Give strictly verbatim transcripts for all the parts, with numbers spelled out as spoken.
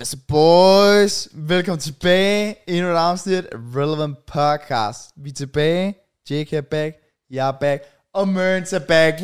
What's up, boys? Velkommen tilbage. Endnu et afsnit af Relevant Podcast. Vi er tilbage. J K er back. Jeg er back. Og Mørns er back. Woo!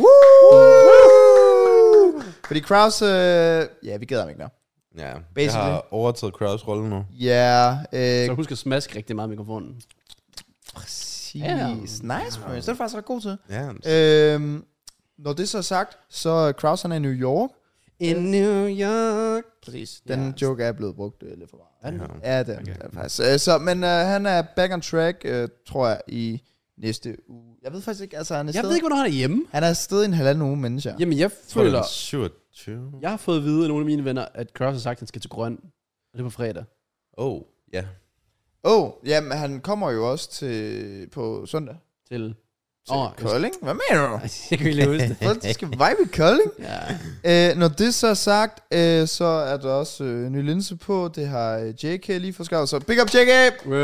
Fordi Kraus, øh, ja, vi gider ham ikke nu. Ja, Basically. jeg har overtaget Kraus' rolle nu. Ja. Øh, Så husk at smaske rigtig meget mikrofonen. Præcis. Ja. Nice, Mørns. Det er du faktisk ret god til. Ja, Øhm, når det så er sagt, så Kraus han er i New York. In New York. Præcis. Den Ja. joke er blevet brugt øh, lidt for meget. ja. Ja, det er Okay. okay. faktisk. Øh, så, men øh, han er back on track, øh, tror jeg, i næste uge. Jeg ved faktisk ikke, altså han er Jeg sted. ved ikke, hvornår han er hjemme. Han er afsted i en halvanden uge, mennesker. Jamen, jeg Føler føler... syvogtyve. Jeg har fået at vide af nogle af mine venner, at Kraus har sagt, at han skal til Grøn. Og det er på fredag. Oh, ja. Åh, oh, jamen han kommer jo også til på søndag. Til... Til Åh, oh, Kolding? Hvad mener du? Jeg kan ikke lige huske det. Folk, de skal vibe i Kolding. Ja. Øh, når det så er sagt, øh, så er der også øh, ny linse på. Det har øh, J K lige forskrevet. Så big up J K! Wow.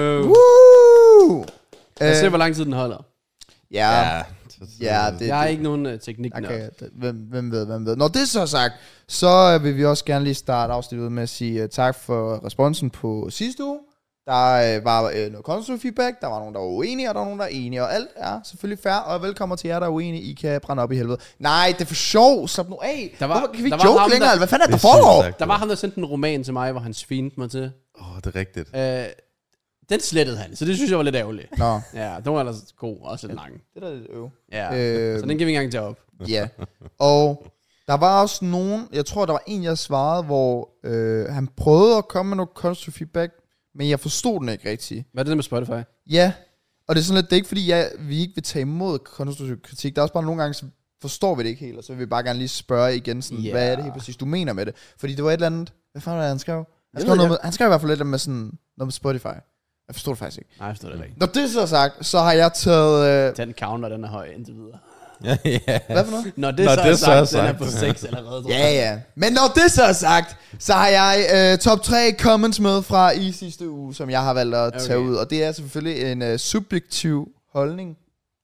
Woo! Jeg ser, Øh, hvor lang tid den holder. ja, Ja, ja, det, Jeg har ikke nogen uh, teknik nok. okay, det, hvem, hvem ved, hvem ved. Når det så er sagt, så øh, vil vi også gerne lige starte afsnittet med at sige uh, tak for responsen på sidste uge. Der øh, var øh, noget konstruktiv feedback, der var nogen, der var uenige, og der var nogen, der er enige, og alt er selvfølgelig fair, og velkommen til jer, der er uenige, I kan brænde op i helvede. Nej, det er for sjov, slap nu af. Der var- Hvorfor kan vi der ikke var joke ham, længere, der- eller hvad fanden er Det der er foregår? sygt sagt. Der var ham, der sendte en roman til mig, hvor han svinede mig til. Åh, oh, det er rigtigt. Øh, den slettede han, så det synes jeg var lidt ærgerligt. Nå, Ja, den var ellers god, også lidt lang. det er da lidt øv. Ja, Øh, så den kan vi ikke engang tage op. Ja, og der var også nogen, jeg tror, der var en, jeg svarede, hvor øh, han prøvede at komme med noget konstruktiv feedback, men jeg forstod den ikke rigtigt. Hvad er det med Spotify? Ja, og det er sådan lidt, det er ikke fordi, jeg, vi ikke vil tage imod konstruktiv kritik. Der er også bare nogle gange, så forstår vi det ikke helt, og så vil vi bare gerne lige spørge igen, sådan, Ja. yeah. hvad er det helt præcis, du mener med det? Fordi det var et eller andet, hvad fanden var det, han skrev? Han Jeg skrev, ved noget ikke. med, han skrev i hvert fald lidt med sådan, noget med Spotify. Jeg forstod det faktisk ikke. Nej, jeg forstår det ikke. Når det så er sagt, så har jeg taget... Øh, Den counter, den er høj indtil videre. ja, ja. hvad for noget? Når det, Når så, det er så sagt, er den er sagt. på seks allerede. tror Ja, jeg. ja. Men når det så er sagt, så har jeg øh, top tre comments med fra i sidste uge, som jeg har valgt at tage Okay. ud. Og det er selvfølgelig en øh, subjektiv holdning.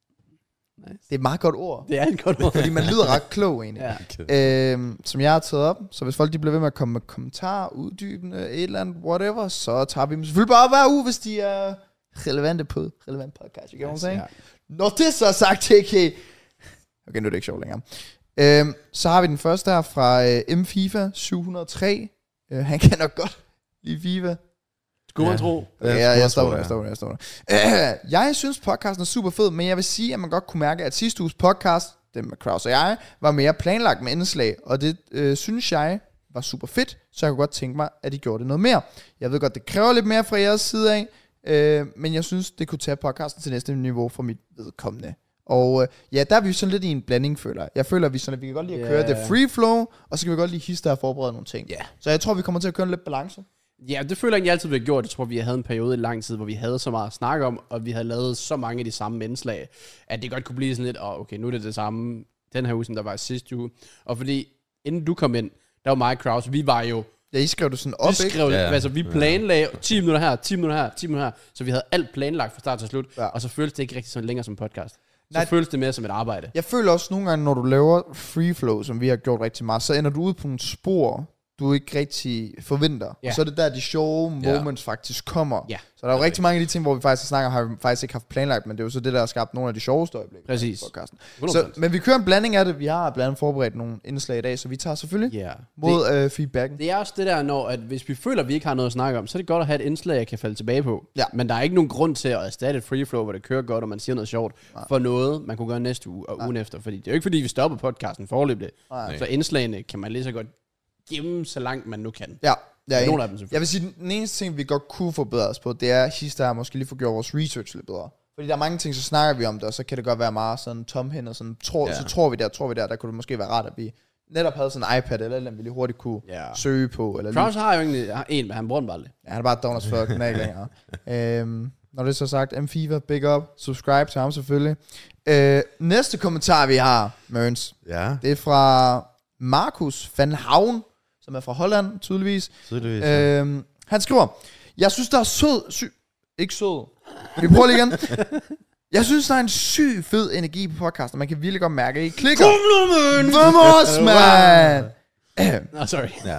Nice. Det er et meget godt ord. Det er et godt ord. Fordi man lyder ret klog egentlig. Ja. Øhm, som jeg har taget op. Så hvis folk de bliver ved med at komme med kommentarer, uddybende, et eller andet, whatever, så tager vi dem selvfølgelig bare hver uge, hvis de er relevante på relevant podcast. You get what I'm saying? Ja. Når det så er sagt, J K. Okay, nu er det ikke sjovt længere. Øhm, så har vi den første her fra øh, M FIFA syv hundrede og tre. Øh, han kan nok godt lide FIFA. Skulle man Ja. tro. Okay, Ja, jeg, jeg jeg står tror der, jeg det. står der, jeg står der. Øh, jeg synes, podcasten er super fed, men jeg vil sige, at man godt kunne mærke, at sidste uges podcast, det med Kraus og jeg, var mere planlagt med indslag, og det øh, synes jeg var super fedt, så jeg kunne godt tænke mig, at de gjorde det noget mere. Jeg ved godt, det kræver lidt mere fra jeres side af, øh, men jeg synes, det kunne tage podcasten til næste niveau for mit vedkommende. Og øh, ja, der er vi jo sådan lidt i en blanding, føler jeg. Jeg føler, at vi, sådan, at vi kan godt lide at køre Ja. det free flow, og så kan vi godt lide histe og forberede nogle ting. Ja. Så jeg tror, vi kommer til at køre en lidt balance. Ja, det føler jeg egentlig altid, vi har gjort. Jeg tror, vi havde en periode i lang tid, hvor vi havde så meget at snakke om, og vi havde lavet så mange af de samme indslag, at det godt kunne blive sådan lidt, åh, oh, okay, nu er det det samme den her uge, som der var sidste uge. Og fordi, inden du kom ind, der var mig og Kraus, vi var jo, Ja, I skrev det sådan op, vi ikke? skrev, Ja. altså vi planlagde ti minutter her, ti minutter her, ti minutter her, så vi havde alt planlagt fra start til slut, Ja. og så føltes det ikke rigtig sådan længere som podcast. Så Nej. føltes det mere som et arbejde. Jeg føler også nogle gange, når du laver free flow, som vi har gjort rigtig meget, så ender du ude på nogle spor, du ikke rigtig forventer. Ja. Og så er det der, de sjove Ja. moments faktisk kommer. Ja. Så der er jo rigtig mange af de ting, hvor vi faktisk snakker, har vi faktisk ikke haft planlagt, men det er jo så det, der har skabt nogle af de sjoveste øjeblikke. Præcis. i podcasten. hundrede Så, procent. men vi kører en blanding af det. Vi har blandt andet forberedt nogle indslag i dag, så vi tager selvfølgelig Ja. mod øh, feedbacken. Det er også det der, når at hvis vi føler, at vi ikke har noget at snakke om, så er det godt at have et indslag, jeg kan falde tilbage på. Ja. Men der er ikke nogen grund til at erstatte et free flow, hvor det kører godt, og man siger noget sjovt, Nej. for noget, man kunne gøre næste uge og Nej. ugen efter. Fordi det er jo ikke, fordi vi stopper podcasten forløbig. Nej. Så indslagene kan man lige så godt gemme, så langt man nu kan. Ja, ja, Nogle af dem selvfølgelig. jeg vil sige, den eneste ting, vi godt kunne forbedre os på, det er, at sidst der måske lige få gjort vores research lidt bedre. Fordi der er mange ting, så snakker vi om det, og så kan det godt være meget sådan tomhænder, sådan, tror, Ja. så tror vi der, tror vi der, der kunne det måske være rart, at vi netop havde sådan en iPad, eller eller vi lige hurtigt kunne Ja. søge på, eller lige, Kraus har jo egentlig har en, men han bruger den bare aldrig. ja, han er bare down for den er ikke længere. øhm, når det er så sagt, M FIFA, big up, subscribe til ham selvfølgelig. Øh, næste kommentar, vi har, Mørns, Ja, det er fra Markus van Havn, som er fra Holland, tydeligvis. tydeligvis. Øhm, han skriver, jeg synes, der er sød, syg, ikke sød, vi prøver lige igen. Jeg synes, der er en syg fed energi på podcasten, man kan virkelig godt mærke, at I klikker. Kom nu, man! Vamos, man! Nå, sorry. ja.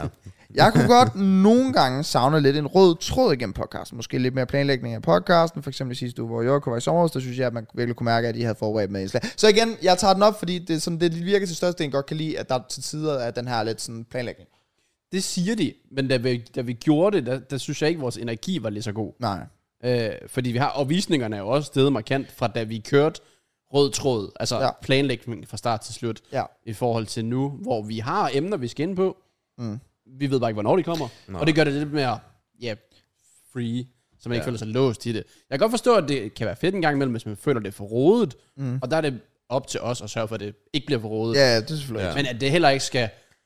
Jeg kunne godt nogle gange savne lidt en rød tråd igennem podcasten. Måske lidt mere planlægning af podcasten. For eksempel sidste uge, hvor Jørgen var i sommer, der synes jeg, at man virkelig kunne mærke, at de havde forberedt med indslag. Så igen, jeg tager den op, fordi det, er sådan, det virker til størstedelen godt kan lide, at der til tider er den her lidt sådan planlægning. Det siger de, men da vi, da vi gjorde det, der, der synes jeg ikke, at vores energi var lige så god. Nej. Øh, fordi vi har, og visningerne er jo også steget markant, fra da vi kørte rød tråd, altså ja. planlægning fra start til slut, ja. i forhold til nu, hvor vi har emner, vi skal ind på. Mm. Vi ved bare ikke, hvornår de kommer. Nå. Og det gør det lidt mere yeah, free, så man ja. ikke føler sig låst i det. Jeg kan godt forstå, at det kan være fedt en gang imellem, hvis man føler, det er for rodet. Mm. Og der er det op til os at sørge for, at det ikke bliver for rodet. Ja, det er selvfølgelig. Ja. Men at det heller ikke skal...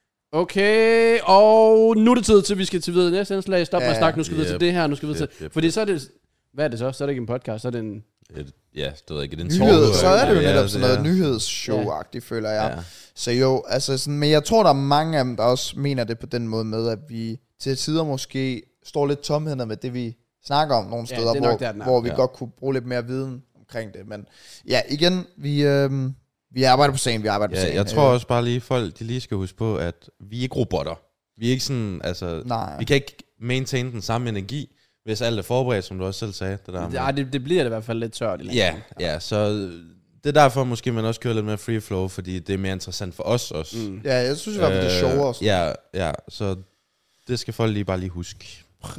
Okay, og nu er det tid til, at vi skal til videre næste indslag. Stop ja. med at snakke, nu skal vi yep. til det her, nu skal vi yep, til... Yep, yep. Fordi så er det... Hvad er det så? Så er det ikke en podcast, så er det en... Et, ja, det ved ikke, det er en Nyhed, så er det jo netop sådan noget ja. nyhedsshow-agtigt, ja. føler jeg. Ja. Så jo, altså sådan... Men jeg tror, der er mange af dem, der også mener det på den måde med, at vi til tider måske står lidt tomhænder med det, vi snakker om nogle steder, ja, hvor, der, hvor vi ja. godt kunne bruge lidt mere viden omkring det. Men ja, igen, vi... Øhm, Vi arbejder på sagen, vi arbejder ja, på sagen. Jeg tror også bare lige, folk de lige skal huske på, at vi er ikke robotter. Vi er ikke sådan, altså... Nej. Vi kan ikke maintain den samme energi, hvis alt er forberedt, som du også selv sagde. Det der ja, det, det bliver det i hvert fald lidt tørt. I ja, ja, så det er derfor måske, man også kører lidt mere free flow, fordi det er mere interessant for os også. Mm. Ja, jeg synes i hvert fald, det er sjovere også. Ja, ja, så det skal folk lige bare lige huske.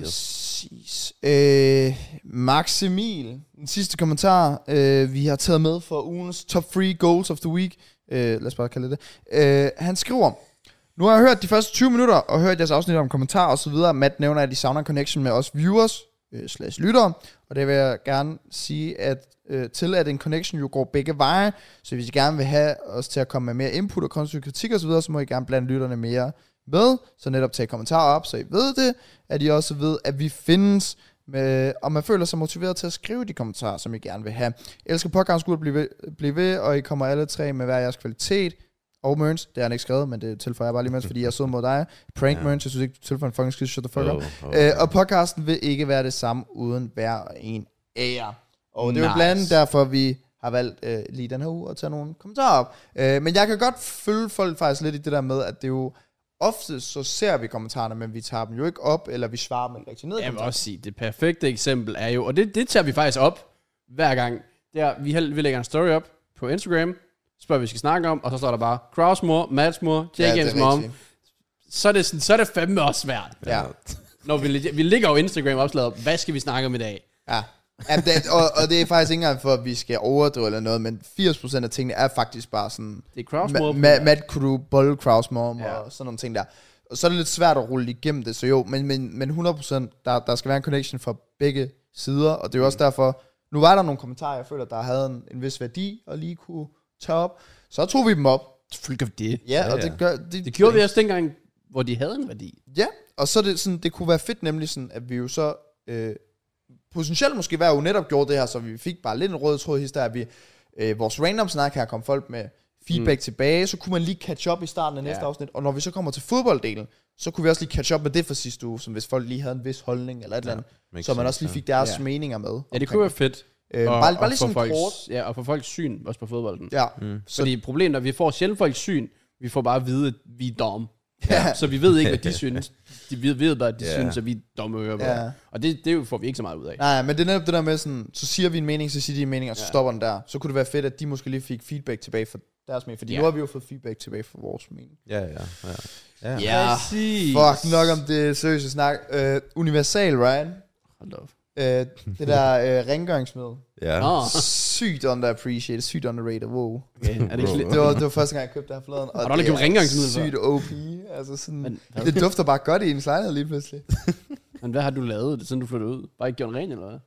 Præcis. Øh, Max Emil, den sidste kommentar, øh, vi har taget med for ugens top three goals of the week. Øh, lad os bare kalde det det. Øh, han skriver, nu har jeg hørt de første tyve minutter, og hørt jeres afsnit om kommentarer og så videre. Matt nævner, at de savner en connection med os viewers, øh, slash lyttere, og det vil jeg gerne sige, at øh, til at en connection jo går begge veje, så hvis I gerne vil have os til at komme med mere input og konstruktiv kritik og så videre, så må I gerne blande lytterne mere med, så netop tage kommentarer op, så I ved det, at I også ved, at vi findes, med, og man føler sig motiveret til at skrive de kommentarer, som I gerne vil have. Jeg elsker podcast, skulle blive ved, blive ved, og I kommer alle tre med hver jeres kvalitet, og Mørns, det har han ikke skrevet, men det tilføjer jeg bare lige med, fordi jeg er sød mod dig. Prank ja. Mørns, jeg synes ikke, du tilføjer en fucking skid, shut the fuck up. Oh, oh, øh, og podcasten vil ikke være det samme, uden hver en af jer. Og nice. Det er jo blandt andet derfor, vi har valgt øh, lige den her uge at tage nogle kommentarer op. Øh, men jeg kan godt følge folk faktisk lidt i det der med, at det jo ofte så ser vi kommentarerne, men vi tager dem jo ikke op, eller vi svarer dem ikke rigtig ned. Jeg vil også sige, det perfekte eksempel er jo, og det, det tager vi faktisk op hver gang. Det er, vi, vi lægger en story op på Instagram, spørger vi skal snakke om, og så står der bare Kraus mor, Mads mor, J G's mom. Så er, det sådan, så er det fandme også svært. Ja. Når vi, vi ligger jo Instagram opslaget op, hvad skal vi snakke om i dag? Ja. Ja, det, og, og det er faktisk ikke engang for, at vi skal overdrive eller noget, men firs procent af tingene er faktisk bare sådan... Det er Krausmore. Ma- ma- Matt, kunne du bolle Krausmore ja. og sådan nogle ting der. Og så er det lidt svært at rulle igennem det, så jo, men, men, men hundrede procent, der, der skal være en connection fra begge sider, og det er jo også derfor... Nu var der nogle kommentarer, jeg føler, der havde en, en vis værdi, og lige kunne tage op. Så tog vi dem op. Selvfølgelig gør vi det. Ja, og ja, ja. det gør... Det, det gjorde det, vi også dengang, hvor de havde en værdi. Ja, og så er det sådan, det kunne være fedt nemlig sådan, at vi jo så... Øh, potentielt måske hver uge netop gjorde det her, så vi fik bare lidt en rød tråd hister, at vi, øh, vores random snak her kom folk med feedback mm. tilbage, så kunne man lige catch up i starten af næste ja. afsnit, og når vi så kommer til fodbolddelen, så kunne vi også lige catch up med det for sidste uge, som hvis folk lige havde en vis holdning eller et ja, eller andet, så man også lige fik deres ja. meninger med. Ja, det kunne være fedt. Øh, og, bare bare lige sådan folks, kort. Ja, og for folks syn også på fodbolden. Ja. Mm. Fordi problemet er, at vi får sjældent folks syn, vi får bare at vide, at vi er dumme. Ja. Så vi ved ikke, hvad de synes. De ved, ved bare, at de yeah. synes, at vi er dumme ører. Yeah. Og det, det får vi ikke så meget ud af. Nej, men det er netop det der med sådan, så siger vi en mening, så siger de en mening, og så yeah. stopper den der. Så kunne det være fedt, at de måske lige fik feedback tilbage fra deres mening. Fordi yeah. nu har vi jo fået feedback tilbage fra vores mening. Ja, ja, ja. Ja, ja. Præcis. Fuck, nok om det seriøse snak. Uh, Universal, Ryan. Hold da op. Uh, det der uh, rengøringsmiddel. Ja. Oh. Sygt underappreciated, sygt underrated, wow. Okay. Er det, ikke det, var, det var første gang, jeg købte det her forleden. Har du aldrig købt rengøringsmiddel? Sygt O P. Altså sådan, men, det dufter bare godt i en lejlighed lige pludselig. Men hvad har du lavet, siden du flyttede ud? Bare ikke gjort ren, eller hvad?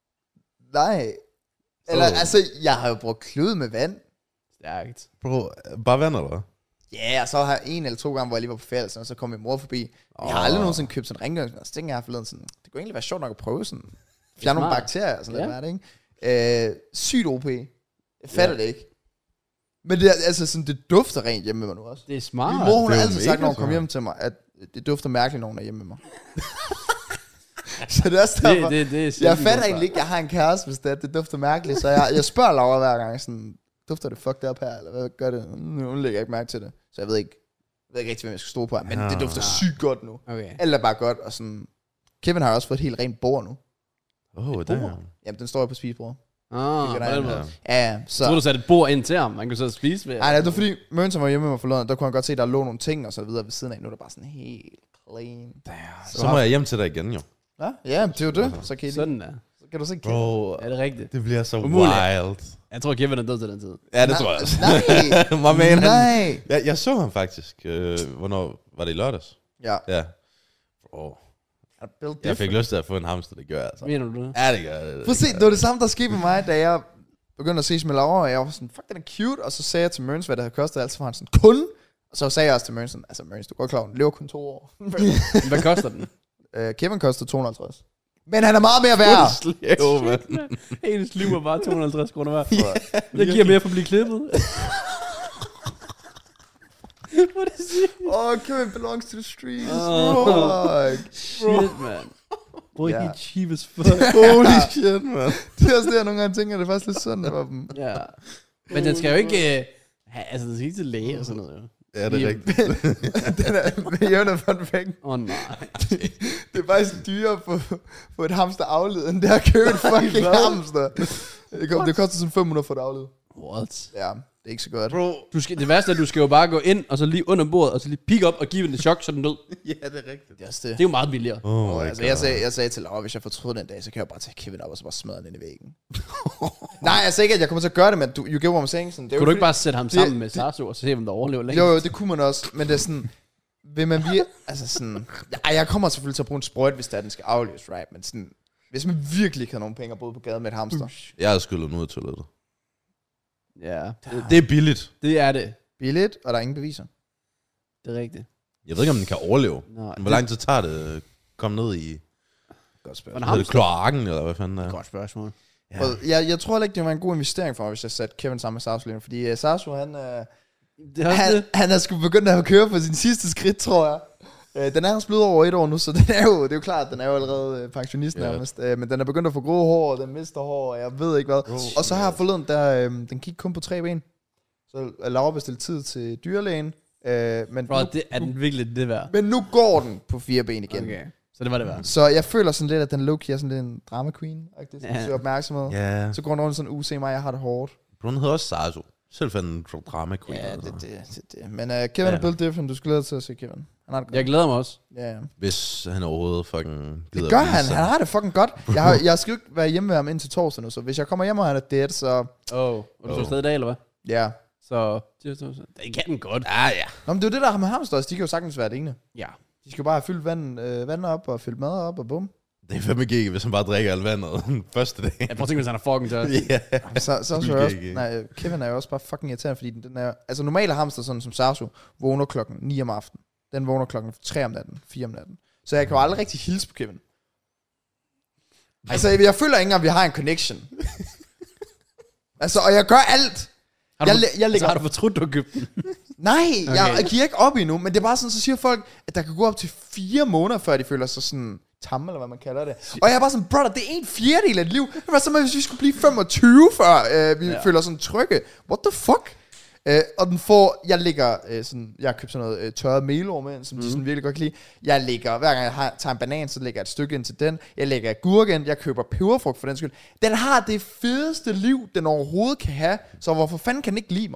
Nej. Eller oh. altså, jeg har jo brugt klud med vand. Stærkt. Bro, bare vand, eller hvad? Ja, og så har jeg en eller to gange, hvor jeg lige var på ferie, og så kom min mor forbi. Oh. Jeg har aldrig nogensinde købt sådan en rengøringsmiddel. Så tænker jeg forleden sådan, det kunne egentlig være sjovt nok at prøve sådan. Fjerne nogle bakterier og sådan ja. lidt, ikke? Øh, sygt O P. Jeg fatter ja. det ikke. Men det, er, altså, sådan, det dufter rent hjemme med mig nu også. Det er smart. Min mor, hun har altid sagt, når hun kom hjem til mig, at det dufter mærkeligt, når hun er hjemme med mig. Så det er også derfor, det, det, det er jeg fatter egentlig ikke, jeg har en kæreste, hvis det, er, det dufter mærkeligt. Så jeg, jeg spørger Laura hver gang, sådan, dufter det fucked up her, eller hvad gør det? Hun lægger ikke mærke til det, så jeg ved ikke, ved ikke rigtig, hvem jeg skal stå på, men ja. det dufter sygt godt nu. Okay. Alt er bare godt, og sådan... Kevin har også fået et helt rent bord nu. Åh, oh, det er... Jamen, den står jo på spisebordet. Ah, på den måde. Ja, så... Så du satte et bord ind til ham, man kunne så spise ved. Nej, det var fordi, Mønsen var hjemme med mig forleden, der kunne han godt se, at der lå nogle ting og så videre ved siden af. Nu er der bare sådan helt clean. Så, så må jeg hjem til dig igen, jo. Ja, ja det er jo det. Så kan, I sådan er. Så kan du se Kevin. Bro, er det rigtigt? Det bliver så Umuligt. wild. Jeg tror, Kevin er død til den tid. Ja, det nej, tror jeg også. Nej, man, nej. Jeg, jeg så ham faktisk. Øh, hvornår var det i lørdags? Ja. Ja. Bro. Jeg fik lyst til at få en hamster, det gør jeg altså. Mener du det? Ja, det gør jeg. Prøv at se, det var det samme, der skete med mig, da jeg begyndte at ses med Laura, og jeg var sådan, fuck, den er cute, og så sagde jeg til Mørns, hvad det havde kostet, altså for han sådan, kun, og så sagde jeg også til Mørns, altså Mørns, du går klar, den lever kun to år. Hvad koster den? uh, Kevin kostede to hundrede og halvtreds. Men han er meget mere værd. Hendes liv er bare to hundrede og halvtreds kroner værd. Yeah. Det giver mere for at blive klippet. Hvad er det siger? Oh, Kevin belongs to the streets. Oh. Fuck. Shit, man. Bro, yeah. Helt cheap as fuck. Holy shit, man. Det er også det, jeg nogle gange tænker, det er faktisk lidt sådan for dem. Ja. Men den skal jo ikke... Uh, ha, altså, den skal ikke til læge og sådan noget, jo. Ja, det er rigtigt. Den er med jævne fun fact. Åh, oh, nej. Det er faktisk dyrere på, på et hamster afledet, end det at købe et fucking hamster. Det, kom, det koster sådan fem hundrede for et afledet. What? Ja, det er ikke så godt. Bro, du skal, det værste er, at du skal jo bare gå ind, og så lige under bordet, og så lige pick op og give den et chok, så den død. Ja, det er rigtigt. Det er, det. Det er jo meget billigere. Oh oh, altså, jeg, sagde, jeg sagde til Laura, hvis jeg fortryder den dag, så kan jeg bare tage Kevin op, og så bare smadre den ind i væggen. Nej, jeg sagde ikke, at jeg kommer til at gøre det, men du, you get what I'm saying. Sådan, det kunne du fordi, ikke bare sætte ham sammen det, med Sarso, og så se, om der overlever længe? Jo, jo, det kunne man også, men det er sådan... Vil man blive... Altså sådan... Ja, jeg kommer selvfølgelig til at bruge en sprøjt, hvis der den skal afleves, right? Men sådan... Hvis man virkelig ikke har nogen penge at bruge på gaden med et hamster. Jeg har skyllet den ud af toilettet. Ja. Det, det er billigt. Det er det. Billigt, og der er ingen beviser. Det er rigtigt. Jeg ved ikke, om den kan overleve. Nå, Hvor lang tid tager det at komme ned i... Godt spørgsmål. Er det kloakken, eller hvad fanden er? Godt spørgsmål. Ja. Jeg, jeg tror ikke, det var en god investering for mig, hvis jeg satte Kevin sammen med Sarso lige nu. Fordi uh, Sarso, han... Uh, det er han, det. han er sgu begyndt at køre på sin sidste skridt, tror jeg. Uh, den er også blevet over et år nu, så den er jo, det er jo klart, den er jo allerede uh, pensionist yeah. nærmest. Uh, men den er begyndt at få grå hår, og den mister hår, og jeg ved ikke hvad. Oh, og så har jeg forleden, der, uh, den gik kun på tre ben. Så Laura bestilte tid til dyrlægen. Uh, men Bro, nu, det er den virkelig det værd. Men nu går den på fire ben igen. Okay. Så det var det værd. Så jeg føler sådan lidt, at den low-key er sådan lidt en drama queen. Sådan ja. Så opmærksomhed. Ja. Så går den rundt sådan, uh, se mig, jeg har det hårdt. Hun hedder også Sarso. Selv fandt en drama queen. Ja, det, det, det, det. Men uh, Kevin ja. er built different. Du skal glæde dig til at se Kevin. Han har det godt. Jeg glæder mig også. Ja, ja. Hvis han overhovedet fucking gider. Det gør han. Han har det fucking godt. Jeg, har, jeg skal jo ikke være hjemme med ham indtil torsdag nu, så hvis jeg kommer hjem og han er dead, så... Åh, oh. og du oh. så stadig i dag, eller hvad? Ja. Så... Det kan den godt. Ja, ja. Nå, men det er jo det, der har med hamster også. De kan jo sagtens være det ene. Ja. De skal jo bare have fyldt vand, øh, vand op og fyldt mad op og bum. Det er fandme ikke, hvis han bare drikker alt vandet den første dag. Jeg prøver at tænke, hvis han er fucking tørt. Ja. Så, så, så også, nej, Kevin er jo også bare fucking irriterende, fordi den er... Altså normale hamster, sådan som Sarso, vågner klokken ni om aftenen. Den vågner klokken tre om natten, fire om natten. Så jeg kan jo aldrig rigtig hilse på Kevin. Altså, jeg, jeg føler ikke engang, at vi har en connection. Altså, og jeg gør alt. Har du, jeg, jeg altså, har du fortrudt, du har købt den? Nej, okay. jeg, jeg giver ikke op endnu, men det er bare sådan, så siger folk, at der kan gå op til fire måneder, før de føler sig sådan tamme, eller hvad man kalder det. Og jeg er bare sådan, brother, det er en fjerdedel af et liv. Det var sådan, hvis vi skulle blive femogtyve, før øh, vi ja. føler sådan trygge. What the fuck? Øh, og den får, jeg lægger øh, sådan, jeg har købt sådan noget øh, tørret melorm ind, som mm. de sådan virkelig godt kan lide. Jeg lægger, hver gang jeg har, tager en banan, så lægger jeg et stykke ind til den. Jeg lægger agurk ind, jeg køber peberfrugt for den skyld. Den har det fedeste liv, den overhovedet kan have, så hvorfor fanden kan den ikke lide mig?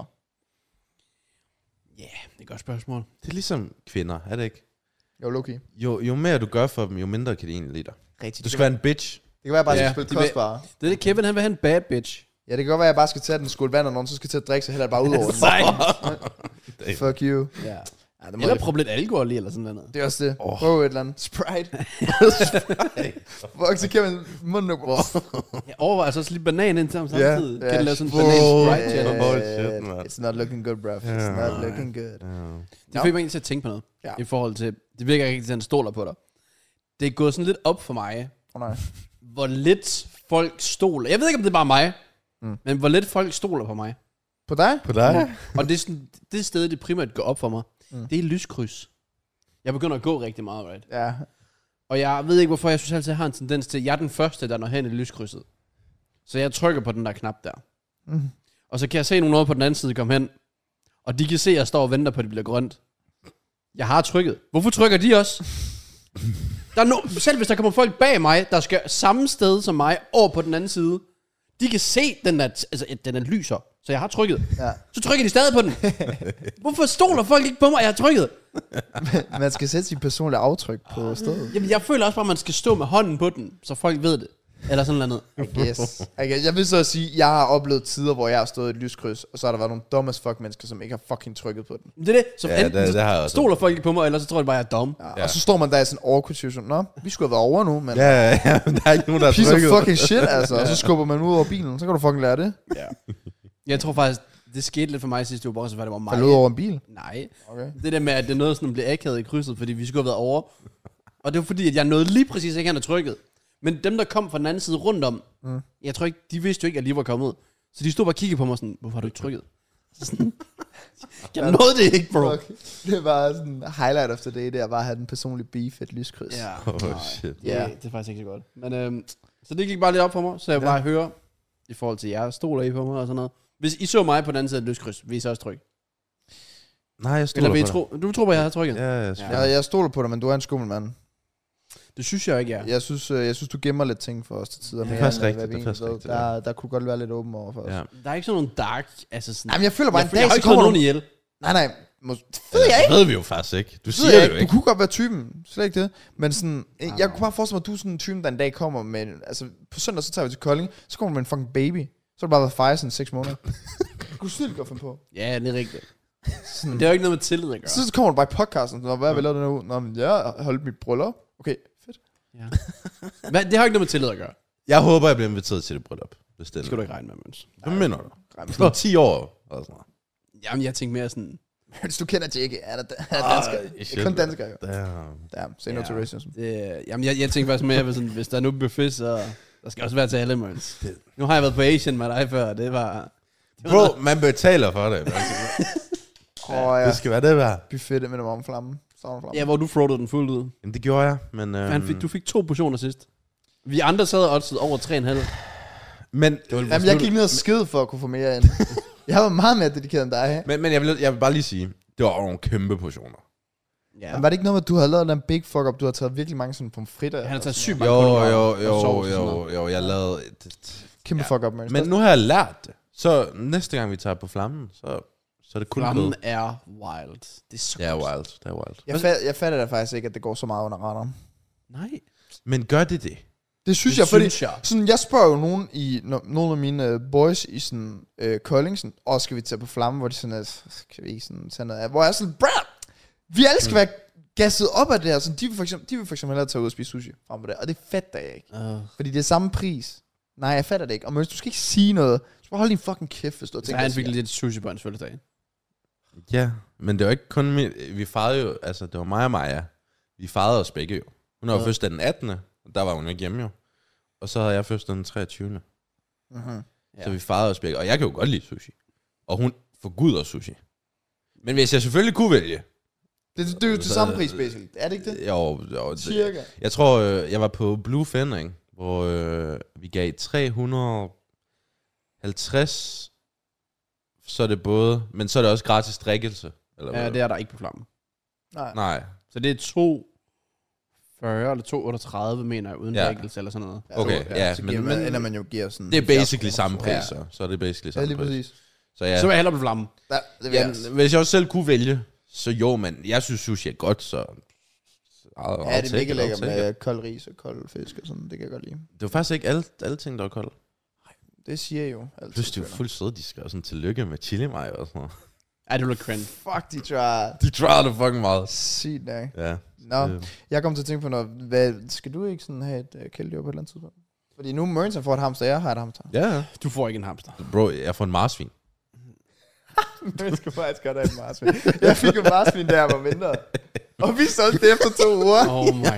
Ja, yeah, det er et godt spørgsmål. Det er ligesom kvinder, er det ikke? Jo, Loki. Jo, jo mere du gør for dem, jo mindre kan de egentlig lide dig. Rigtig. Du skal være en bitch. Det kan være, at jeg bare ja, skal spille kostbare. Det er det, Kevin, han vil have en bad bitch. Ja, det kan godt være, at jeg bare skal tage den skål vand, og nogen så skal til at drikke, så heller bare ud over den. Fuck you. Ja. Ja, eller prøve lidt alkohol i, eller sådan noget. Det er også det. Oh. Prøv et eller andet. Sprite. Sprite. Fuck, så kan man munden op. Jeg overvejer så også lige banan ind til ham samtidig. Yeah. Kan du lave sådan en banan Sprite? Yeah. Yeah. Yeah. It's not looking good, bruv. It's yeah. not looking good. Yeah. Det fik mig egentlig til at tænke på noget. Ja. I forhold til, det virker ikke til, at han stoler på dig. Det er gået sådan lidt op for mig. Oh, nej. Hvor lidt folk stoler. Jeg ved ikke, om det er bare mig. Mm. Men hvor lidt folk stoler på mig. På dig? På dig? Mm. Og det er sådan, det sted, det primært går op for mig. Mm. Det er lyskryds. Jeg begynder at gå rigtig meget, right? Ja. Og jeg ved ikke, hvorfor jeg synes altid, jeg har en tendens til, at jeg er den første, der når hen i lyskrydset. Så jeg trykker på den der knap der. Mm. Og så kan jeg se nogen over på den anden side komme hen. Og de kan se, at jeg står og venter på, at det bliver grønt. Jeg har trykket. Hvorfor trykker de også? Der er no, selv hvis der kommer folk bag mig, der skal samme sted som mig, over på den anden side, de kan se, den er, altså, den er lyser. Så jeg har trykket. Ja. Så trykker de stadig på den. Hvorfor stoler folk ikke på mig, jeg har trykket? Man skal sætte sit personlige aftryk på stedet. Jamen, jeg føler også bare, at man skal stå med hånden på den, så folk ved det. Eller sådan noget andet. I guess. I guess. Jeg vil så sige, jeg har oplevet tider, hvor jeg har stået i et lyskryds, og så har der været nogle dumme as fuck mennesker, som ikke har fucking trykket på den. Det er det. Så ja, enten det, det har stoler folk ikke på mig, eller så tror de bare, jeg er dum. Ja, ja. Og så står man der i sådan en awkward situation. Nå, vi skulle have været over nu, men... Ja, ja, ja, der er ikke nogen, der har piece trykket. of fucking shit, altså. Og så skubber man ud over bilen, så kan du fucking lære det. Ja. Jeg tror faktisk, det skete lidt for mig sidste uge, bare så det var mig. Faldt ud over en bil? Nej. Okay. Det der med, at det er noget, som blev akavet i krydset, fordi vi skulle have været over. Og det var fordi, at jeg nåede lige præcis ikke, han havde trykket. Men dem, der kom fra den anden side rundt om, mm. jeg tror ikke, de vidste jo ikke, at jeg lige var kommet. Så de stod bare og kiggede på mig sådan, hvorfor har du ikke trykket? Sådan, jeg nåede det ikke, bro. Okay. Det var sådan highlight of the day, der var at have den personlige beef et lyskryds. Ja, oh, shit. Ja, det er faktisk ikke så godt. Men, øhm, så det gik bare lidt op for mig, så jeg ja. bare hører, i forhold til jer, stoler I på mig og sådan noget. Hvis I så mig på den anden side af lyskryds, vil I så også trykke? Nej, jeg stoler Eller vil I på tro, du tror på, at jeg har trykket? Ja, jeg, ja. jeg stoler på dig, men du er en skummel mand. Det synes jeg ikke, ja. Jeg synes, jeg synes du gemmer lidt ting for os til tider. Det er faktisk rigtigt, det er faktisk rigtigt. Der, der kunne godt være lidt åben over for os. Ja. Der er ikke sådan nogen dark, altså sådan... Jamen, jeg føler bare jeg, en dag, jeg har så ikke kommer nogen du... ihjel. Nej, nej. Mås... Ved jeg ikke. Det ved vi jo faktisk ikke. Du siger det jo ikke. Du kunne godt være typen, slet ikke det. Men sådan, jeg, jeg kunne bare forestille mig, at du er sådan en type, der en dag kommer med... Altså, på søndag, så tager vi til Kolding, så kommer du med en fucking baby. Så har du bare været fejret sådan seks måneder. Det kunne du godt finde på. Ja, det er rigtigt. Men det er jo ikke noget med tillid at gøre. Så kommer du bare i podcasten, og hvad har vi lavet den her uge? Nå, men jeg har holdt mit bryllup. Okay, fedt. Ja. Men det har ikke noget med tillid at gøre. Jeg håber, jeg bliver inviteret til det bryllup. Det skal du ikke regne med, Møns. Hvad mener du? Sådan ti år. Og sådan noget. Jamen, jeg tænker mere sådan... Hvis du kender Jake, er der, er der dansker. Det er kun danskere, jo. Damn. Damn, say no to racism. Det, jamen, jeg, jeg tænker faktisk mere, sådan, hvis der er nu buffet, så der skal også være til alle, Møns. Nu har jeg været på Asian med dig før, det var... Det var Bro, man betaler for det. Oh, ja. Det skal være det værd. Buffet med dem om flamme. Ja, hvor du frottede den fuldt ud. Jamen, det gjorde jeg, men... Øhm... Fik, du fik to portioner sidst. Vi andre sad og over tre komma fem. Men... Jamen, jeg gik ned og skid for at kunne få mere ind. Jeg var meget mere dedikeret end dig. Men, men jeg, vil, jeg vil bare lige sige, det var nogle kæmpe portioner. Ja. Men var det ikke noget med, at du havde lavet den big fuck up? Du har taget virkelig mange sådan pomfritter. Han har taget sygt mange jo, jo, jo, jo, jo, jeg lavede... Et, kæmpe ja. fuck up, man. Men nu har jeg lært det. Så næste gang vi tager på flammen, så, så er det kun flammen blod. er wild. Det er så ja, wild. Det er wild. Jeg, fat, jeg fatter da faktisk ikke, at det går så meget under radaren. Nej. Men gør det det? Det synes det jeg, fordi synes jeg. Sådan, jeg spørger jo nogen i, no, nogle af mine uh, boys i sådan uh, Kolding, sådan, åh, skal vi tage på flammen, hvor de sådan, at, skal vi ikke sådan tage noget af, hvor jeg er sådan, brad, vi alle skal mm. være gasset op af det her, sådan, de vil for eksempel, de vil for eksempel hellere tage ud og spise sushi frem på det, og det fatter jeg ikke, uh. fordi det er samme pris. Nej, jeg fatter det ikke, og Møns, du skal ikke sige noget, du skal bare holde din fucking kæft, hvis du har tænkt. Så han fik lidt sushi på hans fødselsdag. Ja, men det var ikke kun min, vi fejrede jo, altså det var mig og Maja, vi fejrede os begge jo. Hun har jo fødselsdag den attende, og der var hun ikke hjemme jo. Og så havde jeg først den treogtyvende Uh-huh. Ja. Så vi fejrede os begge. Og jeg kan jo godt lide sushi. Og hun forguder sushi. Men hvis jeg selvfølgelig kunne vælge... Det, det er jo til samme pris, basically. Er det ikke det? Jo, jo det, cirka. Jeg tror, øh, jeg var på Bluefin, ikke? Hvor øh, vi gav tre hundrede og halvtreds Så er det både... Men så er det også gratis drikkelse. Eller ja, hvad? det er der ikke på flammen. Nej. Nej. Så det er to... fyrre eller to otteogtredive mener jeg, uden ja. drikkelse eller sådan noget. Okay, ja, ja men, men ender man jo giver sådan... Det er basically samme pris, så. Så er det basically samme ja, lige præcis. pris. Så, ja. så er jeg hellere på flammen. Ja, det ja, hvis jeg også selv kunne vælge, så jo, men jeg synes sushi er godt, så... I'll, ja, det er mega lækkert med kold ris og kold fisk og sådan, det kan jeg godt lide. Det var faktisk ikke alle, alle ting, der var kolde. Nej, det siger jeg jo altid. Plus, det er jo fuldt sødt, de skal sådan tillykke med chili mig og sådan noget. Ej, det var cringe. Fuck, de try. De try det fucking meget. Sygt nok. Ja. Nå, øh. jeg kom til at tænke på noget. Hvad, skal du ikke sådan have et uh, kæledyr på et eller andet tidspunkt? Fordi nu Mørns får et hamster, jeg har et hamster. Ja. Du får ikke en hamster. Bro, jeg får en marsvin. Mørns skal faktisk godt have en marsvin. Jeg fik en marsvin, der jeg var mindre. Og vi solgte det efter to uger. Oh my.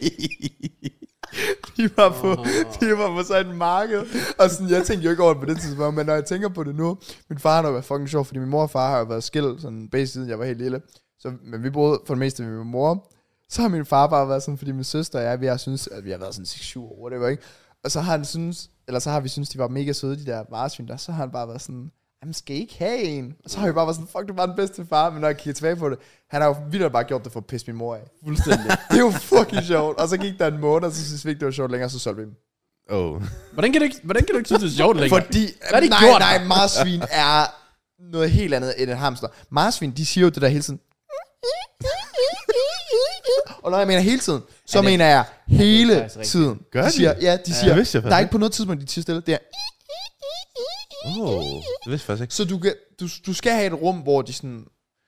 De var på, oh. de var på sådan et marked. Og sådan, jeg tænkte jo ikke over det på det tidspunkt, men når jeg tænker på det nu, min far har været fucking sjov, fordi min mor og far har været skilt, sådan basisk siden jeg var helt lille. Så, men vi boede for det meste med min mor. Så har min far bare været sådan, fordi min søster og jeg, vi har synes, at vi har været sådan seks syv år, det var ikke. Og så har han synes, eller så har vi synes, de var mega søde, de der marsvin der. Så har han bare været sådan, jamen skal I ikke have en? Og så har vi bare været sådan, fuck, du var den bedste far. Men når jeg kigger tilbage på det, han har jo vildt bare gjort det for at pisse min mor af. Fuldstændig. Det er jo fucking sjovt. Og så gik der en måned, og så synes vi ikke, det var sjovt længere, så solgte vi dem. Oh. Hvordan kan du ikke, hvordan kan du ikke synes, det er sjovt længere? Fordi, Hvad er de nej, gjort? nej, marsvin er noget helt andet end en hamster. Marsvin, de siger jo det der hele tiden. Og når jeg mener hele tiden, så det- mener jeg hele faktisk rigtigt. tiden. Gør de de? siger, ja, de siger, det vidste jeg der er faktisk ikke på noget tidspunkt, de tiger stille. Det er, Oh, det vidste jeg faktisk ikke. så du, kan, du, du skal have et rum, hvor de sådan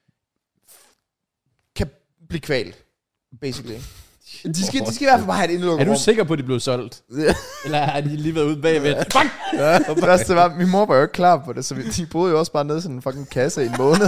kan blive kvalt, basically. De skal, de skal i hvert fald bare have et indelukket Er du rum. sikker på, at de blev solgt? Eller har de lige været ude bagved? Fuck! Det værste var, min mor var jo ikke klar på det, så vi, de boede jo også bare nede i sådan en fucking kasse i en måned.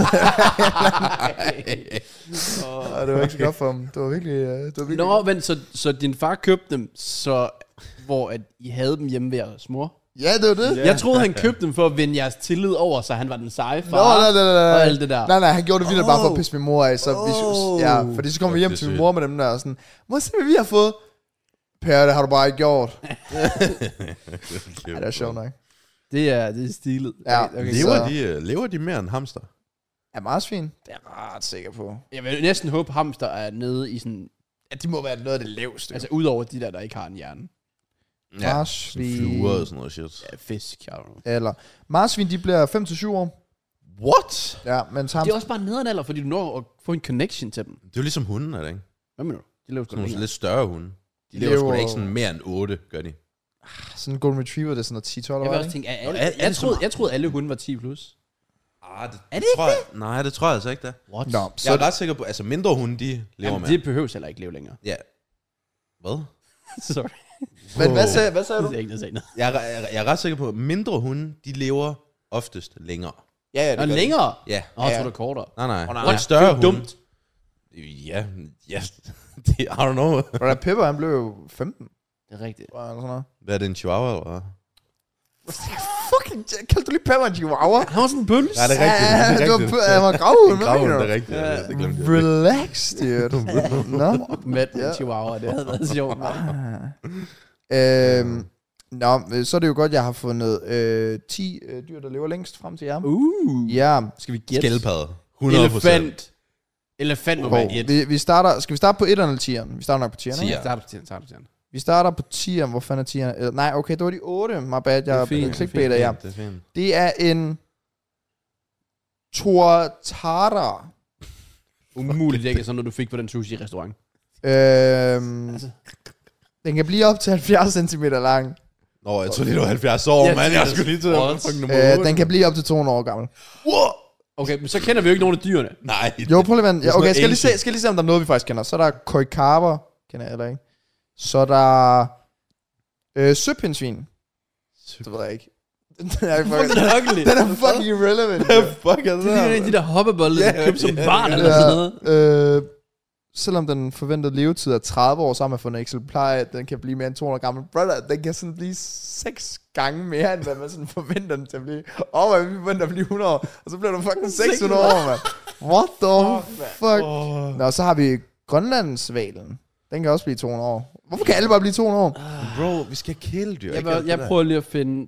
Og det var ikke så godt for dem. Det var virkelig... øh, Det var virkelig Nå, men så, så din far købte dem, så, hvor at I havde dem hjemme ved jeres mor? Ja, det var det. Yeah. Jeg troede, han købte dem for at vinde jeres tillid over, så han var den seje Nå, far. nej, nej, nej, nej. Og alt det der. Nej, nej, han gjorde det vildt oh. bare for at Oh. pisse min mor af. Så oh. vi, Oh. ja, fordi så kom vi hjem Fuck, til det er min mor med dem der og sådan, mor, se hvad vi har fået. Per, det har du bare ikke gjort. Ja, det er sjovt nok. Det er, det er stilet. Ja. Okay, Lever så- de, øh, lever de mere end hamster? Er marsvin? Det er jeg ret sikker på. Jeg vil næsten håbe, hamster er nede i sådan... Ja, de må være noget af det laveste. Altså, udover de der, der ikke har en hjerne. Marsvin. Fluer og sådan noget shit. Ja, fisk, I don't know. Eller, marsvin, de bliver fem til syv år. What? Ja, mens ham... Det er også bare nederen alder, fordi du når at få en connection til dem. Det er jo ligesom hunden, er det ikke? Hvad mener du? De lever sgu Sådan nogle længere. lidt større hunde. De De lever sgu da lever- ikke sådan mere end otte, gør de? Sådan en golden retriever, det er sådan noget ti tolv år. Jeg vil er også det tænke, at Nå, alle, er- er jeg, det så troede, meget? jeg troede, alle hunde var ti plus. Ah, det, Er det tror jeg, nej, det tror jeg altså ikke, da. What? ikke? Nå, Så så jeg er ret sikker på, altså mindre hunde, de lever Jamen, med. det behøves heller ikke leve længere. Ja. Hvad? Sorry. Men hvad sagde, hvad sagde Det du? er ikke noget, jeg sagde noget. Jeg er, jeg, er, jeg er ret sikker på, at mindre hunde, de lever oftest længere. Ja, ja, Nå, længere? Ja. Åh, jeg Ja. tror, det er kortere. Nej, nej. Åh, nej, Oh, nej. større Det er hunde. dumt. Ja, ja. Det, I don't know. Og der Pepper, han blev jo femten. Det er rigtigt. Eller sådan noget. Hvad er det, en chihuahua, eller hvad? Fucking, kaldte du lige Pepper en chihuahua? Han var sådan en pøls. Nej, det er rigtigt. Ja, det er du var, rigtigt. på- han var gravhund, En hvad gravhund, mener det du? er rigtigt. Ja, det glemte jeg. Relax, dude. Nå. Med Ja. en chihuahua, det havde været sjovt. mand. Øhm, Nå, så er det jo godt, jeg har fundet øh, ti øh, dyr, der lever længst frem til jer. Uh. Ja, Skal vi gætte? Skildpadde. hundrede procent. Elefant. Elefant må være Hov, et. vi, vi starter, skal vi starte på etteren eller tieren? Vi starter nok på tieren, ikke? Tier. Start på tieren, start på tieren. Vi starter på tieren. Hvor fanden er tieren? Øh, nej, okay, det var de otte. My bad, Det er jeg fint, det er clickbaiter, ja. Det er fint. Det er en Tortara. Umuligt, det er ikke sådan noget, du fik på den sushi-restaurant. Øhm, Altså. Den kan blive op til halvfjerds centimeter lang. Nå, jeg tror lige, du var halvfjerds år, Ja, mand. Jeg skulle lige til at what? fucking nummer Øh, otte. den kan blive op til to hundrede år gammel. Okay, men så kender vi jo ikke nogen af dyrene. Nej. Jo, prøv lige at vente. Det er Ja, okay, sådan skal jeg lige, noget se, skal jeg lige se, om der er noget, vi faktisk kender. Så er der koikarper. Kender jeg heller ikke. Så er der øh, søpindsvin. Det ved jeg ikke. Den er, Fuck, fucking, den er ugly. den er fucking irrelevant. Hvad fuck er det Det er en af de der hoppebolde, Ja, der købte som ja, barn ja. eller sådan noget. Øh, selvom den forventede levetid er tredive år, så har man fundet eksemplar af, at den kan blive mere end to hundrede gammel. Brother, den kan sådan blive seks gange mere, end hvad man sådan forventer den til at blive. Åh, oh, vi forventer at blive hundrede år, og så bliver du fucking seks hundrede år, mand. What the fuck? Oh. Nå, så har vi Grønlandsvalen. Den kan også blive to hundrede år. Hvorfor kan alle bare blive to hundrede år? Bro, vi skal have kæledyr. Jeg, ikke var, alt det jeg der. prøver lige at finde...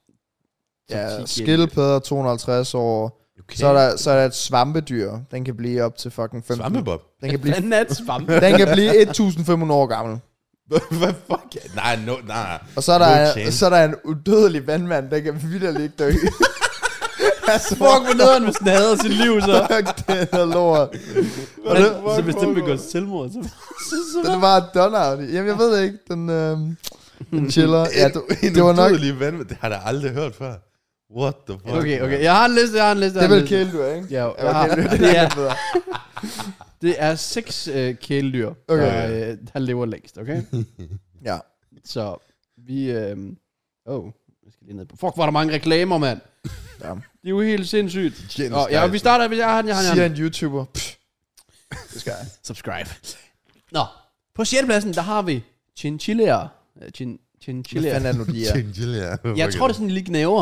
Ja, skildpadder to hundrede og halvtreds år. Okay. Så er, der, så er der et svampedyr. Den kan blive op til fucking femten. Svampebob. Den kan blive, Hvad er et svamp? den kan blive tusind fem hundrede år gammel. Hvad fuck? Nej, no, nej. Og så er No der, chance. så er der en udødelig vandmand, der kan vitterligt ikke dø. altså, Fuck, hvor nederen, hvis den hader sit liv, så. fuck, det er lort. Og Men, det, så hvis den begår selvmord, så... den er bare done out. Jamen, jeg ved det ikke. Den, øh, den chiller. Ja, du, en det var nok... udødelig ven, det har jeg aldrig hørt før. What the fuck? Okay, okay. Jeg har en liste, jeg har en liste. Det jeg er har en vel liste. kæledyr, ikke? Ja, Ja, jeg har, okay, det, er er, bedre. det er seks øh, kæledyr, Okay. der, øh, der lever længst, okay? Ja. Så vi... Øh, oh, jeg skal lige ned på... Fuck, hvor er der mange reklamer, mand. Ja. Det er jo helt sindssygt. Jens Og, ja, og vi starter... Jeg har den, jeg har den, jeg Siger har den. en YouTuber. Pff, det skal jeg. Subscribe. Nå, på sjetepladsen, der har vi chinchillaer. Øh, Chin, Hvad chinchillaer. fanden er nu de er? Chinchilla. Jeg tror, det er sådan en lille knæver.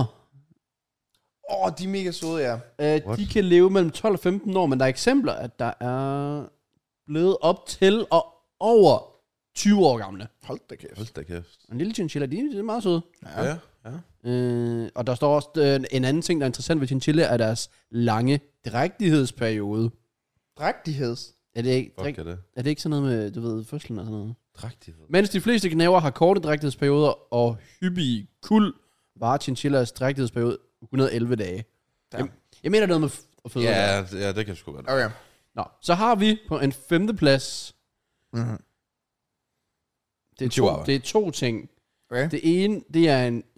Åh, oh, de er mega søde, ja. Uh, What? de kan leve mellem tolv og femten år, men der er eksempler, at der er blevet op til og over tyve år gamle. Hold da kæft. Hold da kæft. En lille chinchilla, de, de er meget søde. Ja, ja. ja. Øh, og der står også øh, en anden ting, der er interessant ved chinchilla, er deres lange drægtighedsperiode. Drægtigheds. Er det ikke, Fuck dræg, er det. er det ikke sådan noget med, du ved, fødslen og sådan noget? Drægtighed. Mens de fleste gnæver har korte drægtighedsperioder og hyppige kuld, varer chinchillas drægtighedsperiode et hundrede og elleve dage. Ja. Jeg, jeg mener noget med f- at føde. Ja, ja, det kan sgu godt. Okay. Nå, så har vi på en femte plads, Mm-hmm. det er, to, Chihuahua. det er to ting. Okay. Det ene, det er en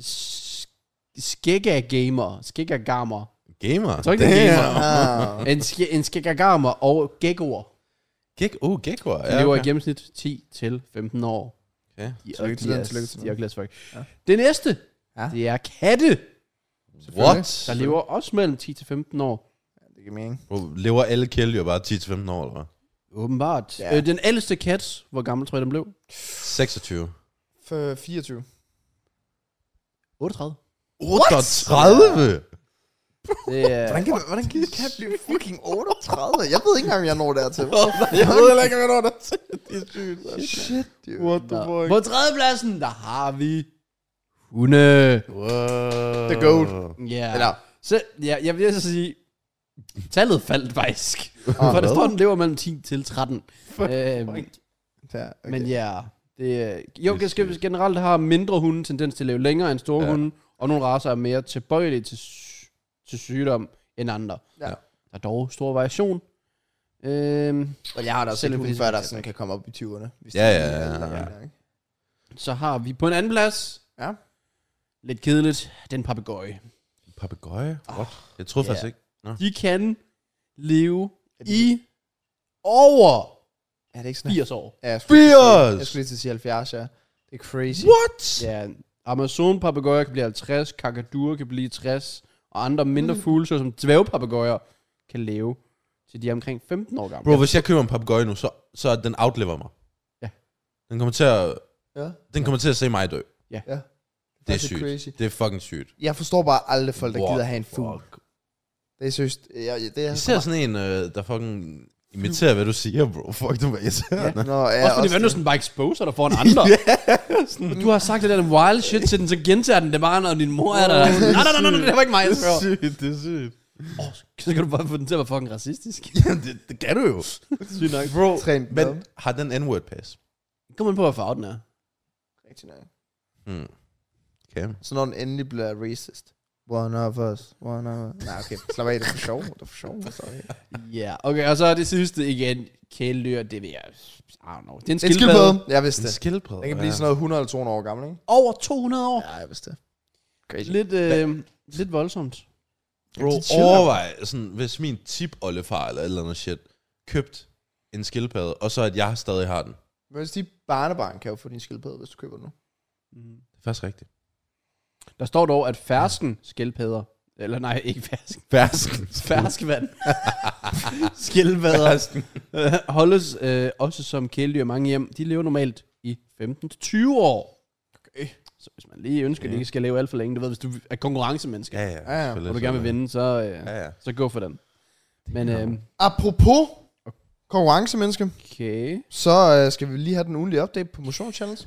skægga-gamer, skægga-gamer. Gamer? Jeg tror ikke, det er gamer. Ah. En, ske, en skægga-gamer og geckoer. Gek, oh, gekkoer. De lever i gennemsnit ti til femten år. Okay. De er Tillykke til den, tillykke til de er den. ugly as fuck. Ja. Det næste, Ja. det er katte, What? der lever også mellem ti til femten år. Det giver mening. Bro, lever alle kæledyr bare ti til femten år, eller hvad? Åbenbart. Ja. Øh, den ældste kat, hvor gammel tror jeg, den blev? seksogtyve. For fireogtyve. otteogtredive. otteogtredive? Det er, Hvordan kan, hvordan kan en kat blive fucking otteogtredive? Jeg ved ikke engang, om jeg når dertil. Jeg ved heller ikke, hvad der er til. Det er sygt. Shit, dude. What the Nå. fuck? På tredjepladsen, der har vi hunde. Wow. The goat. Ja. Eller, Så, ja, jeg vil så sige, tallet faldt faktisk. Ah, For der hvad? står, den lever mellem ti til tretten. Øhm, ja, okay. Men ja, det, jo, det skal, generelt har mindre hunde tendens til at leve længere end store Ja. ja. hunde, og nogle racer er mere tilbøjelige til, sy- til sygdom end andre. Ja. Der er dog stor variation. Øhm, Og jeg har da også Selv set en hunde politisk før, der aspekt. sådan kan komme op i tyverne. Hvis Ja, de ja, er ja, ældre, ja. ikke? så har vi på en anden plads, Ja. lidt kedeligt, den papegøje. Papegøje? What? Jeg troede Ja. faktisk ikke. Nå. De kan leve i over Er det ikke sådan? firs år. Ja, jeg skulle, lige til at sige- firs! jeg skulle lige til at sige halvfjerds, ja. Det er crazy. What? Ja, Amazon-papegøjer kan blive halvtreds, kakaduer kan blive tres, og andre mindre fugle, såsom dværgpapegøjer, kan leve til de er omkring femten år gamle. Bro, hvis jeg køber en papegøje nu, så, så den outlever mig. Ja. Den kommer til at, Ja. den kommer til at se mig dø. Ja. Det er faktisk sygt. crazy. Det er fucking sygt. Jeg forstår bare aldrig folk, der What gider have en the fugl. fuck? Det er seriøst. Ja, ja, det er Jeg ser sådan en, øh, der fucking imiterer, hvad du siger, bro. Fuck, du var irriterende. Nå, ja, Også fordi, hvad nu sådan bare exposer dig foran andre? Sådan- Du har sagt det der wild shit til den, så gentager den det bare, når din mor er der. Nej, nej, nej, nej, nej, det var ikke mig, jeg Det er spørger. sygt, det er sygt. Oh, så kan du bare få den til at være fucking racistisk. Jamen, det, det kan du jo. Sygt nok. Bro, Træn den men op. har den N-word pass? Kom man på, hvad farve den er. Rigtig nok. Hmm. Okay. Så når den endelig bliver racist. One of us, one of us. Nej, okay, slap af, det er for sjov. Det er for sjov. Sorry. Ja, okay, og så er det sidste igen. Kæledyr, det vil jeg... I don't know. Det er en Det er en skildpadde. skildpadde. Jeg vidste En det. skildpadde. Den kan blive sådan noget hundrede eller to hundrede år gammel, ikke? Over to hundrede år. Ja, jeg vidste det. Crazy. Lidt, øh, lidt voldsomt. Bro, De chiller. overvej, sådan, hvis min tip-oldefar eller et eller andet shit, købt en skildpadde, og så at jeg stadig har den. Men hvis de barnebarn kan jo få din skildpadde, hvis du køber den nu. Det er faktisk rigtigt. Der står dog, at fersken skildpadder, eller nej, ikke fersken, Fersken. ferskvand skildpadder Fersken. øh, holdes øh, også som kæledyr i mange hjem. De lever normalt i femten til tyve år. Okay. Så hvis man lige ønsker, at de ikke skal leve alt for længe, du ved, hvis du er konkurrencemenneske, Ja, ja, ja. Ja, ja. selvfølgelig, og du gerne vil selvfølgelig. vinde, så, øh, Ja, ja. så gå for den. Men øh, Apropos konkurrencemenneske, okay. så øh, skal vi lige have den ugenlige update på Motion Challenge.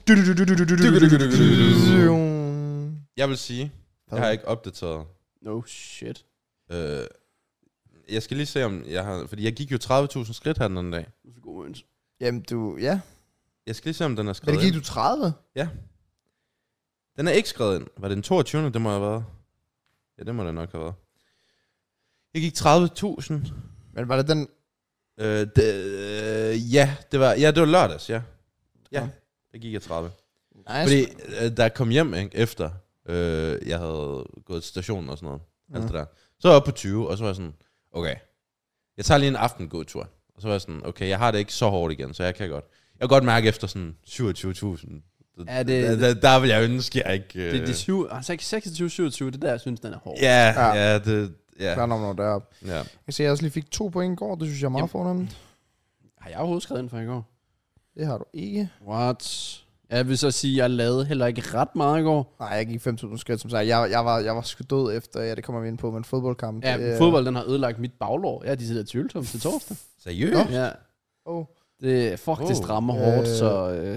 Jeg vil sige, jeg har ikke opdateret. No shit. Øh, jeg skal lige se, om jeg har... Fordi jeg gik jo tredive tusind skridt her den anden dag. Du er så god, Øns. Jamen, du, ja. Jeg skal lige se, om den er Men skrevet det gik ind. du tredive? Den er ikke skrevet ind. Var det den toogtyvende? Det må have været. Ja, det må det nok have været. Jeg gik tredive tusind. Men var det den... Øh, det, øh, ja, det var, ja, det var lørdags, ja. Ja, Ja. der gik jeg tredive. Nice. Fordi øh, da jeg kom hjem ikke, efter, øh, jeg havde gået til stationen og sådan noget, mm. alt det der, så var jeg oppe på tyve, og så var jeg sådan, okay, jeg tager lige en aftengåtur. Og så var jeg sådan, okay, jeg har det ikke så hårdt igen, så jeg kan godt. Jeg kan godt mærke efter sådan syvogtyve tusind. Ja, det- der, der, der vil jeg ønske, jeg ikke... Øh, Det er de syv, altså ikke seksogtyve syvogtyve, det der, jeg synes, den er hård. ja, Ja. ja, det... Ja, Klar nummer derop. ja. Jeg kan se, at jeg også lige fik to point i går. Det synes jeg er meget Jamen. fornemt. Har jeg overhovedet skrevet ind for i går? Det har du ikke. What? Jeg vil så sige, at jeg lavede heller ikke ret meget i går. Nej, jeg gik fem tusind skridt, som sagt. Jeg, jeg, var, jeg var sgu død efter, ja, det kommer vi ind på, men fodboldkamp. Ja, det, fodbold, den har ødelagt mit baglår. Ja, de sidder tvivlsomt til torsdag. Seriøst? Ja, Oh. det er fuck, det Oh. strammer Øh. hårdt, så... Øh,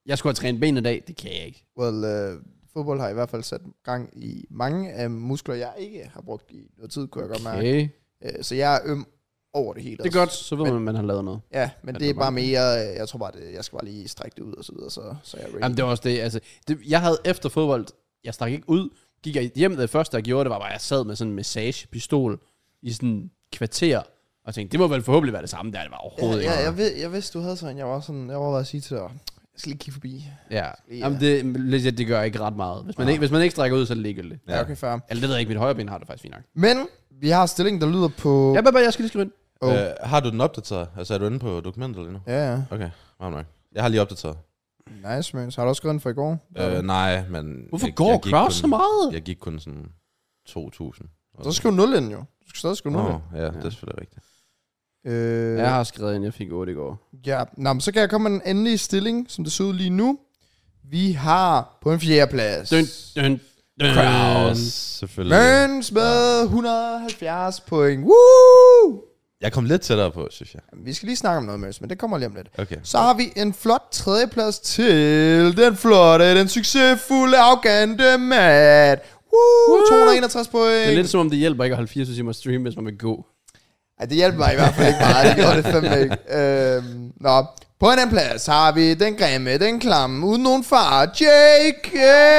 jeg skulle have trænet ben i dag, det kan jeg ikke. Well, uh, fodbold har i hvert fald sat gang i mange af muskler, jeg ikke har brugt i noget tid, kunne jeg godt mærke. Okay. Uh, så jeg er øm over det hele. Det er godt, så ved man, at man har lavet noget. Ja, men Ja, det er det bare var- mere, jeg tror bare, det, jeg skal bare lige strække det ud og så videre, så, så er jeg ready. Jamen, det var også det, altså, det, jeg havde efter fodbold, jeg stak ikke ud, gik jeg hjem, det første jeg gjorde, det var bare, at jeg sad med sådan en massagepistol i sådan en kvarter, og tænkte, det må vel forhåbentlig være det samme der, det var overhovedet ja, ikke. ja, jeg, ved, jeg vidste, du havde sådan, jeg var sådan, jeg var bare at sige til dig, jeg skal lige kigge forbi. Ja, Ja. jamen det, legit, det gør ikke ret meget. Hvis man, ikke, hvis man ikke strækker ud, så er det ligegyldigt. Ja, okay, fair. Eller det ved jeg ikke, mit højre ben har det faktisk fint nok. Men vi har stillingen, der lyder på... Ja, bare, jeg skal lige skrive ind. Oh. Øh, har du den opdateret? Altså er du inde på dokumentet lige nu? Ja, ja. Okay, meget nok. Jeg har lige opdateret. Nice, man. Så har du også skrevet den for i går? Øh, nej, men... Hvorfor jeg, går jeg gik Kraus kun- så meget? Jeg gik kun sådan to tusind. Så skriv nul ind, jo. Du skal stadig skrive nul Nå, ind. ja, det er selvfølgelig rigtigt. Øh, Jeg har skrevet ind, jeg fik otte i går. Ja, nå, men så kan jeg komme med den endelige stilling, som det ser ud lige nu. Vi har på en fjerde plads. Døn, døn, døn. Kraus, selvfølgelig. Møns med et hundrede og halvfjerds point. Woo! Jeg kom lidt tættere på, synes jeg. Vi skal lige snakke om noget, Møns, men det kommer lige om lidt. Okay. Så har vi en flot tredjeplads til den flotte, den succesfulde, arrogante Matt. Woo! to hundrede og enogtres point. Det er lidt som om, det hjælper ikke at holde fireogtyve timer stream, hvis man vil gå. Ej, det hjælper mig i hvert fald ikke meget. Det gjorde det fandme ikke. Øhm, nå, på en anden plads har vi den grimme, den klamme, uden nogen far, J K!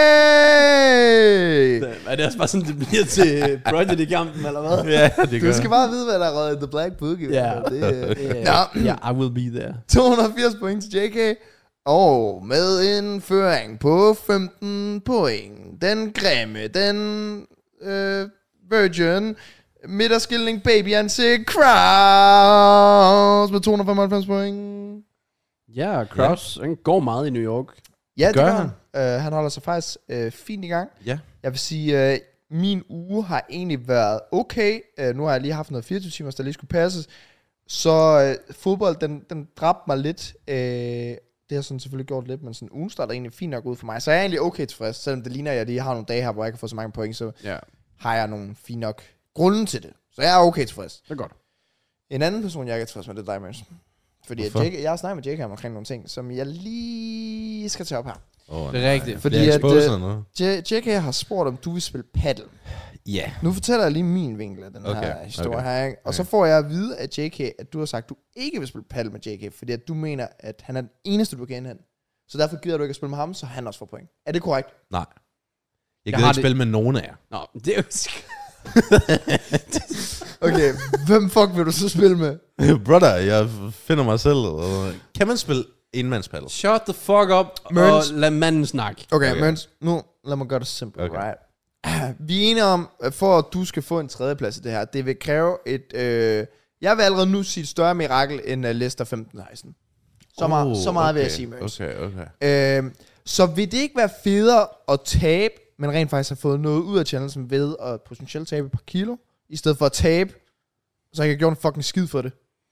Er det også bare sådan, det bliver til Project i kampen, eller hvad? Ja, det Du skal bare vide, hvad der er røget i The Black Book. jo. Ja. Det er Ja, yeah, I will be there. to hundrede og firs point til J K. Og med en føring på femten point. Den grimme, den øh, virgin, midterskilning baby ansigt, Kraus med to hundrede og femoghalvfems point. Ja, Kraus, han går meget i New York. Ja, det Gør gør han? han. Uh, han holder sig faktisk uh, fint i gang. Ja. Jeg vil sige, uh, min uge har egentlig været okay. Uh, nu har jeg lige haft noget fireogtyve timer, der lige skulle passes. Så uh, fodbold, den, den dræbte mig lidt. Uh, det har sådan selvfølgelig gjort lidt, men sådan ugen starter egentlig fint nok ud for mig. Så jeg er egentlig okay tilfreds, selvom det ligner, at jeg lige har nogle dage her, hvor jeg kan få så mange point, så Ja, har jeg nogle fine nok grunde til det. Så jeg er okay tilfreds. det er godt. En anden person, jeg ikke er tilfreds med, det er dig, Møns. Fordi at Jake, jeg har snakket med Jake omkring nogle ting, som jeg lige skal tage op her. Oh, Det er rigtigt. Fordi Fordi at, at... øh, noget. J- J K har spurgt, om du vil spille paddle. Ja. Nu fortæller jeg lige min vinkel af den Okay, her historie okay. her, ikke? Og Okay. så får jeg at vide af J K, at du har sagt, at du ikke vil spille paddle med J K, fordi at du mener, at han er den eneste, du kan indhente. Så derfor gider du ikke at spille med ham, så han også får point. Er det korrekt? Nej. Jeg Jeg gider har ikke det- spille med nogen af jer. Nå, det er jo... Okay, hvem fuck vil du så spille med? Brother, jeg finder mig selv. og- Kan man spille enmandspaddle? Shut the fuck up, Mørns. og lad manden snakke. Okay, Okay. okay. Men nu lad mig gøre det simpelt, Okay. okay. Right? Vi er enige om, at for at du skal få en tredjeplads i det her, det vil kræve et... Øh, jeg vil allerede nu sige et større mirakel end uh, Leicester femten hejsen. Så, oh, meget, så meget okay. vil jeg sige, Mørns. Okay, okay. Øh, så vil det ikke være federe at tabe, men rent faktisk have fået noget ud af challengen ved at potentielt tabe et par kilo, i stedet for at tabe, så jeg kan gøre en fucking skid for det.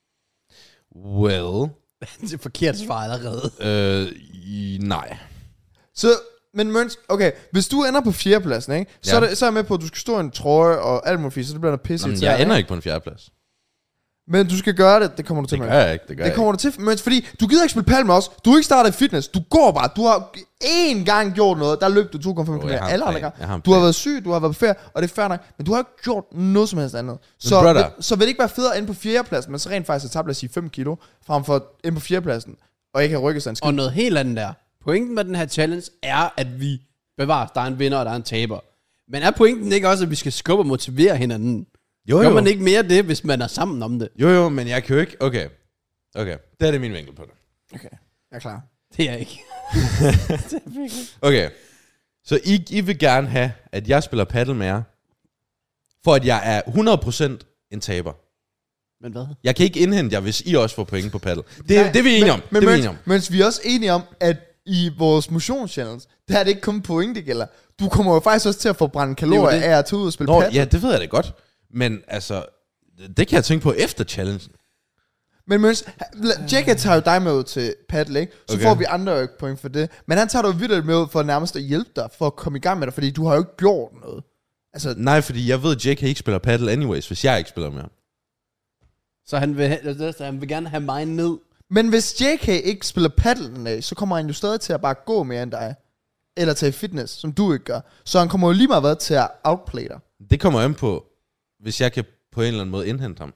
Well, Det er forkert svar allerede. øh, i, nej. Så, men Møns, okay, hvis du ender på fjerdepladsen, ikke, så, Ja. er det, så er jeg med på, at du skal stå i en trøje og alt muligt, så det bliver noget pisse. Nå, men irriterende, jeg ender ikke? ikke på en fjerdeplads. Men du skal gøre det, det kommer du til, Det Møns. gør jeg ikke, det gør Det jeg kommer du til, Møns, fordi du gider ikke spille pal med os. Du har ikke startet i fitness. Du går bare. Du har én gang gjort noget. Der løb du to komma fem Jo, km. jeg har en Alle andre plan. gange. Jeg har en Du har plan. været syg, du har været på ferie, og det er fair nok. Men du har ikke gjort noget som helst andet. Så, brother. vil, så vil det ikke være federe inde på fjerdepladsen, men så rent faktisk at tabe, lad os sige, fem kilo, frem for inde på fjerdepladsen, og ikke have rykket sig en skid. Og noget helt andet der. Pointen med den her challenge er, at vi bevarer, der er en vinder, og der er en taber. Men er pointen ikke også, at vi skal skubbe og motivere hinanden? Jo, Gør jo. man ikke mere det, hvis man er sammen om det? Jo, jo, men jeg kan jo ikke... Okay, okay. Det er det min vinkel på det. Okay, jeg er klar. Det er jeg ikke. Okay. Så I, I vil gerne have, at jeg spiller paddle med jer, for at jeg er hundrede procent en taber. Men hvad? Jeg kan ikke indhente jer, hvis I også får point på paddle. Det, Nej, det er vi enige om. Men, men det er vi mens, enige om. mens vi er også enige om, at i vores motionschallenge, der er det ikke kun point, det gælder. Du kommer jo faktisk også til at forbrænde kalorier det. af at tage ud og spille Nå, paddle. ja, det ved jeg da godt. Men altså, det kan jeg tænke på efter challengen. Men Møns, Jacka tager jo dig med ud til paddle, ikke? Så Okay. får vi andre jo ikke point for det. Men han tager dig jo vildt med ud for nærmest at hjælpe dig, for at komme i gang med dig, fordi du har jo ikke gjort noget. Altså, Nej, fordi jeg ved, at Jake ikke spiller paddle anyways, hvis jeg ikke spiller med ham. Så han vil, ha- så han vil gerne have mig ned. Men hvis J K ikke spiller paddlen af, så kommer han jo stadig til at bare gå mere end dig. Eller tage fitness, som du ikke gør. Så han kommer jo lige meget været til at outplay dig. Det kommer an på, hvis jeg kan på en eller anden måde indhente ham.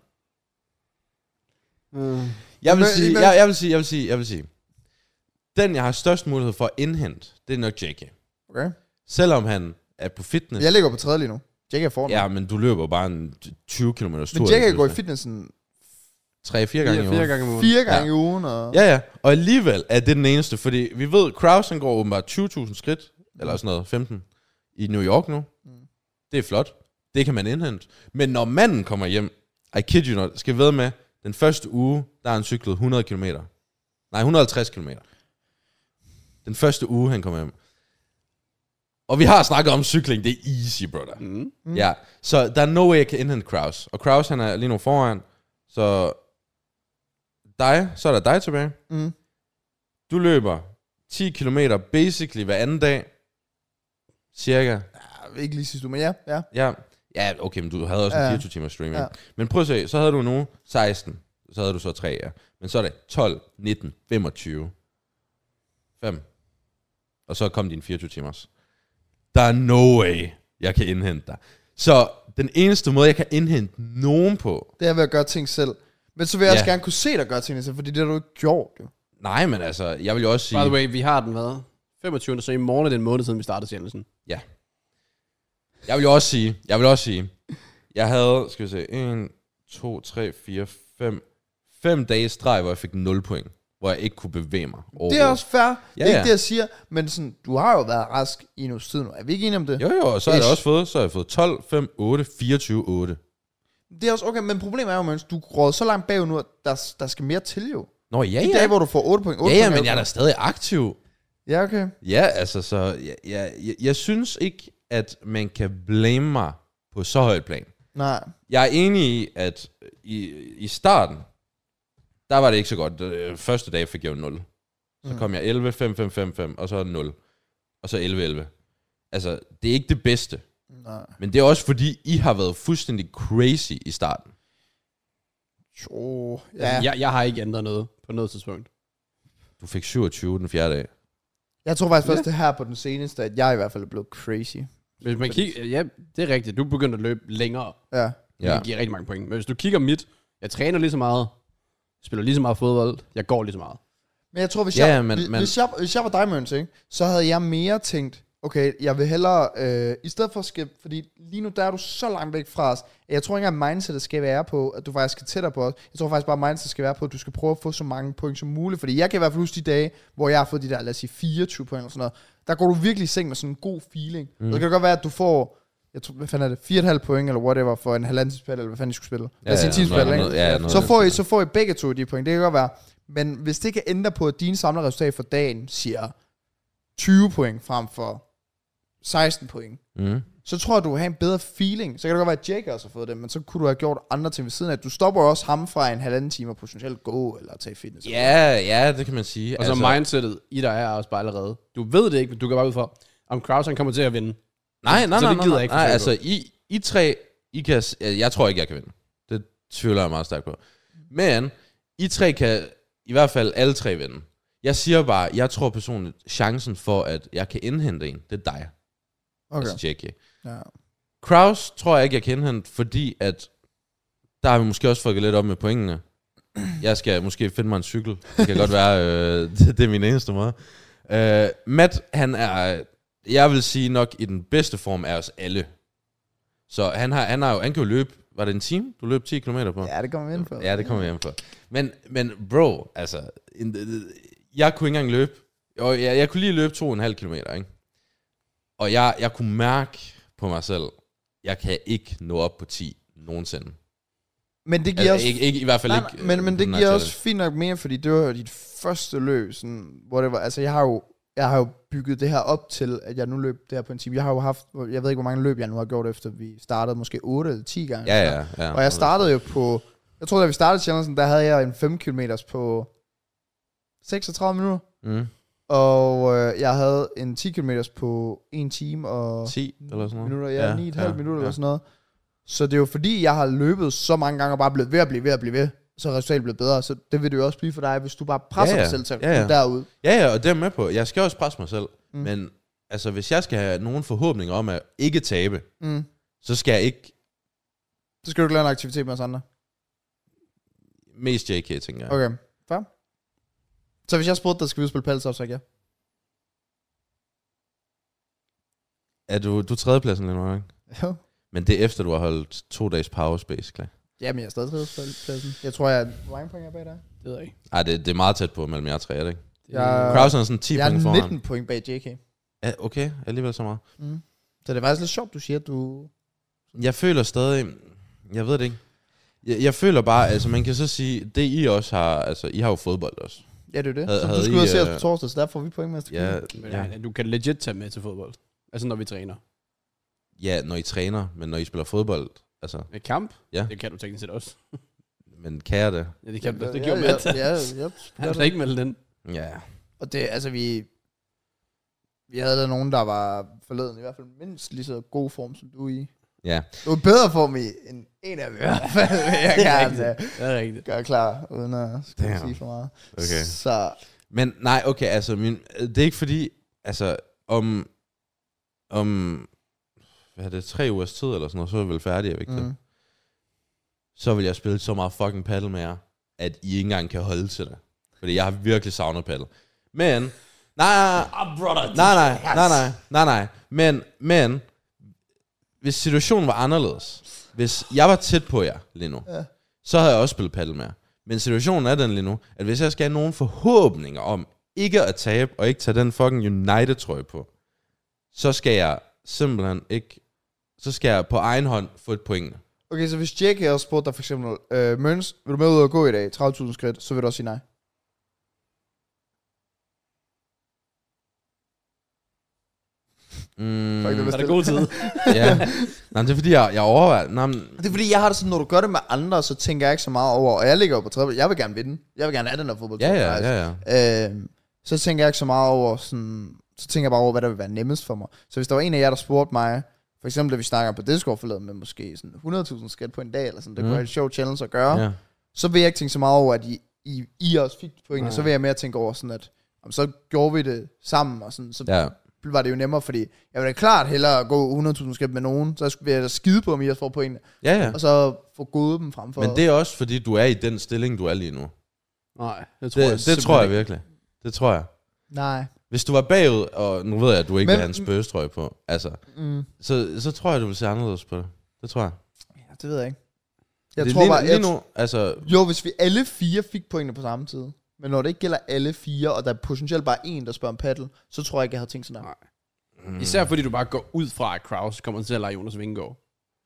Mm. Jeg vil, Men- sige, men- jeg, jeg vil sige, jeg vil sige, jeg vil sige, den jeg har størst mulighed for at indhente, det er nok J K. Okay. Selvom han er på fitness. Jeg ligger på tredje lige nu. J K er foran. Ja, men du løber bare en tyve kilometer tur. Men J K går i fitnessen tre-fire gange i Fire, fire ugen. gange om ugen. fire gange Ja. i ugen. Og... Ja, ja. Og alligevel er det den eneste, fordi vi ved, Kraus han går åbenbart tyve tusind skridt, eller sådan noget, femten, i New York nu. Mm. Det er flot. Det kan man indhente. Men når manden kommer hjem, I kid you not, skal vi ved med, den første uge, der har han cyklet hundrede kilometer. Nej, et hundrede og halvtreds kilometer. Den første uge, han kommer hjem. Og vi har snakket om cykling, det er easy, brother. Mm. Mm. Ja, så der er no way, jeg kan indhente Kraus. Og Kraus, han er lige nu foran. Så dig, så er der dig tilbage. Mm. Du løber ti kilometer basically hver anden dag. Cirka. Ja, ikke lige sidste uge, men ja. ja. Ja, ja okay, men du havde også en Ja. fireogtyve timers stream. Ja. Ja. Men prøv at se, så havde du nu seksten. Så havde du så tre, ja. Men så er det tolv, nitten, femogtyve, fem. Og så kom din fireogtyve timers. Der er no way, jeg kan indhente dig. Så den eneste måde, jeg kan indhente nogen på... Det er ved at gøre ting selv. Men så vil jeg Ja. også gerne kunne se dig gøre ting selv, fordi det har du ikke gjort, jo. Nej, men altså, jeg vil jo også sige... By the way, vi har den hvad? femogtyvende så i morgen er det en måned siden, vi startede challengen. Ja. Jeg vil jo også sige, jeg vil også sige, jeg havde, skal vi se, en, to, tre, fire, fem, fem dage streg, hvor jeg fik nul point, hvor jeg ikke kunne bevæge mig Det er også fair. Ja, det er ja. ikke det, jeg siger. Men sådan, du har jo været rask i en uges tid nu. Er vi ikke enige om det? Jo, jo, og så har jeg Ish. også fået, så har jeg fået tolv, fem, otte, fireogtyve, otte. Det er også okay, men problemet er jo, Møns, du går så langt bagud nu, at der, der skal mere til jo. Nå, ja, De ja. dage, hvor du får otte point. otte Ja, ja, point, men jeg er da stadig aktiv. Ja, okay. Ja, altså, så jeg, jeg, jeg, jeg synes ikke, at man kan blame mig på så højt plan. Nej. Jeg er enig i, at i, i starten, der var det ikke så godt. Øh, Første dag fik jeg jo nul. Så Mm. kom jeg elleve, fem, fem, fem, fem, og så nul. Og så elleve, elleve. Altså, det er ikke det bedste. Nej. Men det er også fordi, I har været fuldstændig crazy i starten. Jo, Ja. ja. Jeg, jeg har ikke ændret noget på noget tidspunkt. Du fik syvogtyve den fjerde dag. Jeg tror faktisk Ja. først det her på den seneste, at jeg i hvert fald er blevet crazy. Hvis man kigger, ja, det er rigtigt. Du begynder at løbe længere. Ja. Ja. Ja. Det giver rigtig mange point. Men hvis du kigger mit, jeg træner lige så meget, spiller lige så meget fodbold, jeg går lige så meget. Men jeg tror, hvis, Ja, jeg, men- hvis, men- hvis, jeg, hvis jeg var dig, Møns, ikke, så havde jeg mere tænkt, okay, jeg vil hellere, øh, i stedet for at skæbe, fordi lige nu der er du så langt væk fra os, at jeg tror ikke engang, mindsetet skal være på, at du faktisk skal tættere på os. Jeg tror faktisk bare, mindsetet skal være på, at du skal prøve at få så mange point som muligt. Fordi jeg kan i hvert fald huske de dage, hvor jeg har fået de der, lad os sige, fireogtyve point eller sådan noget. Der går du virkelig i seng med sådan en god feeling. Mm. Og det kan godt være, at du får, jeg tror, hvad fanden er det, fire komma fem point eller whatever for en halvanden spil, eller hvad fanden I skulle spille. Lad os sige ti spil, noget- ikke? noget- ja, noget- Så får, I, så får I begge to de point, det kan godt være. Men hvis det kan ændre på, at dine samlede resultat for dagen siger tyve point frem for seksten point, Mm. så tror jeg, du vil have en bedre feeling. Så kan det godt være, at Jake også har fået det, men så kunne du have gjort andre ting ved siden af. Du stopper jo også ham fra en halvanden time og potentielt gå eller tage fitness. Ja, ja, det kan man sige. Og så altså, mindsetet i dig er også bare allerede. Du ved det ikke, men du kan bare ud for, om Kraus han kommer til at vinde. Nej, nej, Så nej, det nej, gider nej, jeg ikke nej, forsøge altså I, I tre, I kan, s- jeg tror ikke, jeg kan vinde. Det tvivler jeg meget stærkt på. Men I tre kan i hvert fald alle tre vinde. Jeg siger bare, jeg tror personligt, chancen for, at jeg kan indhente en, det er dig. Okay. Altså J K. Ja. Kraus tror jeg ikke, jeg kan indhente, fordi at der har vi måske også fået lidt op med pointene. Jeg skal måske finde mig en cykel. Det kan godt være, øh, det, det er min eneste måde. Øh, Matt, han er, jeg vil sige nok i den bedste form af os alle. Så han har, han har jo, han kan jo løbe, var det en time, du løb ti kilometer på? Ja, det kommer vi ind på. Ja, det kommer vi hjem på. Men, men bro, altså, en, jeg kunne ikke engang løbe. Og jeg, jeg kunne lige løbe to og en halv kilometer, ikke? Og jeg, jeg kunne mærke på mig selv, jeg kan ikke nå op på ti nogensinde. Men det giver Altså, også... ikke, ikke, i hvert fald nej, ikke. nej, men, men øh, det den her giver også challenge. fint nok mere, fordi det var jo dit første løb, sådan, hvor det var, altså jeg har jo, jeg har jo bygget det her op til, at jeg nu løb det her på en time. Jeg har jo haft, jeg ved ikke, hvor mange løb jeg nu har gjort efter, vi startede måske otte eller ti gange. Ja, ja, ja. Og jeg startede jo på, jeg tror, da vi startede challengen, der havde jeg en fem kilometer på seksogtredive minutter. Mm. Og øh, jeg havde en ti kilometer på en time og ti eller sådan noget. minutter, ja, Ja, ni komma fem ja, minutter ja. eller sådan noget. Så det er jo fordi, jeg har løbet så mange gange og bare blevet ved at blive ved at blive ved. så er resultatet blevet bedre. Så det vil det jo også blive for dig, hvis du bare presser Ja, ja. dig selv til at Ja, ja. komme derud. Ja, ja, og det er jeg med på. Jeg skal også presse mig selv. Mm. Men altså, hvis jeg skal have nogen forhåbninger om at ikke tabe, Mm. så skal jeg ikke Så skal du ikke lave en aktivitet med os andre. mest J K, tænker jeg. Okay, fair. Så hvis jeg spurgte dig, skal vi spille paddle, så sagde jeg Er du, du er tredjepladsen lige nu, ikke? ja. Men det er efter, du har holdt to dages pause, basically. Jamen, jeg er stadig tredjepladsen. Jeg tror, jeg er... Hvor mange point er jeg bag dig? Det ved jeg ikke. Ej, det, det er meget tæt på mellem jer tre, er det ikke? Jeg, Kraus er sådan ti jeg point er foran. nitten point bag J K. Ja, okay, alligevel så meget. Mm. Så det er faktisk lidt sjovt, du siger, at du... Jeg føler stadig... Jeg ved det ikke. Jeg, jeg føler bare, altså man kan så sige, det I også har, altså I har jo fodbold også. Ja, det er det. Havde- Så havde du skal ud og I, se os øh, på torsdag, så der får vi point med. Ja, Men, ja. ja. Du kan legit tage med til fodbold. Altså når vi træner. Ja, når I træner, men når I spiller fodbold, altså, Med kamp? Ja. Det kan du teknisk set også. men kan jeg det? Ja, det kan Ja, det ja, gjorde ja, Matt. ja, ja, ja. Han har ikke meldt den. Ja. Og det, altså vi... Vi havde der nogen, der var forleden i hvert fald mindst lige så god form, som du er i. Ja. Du er bedre form i end en af dem i hvert fald. Jeg Det er kan rigtigt. altså Det er rigtigt. gøre klar, uden at skulle Damn. sige for meget. Okay. Så Men nej, okay, altså, min, det er ikke fordi, altså, om, om, hvad er det, tre ugers tid eller sådan noget, så er jeg vel færdig, er vi ikke det? mm. Så vil jeg spille så meget fucking paddle med jer, at I ikke engang kan holde til det. Fordi jeg har virkelig savnet paddle. Men, nej, nej, Ah, brother. nej, nej, nej, nej, nej, nej, men, men, hvis situationen var anderledes, hvis jeg var tæt på jer lige nu, Ja. så havde jeg også spillet paddle med jer. Men situationen er den lige nu, at hvis jeg skal have nogen forhåbninger om ikke at tabe, og ikke tage den fucking United-trøje på, så skal jeg simpelthen ikke, så skal jeg på egen hånd få et point. Okay, så hvis Jake også spurgte dig for eksempel, øh, Møns, vil du med ud og gå i dag, tredive tusind skridt, så vil du også sige nej. Mm, Fuck, det Så er det god tid. ja. Nej, men det er fordi, jeg, jeg overvejer. Nej, men, Det er fordi, jeg har det sådan, når du gør det med andre, så tænker jeg ikke så meget over, og jeg ligger jo på tredje, jeg vil gerne vinde. Jeg vil gerne have den der fodbold. ja, ja, ja, ja. Øh, så tænker jeg ikke så meget over sådan, så tænker jeg bare over, hvad der vil være nemmest for mig. Så hvis der var en af jer, der spurgte mig, for eksempel da vi snakker på Discord forleden med måske sådan hundrede tusind skridt på en dag, eller sådan, det Mm. kunne være et sjovt challenge at gøre, ja. så vil jeg ikke tænke så meget over, at I, I, I også fik pointene, Nej. så vil jeg mere tænke over sådan, at om så gjorde vi det sammen, og sådan, så Ja. var det jo nemmere, fordi jeg ville da klart hellere gå hundrede tusind skridt med nogen, så vil jeg da skide på, om I også får pointene, Ja, ja. og så få gået dem frem for. Men det er også fordi, du er i den stilling, du er lige nu. Nej, det tror Det, jeg det tror jeg virkelig. Det tror jeg. Nej. Hvis du var bagud, og nu ved jeg, at du ikke Men- vil have en spøgestrøje på, altså, Mm. så, så tror jeg, du vil se anderledes på det. Det tror jeg. Ja, det ved jeg ikke. Jeg det tror lige, bare, lige jeg, nu, altså, jo, hvis vi alle fire fik pointene på samme tid, men når det ikke gælder alle fire, og der er potentielt bare en, der spørger om paddle, så tror jeg ikke, jeg havde tænkt sådan her. Nej. mm, Især fordi du bare går ud fra, at Kraus kommer til at lege Jonas Vingegaard.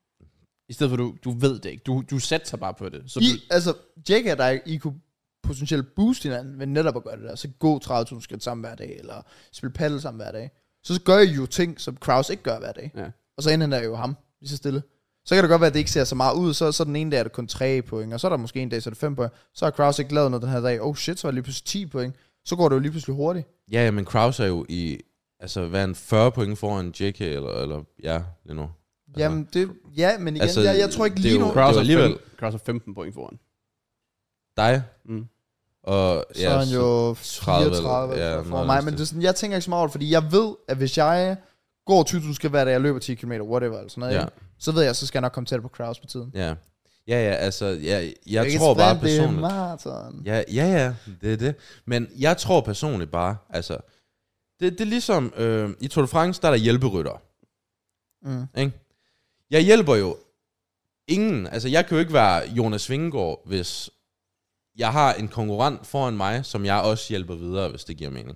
I stedet for, du, du ved det ikke. Du, du satser bare på det. Så I, du, altså, Jake og dig, I kunne potentielt booste hinanden ved netop at gøre det der. Så gå tredive tusind skridt sammen hver dag, eller spille paddle sammen hver dag. Så gør I jo ting, som Kraus ikke gør hver dag. ja. Og så indhenter jeg jo ham, lige så stille. Så kan det godt være, at det ikke ser så meget ud. Så, så den ene dag er det kun tre point, og så er der måske en dag, så er det fem point. Så har Kraus ikke lavet noget den her dag. Oh shit, så er det lige pludselig ti point. Så går det jo lige pludselig hurtigt. ja, ja, men Kraus er jo i, altså, hvad er en fyrre point foran J K, eller, eller ja, lige nu. Altså, Jamen, det, ja, men igen, Altså, altså, jeg, jeg tror ikke det er lige jo- nu. Kraus, det var er alligevel- fem, Kraus er femten point foran. dig, Mm. og Så er han jo tredive, fireogtredive ja, ja, for noget mig. af Men den det er sådan, jeg tænker ikke så meget over det, fordi jeg ved, at hvis jeg går tyve tusind skridt hver dag, jeg løber ti kilometer, whatever, eller sådan noget, Ja. ja. så ved jeg, så skal jeg nok komme tæt på Kraus på tiden. Ja, ja, ja, altså, jeg, jeg Ikke tror bare sprint, det er personligt. maraton. Ja, ja, ja, det er det. Men jeg tror personligt bare, altså, det, det er ligesom, øh, i Tour de France, der er der hjælperytter, Mm. ikke? Jeg hjælper jo ingen, altså jeg kan jo ikke være Jonas Vingegaard, hvis jeg har en konkurrent foran mig, som jeg også hjælper videre, hvis det giver mening.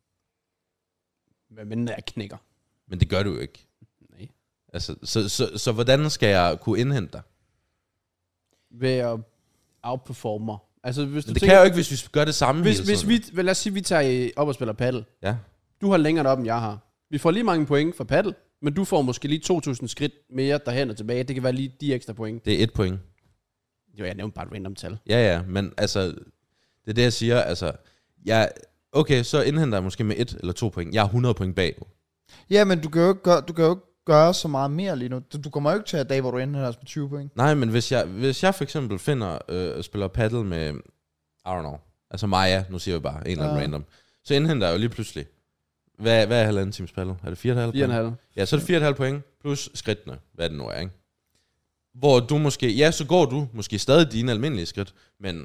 Hvad mindre jeg knækker. Men det gør du jo ikke. Nej. Altså, så, så, så, så hvordan skal jeg kunne indhente dig? Ved at outperforme mig. Altså, hvis Men du det tænker, kan jeg jo ikke, hvis vi gør det samme Hvis, hele hvis tiden. vi, vel, lad os sige, vi tager op og spiller paddle. Ja. Du har længere op, end jeg har. Vi får lige mange point for paddle, men du får måske lige to tusind skridt mere derhen og tilbage. Det kan være lige de ekstra point. Det er et point. Jo, jeg nævnte bare et random tal. Ja, ja, men altså, det er det, jeg siger, altså, jeg, okay, så indhenter jeg måske med et eller to point. Jeg har hundrede point bag. Ja, men du kan jo ikke, gøre, du kan jo ikke gøre så meget mere lige nu. Du, du kommer jo ikke til at dag, hvor du ender med tyve point. Nej, men hvis jeg, hvis jeg for eksempel finder, øh, spiller paddle med, I don't know, altså Maja, nu siger vi bare, en eller anden Ja. random, så indhenter jeg jo lige pludselig, hvad, hvad er halvanden times paddle? Er det fire komma fem? fire komma fem. Ja, så er det fire komma fem point, plus skridtene, hvad det nu er, ikke? Hvor du måske, ja, så går du måske stadig dine almindelige skridt, men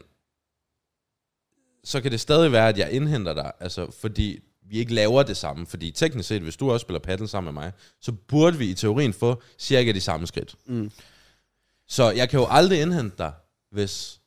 så kan det stadig være, at jeg indhenter dig, altså fordi vi ikke laver det samme, fordi teknisk set, hvis du også spiller paddle sammen med mig, så burde vi i teorien få cirka de samme skridt. Mm. Så jeg kan jo aldrig indhente dig, hvis,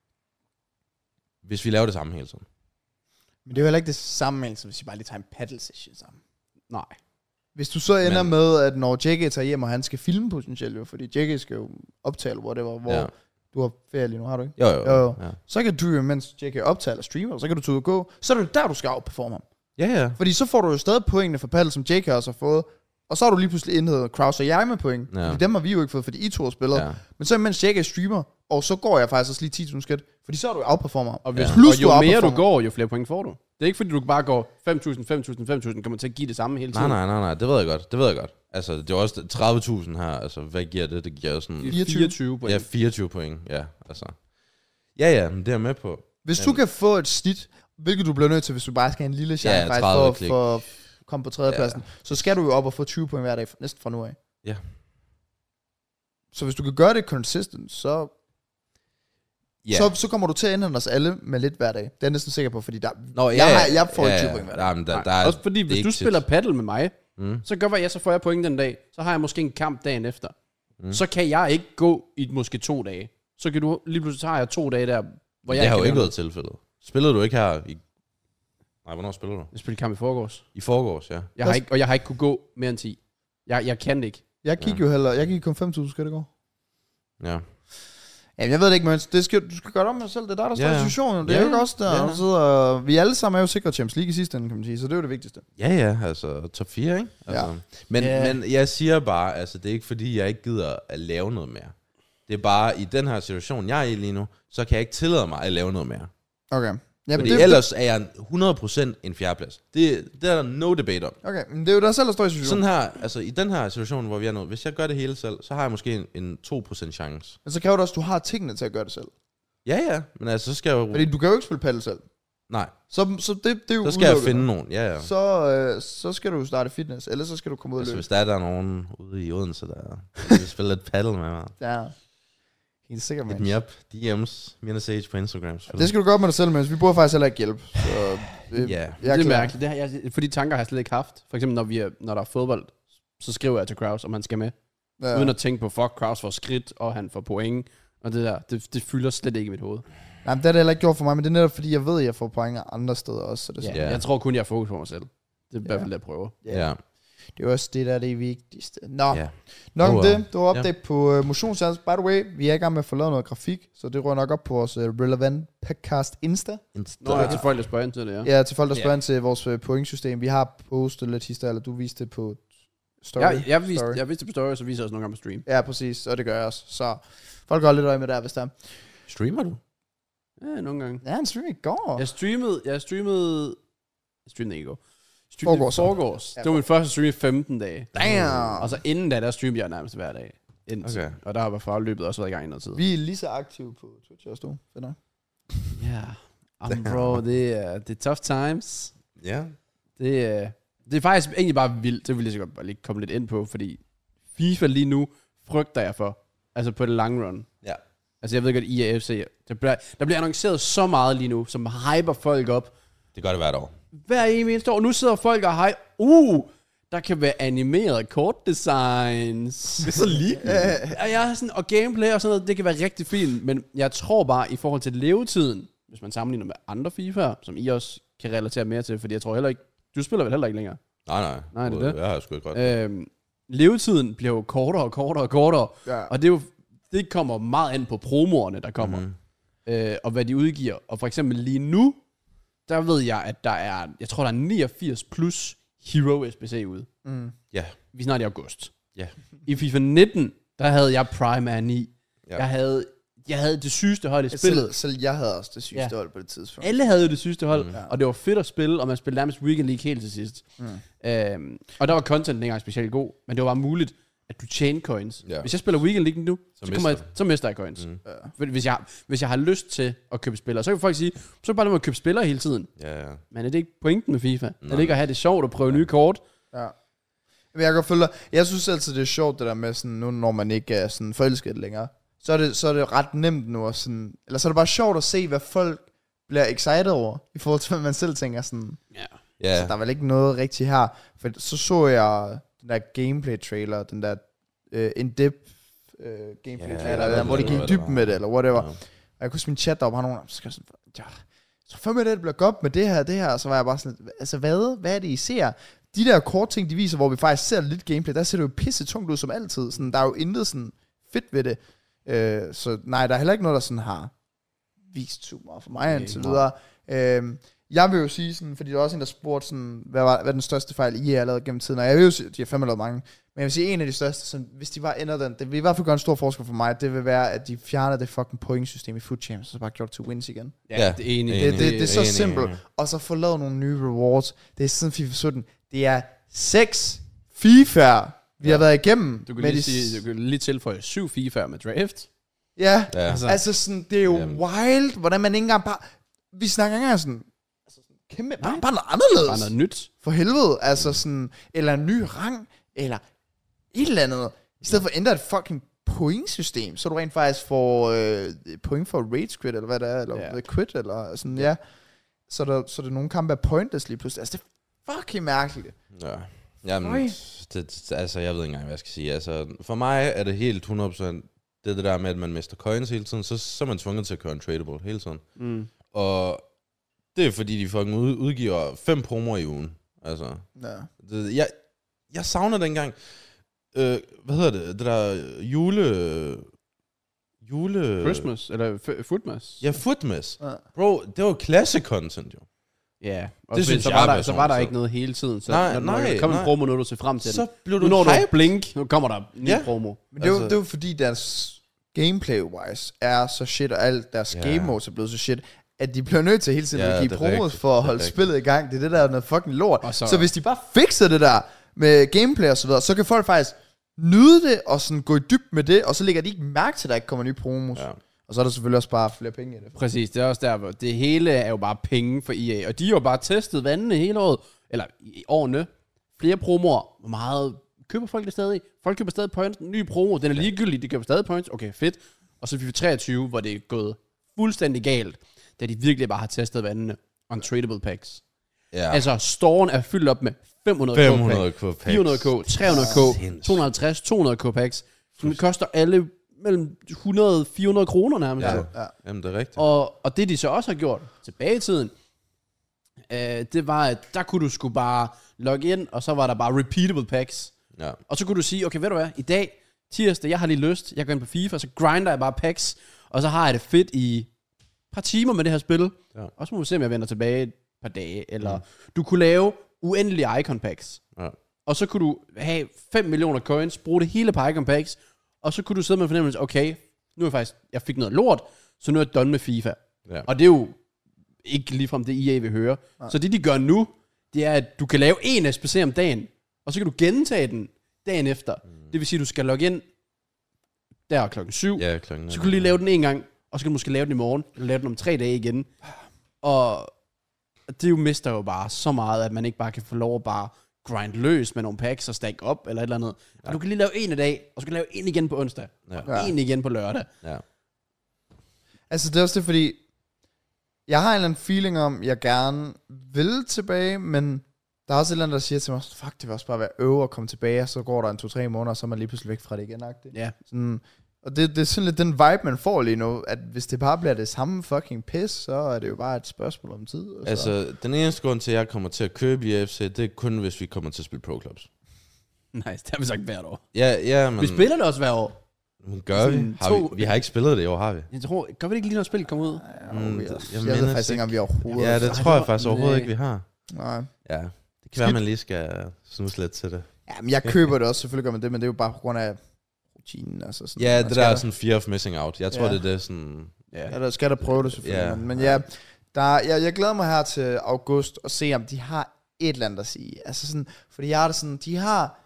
hvis vi laver det samme hele tiden. Men det er jo heller ikke det samme, altså, hvis I bare lige tager en paddle session sammen. Nej. Hvis du så ender Men- med, at når J K tager hjem, og han skal filme potentielt jo, fordi J K skal jo optage, whatever, hvor Ja. ja. du har ferie lige nu, har du ikke? Jo, jo. Jo, jo. Ja, Så kan du jo, mens J K optager eller streamer, så kan du tage ud og gå. Så er det der, du skal outperforme ham. ja. ja. Fordi så får du jo stadig pointene for paddle, som J K også har fået. Og så har du lige pludselig indhentet Kraus og jeg med point. Ja. Ja. Fordi dem har vi jo ikke fået, fordi I to har spillet. ja. Ja. Men så mens J K streamer, og så går jeg faktisk også lige ti tusind skridt. Fordi så er du outperformer ham. Og, hvis, Ja. ja. Plus og jo du mere du outperformer. går, jo flere point får du. Det er ikke fordi, du bare går fem tusind, fem tusind, fem tusind, kommer til at give det samme hele Nej, tiden. nej, nej, nej, det ved jeg godt, det ved jeg godt. Altså, det er også tredive tusind her, altså, hvad giver det? Det giver sådan, Det er fireogtyve. fireogtyve point. ja, fireogtyve point, ja, altså. Ja, ja, men det er jeg med på. Hvis Men- du kan få et snit, hvilket du bliver nødt til, hvis du bare skal have en lille chance Ja, faktisk tredive for, klik. for at komme på tredjepladsen, ja. så skal du jo op og få tyve point hver dag, næsten fra nu af. Ja. Så hvis du kan gøre det consistent, så, Ja. så, så kommer du til at indhente os alle med lidt hver dag. Det er jeg næsten sikker på, fordi der, Nå, jeg, har, jeg får ikke tyve point hver dag. Ja, men der, Nej, der er, også fordi, det er hvis du ikke spiller tit. paddle med mig, Mm. så gør hvad jeg, så får jeg point den dag. Så har jeg måske en kamp dagen efter. Mm. Mm. Så kan jeg ikke gå i måske to dage. Så kan du lige pludselig, så har jeg to dage der, hvor jeg Det har jo kan ikke lave været tilfældet. Spillede du ikke her i... Nej, hvornår spiller du? noget. Jeg spillede kamp i forgårs. I forgårs, ja. Jeg har ikke, og jeg har ikke kunne gå mere end ti. Jeg, jeg kan det ikke. Jeg gik Ja. jo heller, jeg gik kun fem tusind, skal det gå? Ja. Jamen, jeg ved det ikke, men det skal, du skal gøre det om med dig selv. Det er dig, der står Ja, i ja. situationen. Det Ja, er jo ikke ja. os, der Ja. ja. sidder... Vi alle sammen er jo sikret Champions League i sidste ende, kan man sige. Så det er jo det vigtigste. Ja, ja, altså top fire, ikke? Altså, Ja. men, Ja. men jeg siger bare, altså det er ikke fordi, jeg ikke gider at lave noget mere. Det er bare, i den her situation, jeg er i lige nu, så kan jeg ikke tillade mig at lave noget mere. Okay. Ja, Fordi det, ellers er jeg hundrede procent en fjerdeplads. Det, det er der no debate om. Okay, men det er jo dig selv, der står i situationen. Sådan her, altså i den her situation, hvor vi er nu, hvis jeg gør det hele selv, så har jeg måske en, en to procent chance. Men så kræver det også, at du har tingene til at gøre det selv. Ja, ja, men altså, så skal jeg jo... Fordi du kan jo ikke spille paddle selv. Nej, Så, så det, det er jo så skal jeg udelukket. finde nogen, ja, ja. Så, øh, så skal du starte fitness, eller så skal du komme ud og Altså, løbe. hvis der er der nogen ude i Odense, der vil spille lidt paddle med mig. Ja. Helt sikkert, Hit man. me up, D Ms, Mina Sage på Instagram. Det skal du gøre med dig selv, men vi burde faktisk heller ikke hjælpe. Så, øh, Ja. jeg Det er klar. mærkeligt. Det har jeg, for de tanker har jeg slet ikke haft. For eksempel, når, vi er, når der er fodbold, så skriver jeg til Kraus, om han skal med. Ja. Ja. Uden at tænke på, fuck, Kraus får skridt, og han får point. Og det der, det, det fylder slet ikke i mit hoved. Nej, men det har det heller ikke gjort for mig, men det er netop fordi, jeg ved, at jeg får point andre steder også. Så det, er Ja. sådan- Ja. Jeg tror kun, jeg har fokus på mig selv. Det er i hvert fald det, jeg prøver. Ja. det er også det, der er det vigtigste. Nå, Ja. nok om Oh, det. well. Det var update ja. på uh, motionschallenge. By the way, vi er i gang med at få lavet noget grafik, så det rører nok op på vores uh, Relevant Podcast Insta. Nå, jeg er til folk, der spørger ind til det, ja. Ja, til folk, der spørger Ja. ind til vores uh, pointsystem. Vi har postet lidt historie, eller du viste det på story. Jeg, jeg, viste, Story. jeg viste det på story, så viser jeg også nogle gange på stream. Ja, præcis, og det gør jeg også. Så folk går lidt øje med der, hvis der er. Streamer du? Ja, nogle gange. Ja, en stream i går. Jeg streamede, jeg streamede, jeg streamede ikke i går. Streamede Forgårs. Forgårs. Ja, Det var min første stream i femten dage. Damn. Og så inden da, der streamede jeg nærmest hver dag. Indtil. Okay. Og der har forløbet også været i gang i noget tid. Vi er lige så aktive på Twitch også, du. Fedt nok. Ja. Um, bro, det er, det er tough times. Ja. Det er, det er faktisk egentlig bare vildt. Det vil jeg sikkert bare lige komme lidt ind på, fordi FIFA lige nu frygter jeg for. Altså på det lange run. Ja. Altså jeg ved godt, I A F C, der bliver, der bliver annonceret så meget lige nu, som hyper folk op. Det gør det hvert år. Hver eneste år. Nu sidder folk og hyper. Uh, der kan være animeret kortdesigns. Det er så lige. Og, jeg er sådan, og gameplay og sådan noget, det kan være rigtig fint, men jeg tror bare, i forhold til levetiden, hvis man sammenligner med andre FIFA'er, som I også kan relatere mere til, fordi jeg tror heller ikke, du spiller vel heller ikke længere. Nej, nej. Nej, det er det. Jeg har sgu ikke godt. Øhm, levetiden bliver jo kortere og kortere og kortere, Ja. og det er jo, det kommer meget an på promoerne, der kommer, Mhm. øh, og hvad de udgiver. Og for eksempel lige nu, der ved jeg, at der er, jeg tror, der er niogfirs plus Hero S B C ude. Mm. Ja. Vi er snart i august. Ja. I FIFA nitten, der havde jeg Prime R ni. Ja. Jeg havde jeg havde det sygeste hold i Selv, spillet. selv jeg havde også det sygeste Ja. hold på det tidspunkt. Alle havde jo det sygeste hold, Mm. mm. og det var fedt at spille, og man spillede nærmest Weekend League helt til sidst. Mm. Øhm, og der var content ikke engang specielt god, men det var bare muligt, at du tjente coins. Ja. Hvis jeg spiller Weekend League nu, så, Så så, kommer jeg, mister så mister jeg coins. Mm. Mm. Hvis, jeg, hvis jeg har lyst til at købe spillere, så kan folk sige, så er det bare at købe spillere hele tiden. Ja, ja. Men er det ikke pointen med FIFA? Nej. Er det ikke at have det sjovt og prøve ja. nye kort? Ja. Men jeg kan godt følge dig. Jeg synes altid, det er sjovt, det der med sådan, nu når man ikke er sådan forelsket længere, så er det, så er det ret nemt nu at sådan, eller så er det bare sjovt at se, hvad folk bliver excited over, i forhold til, hvad man selv tænker sådan, Ja. Ja, så der er vel ikke noget rigtigt her. For så så jeg den der gameplay-trailer, den der uh, in-depth uh, gameplay-trailer, Ja, der, hvor de gik i dybden med det, eller whatever. Ja. Og jeg kunne min chat deroppe, har nogen, så skal jeg sådan, ja, så før med det, det bliver godt med det her, det her, og så var jeg bare sådan, altså hvad, hvad er det, I ser? De der kort ting, de viser, hvor vi faktisk ser lidt gameplay, der ser det jo pisse tungt ud som altid. Sådan, der er jo intet sådan fedt ved det. Uh, så nej, der er heller ikke noget, der sådan har vist super meget for mig indtil videre. Uh, Jeg vil jo sige sådan, fordi der er også en, der spurgte sådan, hvad var hvad den største fejl, I har lavet gennem tiden, og jeg vil jo sige, de har fandme lavet mange, men jeg vil sige, en af de største, sådan, hvis de var ender den, det vil i hvert fald gøre en stor forskel for mig, det vil være, at de fjerner det fucking pointsystem i Foot Champs, og så bare gjort det til wins igen. Ja, Ja, det er enig. Det, det, det er så enig, simpelt, enig. og så få lavet nogle nye rewards. Det er siden FIFA sytten, det er seks FIFA, vi ja. har været igennem. Du kan med lige, de sige, du kan lige tilføje syv FIFA med draft. Ja, Ja. altså, altså sådan, det er jo Jamen. wild, hvordan man ikke engang bare, vi snakker ikke engang sådan, altså sådan kæmpe, bare, Nej. bare noget anderledes. Bare noget nyt. For helvede, altså sådan, eller en ny rang, eller et eller andet. I stedet for at ændre et fucking pointsystem, så du rent faktisk får øh, point for rage quit, eller hvad det er, eller Ja. yeah. quit, eller sådan, ja. Så der, så der nogle kampe er pointless lige pludselig. Altså, det er fucking mærkeligt. Ja. Jamen, Oj. det, det, altså, jeg ved ikke engang, hvad jeg skal sige. Altså, for mig er det helt hundrede procent det, det der med, at man mister coins hele tiden, så, så er man tvunget til at køre en tradable hele tiden. Mm. Og det er fordi, de fucking ud, udgiver fem promoer i ugen. Altså, Ja. det, jeg, jeg savner dengang, øh, hvad hedder det, det der jule... Jule... Christmas, eller f- Footmas. Ja, Footmas. Ja. Bro, det var classic content jo. Ja, og Det så, synes så, jeg var der, så personligt, var der så- ikke noget hele tiden. Så Nej, når, når nej, der kommer en nej. promo, nu er du til frem til Så den. blev Nu du når du hyped. blink, nu kommer der en ny Ja. promo. Men det er, jo, Altså- det er jo fordi deres gameplay-wise er så shit, og alt deres Ja. game modes er blevet så shit, at de bliver nødt til hele tiden Ja, at give det er promos rigtigt. for at Det er holde rigtigt. spillet i gang. Det er det, der er noget fucking lort. Og Så, så- så hvis de bare fikser det der med gameplay og så videre, så kan folk faktisk nyde det, og sådan gå i dyb med det, og så lægger de ikke mærke til, at der ikke kommer nye promos. Ja. Og så er der selvfølgelig også bare flere penge i det. Præcis, det er også der, hvor det hele er jo bare penge for E A. Og de har jo bare testet vandene hele året, eller i årene. Flere promoer. Hvor meget køber folk det stadig? Folk køber stadig points. Ny promo, den er ligegyldig, de køber stadig points. Okay, fedt. Og så FIFA treogtyve, hvor det er gået fuldstændig galt, da de virkelig bare har testet vandene. Untradable packs. Ja. Altså, storen er fyldt op med fem hundrede fem k hundrede packs, k packs. fire hundrede k, tre hundrede k, Sindssygt. to hundrede og halvtreds, to hundrede k packs. Som koster alle mellem hundrede og fire hundrede kroner nærmest. Ja. Ja. Ja. Jamen, det er rigtigt. Og, og det de så også har gjort tilbage i tiden, øh, det var, at der kunne du sgu bare logge ind, og så var der bare repeatable packs. Ja. Og så kunne du sige, okay, ved du hvad, i dag, tirsdag, jeg har lige lyst, jeg går ind på FIFA, så grinder jeg bare packs, og så har jeg det fedt i et par timer med det her spil. Ja. Og så må vi se, om jeg vender tilbage et par dage. Eller mm. du kunne lave uendelige icon packs. Ja. Og så kunne du have fem millioner coins, bruge det hele på icon packs, og så kunne du sidde med en fornemmelse, okay, nu er jeg faktisk, jeg fik noget lort, så nu er jeg done med FIFA. Ja. Og det er jo ikke ligefrem det, E A vil høre. Nej. Så det, de gør nu, det er, at du kan lave en S P C om dagen, og så kan du gentage den dagen efter. Mm. Det vil sige, at du skal logge ind der klokken syv, Ja, klokken. så kan du lige lave den en gang, og så kan du måske lave den i morgen, eller lave den om tre dage igen. Og det jo mister jo bare så meget, at man ikke bare kan få lov at bare grind løs med nogle packs og stack op, eller et eller andet. Ja. Du kan lige lave en i dag, og så kan du lave en igen på onsdag, Ja. og en igen på lørdag. Ja. Altså, det er også det, fordi jeg har en eller anden feeling om, jeg gerne vil tilbage, men der er også et eller andet, der siger til mig, fuck, det vil også bare være øve at komme tilbage, og så går der en to-tre måneder, og så er man lige pludselig væk fra det igen. Ja. Sådan, og det, det er sådan lidt den vibe, man får lige nu, at hvis det bare bliver det samme fucking pis, så er det jo bare et spørgsmål om tid. Og så. Altså, den eneste grund til, at jeg kommer til at købe i F C, det er kun, hvis vi kommer til at spille Pro Clubs. Nice, det har vi sagt hvert år. Ja, ja, men... Vi spiller det også hvert år. Men gør vi? Sådan Har to- vi? Vi har ikke spillet det i år, har vi? Jeg tror, gør vi det ikke lige, når spillet kommer ud? Ja, Mm, mm, det- jeg, jeg jeg, jeg mindes ved faktisk ikke. ikke, om vi overhovedet... Ja, det Ej, tror det jeg var- faktisk overhovedet nej. ikke, vi har. Nej. Ja, det kan være, man lige skal snuse lidt til det. Ja, men jeg køber det også, selvfølgelig gør man det, men det er jo bare på grund af Gene. Altså sådan, Ja, man det skal der er sådan fear of missing out. Jeg tror, Ja. det er det sådan... Ja. Ja, der skal der prøve det selvfølgelig. Ja. Men, men ja, der, jeg, jeg glæder mig her til august og se, om de har et eller andet at sige. Altså sådan, fordi jeg har det sådan, de har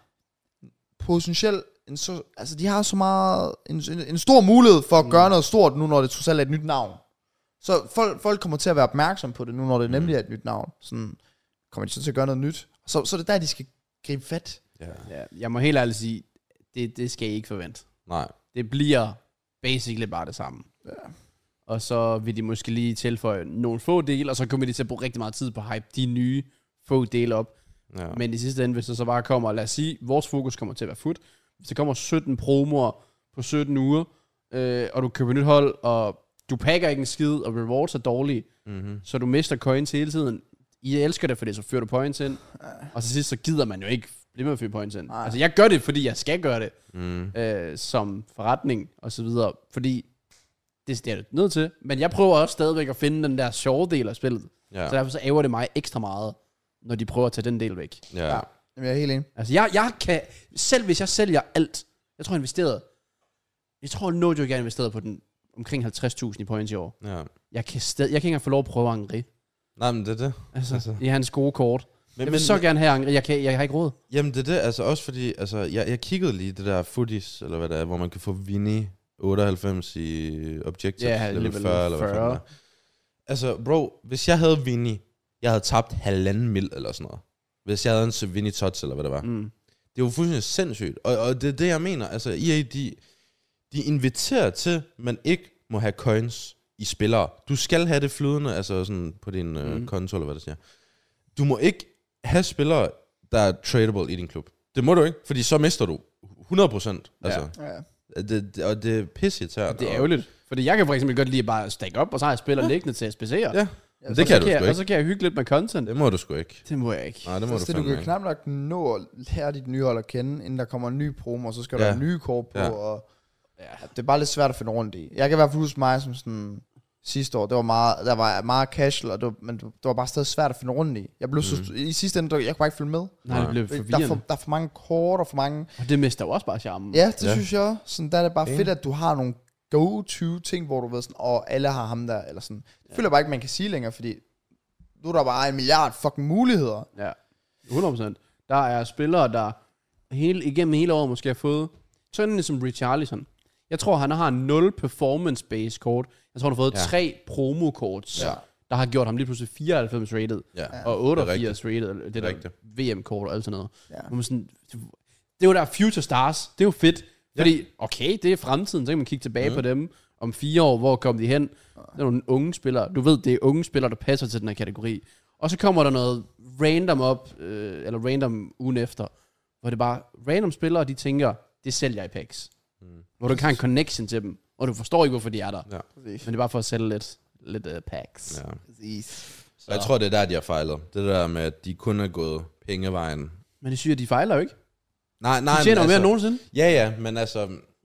potentielt en så, altså de har så meget, en, en, en stor mulighed for at Mm. gøre noget stort nu, når det trods alt er et nyt navn. Så folk, folk kommer til at være opmærksom på det nu, når det Mm. nemlig er et nyt navn. Sådan, kommer de så til at gøre noget nyt. Så, så er det der, de skal gribe fat. Ja. Ja, jeg må helt ærligt sige, det, det skal I ikke forvente. Nej. Det bliver basically bare det samme. Ja. Og så vil de måske lige tilføje nogle få dele, og så kommer de til at bruge rigtig meget tid på at hype de nye få dele op. Ja. Men i sidste ende, hvis det så bare kommer, lad os sige, vores fokus kommer til at være foot. Hvis der kommer sytten promoer på sytten uger, øh, og du køber nyt hold, og du pakker ikke en skid, og rewards er dårlige, Mm-hmm. så du mister coins hele tiden. I elsker det, fordi så fører du points ind, og til sidst så gider man jo ikke blive med at føre points ind. Nej. Altså jeg gør det, fordi jeg skal gøre det, Mm. øh, som forretning og så videre, fordi det, det er det nødt til. Men jeg prøver også stadigvæk at finde den der sjove del af spillet. Ja. Så derfor så ærger det mig ekstra meget, når de prøver at tage den del væk. Ja. Ja. Jamen, jeg er helt enig. Altså jeg, jeg kan, selv hvis jeg sælger alt, jeg tror jeg investerede, jeg tror no joke, jeg har investeret på den omkring halvtreds tusind i points i år. Ja. Jeg kan, sted, jeg kan ikke engang få lov at prøve Angri. Nej, men det er det. Altså, Altså. i hans gode kort. Men, Jeg vil så gerne have Angri, jeg, kan, jeg har ikke råd. Jamen det er det, altså også fordi, altså jeg, jeg kiggede lige det der footies, eller hvad det er, hvor man kan få Vinny otteoghalvfems i Objectives, Ja, level level fyrre, eller hvad fyrre. fanden det er. Altså bro, hvis jeg havde Vinny, jeg havde tabt halvanden mil eller sådan noget. Hvis jeg havde en Vinny Tots, eller hvad det var. Mm. Det er jo fuldstændig sindssygt, og, og det er det, jeg mener. Altså E A, de, de inviterer til, man ikke må have coins i spillere. Du skal have det flydende, altså sådan på din øh, Mm. konto, eller hvad det siger. Du må ikke have spillere, der er tradable i din klub. Det må du ikke, fordi så mister du hundrede procent. Altså, Ja. det, det, og det er pisseirriterende. Det er ærgerligt. Fordi jeg kan for eksempel godt lide at bare stack op, og så har jeg spiller ja. liggende til S P C'er. Ja, Ja, det og kan så du jeg, sgu Og så ikke. kan jeg hygge lidt med content. Det må du sgu ikke. Det må jeg ikke. Nej, det må Så du det, du fandme kan ikke. knap nok nå at lære dit nye hold at kende, inden der kommer en ny promo, og så skal Ja. der have nye kort på, Ja. og Ja. ja, det er bare lidt svært at finde rundt i. Jeg kan i hvert fald huske mig som sådan sidste år, det var meget, der var meget casual, og det var, men det var bare stadig svært at finde rundt i. Jeg blev Mm. så, i sidste ende, der- jeg kunne bare ikke følge med. Nej, det blev Der er, forvirrende. for, der er for mange kort, og for mange... Og det mister jo også bare charmen. Ja, det Ja. ja. synes jeg også. Sådan, der er det bare Ja. fedt, at du har nogle go-to ting, hvor du ved sådan, og alle har ham der, eller sådan. Jeg føler bare ikke, man kan sige længere, fordi nu er der bare en milliard fucking muligheder. Ja, hundrede procent. Der er spillere, der hele, igennem hele året måske har fået, sådan en som Richarlison. Jeg tror, han har nul performance-based kort. Jeg tror, han har fået Ja. tre promo-korts, Ja. der har gjort ham lige pludselig fireoghalvfems rated, Ja. og otteogfirs rated, eller det Det er der rigtigt. V M-kort og alt sådan noget. Ja. Hvor man sådan, det er jo der Future Stars, det er jo fedt. Fordi, okay, det er fremtiden, så kan man kigge tilbage Mm. på dem om fire år, hvor kom de hen. Det er nogle unge spillere. Du ved, det er unge spillere, der passer til den her kategori. Og så kommer der noget random op, øh, eller random ugen efter, hvor det bare random spillere, de tænker, det sælger jeg i packs. Mm. Hvor du ikke har en connection til dem, og du forstår ikke, hvorfor de er der. Ja. Men det er bare for at sælge lidt, lidt uh, packs. Ja. Præcis. Og jeg tror, det er der, de har fejlet. Det der med, at de kun er gået pengevejen. Men det siger, at de fejler jo ikke. Nej, De nej, tjener jo men mere altså, end nogensinde. Ja, ja, men altså...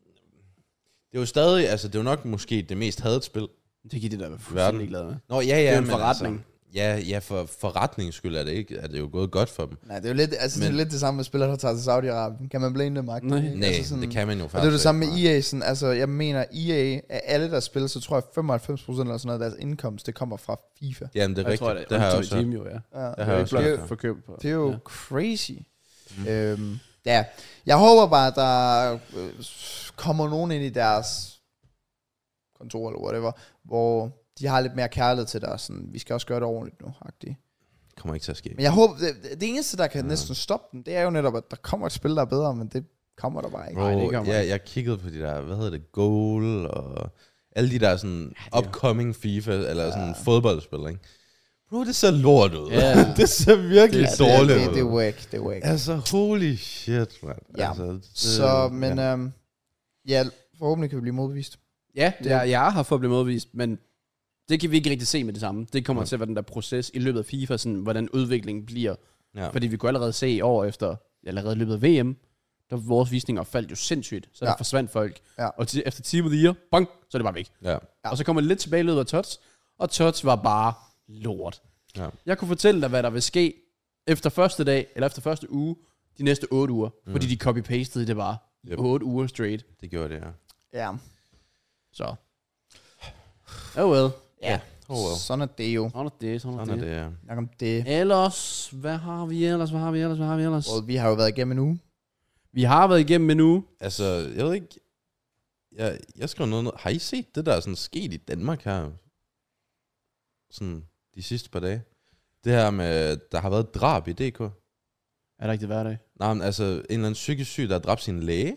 Det er jo stadig, altså det er jo nok måske det mest hadet spil. Det kan de da være Verden. fuldstændig glade med. Nå, ja, ja. Det er en men forretning. Altså, ja, ja, for forretningens skyld er det ikke, er det jo gået godt for dem. Nej, det er jo lidt, altså, men, det er Men- lidt det samme med spillere, der tager til Saudi-Arabien. Kan man blame dem, Mark? Nej. Nej, altså sådan, det kan man jo faktisk Og det er det samme ikke. med E A. Sådan, altså, jeg mener, E A, af alle, der spiller, så tror jeg femoghalvfems procent eller sådan noget af deres indkomst, det kommer fra FIFA. Jamen, det er Jeg rigtigt. tror, det, det, har jeg Ultimate også Team hørt. jo, ja. Ja. Det Det har er jeg jo også ikke hørt. blot for køb på. Det er jo Ja. crazy. Mm. Øhm, ja, jeg håber bare, at der øh, kommer nogen ind i deres kontor eller whatever, hvor de har lidt mere kærlighed til det, og sådan, vi skal også gøre det ordentligt nu, agtigt. Kommer ikke til at ske. Men jeg håber, det, det eneste, der kan Ja. næsten stoppe den, det er jo netop, at der kommer et spil, der er bedre, men det kommer der bare ikke. Nej, det Bro, kommer ja, ikke. jeg kiggede på de der, hvad hedder det, goal og alle de der sådan er- upcoming FIFA, eller Ja. sådan fodboldspil, ikke? Bro, det ser lort ud. Ja. det ser virkelig Ja, det, dårligt det, ud. det er whack, det er whack. Altså, holy shit, man. Ja. Altså, det, Så, men ja. øhm, ja, forhåbentlig kan vi blive modbevist. Ja, jeg, jeg er her for at blive modvist, men det kan vi ikke rigtig se med det samme. Det kommer Ja. til at være den der proces i løbet af FIFA, sådan, hvordan udviklingen bliver. ja. Fordi vi kunne allerede se i år efter, allerede i løbet af V M, der vores visninger faldt jo sindssygt, så der Ja. forsvandt folk. Ja. Og til, efter Team of the Year, bang, så er det bare væk. ja. Ja. Og så kommer det lidt tilbage i løbet af Tots, og Tots var bare lort. Ja. Jeg kunne fortælle dig, hvad der vil ske efter første dag, eller efter første uge, de næste otte uger, mm. fordi de copy-pastede det bare. Yep. otte uger straight. Det gjorde det, ja. Ja. Så. Oh well. Ja. Oh, well. Sådan er det jo. Sådan er det, sådan er Sådan er det. det, ja. Nok om det. Ellers, hvad har vi ellers, hvad har vi ellers, hvad har vi ellers? Well, vi har jo været igennem en uge. Vi har været igennem en uge. Altså, jeg ved ikke... Jeg, jeg skriver noget ned. Har I set det, der er sådan sket i Danmark her? Sådan de sidste par dage? Det her med, der har været drab i D K. Er der ikke det hverdag? Nej, men altså, en eller anden psykisk syg, der har dræbt sin læge.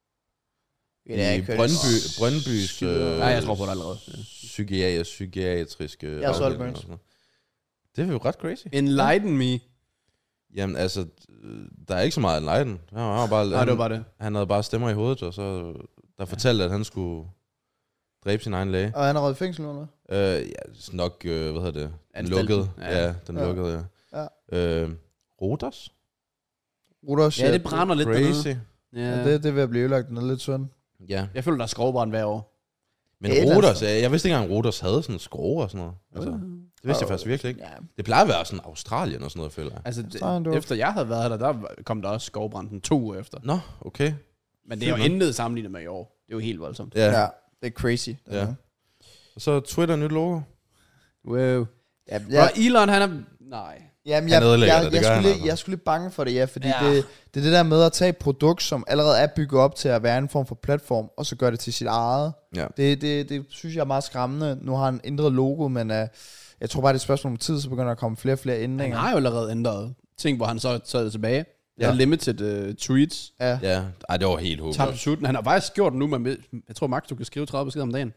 Ja, det er I ikke hørt. Brøndby, Brøndbys øh, Nej, jeg tror på det allerede. Ja. psykiater, psykiatriske Jeg har solgt afdeling Burns. og sådan noget. Det er jo ret crazy. Enlighten me. Jamen altså, øh, der er ikke så meget enlighten. Han, han, var bare, Nej, han, det var bare det. han havde bare stemmer i hovedet, og så der fortalte, at han skulle dræbe sin egen læge. Og han har røget i fængsel eller noget? Øh, ja, nok, øh, hvad hedder det? Den Anstalten. lukkede. Ja. Ja, den Ja. lukkede, ja. Ja. Øh, Rodos? Ruders, Ja, det brænder lidt Crazy. dernede. Ja, Ja. det, det er ved at blive ødelagt. Den er lidt synd. Ja. Jeg føler, der er skovbrand hver år. Men Ja, Rodos, altså. jeg, jeg vidste ikke engang, at Rodos havde sådan skove og sådan noget. Altså, det vidste jeg faktisk virkelig ikke. Ja. Det plejer at være sådan Australien og sådan noget, føler jeg. Altså, Sådan, du. det, efter jeg havde været der, der kom der også skovbranden to uger efter. Nå, okay. Men det er jo Sygt nok. intet sammenlignet med i år. Det er jo helt voldsomt. Ja. Ja, det er crazy. Det Ja. er. Og så Twitter nyt logo. Wow. Ja, Ja. Og Elon, han er... Nej. Jamen, Han jeg, ødelægger jeg, det, jeg, det gør jeg, han skulle, altså. lidt, jeg skulle lidt bange for det, ja, fordi Ja. ja. det, det er det der med at tage et produkt, som allerede er bygget op til at være en form for platform, og så gøre det til sit eget. Ja. Det, det, det synes jeg er meget skræmmende. Nu har han ændret logo, men uh, jeg tror bare, det er et spørgsmål om tid, så begynder der at komme flere og flere Han ændringer. har jo allerede ændret ting, hvor han så tager det tilbage. Ja. Ja. Limited uh, tweets. Ja. Ja, ej, det var helt Tabt håbløst. sutten. Han har faktisk gjort det nu, men jeg tror max, du kan skrive tredive beskeder om dagen.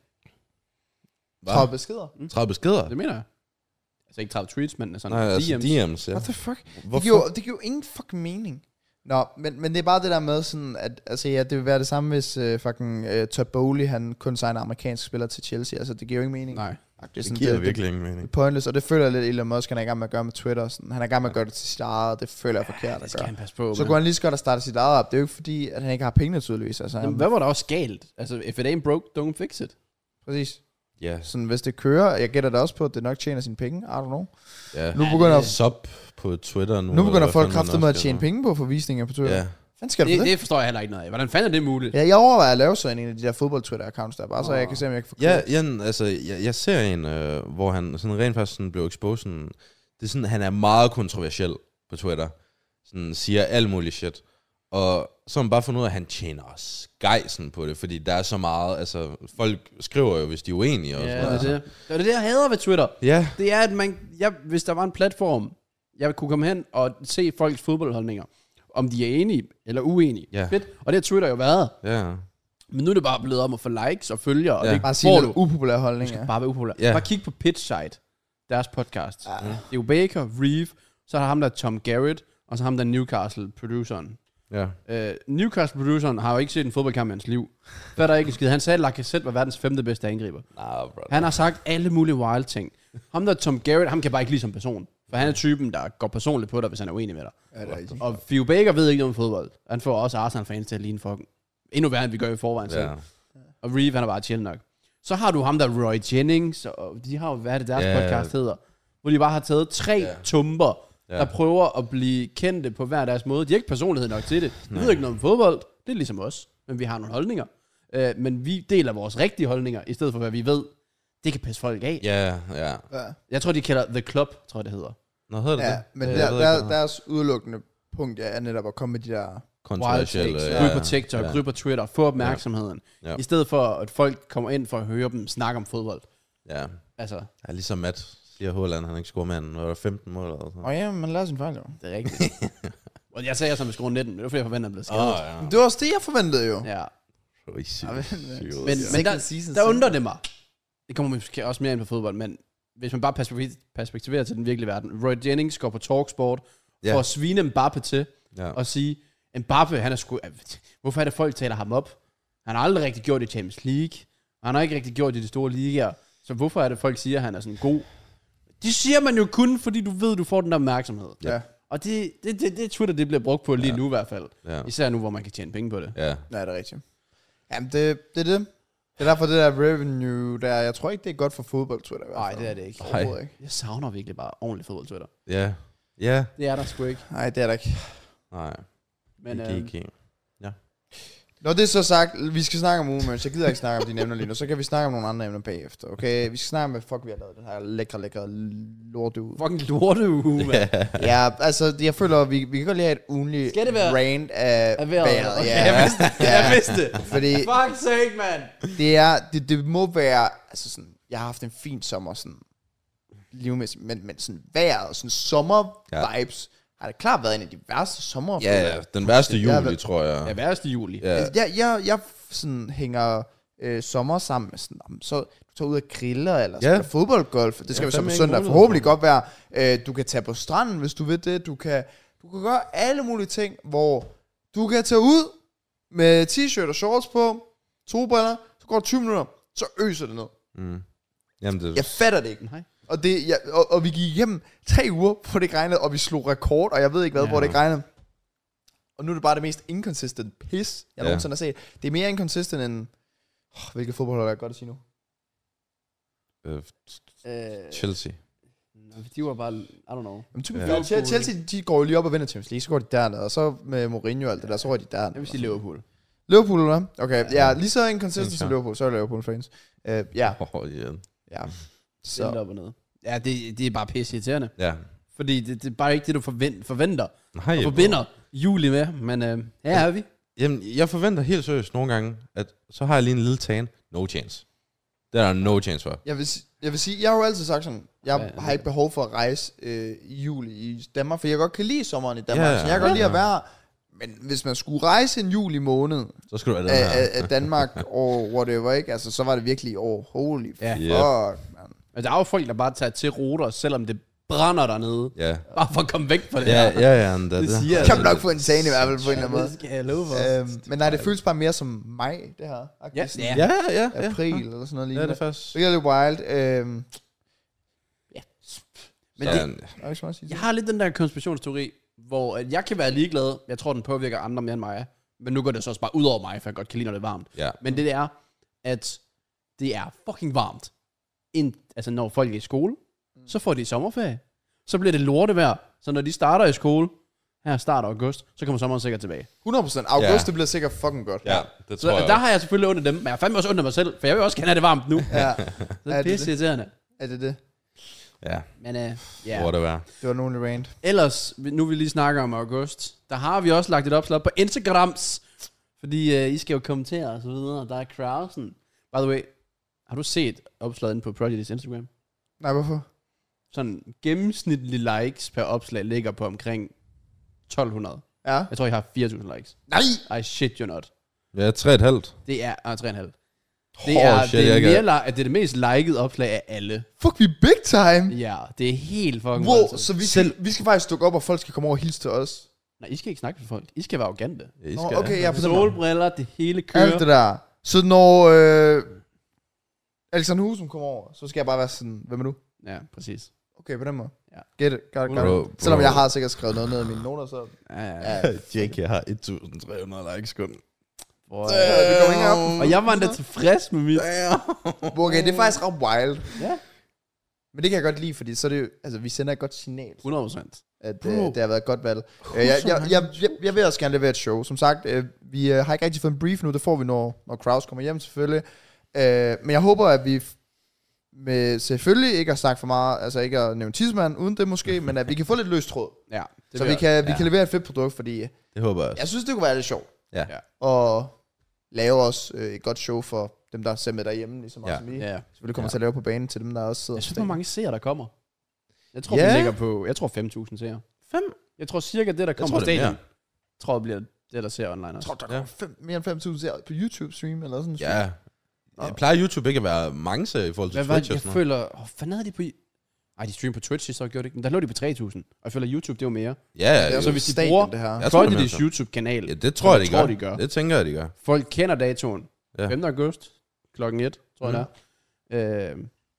tredive beskeder. tredive beskeder? Det mener jeg. Altså ikke tredive tweets, men sådan Nej, altså D M's. D M's, ja. What the fuck? Det Hvorfor? giver, det giver jo ingen fucking mening. Nå, men, men det er bare det der med sådan, at altså, ja, det vil være det samme, hvis uh, fucking uh, Todd Bowley, han kun signer amerikanske spillere til Chelsea. Altså, det giver jo ingen mening. Nej. Det, Det giver virkelig ingen mening. Det er pointless, og det føler jeg lidt, Elon Musk, han er i gang med at gøre med Twitter. Sådan. Han er i gang med at gøre det til sit eget, og det føler jeg er forkert Det at skal gøre. han passe på Så med. kunne han lige så godt at starte sit eget op. Det er jo ikke fordi, at han ikke har pengene tydeligvis. Altså, Jamen, han, hvad var der også galt? Altså, if it ain't broke, don't fix it. præcis. Ja, Sådan, hvis det kører, jeg gætter det også på, at det nok tjener sine penge. I don't know. ja. Nu begynder, Sub på Twitter nu. nu begynder eller folk hvad fanden kraftigt man med at også tjene skal. penge på forvisninger på Twitter. Ja. Hvad skal du Det, for det? det forstår jeg heller ikke noget af. Hvordan fanden er det muligt? Ja, jeg overvejer at lave sådan en af de der fodbold-Twitter-accounts der, bare så Åh. jeg kan se, om jeg kan få Ja, ja, altså, jeg, jeg ser en, øh, hvor han sådan rent faktisk sådan blev exposed. Sådan, det er sådan, han er meget kontroversiel på Twitter. Sådan siger alt muligt shit. Og så har man bare fundet ud af, at han tjener skejsen på det, fordi der er så meget, altså, folk skriver jo, hvis de er uenige. Og Ja, sådan det noget. er det. Det er det, jeg hader ved Twitter. Ja, Det er, at man, jeg, hvis der var en platform, jeg kunne komme hen og se folks fodboldholdninger, om de er enige eller uenige. Ja. Fedt. Og det har Twitter jo været. ja, Men nu er det bare blevet om at få likes og følgere, og Ja. det Bare sige får lidt du. upopulær Du holdning. skal Ja. bare være upopulær. Ja. Bare kig på Pitch Side, deres podcast. Ja. Det er jo Baker, Reeve, så er der ham der Tom Garrett, og så ham der Newcastle-produceren. ja. Uh, Newcastle-produceren har jo ikke set en fodboldkamp i hans liv. Hvad er der ikke en skid? Han sagde, at Lacazette var verdens femte bedste angriber. Nah, bro. Han har sagt alle mulige wild ting. Ham der Tom Garrett, ham kan jeg bare ikke lide som person. For han er typen, der går personligt på dig, hvis han er uenig med dig. Ja, det er rigtigt. Og Theo Baker ved ikke noget om fodbold. Han får også Arsenal-fans til at ligne fucking endnu værre, end vi gør i forvejen selv. Ja. Og Reeve, han er bare chill nok. Så har du ham der Roy Jennings, og de har jo, hvad er det deres Ja. podcast hedder, hvor de bare har taget tre Ja. tumper, Ja. der prøver at blive kendte på hver deres måde. De har ikke personlighed nok til det. De Nej. ved ikke noget om fodbold. Det er ligesom os. Men vi har nogle holdninger. Uh, men vi deler vores rigtige holdninger, i stedet for hvad vi ved. Det kan pisse folk af. Ja, ja. Ja. Jeg tror, de kalder The Club, tror jeg, det hedder. Nå, hedder det Ja, det? men Jeg der, ved der, ikke, hvad det deres udelukkende punkt ja, er netop at komme med de der... Wild kontroversielle. takes. Ja, Ryge på TikTok, ja. ryge på Twitter, få opmærksomheden. Ja. I stedet for, at folk kommer ind for at høre dem snakke om fodbold. Ja. Altså, Ja, ligesom Matt siger Håland, han ikke scorer mere end, var der femten mål eller sådan Åh oh, ja, man lader sin fejl jo. det er rigtigt. Og jeg sagde, at jeg som score nitten, men det var fordi, jeg forventer, at han blev skadet. Åh, ja. Det var også det, jeg forventede jo. Ja. Crazy. Ja, men- Sygt. Men, Second men der, season der siden. undrer det mig. Det kommer måske også mere ind på fodbold, men hvis man bare perspektiv- perspektiverer til den virkelige verden. Roy Jennings går på Talksport Ja. for at svine Mbappe til Ja. og sige, Mbappe, han er sgu... Hvorfor er det, folk taler ham op? Han har aldrig rigtig gjort det i Champions League. Og han har ikke rigtig gjort det i de store ligaer. Så hvorfor er det, folk siger, at han er sådan god? Det siger man jo kun, fordi du ved, du får den der opmærksomhed. Ja. Og det, det, det, det Twitter, det bliver brugt på lige Ja. nu i hvert fald. Ja. Især nu, hvor man kan tjene penge på det. Ja. Ja, det er rigtigt. Jamen, det, det er det. Det er derfor, det der revenue der, jeg tror ikke, det er godt for fodbold, Twitter. i hvert Nej, fald. det er det ikke. Overhovedet ikke. Jeg savner virkelig bare ordentlig fodbold Twitter. Ja. Ja. Det er der sgu ikke. Nej, det er der ikke. Nej. Men ikke, øh, ikke. Når det er så sagt, vi skal snakke om Moonmans. Jeg gider ikke snakke om de emner lige nu. Så kan vi snakke om nogle andre emner bagefter, okay? Vi skal snakke om, hvad fuck vi har lavet den her lækre, lækre lorteuge. Fucking lorteuge, mand. Ja, altså, jeg føler, vi, vi kan godt lige have et ugenligt Skal det være- rant af Af vejret? vejret. Okay, Ja, jeg vidste det. Jeg vidste det. fordi Fuck sake, man. det er, det, det må være, altså sådan, jeg har haft en fin sommer, sådan, livmæssigt, men, men sådan vejret, sådan sommer-vibes, har det klart været en af de værste sommer. Ja, ja, den værste Jeg har juli, været- tror jeg. Ja, værste juli. Ja. Altså, jeg, jeg, jeg sådan hænger øh, sommer sammen med sådan, om, så du tager ud og griller, eller Ja. spiller fodboldgolf. Det skal Ja, vi så fandme på ikke søndag mulighed forhåbentlig for. godt være. Øh, du kan tage på stranden, hvis du vil det. Du kan, du kan gøre alle mulige ting, hvor du kan tage ud med t-shirt og shorts på, solbriller, så går det tyve minutter, så øser det ned. Mm. Jamen, det, Jeg fatter det ikke. Nej. Og, det, jeg, og, og vi gik igennem tre uger, hvor det ikke regnede, og vi slog rekord, og jeg ved ikke hvad, Ja. hvor det ikke regnede. Og nu er det bare det mest inconsistent pis, jeg Ja. nogensinde har set. Det er mere inconsistent end... Oh, hvilket fodboldhold er jeg godt at sige nu? øh, Øh, Chelsea. de var bare, I don't know. Jamen, typisk, Ja. ja. Chelsea, Chelsea, de går jo lige op og vinder Champions League, så går de derned, og så med Mourinho og alt det der, så går de derned. Jeg vil sige Liverpool. Liverpool, eller hvad? Okay, ja, lige så inconsistent Ja. som Liverpool, så er Liverpool fans. Uh, ja, Oh, yeah. ja. Så. Så, Op og ned. Ja, det, det er bare pisse irriterende. Ja. Fordi det, det er bare ikke det, du forvent, forventer. Nej, Og forbinder juli med. Men øh, her er vi. Jamen, jeg forventer helt seriøst nogle gange, at så har jeg lige en lille tan. No chance. Det er der no chance for. jeg vil, si- jeg vil sige, jeg har jo altid sagt sådan, jeg Ja. har ikke behov for at rejse øh, i juli i Danmark, for jeg godt kan lide sommeren i Danmark, Ja, ja, ja. så jeg kan godt lide at Ja. være, men hvis man skulle rejse en juli måned Så skal du have den af, her. af, af Danmark og whatever, ikke? Altså, så var det virkelig, oh, holy Ja. fuck, Yep. man. Men der er jo folk, der bare tager til ruter, selvom det brænder dernede. Ja. Bare for at komme væk fra det Ja, her. ja, ja. Det, Det det. siger Jeg kan man nok få en tan i hvert fald på en eller anden måde. Det skal jeg love for. Øhm, men nej, det føles bare mere som maj, det her. Ja, Sådan ja. Ja, ja, ja. April eller sådan noget Ja, lignende. det er faktisk. Really wild. Øhm, Men Ja, det, er der ikke så meget at sige til? jeg har lidt den der konspirationsteori, hvor at jeg kan være ligeglad. Jeg tror, den påvirker andre mere end mig. Men nu går det så også bare ud over mig, for jeg godt kan lide, når det er varmt. ja. Men det er, at det er fucking varmt. Ind, altså når folk er i skole, så får de sommerferie. Så bliver det lortevejr. Så når de starter i skole, her starter august, så kommer sommeren sikkert tilbage. hundrede procent. August, Ja. det bliver sikkert fucking godt. Ja, det Så tror jeg. der har jeg selvfølgelig ondt af dem, men jeg har fandme også ondt af mig selv, for jeg vil også gerne have det varmt nu. Ja. Så Ja, det er det er pisse irriterende. Er det det? Ja, Men uh, ja. hvor det var. Det var nogen rant. Ellers, nu vi lige snakker om august, der har vi også lagt et opslag op på Instagrams, fordi uh, I skal jo kommentere og så videre. Der er Krausen. By the way, har du set opslaget inde på Prodigy's Instagram? Nej, hvorfor? Sådan gennemsnitlige likes per opslag ligger på omkring tolv hundrede. Ja. Jeg tror, I har fire tusind likes. Nej! I shit you not. Ja, tre og et halvt. Det er ah, tre komma fem. Det er, Oh, shit, det, er jeg mere, kan... li- det er det mest likede opslag af alle. Fuck, vi er big time! Ja, det er helt fucking Wow, voldsomt. så vi Selv, skal, vi skal faktisk dukke op, og folk skal komme over og hilse til os. nej, I skal ikke snakke med folk. I skal være arrogante. Ja, I Nå, skal... okay, ja, på den måde. Solbriller, det hele kører. Alt det der. Så når øh, Alexander Husum kommer over, så skal jeg bare være sådan, hvem er du? Ja, præcis. Okay, på den måde. Ja. Get it, got it, got Bro, it. Selvom bro. jeg har sikkert skrevet noget ned i mine noter, så... Ja, ja, ja. Ja, Jake, jeg har et tusind tre hundrede likes kun. Boy. øh, vi kommer ikke op. Og jeg var endda tilfreds med mit. Okay, det er faktisk ret wild. Ja. Men det kan jeg godt lide, fordi så er det jo, altså, vi sender et godt signal, hundrede procent. at Bro. øh, det har været et godt valg. Øh, jeg, jeg, jeg, jeg, jeg vil også gerne levere et show. Som sagt, øh, vi øh, har ikke rigtig fået en brief nu, det får vi, når, når Kraus kommer hjem selvfølgelig. Øh, men jeg håber, at vi f- med selvfølgelig ikke har sagt for meget, altså ikke at nævne tidsmand uden det måske, men at vi kan få lidt løst tråd. Ja. Det Så vil vi kan, vi ja. kan levere et fedt produkt, fordi Det håber jeg også. jeg synes, det kunne være lidt sjovt. Ja. Ja. Og lave også øh, et godt show for dem, der ser med derhjemme, ligesom Ja. os, som vi Ja. selvfølgelig kommer Ja. til at lave på banen til dem, der også sidder Jeg på synes, hvor stadion. mange seere der kommer. Jeg tror, Ja. vi ligger på, jeg tror fem tusind seere. Fem? Jeg tror cirka det, der kommer tror, på det er stadion. mere. Jeg tror, det bliver det, der ser online Jeg også. tror, der Ja. kommer fem, mere end fem tusind på YouTube-stream, eller sådan noget. Ja. Jeg plejer YouTube ikke at være mange serier i forhold til Hvad var Twitch det, og jeg sådan noget. føler... Åh, fanden havde de på... Ej, de streamer på Twitch, så gjorde det ikke. Men der lå de på tre tusind. Og jeg føler, YouTube, det var mere. Ja, Det er ja, så hvis de stadion, bruger- det her. Jeg tror, det er Prodigy's mere. YouTube-kanal. ja, det tror jeg, de tror, gør. de gør. Det tænker jeg, de gør. Folk kender datoen. Ja. femte august, klokken et, tror jeg Mhm. det er. Øh,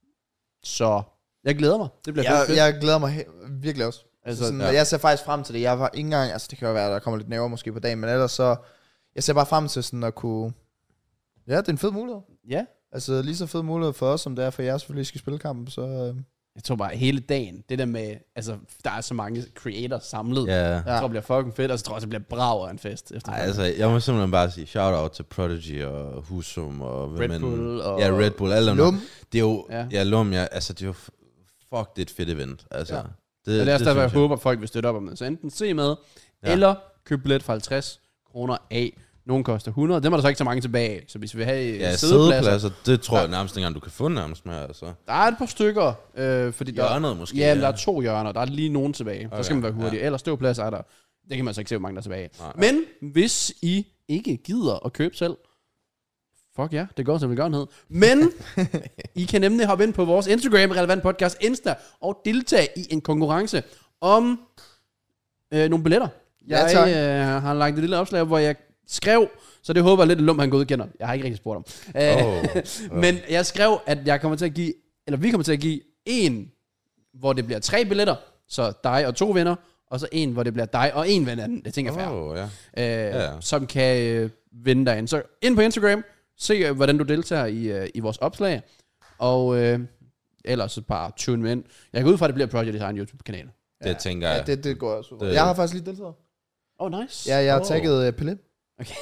så jeg glæder mig. Det bliver Jeg, fedt. fedt. jeg glæder mig he- virkelig også. altså, Sådan, ja. ja. Jeg ser faktisk frem til det. Jeg var ikke engang, altså det kan jo være, at der kommer lidt næver måske på dagen, men ellers så, jeg ser bare frem til sådan at kunne, ja, det er en fed mulighed. ja, Altså lige så fed mulighed for os, som det er for jer selvfølgelig, I skal spille kampen, så øh, jeg tror bare hele dagen, det der med, altså, der er så mange creators samlet. Ja. Jeg tror, det bliver fucking fedt, og så tror jeg, også, det bliver brav af en fest. Efter Ej, altså, jeg må simpelthen bare sige shout-out til Prodigy og Husum og... Red men, Bull og... Ja, Red Bull, alle dem. Lum. Det er jo... Ja. Ja, Lum, ja, altså, det er jo... Fuck, det er et fedt event, altså. Ja. Det, Og det er også derfor, jeg synes håber, at folk vil støtte op om det. Så enten se med, Ja. eller køb billet for halvtreds kroner af. Nogle koster hundrede. Dem er der så ikke så mange tilbage af. Så hvis vi vil have Ja, sædepladser, sædepladser, det tror jeg nærmest ikke engang, du kan få nærmest med, altså. der er et par stykker. Øh, fordi der, Hjørnet måske. ja, men der er to hjørner. Der er lige nogen tilbage. Okay. Der skal man være hurtig. Ja. Ellers ståpladser er der. Det kan man så ikke se, hvor mange der er tilbage. Nej. Men hvis I ikke gider at købe selv, fuck ja, det går til velgørenhed. Men I kan nemlig hoppe ind på vores Instagram, Relevant Podcast Insta, og deltage i en konkurrence om øh, nogle billetter. Ja, Jeg tak. øh, har lagt et lille opslag, hvor jeg skrev, så det håber jeg lidt, at Lum han godkender. Jeg har ikke rigtig spurgt om. Øh, Oh. Men jeg skrev, at jeg kommer til at give, eller vi kommer til at give en, hvor det bliver tre billetter, så dig og to venner, og så en, hvor det bliver dig og en ven anden. Det tænker jeg fair. Oh, ja. Øh, Ja. Som kan øh, vinde dig ind. Så ind på Instagram, se øh, hvordan du deltager i, øh, i vores opslag, og øh, ellers så bare tune med ind. Jeg går ud fra, at det bliver Project Design YouTube-kanal. Det tænker jeg. Ja, det, det går også. Det- Jeg har faktisk lige deltaget. Oh, nice. Ja, jeg har oh. tagget uh, Pelle. Okay.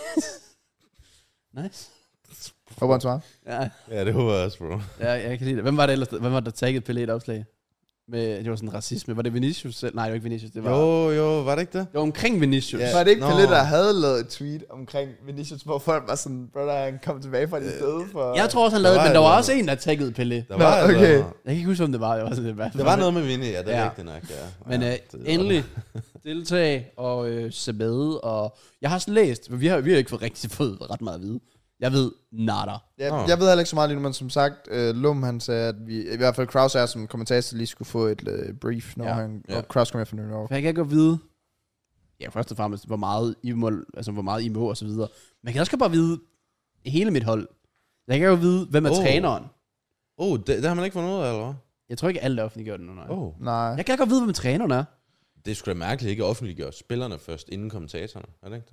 Nice. Håber han svarer. Ja, Ja, det håber jeg også, bro. ja, jeg kan lide det. Hvem var det ellers, hvem var der tagget Pelé et opslag? Med, det var sådan racisme. Var det Vinicius selv? Nej, det var ikke Vinicius. Det var, Jo, jo, var det ikke det? det var omkring Vinicius. Ja. Var det ikke Nå. Pelle, der havde lavet et tweet omkring Vinicius, hvor folk var sådan, brother, han kom tilbage fra de døde for... Jeg tror også, han lavede Der det, var men der et var eller også en, der taggede Pelé. Der Nå, var altså- okay. Jeg kan ikke huske, om det var. Jeg var sådan, det, Der var noget med Vinny, ja, det er Ja. rigtigt nok, ja. Men ja, øh, det- endelig deltag og øh, se med. Og jeg har sådan læst, men vi har, vi har ikke fået rigtig fået ret meget at vide. Jeg ved nada. Jeg, Nå. jeg ved heller ikke så meget lige nu, men som sagt, øh, Lum han sagde, at vi, i hvert fald Kraus er som kommentator lige skulle få et øh, brief, når Ja. han, Ja. og Kraus kommer fra New York. For jeg kan ikke godt vide, ja, først og fremmest, hvor meget I må, altså hvor meget I må og så videre. Men jeg kan også godt bare vide hele mit hold. Jeg kan jo vide, hvem er Oh. træneren. Oh, det, det har man ikke fundet ud af, eller hvad? Jeg tror ikke, alle er offentliggjort nu, nej. Oh. Nej. Jeg kan da godt vide, hvem træneren er. Det er sgu da mærkeligt ikke at offentliggøre spillerne først, inden kommentatorerne. Er det ikke det?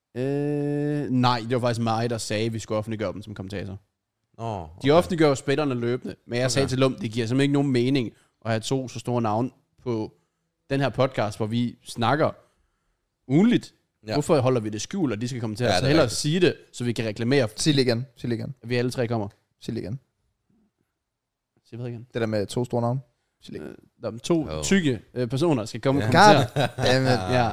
Øh, nej, det var faktisk mig, der sagde, at vi skulle offentliggøre dem som kommentator. Nå, okay. De offentliggør jo spillerne løbende, men jeg okay. sagde Okay. til Lum, det giver simpelthen ikke nogen mening at have to så store navne på den her podcast, hvor vi snakker ugenligt. Ja. Ja. Hvorfor holder vi det skjult, og de skal kommentere? Ja, Ja, det så er hellere rigtigt. sige det, så vi kan reklamere, Sig det igen. Sig det igen. at vi alle tre kommer. Sig det igen. Sig hvad igen? Det der med to store navne. Sig det igen. Øh, der to Jo. tykke øh, personer skal komme og Ja. kommentere. Dammit. Ja.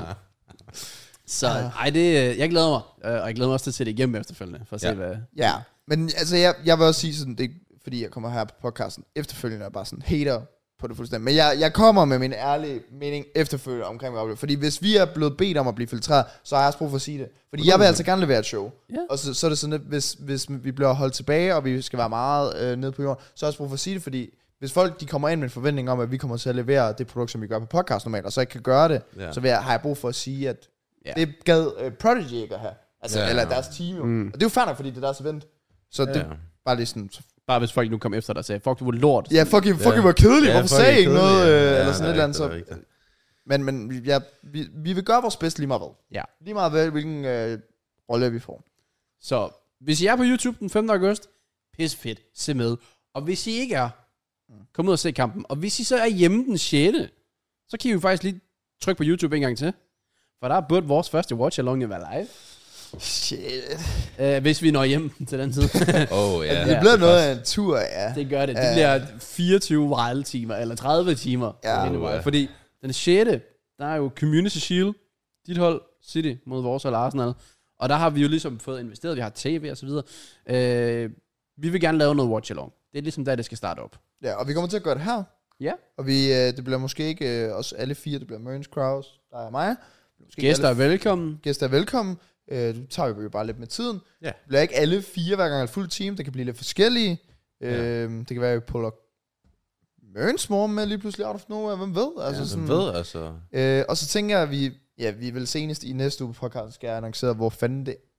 Så ej, det, øh, jeg glæder mig, øh, og jeg glæder mig også til at se det igennem efterfølgende, for at se, Ja. hvad... Ja, men altså, jeg, jeg vil også sige sådan, det er, fordi jeg kommer her på podcasten efterfølgende og bare sådan hater på det fuldstændig. Men jeg, jeg kommer med min ærlige mening efterfølgende omkring, hvad jeg oplever. Fordi hvis vi er blevet bedt om at blive filtreret, så har jeg også brug for at sige det. Fordi jeg vil altså gerne levere et show. Ja. Og så, så er det sådan, at hvis, hvis vi bliver holdt tilbage, og vi skal være meget øh, nede på jorden, så har jeg også brug for at sige det, fordi hvis folk de kommer ind med en forventning om, at vi kommer til at levere det produkt, som vi gør på podcast normalt, og så ikke kan gøre det, Ja. så vil jeg, har jeg brug for at sige, at Ja. det gad øh, Prodigy ikke at have. Altså, Ja. eller deres team jo. Mm. Og det er jo fair nok, fordi det er deres event. Så det Ja. er bare lige sådan, så Bare hvis folk nu kom efter dig og sagde, fuck, du var lort. ja, fuck, you, fuck, Ja. you var kedelig. Ja, Hvorfor fuck, sagde I I ikke kedelige, noget? ja. Øh, Ja, eller det sådan er et eller andet. rigtigt, Så. det er rigtigt. Men, men ja, vi, vi vil gøre vores bedste lige meget hvad. Ja. Lige meget hvad, hvilken øh, rolle vi får. Så hvis I er på YouTube den femte august, pis fedt, se med. Og hvis I ikke er, kom ud og se kampen. Og hvis I så er hjemme den sjette, så kan I jo faktisk lige trykke på YouTube en gang til. For der er både vores første watch-along være live. Shit. Uh, hvis vi når hjem til den tid. Oh, ja. Det bliver noget af en tur, ja. Det gør det. Det Ja. bliver fireogtyve wild timer, eller tredive timer. Ja. Mener jeg. Ja. Fordi den sjette, der er jo Community Shield. Dit hold, City, mod vores hold Arsenal. Og der har vi jo ligesom fået investeret. Vi har tv og så videre. Uh, vi vil gerne lave noget watch-along. Det er ligesom der, det skal starte op. Ja, og vi kommer til at gøre det her. Ja. Og vi, øh, det bliver måske ikke øh, os alle fire. Det bliver Mørens, Kraus, der er mig. Måske ikke Gæster er alle velkommen. Gæster er velkommen. Øh, det tager vi jo bare lidt med tiden. Ja. Det bliver ikke alle fire hver gang et fuldt team. Det kan blive lidt forskellige. Ja. Øh, det kan være, at vi puller Mørens mor med lige pludselig out of nowhere. Hvem ved? Altså, Ja, sådan, sådan, ved, altså. øh, og så tænker jeg, at vi, ja, vi vil senest i næste uge på podcasten skal jeg annoncere, hvor fanden det kommer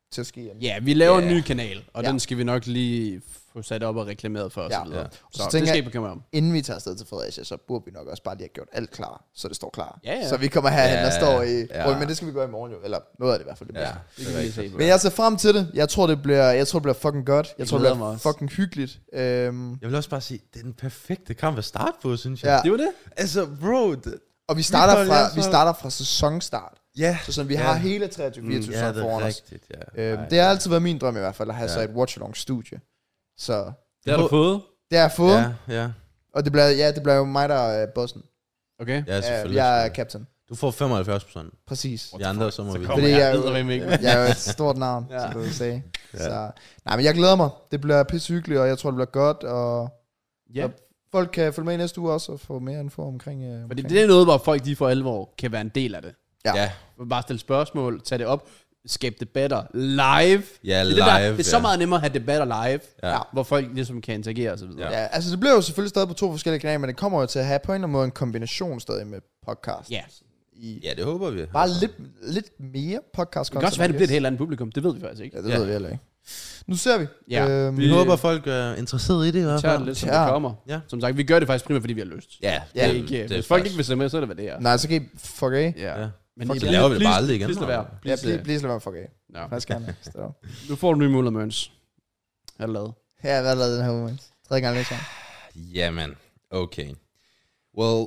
til at ske igen. Ja, vi laver Yeah. en ny kanal, og Ja. den skal vi nok lige få sat op og reklameret for os. Ja. Og så, videre. Ja. så, Så så tænker det skal jeg- I bekymre om. Inden vi tager afsted til Fredericia, så burde vi nok også bare lige have gjort alt klar, så det står klar. Ja, ja. Så vi kommer herhen Ja, og står i... ja. Men det skal vi gøre i morgen jo, eller noget af det i hvert fald. Det Ja, bliver. Det kan vi lige se på. Men jeg ser frem til det. Jeg tror, det bliver, jeg tror, det bliver fucking godt. Jeg, Jeg tror, det glæder bliver mig også. fucking hyggeligt. Øhm, Jeg vil også bare sige, det er den perfekte kamp at starte på, synes jeg. ja. Det var det. Altså, bro. Det, Og vi starter, Vi fra, holder vi så- starter fra sæsonstart. ja. Så sådan, vi Ja. har hele treogtyve fireogtyve Ja, ja, det foran er os. rigtigt, ja. Øhm, Ej. det har altid været min drøm i hvert fald, at have Ja. så et watch-along studie. Så Det har du fået. det har jeg fået, ja. Ja, ja. og det bliver, ja, det bliver jo mig, der er bossen. Okay. Ja, Ja, selvfølgelig. jeg er captain. Du får femoghalvfjerds procent. Præcis. De andre, så må vi... kommer Fordi jeg jeg er jo- eddermame ikke. Jeg er jo et stort navn, Ja. ja. så du vil sige. Ja. Så, nej, men jeg glæder mig. Det bliver pisse hyggeligt, og jeg tror, det bliver godt, og Ja, folk kan følge med i næste uge også, og få mere info omkring... Øh, fordi omkring. det er noget, hvor folk de for alvor kan være en del af det. Ja. Ja, Bare stille spørgsmål, tage det op, skabe debatter live. ja, Det live. er, det, der, det er så ja. meget nemmere at have debatter live, Ja. hvor folk ligesom kan interagere og så videre. Ja. Ja, altså det bliver jo selvfølgelig stadig på to forskellige kanaler, men det kommer jo til at have på en eller anden måde en kombination stadig med podcast. Ja. I Ja, det håber vi. bare lidt, lidt mere podcast. Det kan også være, at det bliver et helt andet publikum. Det ved vi faktisk ikke. Ja, det Ja. ved vi heller ikke. Nu ser vi. Ja. Øhm, Vi håber, folk er interesseret i det i hvert Vi tager det fald. lidt, som Ja. det kommer. Ja. Som sagt, vi gør det faktisk primært, fordi vi har lyst. Ja, Det er det, ikke, det er hvis folk faktisk- ikke vil se med, så er det, hvad det er. Nej, så kan I fuck af. Ja. Ja. Men Fuck, I- så laver vi det bare please- aldrig igen. Please lad være. Ja, Please, please, øh, please lad være fuck af. ja. Faktisk gerne. Så. Nu får du nye muligheder, Møns. Hvad er det lavet? Ja, hvad har lavet den her uge? Tredje gang næste gang. Jamen, okay. Well,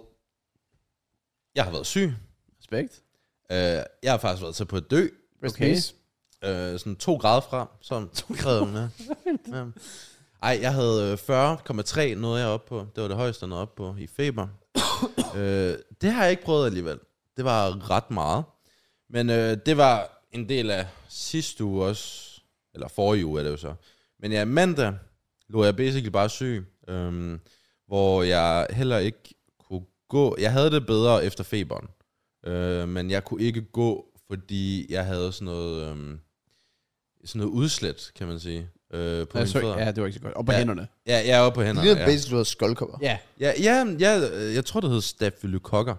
jeg har været syg. Respekt. Uh, jeg har faktisk været til på at dø. Rest Okay. in peace. Uh, sådan to grader fra, som skrev hun, ja. ja. Ej, jeg havde fyrre komma tre nåede jeg op på. Det var det højeste, jeg nåede op på i feber. uh, det har jeg ikke prøvet alligevel. Det var ret meget. Men uh, det var en del af sidste uge også. Eller forrige uge er det jo så. Men ja, mandag lå jeg basically bare syg. Um, hvor jeg heller ikke kunne gå. Jeg havde det bedre efter feberen. Uh, men jeg kunne ikke gå, fordi jeg havde sådan noget, um, sådan noget udslæt, kan man sige, uh, på Ja, mine så, fødder. ja, det var ikke så godt. Og på Ja. hænderne. Ja, jeg er oppe på Det hænderne. ligner Ja. basically, du har skoldkopper. Ja. Ja, ja, ja, jeg tror, det hedder staphylokokker.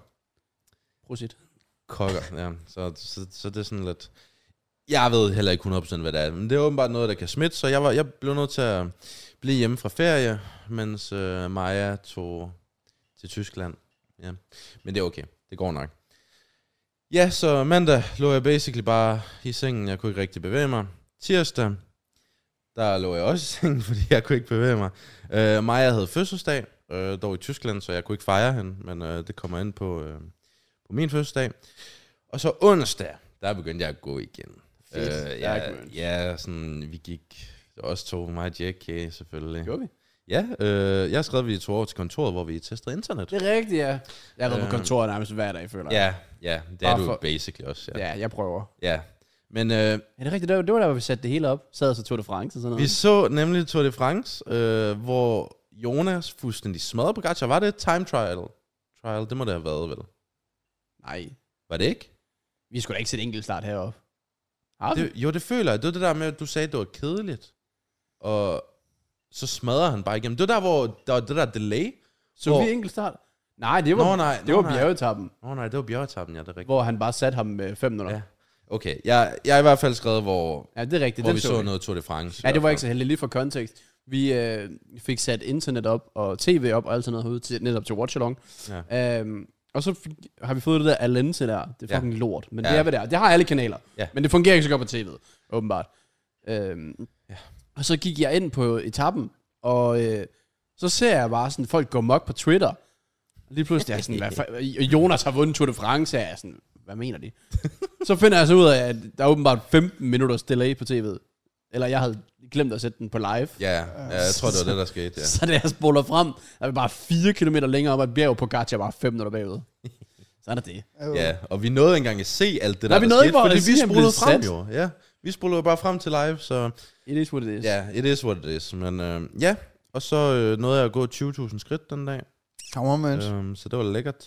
Prosit. Kokker, ja. Så, så, så det er sådan lidt... Jeg ved heller ikke hundrede procent, hvad det er. Men det er åbenbart noget, der kan smitte, så jeg, var, jeg blev nødt til at blive hjemme fra ferie, mens uh, Maja tog til Tyskland. Ja. Men det er okay. Det går nok. Ja, så mandag lå jeg basically bare i sengen. Jeg kunne ikke rigtig bevæge mig. Tirsdag, der lå jeg også i sengen, fordi jeg kunne ikke bevæge mig. Uh, Maja havde fødselsdag, uh, dog i Tyskland, så jeg kunne ikke fejre hende, men uh, det kommer ind på, uh, på min fødselsdag. Og så onsdag, der begyndte jeg at gå igen. Fedt. Uh, Ja, ja, good. ja, sådan, vi gik, også to, mig og Jack, okay, selvfølgelig. Gjorde vi? Ja, øh, jeg har skrevet, at vi tog over til kontoret, hvor vi testede internet. Det er rigtigt, ja. Jeg har været på Øh. kontoret nærmest hver dag, føler jeg. Ja, ja, det er Bare du for- basically også, ja. Ja, jeg prøver. ja. Men øh, Er det rigtigt? Det var, det var der, hvor vi satte det hele op. Sad og så Tour de France og sådan noget. vi så nemlig Tour de France, øh, hvor Jonas fuldstændig smadrede Pogacar. Var det et time trial? Trial, det må det have været, vel? Nej. Var det ikke? Vi skulle da ikke sætte enkelt start heroppe. Har vi? Det, jo, det føler jeg. Det var det der med, at du sagde, at det var kedeligt. Og så smadrer han bare igennem. Det var der, hvor der var det der delay. Så hvor- vi enkelt start? Nej, det var, Nå, nej, det nå, var nej. bjergetappen, Åh oh, nej, det var bjergetappen, ja, det er rigtigt. hvor han bare satte ham med fem minutter. Ja. Ja, Okay, jeg, jeg har i hvert fald skrevet, hvor, ja det er rigtigt. hvor Den vi så så vi. noget Tour de France. Ja, det var ikke så heldigt. Lige for kontekst. Vi øh, fik sat internet op og tv op og alt sådan noget herude til, netop til Watch Along. Ja. Øhm, og så fik, har vi fået det der Alense der. Det er Ja. fucking lort. Men Ja. det er, hvad det er. Det har alle kanaler. Ja. Men det fungerer ikke så godt på tv'et, åbenbart. Øhm, Ja. Og så gik jeg ind på etappen, og øh, så ser jeg bare sådan, folk går mok på Twitter. Og lige pludselig er jeg sådan, hvad, fa- Jonas har vundet Tour de France, og jeg er sådan, hvad mener de? Så finder jeg så ud af, at der er åbenbart femten minutters delay på tv'et. Eller jeg havde glemt at sætte den på live. Ja, ja, jeg tror, det var det, der skete, ja. Så da jeg spoler frem, der er vi bare fire kilometer længere op ad et bjerg på Pogacar, bare fem minutter bagud. Så er det det. Ja, og vi nåede ikke engang at se alt det Nej, der, vi der nåede skete, ikke bare fordi at vi se, han spolede blev frem sat. jo. Ja, vi spolede jo bare frem til live, så It is what it is. ja, it is what it is. Men øh, ja, og så øh, nåede jeg at gå tyve tusind skridt den dag, Come on, man. øhm, så det var lækkert.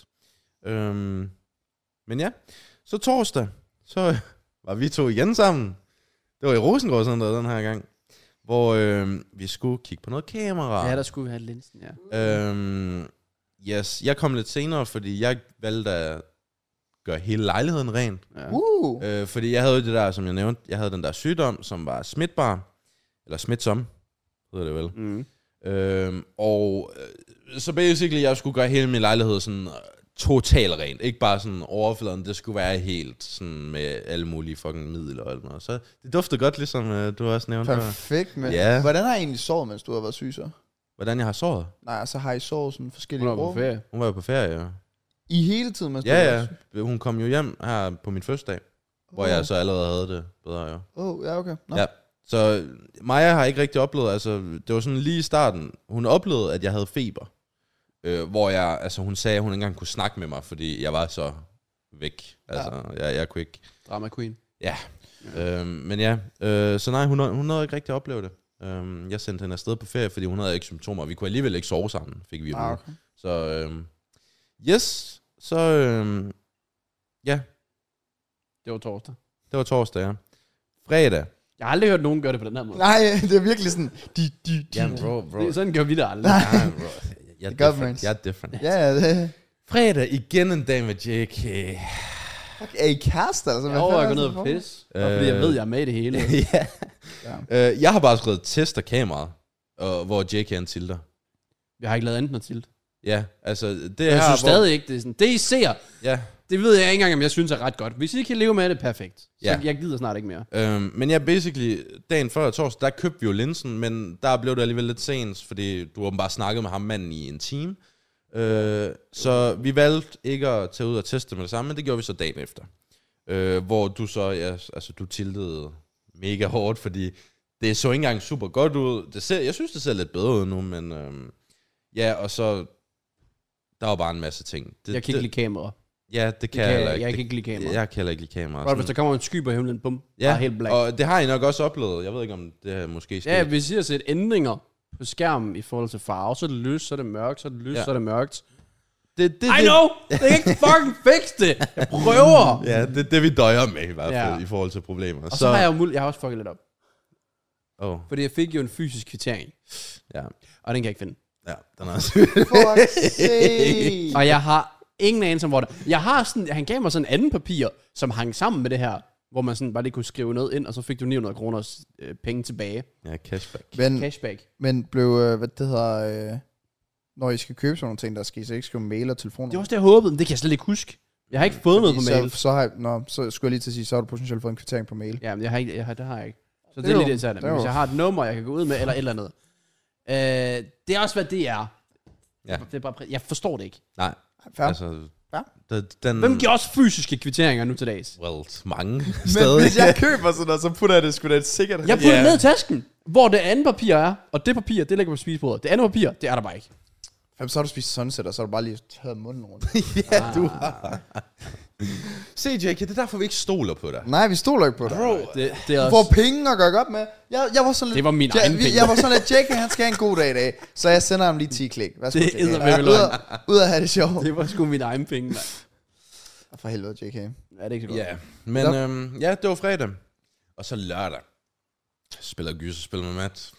Øhm, men ja, så torsdag, så øh, var vi to igen sammen. Det var i Rosengård Center den her gang, hvor øh, vi skulle kigge på noget kamera. Ja, der skulle vi have linsen, ja. Øhm, yes, jeg kom lidt senere, fordi jeg valgte at gøre hele lejligheden ren. Ja. Uh. Øh, fordi jeg havde jo det der, som jeg nævnte, jeg havde den der sygdom, som var smitbar, eller smitsom, hedder det vel. Mm. Øhm, og øh, så basically, jeg skulle gøre hele min lejlighed sådan totalt rent. Ikke bare sådan overfladen, det skulle være helt sådan med alle mulige fucking midler og alt noget. Så det duftede godt, ligesom øh, du også nævnte. Perfekt, men Ja. hvordan har I egentlig sovet, mens du har været syg så? Hvordan jeg har såret? Nej, så har I sovet sådan forskellige Hun var på rum? ferie. Hun var jo på ferie, ja. I hele tiden, mens du har Ja, været ja. Hun kom jo hjem her på min fødselsdag, hvor Åh. jeg så allerede havde det bedre, ja. Åh, oh, ja, okay. Nå. Ja. Så Maja har ikke rigtig oplevet, altså det var sådan lige i starten, hun oplevede, at jeg havde feber. Øh, hvor jeg, altså hun sagde, at hun ikke engang kunne snakke med mig, fordi jeg var så væk. Altså, ja. jeg, jeg kunne ikke. Drama queen. Ja. ja. Øhm, men ja, øh, så nej, hun, hun havde ikke rigtig oplevet det. Øhm, jeg sendte hende afsted på ferie, fordi hun havde ikke symptomer. Vi kunne alligevel ikke sove sammen, fik vi at Ah, vide. okay. Så øhm, yes, så øhm, ja, Det var torsdag. det var torsdag, ja. Fredag. Jeg har aldrig hørt nogen gøre det på den her måde. Nej, det er virkelig sådan, de, de, de. Jamen bro, bro. Det, sådan gør vi det aldrig. Ja, bro. Jeg er Det gør man. different. Jeg er different. Ja, ja, det. Fredag igen en dag med J K. Fuck, er I kærester? Altså, Jeg overvejer at gå ned og pisse. Øh, fordi jeg ved, jeg er med i det hele. ja. Ja. Øh, jeg har bare skrevet test af kameraet, og, hvor J K er en tilter. Jeg har ikke lavet andet end tilt. Ja, altså det Jeg her, synes hvor- stadig ikke, det er sådan. Det I ser, Ja, det ved jeg ikke engang, om jeg synes er ret godt. Hvis I kan leve med det, perfekt. Så Ja. jeg gider snart ikke mere. øhm, men ja, basically, dagen før torsdag, der købte vi jo linsen, men der blev det alligevel lidt sent, fordi du har bare snakket med ham manden i en time. Øh, så vi valgte ikke at tage ud og teste med det samme, men det gjorde vi så dagen efter. Øh, hvor du så, ja, altså du tiltede mega hårdt, fordi det så ikke engang super godt ud. Det ser, jeg synes, det ser lidt bedre ud nu, men øhm, ja, og så, der var bare en masse ting. Det, Jeg kan ikke det, lide kamera. Ja, det Det kan kan jeg jeg, heller jeg, ikke. jeg kan Det- ikke lide kamera. Jeg kan heller ikke lide kamera. Right, hvis der kommer en sky på himlen, bum, ja, bare helt black. og det har I nok også oplevet. Jeg ved ikke, om det her måske sket. Ja, hvis I har set ændringer på skærmen i forhold til farve, så er det lyst, så er det mørkt, så er det lyst, Ja. så er det mørkt. det, det, I det, know! Det kan ikke fucking fix det! Jeg prøver! Ja, det er det, vi døjer med i hvert fald, Ja. i forhold til problemer. Og så, så har jeg jo mul- jeg har også fucket lidt op. Oh, Fordi jeg fik jo en fysisk kvittering, ja. og den kan jeg ikke finde. Ja, den er også... Fuck sake. Og jeg har ingen anelse om, hvor det jeg har sådan, han gav mig sådan en anden papir, som hang sammen med det her, hvor man sådan bare lige kunne skrive noget ind, og så fik du ni hundrede kroner øh, penge tilbage. Ja, cashback. Men, Cashback. men blev, øh, hvad det hedder, øh, når I skal købe sådan nogle ting, der skal I så ikke skrive mail og telefon. Det var også det, jeg håbede, men det kan jeg slet ikke huske. Jeg har ikke fået noget på mail. Så, så, har jeg, nå, så skulle jeg lige til at sige, så har du potentielt fået en kvittering på mail. Ja, men jeg har ikke, jeg har, det har jeg ikke. Så det, Det er er lidt jo- irriterende. det er Men hvis jo- jeg har et nummer, jeg kan gå ud med, eller et eller andet. Øh, det er også, hvad det er. Ja. Det er bare, præ- jeg forstår det ikke. Nej, Fair. altså... Ja. Den, den, Hvem giver også fysiske kvitteringer nu til dags? Well, mange Men stadig. hvis jeg køber sådan noget, så putter jeg det sgu da et sikkert. Jeg putter Ja. det ned i tasken, hvor det andet papir er, og det papir, det ligger på spisebordet. Det andet papir, det er der bare ikke. Jamen, så har du spist sunset, og så har du bare lige taget munden rundt. ja, du har. Se, J K, det er derfor, vi ikke stoler på dig. Nej, vi stoler ikke på dig. Bro, Det, det er Du får også... penge at gøre godt med. Jeg, jeg var sådan lidt, Det var min ja, egen vi- penge. Jeg var sådan lidt, Jake, han skal have en god dag i dag. Så jeg sender ham lige ti klik. Værsgo, Det J K. er eddermame Ja, løgn. ud, af, ud af at have det sjovt. Det var sgu min egen penge, mand. For helvede, J K. Ja, det er ikke så godt. Ja, men Nå. øhm, ja, det var fredag. Og så lørdag. Spiller gyserspil med Matt.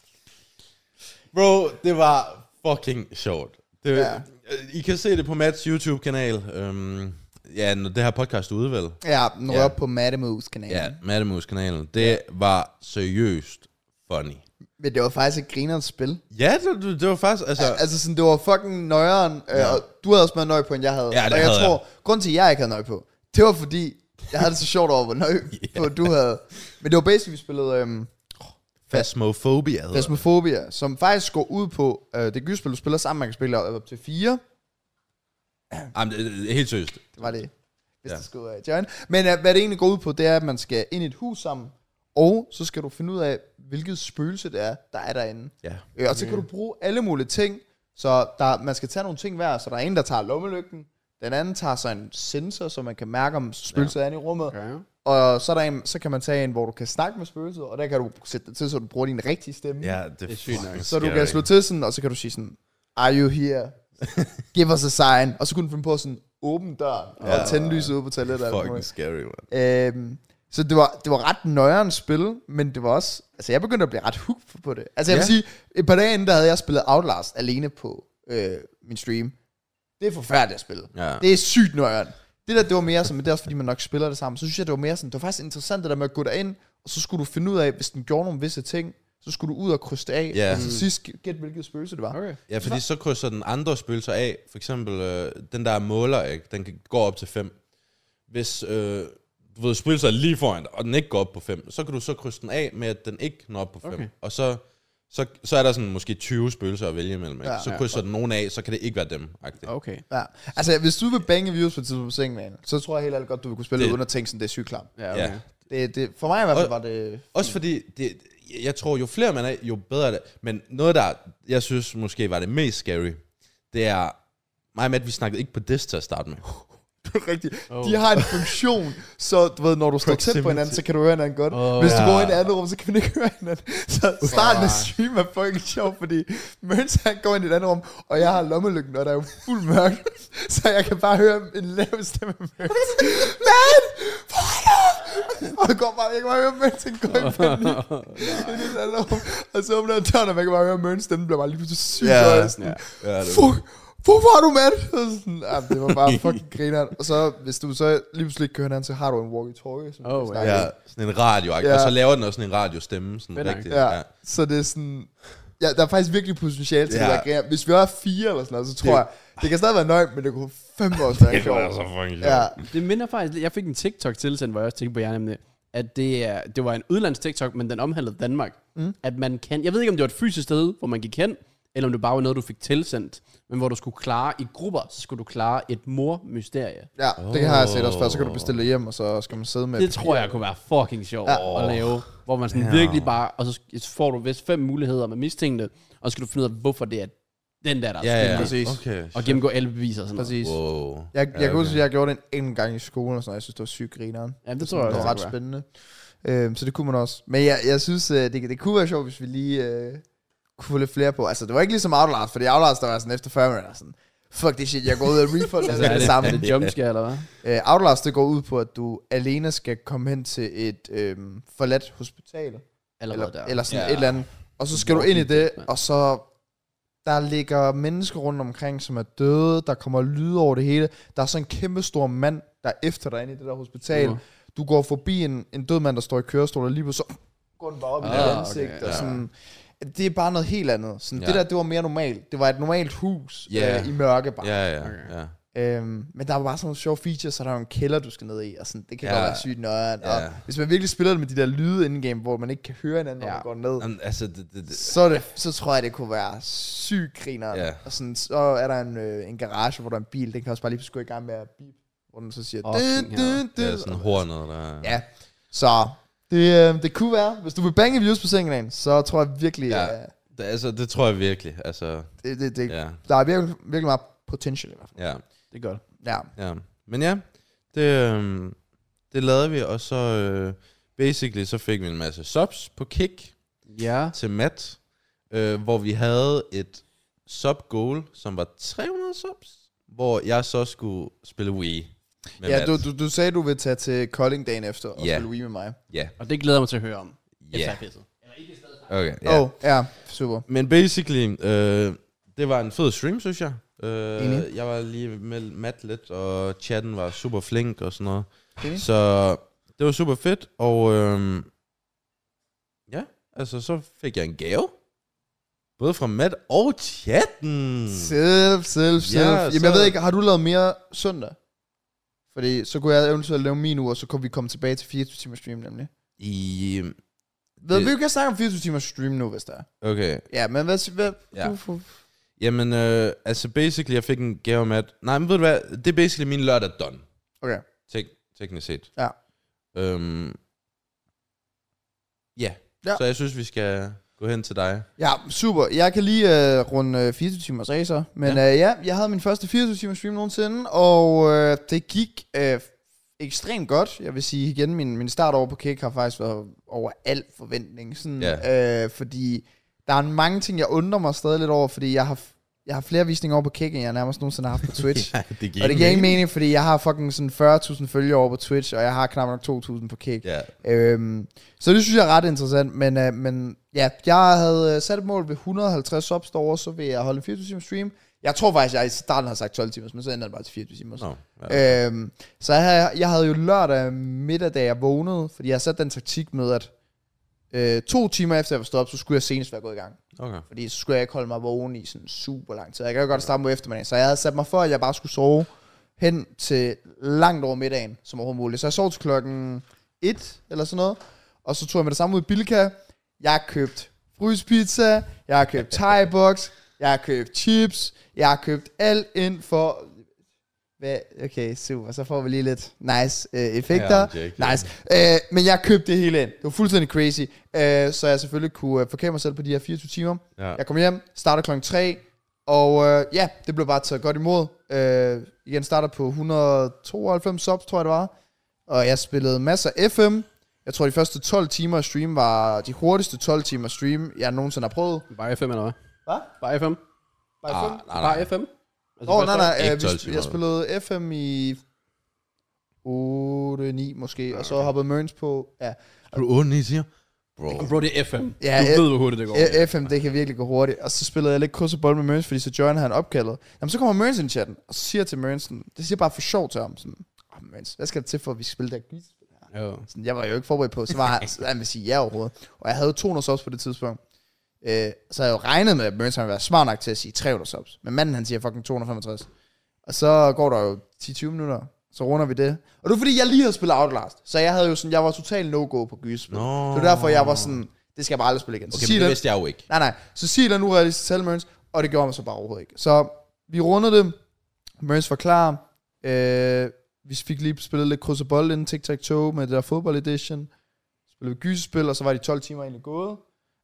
Bro, det var fucking sjovt. Det, Ja. ja. I kan se det på Matts YouTube-kanal. Øhm, ja, når det her podcast er ude, vel? Ja, nu er Ja. jeg på Mattemus-kanalen. Ja, Mattemus-kanalen. Det var seriøst funny. Men det var faktisk et grinerens spil. Ja, det, det, det var faktisk, altså... Altså, altså sådan, det var fucking nøjeren. Ja. Ja. Øh, og du havde også mere nøje på, end jeg havde. Ja, det og jeg havde tror, grunden til, at jeg ikke havde nøje på, det var fordi, jeg havde det så sjovt over, hvor nøje Ja. på, du havde. Men det var basically, vi spillede øhm, Phasmophobia hedder det. Phasmophobia, som faktisk går ud på, øh, det gyserspil, du spiller sammen, man kan spille op til fire. Jamen, det, det er helt seriøst. Det var det, hvis ja. Ja. det skulle være join. Men uh, hvad det egentlig går ud på, det er, at man skal ind i et hus sammen, og så skal du finde ud af, hvilket spøgelse det er, der er derinde. Ja. Øh, og så kan du bruge alle mulige ting, så der, man skal tage nogle ting hver, så der er en, der tager lommelygten, den anden tager så en sensor, så man kan mærke, om spøgelset ja. er inde i rummet, Okay. og så, er der en, så kan man tage en, hvor du kan snakke med spøgelset, og der kan du sætte det til, så du bruger din rigtige stemme. Ja, det, Det er sygt nok. Så du kan slå til sådan, og så kan du sige sådan, are you here? Give us a sign. Og så kunne du finde på sådan, åbne døren, Ja. og tænde lyset ude på toilettet. og alt Fucking muligt. scary, man. Øhm, så det var, det var ret nøjeren spil, men det var også, altså jeg begyndte at blive ret hooked på det. Altså jeg vil Ja. sige, et par dage inden, der havde jeg spillet Outlast alene på øh, min stream. Det er forfærdeligt at spille. Ja. Det er sygt nøjeren. Det der, det var mere sådan, men det er også fordi, man nok spiller det sammen, så synes jeg, det var mere sådan, det var faktisk interessant det der med at gå derind, og så skulle du finde ud af, hvis den gjorde nogle visse ting, så skulle du ud og krydse det af, Ja. og så sidst gæt, hvilket spøgelse det var. Okay. Ja, fordi så krydser den andre spøgelser af. For eksempel, øh, den der måler, ikke? Den kan gå op til fem. Hvis øh, du ved, spøgelser er lige foran dig, og den ikke går op på fem, så kan du så krydse den af med, at den ikke når op på fem. Okay. Og så, så, så er der sådan måske tyve spøgelser at vælge imellem. Ikke? Ja. Så krydser den nogen af, så kan det ikke være dem. Okay. Ja. Altså, hvis du vil bange views på et tidspunkt på sengen, man, så tror jeg helt alt godt, du vil kunne spille Det- det, uden at tænke sådan, det er sygt klart. Ja, okay. Ja. Det, det, for mig i hvert fald Og- var det... Også fordi, det, jeg tror, jo flere man er, jo bedre er det. Men noget, der jeg synes måske var det mest scary, det er, mig og Matt, vi snakkede ikke på this til at starte med. rigtigt. Oh. De har en funktion, så du ved, når du står tæt på hinanden, så kan du høre hinanden godt. Oh, Hvis du ja. går ind i et andet rum, så kan du ikke høre hinanden. Så starten af stream er fucking sjov, fordi Mørns han går ind i et andet rum, og jeg har lommelygten, og der er jo fuld mørkt. Så jeg kan bare høre en lav stemme med Mørns. Man! Hvor er du? Og jeg går bare, jeg kan bare høre Mørns, han går i panik. Ind i et andet rum. Og så åbner jeg døren, og man kan bare høre Mørns stemme, bliver bare lige pludselig sygt Ja. høj. Sådan, Ja, det Fuck! Hvorfor er du med? Og sådan, ja, det var bare fucking grineren. Og så, hvis du så lige pludselig ikke kører hinanden, så har du en walkie-talkie. Som Oh, vi snakkede Ja, sådan en radio, ikke? Ja. Og så laver den også sådan en radiostemme, sådan Fedt nok. rigtigt. Ja, ja, så det er sådan... Ja, der er faktisk virkelig potentiale til Ja. det der griner. Hvis vi var fire eller sådan noget, så tror jeg... Det kan stadig være nøjt, men det kunne fem år være Det var sjovt. så fucking Ja, Det minder faktisk, jeg fik en TikTok tilsendt, hvor jeg også tænkte på jer nemlig, at det, er, det var en udlands TikTok, men den omhandlede Danmark. Mm. At man kan, jeg ved ikke om det var et fysisk sted, hvor man gik hen, eller om det bare var noget, du fik tilsendt, men hvor du skulle klare i grupper, så skulle du klare et mor-mysterie. ja, det har jeg set også før. Så kan du bestille det hjem, og så skal man sidde med... Det tror jeg kunne være fucking sjovt Ja. at lave, hvor man sådan Ja. virkelig bare, og så får du vist fem muligheder med mistænkte, og så skal du finde ud af, hvorfor det er den der, der er Ja, ja, skyldig, Præcis. okay. og gennemgå alle beviser og sådan noget. Præcis. Wow. Jeg, jeg Ja, kan huske, okay. at jeg gjorde det en, en gang i skolen, og sådan noget. Jeg synes, det var sygt grineren. Ja, det tror jeg Det også. var det ret kunne spændende. Øhm, så det kunne man også. Men jeg, jeg synes, øh, det, det kunne være sjovt, hvis vi lige øh, kunne få lidt flere på. Altså, det var ikke ligesom Outlast, fordi Outlast, der var sådan efter fyrre minutter, sådan, fuck det shit, jeg går ud og refund være. det, Altså, er, det det, samme. er det jumpscare, eller hvad? Øh, Outlast, det går ud på, at du alene skal komme hen til et øh, forladt hospital, Allerede eller, der. eller sådan Ja. et eller andet, og så skal du ind i det, og så der ligger mennesker rundt omkring, som er døde, der kommer lyd over det hele, der er sådan en kæmpe stor mand, der er efter dig inde i det der hospital, Uh. du går forbi en, en død mand, der står i kørestol, og lige pludselig så går den bare op i Ah, dit okay, ansigt, og ja. sådan, det er bare noget helt andet. Sådan, Ja. Det der, det var mere normalt. Det var et normalt hus Ja. øh, i mørke bare. Ja, ja, Okay. ja. Øhm, men der var bare sådan nogle sjove features, så der er jo en kælder, du skal ned i, og sådan, det kan Ja. godt være sygt nøjeren. Ja. Og hvis man virkelig spiller det med de der lyde in-game, hvor man ikke kan høre hinanden, når Ja. man går ned, Jamen, altså, det, det, det, så, er det, så tror jeg, det kunne være sygt grineren. Ja. Og sådan, så er der en, øh, en garage, hvor der er en bil, den kan også bare lige gå i gang med at bip, hvor den så siger, Åh, dun, ja. dun, det er dun. sådan hornet, der... Ja, så det, øh, det kunne være, hvis du vil bange views på sengen af, så tror jeg virkelig, Ja. ja. Det, altså, det tror jeg virkelig. Altså, det, det, det, ja, der er virkelig, virkelig meget potential i hvert fald. ja, Det er godt. Ja. ja. Men ja, det, øhm, det lavede vi, og så øh, basically så fik vi en masse subs på Kick Ja. til Matt, øh, hvor vi havde et sub goal, som var tre hundrede subs, hvor jeg så skulle spille Wii med Ja, Matt. du, du, du sagde, du vil tage til Kolding dagen efter og Ja. spille Wii med mig. Ja, Og det glæder jeg mig til at høre om. ja. Efter pisset. Okay, Ja. ja. Oh, ja, super. Men basically, øh, det var en fed stream, synes jeg. Øh, Enig. jeg var lige med Matt lidt, og chatten var super flink og sådan noget. Enig. Så det var super fedt, og øh, ja, altså så fik jeg en gave. Både fra Matt og chatten. Selv, selv, selv. Ja, Jamen, så- jeg ved ikke, har du lavet mere søndag? Fordi så kunne jeg eventuelt lave min uge, og så kunne vi komme tilbage til fireogtyve timers stream nemlig. I, Ved, Det- vi kan snakke om fireogtyve timers stream nu, hvis der er. okay, Ja, men hvad... hvad Ja. du får- jamen øh, altså basically, jeg fik en gave af Matt. Nej, men ved du hvad, det er basically min lørdag done. Okay. Tek- teknisk set. Ja. Øhm, ja. Ja. Så jeg synes, vi skal gå hen til dig. Ja, super. Jeg kan lige uh, runde uh, fireogtyve timers racer. Men ja. Uh, ja, jeg havde min første fireogtyve timers stream nogensinde, og uh, det gik uh, ekstremt godt. Jeg vil sige igen, min, min start over på Kick har faktisk været over al forventning. Sådan, Ja. uh, fordi der er mange ting, jeg undrer mig stadig lidt over, fordi jeg har, jeg har flere visninger over på Kick, end jeg nærmest nogensinde har haft på Twitch. Ja, det giver Og det giver ingen mening, fordi jeg har fucking sådan fyrre tusind følgere over på Twitch, og jeg har knap nok to tusind på Kick. Ja. Øhm, så det synes jeg er ret interessant, men, øh, men ja, jeg havde øh, sat et mål ved et hundrede og halvtreds subs derovre, så vil jeg holde en fireogtyve timers stream. Jeg tror faktisk, jeg i starten havde sagt tolv timer, men så endte det bare til fireogtyve timer. No, ja. øhm, så jeg havde, jeg havde jo lørdag middag, da jeg vågnede, fordi jeg havde sat den taktik med, at øh, to timer efter jeg var stået op, så skulle jeg senest være gået i gang. Okay. Fordi så skulle jeg ikke holde mig vågen i sådan super lang tid. Jeg kan jo godt starte med eftermiddagen, så jeg havde sat mig for, at jeg bare skulle sove hen til langt over middagen, som overhovedet muligt. Så jeg sov til klokken et eller sådan noget, og så tog jeg med det samme ud i Bilka. Jeg har købt fryspizza, jeg har købt thai-box, jeg har købt chips, jeg har købt alt ind for... Hvad? Okay, super. Så får vi lige lidt nice øh, effekter. Ja, Jake, nice. Øh, men jeg købte det hele ind. Det var fuldstændig crazy. Øh, så jeg selvfølgelig kunne øh, forkære mig selv på de her fireogtyve timer. Ja. Jeg kom hjem, startede klokken tre, og øh, ja, det blev bare taget godt imod. Øh, igen starter på et hundrede og tooghalvfems subs, tror jeg det var. Og jeg spillede masser af F M. Jeg tror, de første tolv timer af stream var de hurtigste tolv timer stream, jeg nogensinde har prøvet. Bare F M eller hvad? Hvad? Bare F M? Bare Ah, F M? nej, nej. Bare F M? Altså, Åh, oh, nej, nej, Ikke øh, tolv vi, timer. jeg spillede F M i otte ni måske, og så hoppede Mørns på. Ja, Du otte ni siger? Bro. Bro, det er F M. Ja, du ved, hvor hurtigt det går. F- F M, det kan virkelig gå hurtigt. Og så spillede jeg lidt kryds og bold med Mørns, fordi så joiner han opkaldet. Jamen, så kommer Mørns ind i chatten, og så siger jeg til Mørns, sådan, det siger bare for sjov til ham, sådan, oh, Mørns, hvad skal der til for, at vi skal spille det her gyserspil her? Jo. Sådan, jeg var jo ikke forberedt på, så var han, så han vil sige ja overhovedet. Og jeg havde to hundrede subs på det tidspunkt. Øh, så havde jeg jo regnet med, at Mørns ville være smart nok til at sige tre hundrede subs. Men manden, han siger fucking to hundrede og femogtres. Og så går der jo ti til tyve minutter, så runder vi det. Og det var fordi, jeg lige havde spillet Outlast. Så jeg havde jo sådan, jeg var totalt no-go på gyserspil. No. Det var derfor, jeg var sådan, det skal jeg bare aldrig spille igen. Så Okay, sig men det den- vidste jeg jo ikke. Nej, nej. Så sig der nu realistisk til Mørns, og det gjorde mig så bare overhovedet ikke. Så vi rundede det. Mørns var klar. Øh, vi fik lige spillet lidt kryds og bold inden tic-tac-toe med det der fodbold edition. Spillede vi gyserspil, og så var de tolv timer egentlig gået.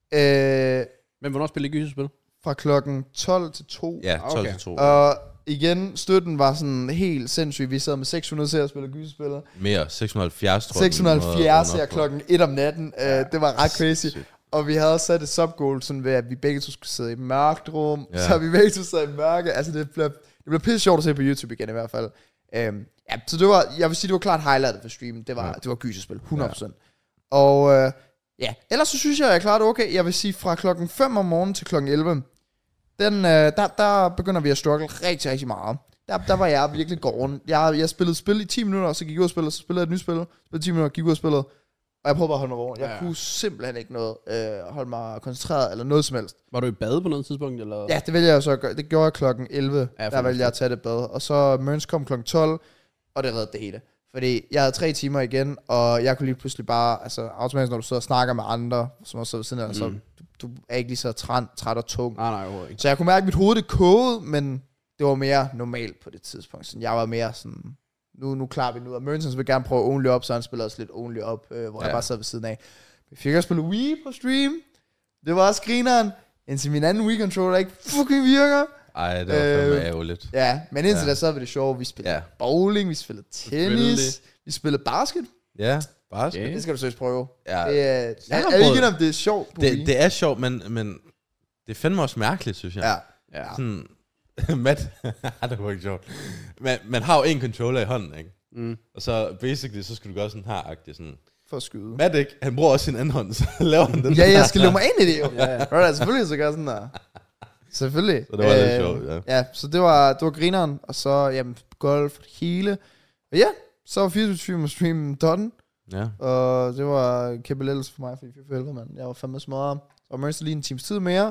Øh, Men hvornår spiller I gyserspil? fra klokken tolv til to. Ja, tolv Okay. til to. Og igen, støtten var sådan helt sindssyg. Vi sad med seks hundrede serier og spillede gyserspil. Mere, seks hundrede og halvfjerds, tror jeg. seks hundrede og halvfjerds den var serier på. klokken et om natten. Ja. Uh, det var ret crazy. Shit. Og vi havde også sat et subgoal, sådan ved, at vi begge to skulle sidde i mørkt rum. Ja. Så vi begge to sad i mørke. Altså, det blev, det blev pisse sjovt at se på YouTube igen i hvert fald. Um, ja, så det var, jeg vil sige, det var klart highlightet for streamen. Det var, Ja. det var gyserspil, hundrede procent. Ja. Og uh, ja, ellers så synes jeg, jeg klarede det okay. Jeg vil sige, fra klokken fem om morgenen til klokken elleve, den, uh, der, der begynder vi at struggle rigtig, rigtig meget. Der, der var jeg virkelig gården. Jeg, jeg spillede spil i ti minutter, og så gik jeg ud og spillede, så spillede jeg et nyt spil, spillede ti minutter, gik ud og spillede, og jeg prøvede bare at holde mig vågen. Jeg Ja, ja. kunne simpelthen ikke noget, øh, holde mig koncentreret, eller noget som helst. Var du i bade på noget tidspunkt? Eller? Ja, det vælger jeg så at gøre. Det gjorde jeg klokken elleve, Ja, der fornuftigt. vælger jeg at tage det bad. Og så Mørns kom klokken tolv, og det reddede det hele. Fordi jeg havde tre timer igen, og jeg kunne lige pludselig bare, altså automatisk, når du sidder og snakker med andre, som også sidder ved siden af, Mm. så du, du er ikke lige så træt, træt og tung. Nej, nej, overhovedet ikke. Så jeg kunne mærke, at mit hoved det kogede, men det var mere normalt på det tidspunkt. Så jeg var mere sådan, nu, nu klarer vi nu. Og Mørnsens vil gerne prøve only op, så han spiller også lidt only op, øh, hvor ja. Ja. jeg bare sad ved siden af. Vi fik også spille Wii på stream. Det var også grineren, indtil min anden Wii-controller ikke fucking virker. Ej, det var fandme Øh, ærgerligt. Ja, men indtil Ja. da, så var det sjovt. Vi spillede Ja. bowling, vi spillede tennis, Selvfølgelig. vi spillede basket. Ja, bare Okay. Det skal du seriøst prøve. Ja, Det er, Jeg jeg, har jeg ved prøvet ikke, om det er sjovt på Wii. det, det er sjovt, men, men det er fandme også mærkeligt, synes jeg. Ja. Ja. Sådan, Matt, det var ikke sjovt. Man, man har jo en controller i hånden, ikke? Mm. Og så basically, så skal du gøre sådan her-agtigt. Sådan. For at skyde. Matt ikke, han bruger også sin anden hånd, så laver han den Ja, der. jeg skal løbe mig ind i det jo. Ja, ja. Right, selvfølgelig så gør jeg sådan der. Selvfølgelig. Så det var lidt sjovt, ja. Ja, så det var, det var grineren, og så jamen, golf, det hele. Og ja, så var fireogtyve timer stream done, Ja. og det var en kæmpe lettelse for mig, fordi FIFA elleve, mand. Jeg var fandme smadret. Og Mørns lige en times tid mere.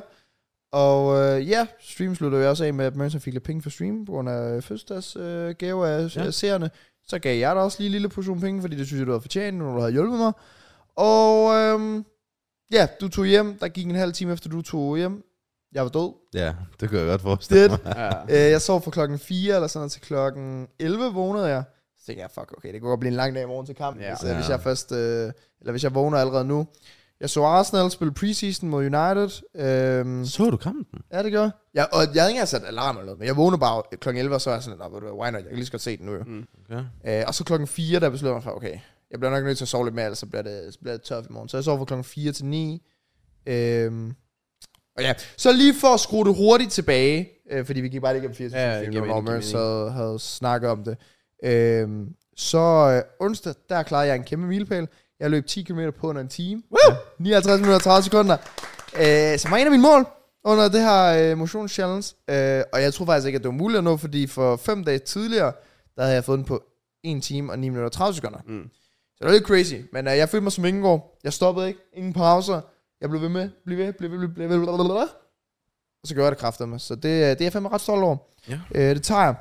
Og øh, ja, stream sluttede jeg også af med, at Mørns fik lidt penge for stream, på grund af fødselsdags øh, gave af Ja. ja. seerne. Så gav jeg dig også lige en lille portion penge, fordi det synes jeg, du havde fortjent, når du havde hjulpet mig. Og øhm, ja, du tog hjem. Der gik en halv time efter, du tog hjem. Jeg var død. Ja, det kan jeg godt forestille Det. mig. Ja. Øh, jeg sov fra klokken fire eller sådan noget til klokken elleve vågnede jeg. Så tænkte jeg, fuck, okay, det kunne godt blive en lang dag i morgen til kampen, Ja. hvis, øh, Ja. hvis jeg først, øh, eller hvis jeg vågner allerede nu. Jeg så Arsenal spille preseason mod United. Øhm, Så du kampen? ja, det gjorde jeg. Ja, og jeg havde ikke engang sat alarm eller noget, men jeg vågnede bare klokken elleve, og så var jeg sådan, nej, why not, jeg kan lige så godt se den nu jo. Mm. Okay. Øh, og så klokken fire, der besluttede jeg mig for, okay, jeg bliver nok nødt til at sove lidt mere, ellers så bliver det, så bliver det tørt i morgen. Så jeg sov fra klokken fire til ni. Øhm, og ja, så lige for at skrue det hurtigt tilbage, øh, fordi vi gik bare lige igennem fireogtyve Ja, ja, timer, giver hvor mening, Mørns giver havde, havde snakket om det. Øhm, så øh, onsdag, der klarede jeg en kæmpe milepæl. Jeg løb ti kilometer på under en time. Woo! nioghalvtreds minutter og tredive sekunder. Øh, som var en af mine mål. under det her uh, motionschallenge. Uh, og jeg tror faktisk ikke, at det var muligt at nå, fordi for fem dage tidligere, der havde jeg fået den på en time og ni minutter og tredive sekunder. Mm. Så det var lidt crazy. Men uh, jeg følte mig som Vingegaard. Jeg stoppede ikke. Ingen pauser. Jeg blev ved med. Blev ved, blev ved, blev ved, blev ved. Og så gjorde jeg det kraftedeme. Så det, det er jeg fandme ret stolt over. Ja. Uh, det tager jeg.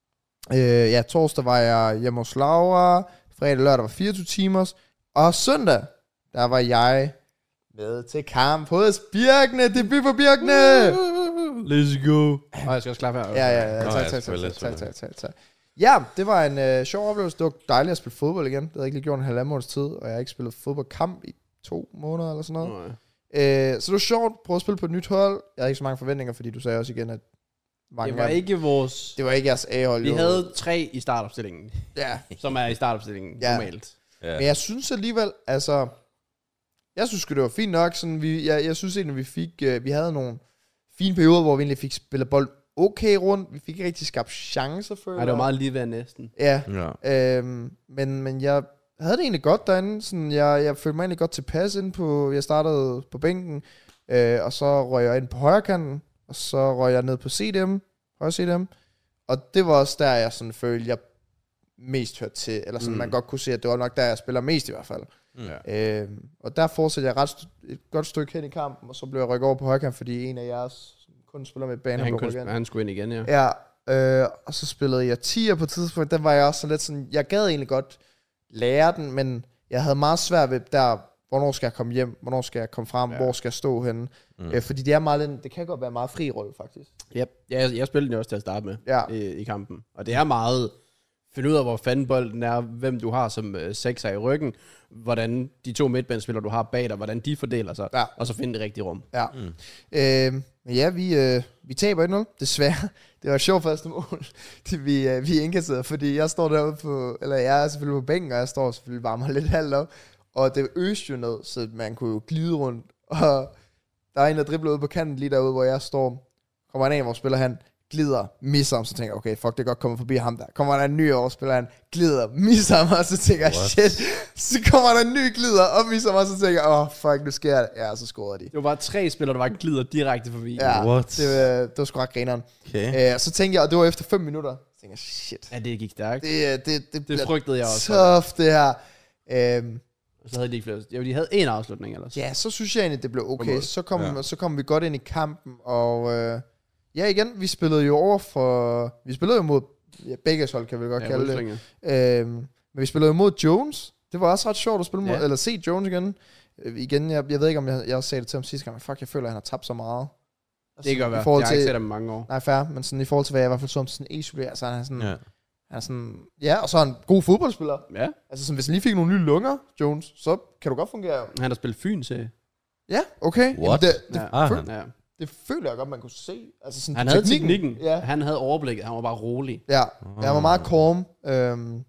Uh, ja, torsdag var jeg hjemme hos Laura. Fredag og lørdag var fireogtyve timers. Og søndag, der var jeg med til kamp hos Birkene. Debut for Birkene. Let's go. Og jeg skal også klappe her. Ja, ja, ja. Nå, Tak, ja, tak, tak, selvfølgelig, tak, tak, tak, tak. Ja, det var en øh, sjov oplevelse. Det var dejligt at spille fodbold igen. Det havde jeg ikke lige gjort en halvanden måneds tid, og jeg har ikke spillet fodboldkamp i to måneder eller sådan noget. Øh, så det var sjovt at prøve at spille på et nyt hold. Jeg havde ikke så mange forventninger, fordi du sagde også igen, at mange Det var gange, ikke vores... det var ikke jeres A-hold. Vi jo. havde tre i startopstillingen, Ja, som er i startopstillingen Ja. normalt. Ja. men jeg synes alligevel, altså... Jeg synes sgu, det var fint nok. Sådan, vi, jeg, jeg synes egentlig, vi fik... Øh, vi havde nogle fine perioder, hvor vi egentlig fik spillet bold okay rundt. Vi fik ikke rigtig skabt chancer før. Nej, det var meget lige ved næsten. Ja, Ja. øhm, men, men jeg havde det egentlig godt derinde. Sådan, jeg, jeg følte mig egentlig godt tilpas ind på... Jeg startede på bænken, øh, og så røg jeg ind på højre kanten, og så røg jeg ned på C D M, højre C D M. Og det var også der, jeg sådan følte, jeg mest hørte til. Eller sådan, Mm. man godt kunne se, at det var nok der, jeg spiller mest i hvert fald. Ja. Øh, og der fortsatte jeg ret st- et godt stykke hen i kampen, og så blev jeg rykket over på højkant, fordi en af jeres kun spiller med banen. Han, blev kunne, rykket ind. han skulle ind igen, ja. Ja, øh, og så spillede jeg tier på et tidspunkt. Der var jeg også sådan lidt sådan, jeg gad egentlig godt lære den, men jeg havde meget svært ved der, hvornår skal jeg komme hjem, hvornår skal jeg komme frem, Ja. ja. hvor skal jeg stå henne. Mm. Mm. Øh, fordi det er meget, lidt- det kan godt være meget fri rolle, faktisk. Yep. Ja, jeg, jeg spillede den jo også til at starte med Ja, i, i kampen. Og det er meget... Finde ud af, hvor fanden bolden er, hvem du har som øh, sekser i ryggen, hvordan de to midtbanespillere, du har bag dig, hvordan de fordeler sig, Ja. og så finde det rigtige rum. ja. Mm. Øh, men ja, vi, øh, vi taber et nul, desværre. Det var et sjovt første mål, det vi, øh, vi indkasserede, fordi jeg står derude på, eller jeg er selvfølgelig på bænken, og jeg står selvfølgelig varmer lidt halvt op, og det øste jo ned, så man kunne jo glide rundt, og der er en, der dribler ude på kanten lige derude, hvor jeg står, kommer han af, hvor spiller han, glider, misser ham, så tænker jeg, okay, fuck, det er godt kommet forbi ham der. Kommer der en ny over, spiller han, glider, misser ham, og så tænker jeg, What? shit. Så kommer der en ny glider, og misser ham, og så tænker jeg, åh, oh, fuck, nu sker det. Ja, så scorede de. Det var bare tre spillere, der var glider direkte forbi. Ja, What? det, var- det var sgu ret grineren. Okay. Øh, og så tænkte jeg, og det var efter fem minutter, så tænkte jeg, shit. Ja, det gik stærkt. Det, øh, det, det, Det bliver frygtede jeg også. tough, det her. Øhm, Og så havde de ikke flere. Jo, de havde en afslutning ellers. ja, så synes jeg egentlig, det blev okay. mål. Så kom, Ja. så kom vi godt ind i kampen, og øh, ja, igen, vi spillede jo over for, vi spillede jo mod, ja, begge hold, kan vi godt Ja, kalde det. Rødstringe. Øhm, men vi spillede jo mod Jones. Det var også ret sjovt at spille mod, Ja. eller se Jones igen. Øh, igen, jeg, jeg ved ikke, om jeg, jeg sagde det til ham sidste gang, men fuck, jeg føler, at han har tabt så meget. Det kan godt i være. forhold Jeg har ikke til- set dem i mange år. Nej, fair, men sådan i forhold til, hvad jeg i hvert fald så om sådan en A-spiller, altså han er sådan, Ja. han er sådan, ja, og så er han god fodboldspiller. Ja, Altså sådan, hvis han lige fik nogle nye lunger, Jones, så kan du godt fungere. jo. han har spillet Fyn til. Ja, okay. What? Jamen, det, det, Ja. Ah, føl- Ja. det føler jeg godt, man kunne se. Altså sådan Han på havde teknikken. Ja, Han havde overblikket. Han var bare rolig. ja. Jeg var meget Ah. calm. Øhm,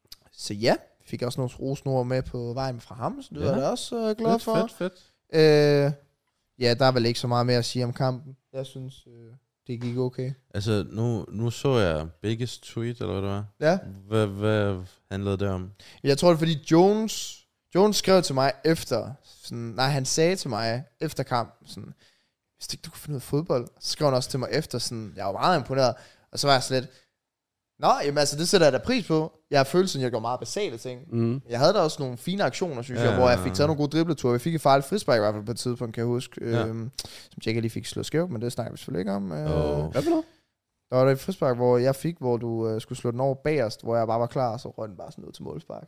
så ja, fik også nogle rosnore med på vejen fra ham, så det Ja. var jeg da også øh, glad Fedt, for. fedt, fedt. Øh, ja, der er vel ikke så meget mere at sige om kampen. Jeg synes, øh, det gik okay. Altså, nu, nu så jeg Biggest tweet, eller hvad det var. Ja, Hvad, hvad handlede det om? jeg tror det er fordi Jones, Jones skrev til mig efter, sådan, nej, han sagde til mig efter kampen, sådan, hvis ikke du kunne finde ud af fodbold, så skrev han også til mig efter, sådan, jeg var meget imponeret, og så var jeg slet, nå, jamen altså, det sætter jeg da pris på. Jeg har følelsen, at jeg gjorde meget basale ting. Mm. Jeg havde da også nogle fine aktioner, synes Ja. jeg, hvor jeg fik taget nogle gode dribleture. Vi fik et farligt frispark i hvert fald på et tidspunkt, kan jeg huske. Ja. Øhm, som Jackie lige fik slået skævt, men det snakker vi selvfølgelig ikke om. Øh, Åh. Hvad for noget? Der var der et frispark, hvor jeg fik, hvor du øh, skulle slå den over bagerst, hvor jeg bare var klar, og så røg den bare sådan ud til målspark.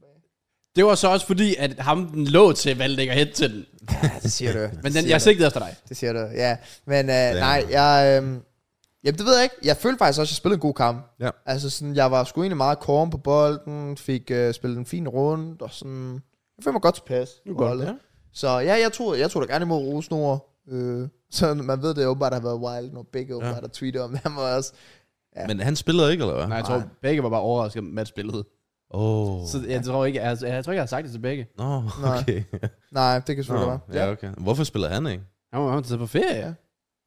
Det var så også fordi, at ham den lå til valgte ikke at hætte til den. Ja, det siger du. Men den, jeg sigtede efter dig. Det siger du, ja. Men øh, nej, jeg... Øh, jamen, det ved jeg ikke. Jeg følte faktisk også, at jeg spillede en god kamp. Ja. Altså, sådan, jeg var sgu egentlig meget calm på bolden, fik øh, spillet en fin runde, og sådan... Jeg følte mig godt tilpas. Det var godt, ja. Ja. Så ja, jeg tog, jeg tog da gerne imod Rosnore. Øh, så man ved, det er åbenbart har været wild, når begge åbenbart har tweetet om det. Han var også... Ja. Men han spillede ikke, eller hvad? Nej, jeg tror, Nej. begge var bare overrasket med matchspillet. Åh. Oh. Så jeg tror ikke, jeg, jeg tror ikke, jeg har sagt det til begge. Nå, Nej. okay. Nej, det kan selvfølgelig Nå, være. ja, okay. Hvorfor spillede han ikke? Han var, han var taget på ferie. Ja.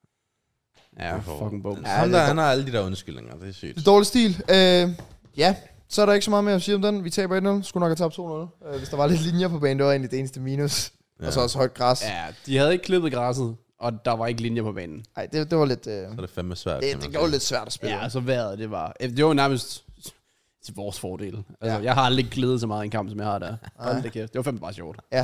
Ja, fucking bum. Ja, Ham det der, er han har alle de der undskyldninger, det er sygt. Det er dårlig stil. Øh, ja, så er der ikke så meget mere at sige om den. Vi taber et nul. Skulle nok have tabt to nul. Øh, hvis der var lidt linjer på banen, det var egentlig det eneste minus. Ja. Og så også højt græs. Ja, de havde ikke klippet græsset. og der var ikke linjer på banen. Nej, det, det var lidt... Øh, Så er det fandme svært. det, kan man det sige. var lidt svært at spille. Ja, altså vejret, det var... Det var nærmest til vores fordel. Altså, Ja. jeg har aldrig glædet så meget i en kamp, som jeg har der. Hold da kæft. Det var fandme bare sjovt. Ja.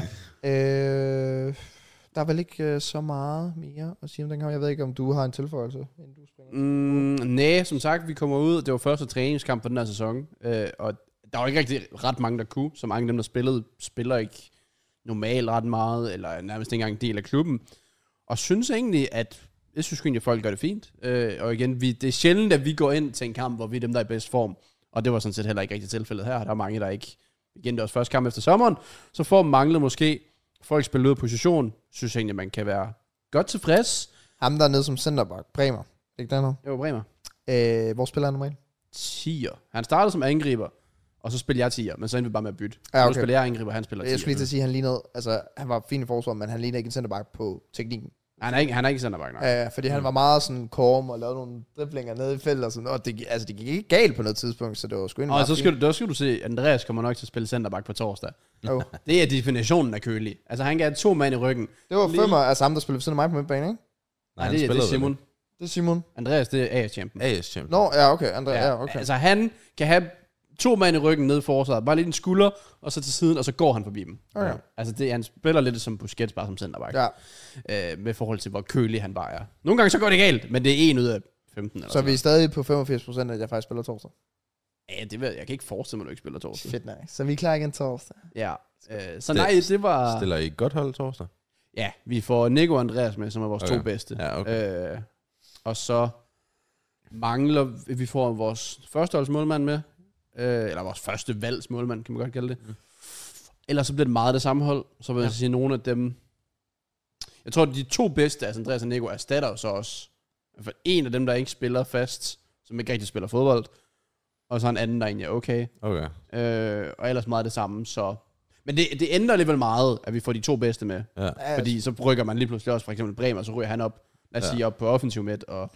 Øh, der er vel ikke øh, så meget mere at sige om den kamp. Jeg ved ikke, om du har en tilføjelse, inden du springer. Mm, nej, som sagt, vi kommer ud. Det var første træningskamp på den her sæson. Øh, og der var ikke rigtig ret mange, der kunne. Så mange af dem, der spillede, spiller ikke normalt ret meget, eller nærmest ikke engang en del af klubben. Og synes egentlig, at jeg synes egentlig, at folk gør det fint. Øh, og igen, vi, det er sjældent, at vi går ind til en kamp, hvor vi er dem, der er i bedst form. Og det var sådan set heller ikke rigtig tilfældet her. Der er mange, der ikke... Igen, det var første kamp efter sommeren. Så form manglede måske. Folk spiller ud af position. Synes egentlig, at man kan være godt tilfreds. Ham der er nede som centerback, Bremer. Ikke der nu? Det var Bremer. Øh, hvor spiller han normalt? tier. Han startede som angriber, og så spillede jeg tier, men så endte vi bare med at bytte. Ja, Nu okay. spiller jeg angriber, han spiller tier. Jeg skulle lige til at sige, at han lignede... Altså, han var fin i forsvar, men han lignede ikke en centerback på teknikken. Han er ikke, han er ikke centerback, nej. Ja, fordi han var meget sådan korm og lavede nogle driblinger nede i feltet og sådan. Og det, altså, det gik ikke galt på noget tidspunkt, så det var sgu egentlig Og meget så skal, fint. du, der skal du se, at Andreas kommer nok til at spille centerback på torsdag. Jo. Det er definitionen af kølig. Altså, han gav to mand i ryggen. Det var Lige- femmer, altså ham, der spillede ved siden af mig på midtbanen, ikke? Nej, han det, er- det spillede er vel Simon. Det er Simon. Andreas, det er A S-champion. A S champion. Nå, ja, okay. André, ja, okay. Altså, han kan have to mand i ryggen nede i forsvaret. Bare lige en skulder, og så til siden, og så går han forbi dem. Okay. Altså, det, han spiller lidt som Busquets, bare som centerback. Ja, Øh, med forhold til, hvor kølig han bare er. Nogle gange så går det galt, men det er en ud af femten. Eller så vi er stadig på femogfirs procent, at jeg faktisk spiller torsdag. Ja, det ved jeg. Jeg kan ikke forestille mig, at du ikke spiller torsdag. Fedt, nej. Så vi er klar igen torsdag. Ja. Øh, så Det- nej, det var... Stiller I et godt hold torsdag? Ja, vi får Nico og Andreas med, som er vores Okay. to bedste. Ja, okay. Øh, og så mangler vi får vores førsteholdsmålmand med. Øh, eller vores første valgsmålmand, kan man godt kalde det. Mm. Ellers så bliver det meget det samme hold. Så vil jeg Ja. sige, nogle af dem... Jeg tror, de to bedste, altså Andreas og Nico, erstatter jo så også. For en af dem, der ikke spiller fast, som ikke rigtig spiller fodbold. Og så en anden, der egentlig er okay. Okay. Øh, og ellers meget det samme, så... Men det, det ændrer alligevel meget, at vi får de to bedste med. Ja. Ja, Fordi så rykker man lige pludselig også, for eksempel Bremer, så ryger han op, lad os Ja. sige, op på offensiv midt, og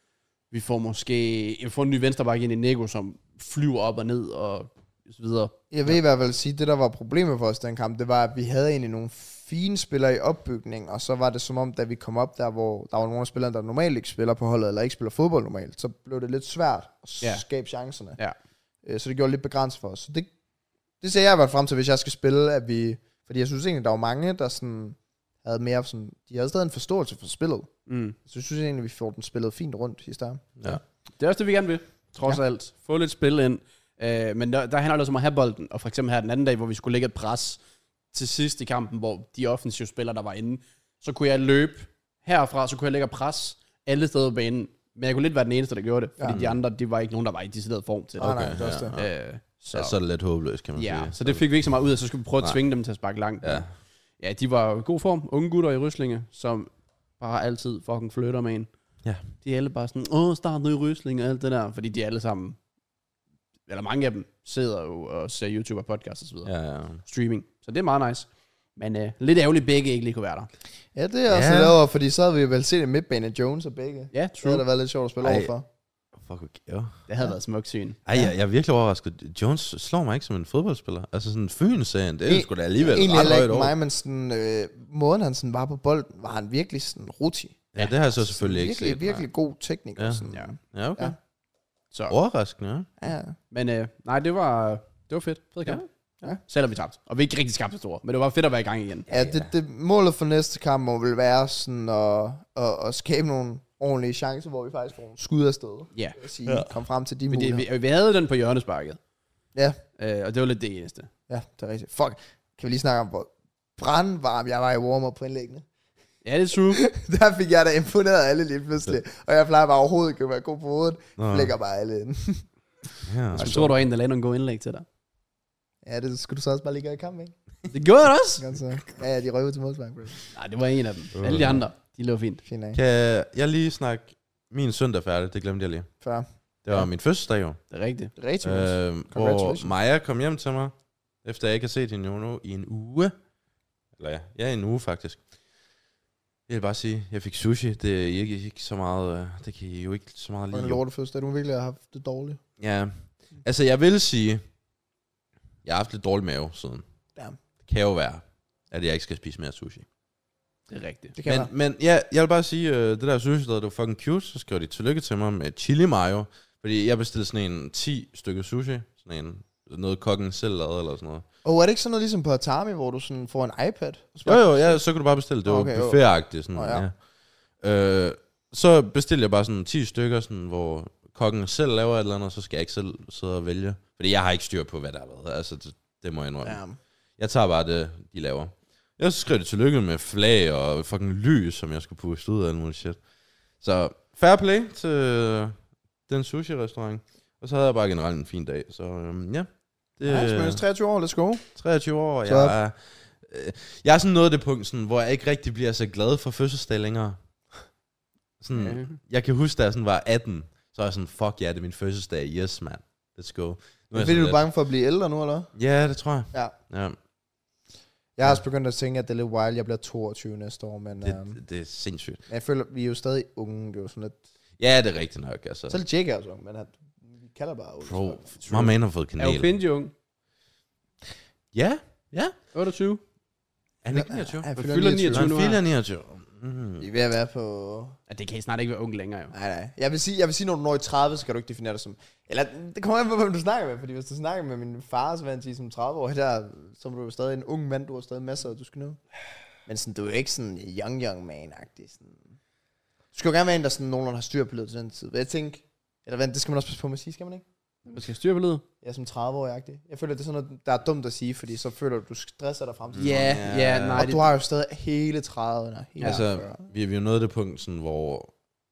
vi får måske... Vi får en ny venstreback ind i Nico, som flyver op og ned, og så videre. Jeg vil i hvert fald sige, at det der var problemet for os den kamp, det var, at vi havde egentlig nogle fine spillere i opbygning, og så var det som om, da vi kom op der, hvor der var nogle af spillerne, der normalt ikke spiller på holdet, eller ikke spiller fodbold normalt, så blev det lidt svært at Ja. skabe chancerne. Ja. Øh, Så det gjorde lidt begrænset for os. Så det, det ser jeg i hvert fald frem til, hvis jeg skal spille, at vi... Fordi jeg synes egentlig, der var mange, der sådan havde mere sådan... De havde stadig en forståelse for spillet. Mm. Så jeg synes egentlig, vi får den spillet fint rundt i starten. Ja. Det er også det, vi gerne vil, trods ja. alt. Få lidt spil ind. Uh, men der, der handler det også om at have bolden, og for eksempel her den anden dag, hvor vi skulle lægge et pres til sidst i kampen, hvor de offensive spillere, der var inde, så kunne jeg løbe herfra, så kunne jeg lægge et pres alle steder på banen. Men jeg kunne lidt være den eneste, der gjorde det, fordi Ja. de andre, de var ikke nogen, der var i decideret form til det. Nej, nej, Okay, det er også ja, det. ja. Uh, Så, så, ja, så er det lidt håbløst, kan man ja, sige. så det fik vi ikke så meget ud af, så skulle vi prøve at Nej. tvinge dem til at sparke langt. Ja. Ja, de var jo i god form. Unge gutter i Ryslinge, som bare altid fucking flytter med en. Ja. De er alle bare sådan, åh, start nu i Ryslinge og alt det der, fordi de alle sammen, eller mange af dem, sidder jo og ser YouTube og podcast og så videre. Ja, ja. Streaming. Så det er meget nice. Men øh, lidt ærgerligt, begge ikke lige kunne være der. Ja, det er også Ja. lidt over, fordi så havde vi vel set en midtbane af Jones og begge. Ja, Så havde true. det været lidt sjovt at spille Ej. overfor. Fuck, okay. Det havde været smukt syn. Ej, jeg, jeg er virkelig overrasket. Jones slår mig ikke som en fodboldspiller. Altså sådan Fyn-serien, det er jo sgu da alligevel Egentlig ret heller højt ikke over. mig, men sådan, øh, måden han sådan var på bolden, var han virkelig sådan ruti. Ja, det har jeg så selvfølgelig ikke virkelig, set. virkelig god teknik. Ja. Og sådan. Ja. Nej. Ja, okay. Ja. Så. Overraskende, ja. Ja. Men øh, nej, det var, det var fedt. Fed kamp. Ja. Ja. Selvom vi tabte. Og vi er ikke rigtig skabt så store. Men det var fedt at være i gang igen. Ja, det, det, målet for næste kamp må vel være sådan at, at, at skabe nogle ordentlige chancer, hvor vi faktisk får nogle skud afsted. Ja. Jeg sige, ja. Kom frem til de Men muligheder. det, vi, vi havde den på hjørnesparket. Ja. Øh, og det var lidt det eneste. Ja, det er rigtigt. Fuck, kan vi lige snakke om, hvor brandvarm jeg var i warm-up på indlæggene. Ja, det er true. Der fik jeg da imponeret alle lige pludselig. Og jeg plejer bare overhovedet ikke at være god på hovedet. Nå. Flækker bare alle ind. Ja, Jeg tror, du var en, der lavede nogle gode indlæg til dig. Ja, det skulle du så også bare lige gøre i kamp, ikke? Det gjorde jeg også. Godt så. Ja, ja, de røg ud til målspark, bro. Nej, det var en af dem. Alle de andre, de lå fint. Fint af. Kan jeg lige snakke min søndag færdig? Det glemte jeg lige. Før. Det var Ja. min fødselsdag jo. Det er rigtigt. Det er rigtigt. Øh, hvor Congratulations. Maja kom hjem til mig, efter jeg ikke har set hende jo nu i en uge. Eller ja, ja, en uge faktisk. Jeg vil bare sige, jeg fik sushi. Det er ikke, ikke så meget, øh, det kan I jo ikke så meget Og en lide. jo. lortefødselsdag. Du må virkelig have haft det dårligt. Ja, altså jeg vil sige, jeg har haft lidt dårlig mave siden. Ja. Det kan jo være, at jeg ikke skal spise mere sushi. Det er rigtigt. Det kan Men, være. men ja, jeg vil bare sige, uh, det der sushi, det var fucking cute. Så skrev de tillykke til mig med chili mayo. Fordi jeg bestilte sådan en ti stykker sushi. Sådan en, noget kokken selv lavede eller sådan noget. Og er det ikke sådan noget ligesom på Atami, hvor du sådan får en iPad? Jo jo, ja, så kunne du bare bestille. Det var Okay, okay, jo. buffet-agtigt. Sådan, Oh, ja. ja. Ja. Øh, så bestilte jeg bare sådan ti stykker, sådan, hvor kokken selv laver et eller andet, og så skal jeg ikke selv sidde og vælge. Fordi jeg har ikke styr på, hvad der er lavet. Altså, det, det må jeg indrømme. Ja. Jeg tager bare det, de laver. Jeg så skrev det tillykke med flag og fucking lys, som jeg skulle puste ud af alt muligt shit. Så fair play til den sushi-restaurant. Og så havde jeg bare generelt en fin dag. Så øhm, ja. Det Ja, nice, treogtyve år, let's go. treogtyve år, og Så- jeg er, øh, jeg er sådan noget af det punkt, sådan, hvor jeg ikke rigtig bliver så glad for fødselsdag længere. Sådan, Ja. Jeg kan huske, da jeg sådan var atten, så var jeg sådan, fuck ja, yeah, det er min fødselsdag, yes man, let's go. Nu Er jeg det sådan du er bange for at blive ældre nu, eller? Ja, det tror jeg. Ja. Ja, Jeg har også begyndt at tænke, at det er lidt wild. Jeg bliver toogtyve næste år, men det, øhm, det, det er sindssygt. jeg føler, vi er jo stadig unge. Det er jo sådan lidt... Ja, det er rigtigt nok, altså. Selv Jake er også ung, men han, vi kalder bare old. Bro, my man har fået Er jo kanel. Pinji ung. Ja, ja. otteogtyve. Er han ikke niogtyve? Han Han fylder fylder niogtyve. niogtyve. Han nu her. fylder niogtyve. Mm. Vi er ved at være på... Ja, det kan I snart ikke være ung længere, jo. Nej, nej. Jeg vil sige, jeg vil sige når du når i tredive, så kan du ikke definere dig som... Eller, det kommer an på, hvem du snakker med. Fordi hvis du snakker med min far, så vil han sige som tredive-årig, der, så er du jo stadig en ung mand. Du har stadig masser, du skal nå. Men sådan, du er jo ikke sådan young, young man-agtig. Sådan. Du skal jo gerne være en, der sådan nogenlunde har styr på livet til den tid. Hvad jeg tænker... Eller hvad, det skal man også passe på med at sige, skal man ikke? Man skal styre på livet. Jeg er som tredive-årig-agtig. Jeg føler, det er sådan noget, der er dumt at sige, fordi så føler du, du stresser dig frem til. Ja, Ja. ja, nej. Og det, du har jo stadig hele trediverne. Hele Altså, fyrre. vi, vi er jo nået det punkt, sådan, hvor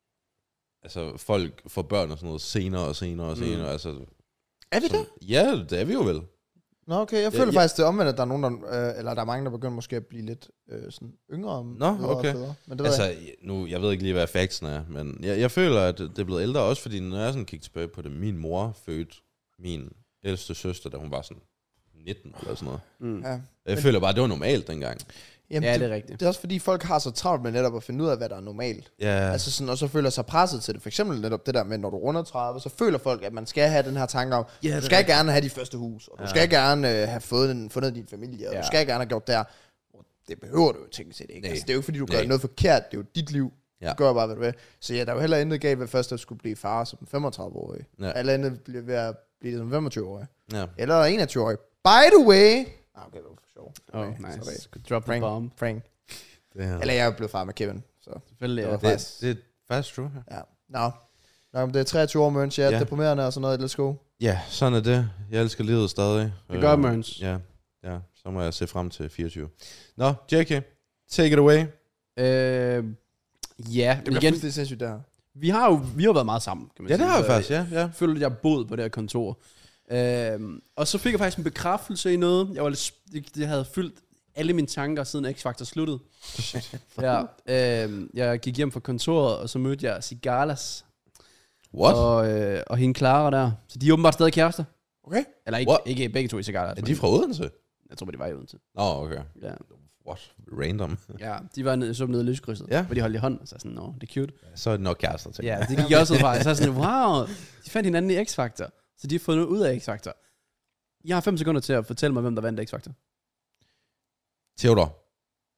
altså, folk får børn og sådan noget senere og senere og senere. Mm. Altså, Er vi sådan, det? Ja, det er vi jo vel. Nå, okay. Jeg Ja, føler ja. faktisk, det er omvendt, at der er nogen, der, øh, eller der er mange, der begynder måske at blive lidt øh, sådan yngre. Nå, federe og okay. federe. Men det ved Altså, jeg. nu, jeg ved ikke lige, hvad factsen er, men jeg, jeg føler, at det er blevet ældre også, fordi når jeg sådan kigger tilbage på det, min mor fødte min ældste søster, da hun var sådan nitten eller sådan noget. mm. Ja. Jeg Men- føler bare, det var normalt dengang. Jamen, Ja, det, det er rigtigt. det er også fordi, folk har så travlt med netop at finde ud af, hvad der er normalt. Ja, Altså sådan, og så føler sig presset til det. For eksempel netop det der med, når du runder tredive, så føler folk, at man skal have den her tanke om, Ja, det er du skal rigtigt. gerne have dit første hus, og du Ja. skal gerne øh, have fået en, fundet din familie, og Ja. du skal gerne have gjort der. Det behøver du jo tænke set ikke. Nej. Altså, det er jo ikke fordi, du Nej. gør noget forkert. Det er jo dit liv. Ja. Du gør bare, hvad du vil. Så ja, der er jo heller intet galt ved først at skulle blive far som femogtredive-årig. Ja. Eller andet bliver ved at blive det som femogtyve-årig. ja. Eller enogtyve-årig. By the way. Ah, okay, det var for sjov. Oh, Okay, nice. sorry. Drop the Frank. bomb. Frank. Det, er, Eller jeg er blevet far med Kevin. Så Selvfølgelig, Det ja. var det, det er faktisk true. Ja. ja. Nå. Nå, men det er treogtyve år, Mørns. Ja, Ja. deprimerende og sådan noget. Let's go. Ja, sådan er det. Jeg elsker livet stadig. Det gør Øhm, Mørns. Ja, ja, så må jeg se frem til fireogtyve. Nå, J K, take it away. Øh, ja, Det men bliver igen, fuldstændig sindssygt der. vi har jo vi har været meget sammen, kan man Ja, sige. det har jeg Så faktisk, ja. ja. Jeg følte, at jeg boede på det her kontor. Øhm, og så fik jeg faktisk en bekræftelse i noget. Jeg var lidt, sp- det, det havde fyldt alle mine tanker, siden X-Factor sluttede. ja, øhm, jeg gik hjem fra kontoret, og så mødte jeg Sigalas. What? Og, øh, og hende Clara der. Så de er åbenbart stadig kærester. Okay. Eller ikke, What? ikke begge to i Sigalas. Er de fra Odense? Jeg tror, de var i Odense. Nå, okay. Ja. What? Random. ja, de var nede, så nede i lyskrydset, Ja. hvor de holdt i hånd, og så sådan, nå, det er cute. Så er det nok kærester, tænker Ja, jeg. det gik jeg også ud fra. Så er jeg sådan, wow, de fandt hinanden i X-Factor. Så de har fået noget ud af X-Factor. Jeg har fem sekunder til at fortælle mig, hvem der vandt X-Factor. Theodor.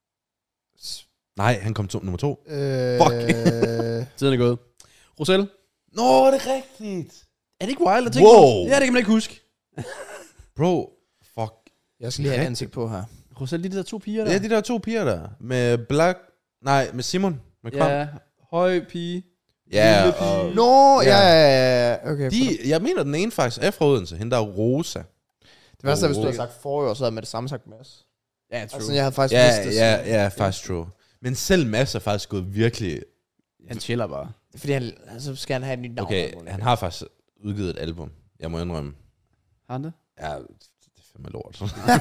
Nej, han kom to, nummer to. Øh, Fuck. Tiden er gået. Roselle, Nå, det er rigtigt. er det ikke wild at tænke Wow. på? Ja, det kan man ikke huske. Bro, fuck. Jeg skal lige have et ansigt på her. Roselle, de der to piger der. Ja, de der to piger der. Med Black... Nej, med Simon. Med Kram. ja høj pige. Ja, lille pige. og... Nå, Ja. ja, ja, ja. Okay. De, jeg mener, den ene faktisk er fra Odense. Hende der er Rosa. Det værste er, hvis du Oh. havde sagt forrige år, så havde jeg med det samme sagt Mads. Ja, true. Altså, jeg havde faktisk Ja, vidst det. ja, sådan. ja, faktisk true. Men selv Mads er faktisk gået virkelig... Han chiller bare. Det er fordi, han, altså, skal han have et nyt navn. Okay, han har faktisk udgivet et album. Jeg må indrømme. Har han det? Ja, det er fandme lort.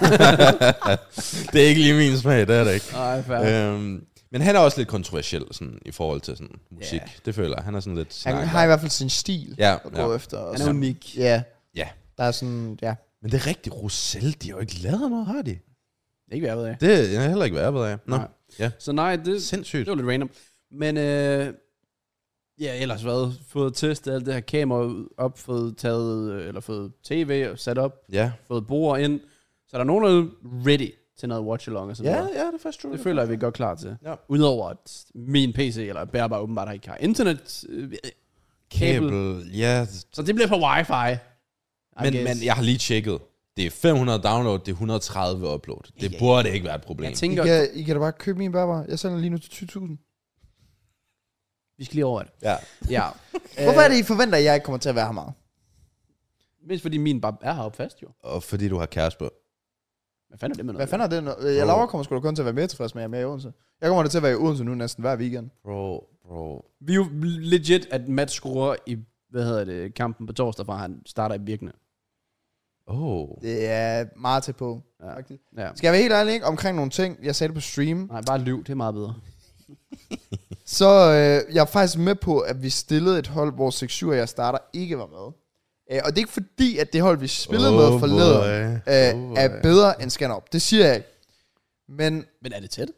Det er ikke lige min smag, det er det ikke. Nej, fair. Øhm, men han er også lidt kontroversiel sådan, i forhold til sådan, musik. Ja. Det føler jeg. Han er sådan lidt... Han snakker. har i hvert fald sin stil Ja, at gå ja. efter. Og Han er så- unik. Ja. Ja. Der er sådan, ja. Men det er rigtigt. Roselle, de har jo ikke lavet noget, har de? Ikke været af. Det er jeg heller ikke været af. Nå, Nej. ja. Så nej, det, Sindssygt. det var lidt random. Men øh, ja, ellers været fået testet alt det her kamera op, fået taget, øh, eller fået tv og sat op, Ja. fået bord ind. Så er der nogen, der er ready. til noget watch-along og så Ja, videre. ja, det er faktisk true. Det føler jeg, vi er godt klar til. Ja. Udover at min P C eller bærbar åbenbart ikke har internet, øh, kabel, Kabel, ja. så det bliver på wifi. I Men, guess. men jeg har lige tjekket. Det er fem hundrede download, det er et hundrede og tredive upload. Det Ja, burde ikke være et problem. Jeg I tænker, kan, I kan da bare købe min bærbar. Jeg sender lige nu til tyve tusind. vi skal lige over det. Ja. Ja. Hvorfor er det, I forventer, at jeg ikke kommer til at være her meget? Mest fordi min bare er heroppe fast, jo. Og fordi du har kæreste på. Hvad fanden er det med Hvad noget? fanden er det? Jeg Laura kommer sgu da kun til at være mere tilfreds med, at jeg er med i Odense. Jeg kommer da til at være i Odense nu næsten hver weekend. Bro, bro. Vi er jo legit, at Matt scorer i, hvad hedder det, kampen på torsdag, fra han starter i Birkene. Oh. Det er meget til på. Ja. Faktisk. Ja. Skal jeg være helt ærlig ikke? Omkring nogle ting, jeg sagde det på stream. Nej, bare lyv, det er meget bedre. Så øh, jeg er faktisk med på, at vi stillede et hold, hvor seks syv af jer starter ikke var med. Øh, og det er ikke fordi, at det hold, vi spillede Oh med forleden, øh, Oh er boy. bedre end Skanderup. Det siger jeg ikke. Men Men er det tæt?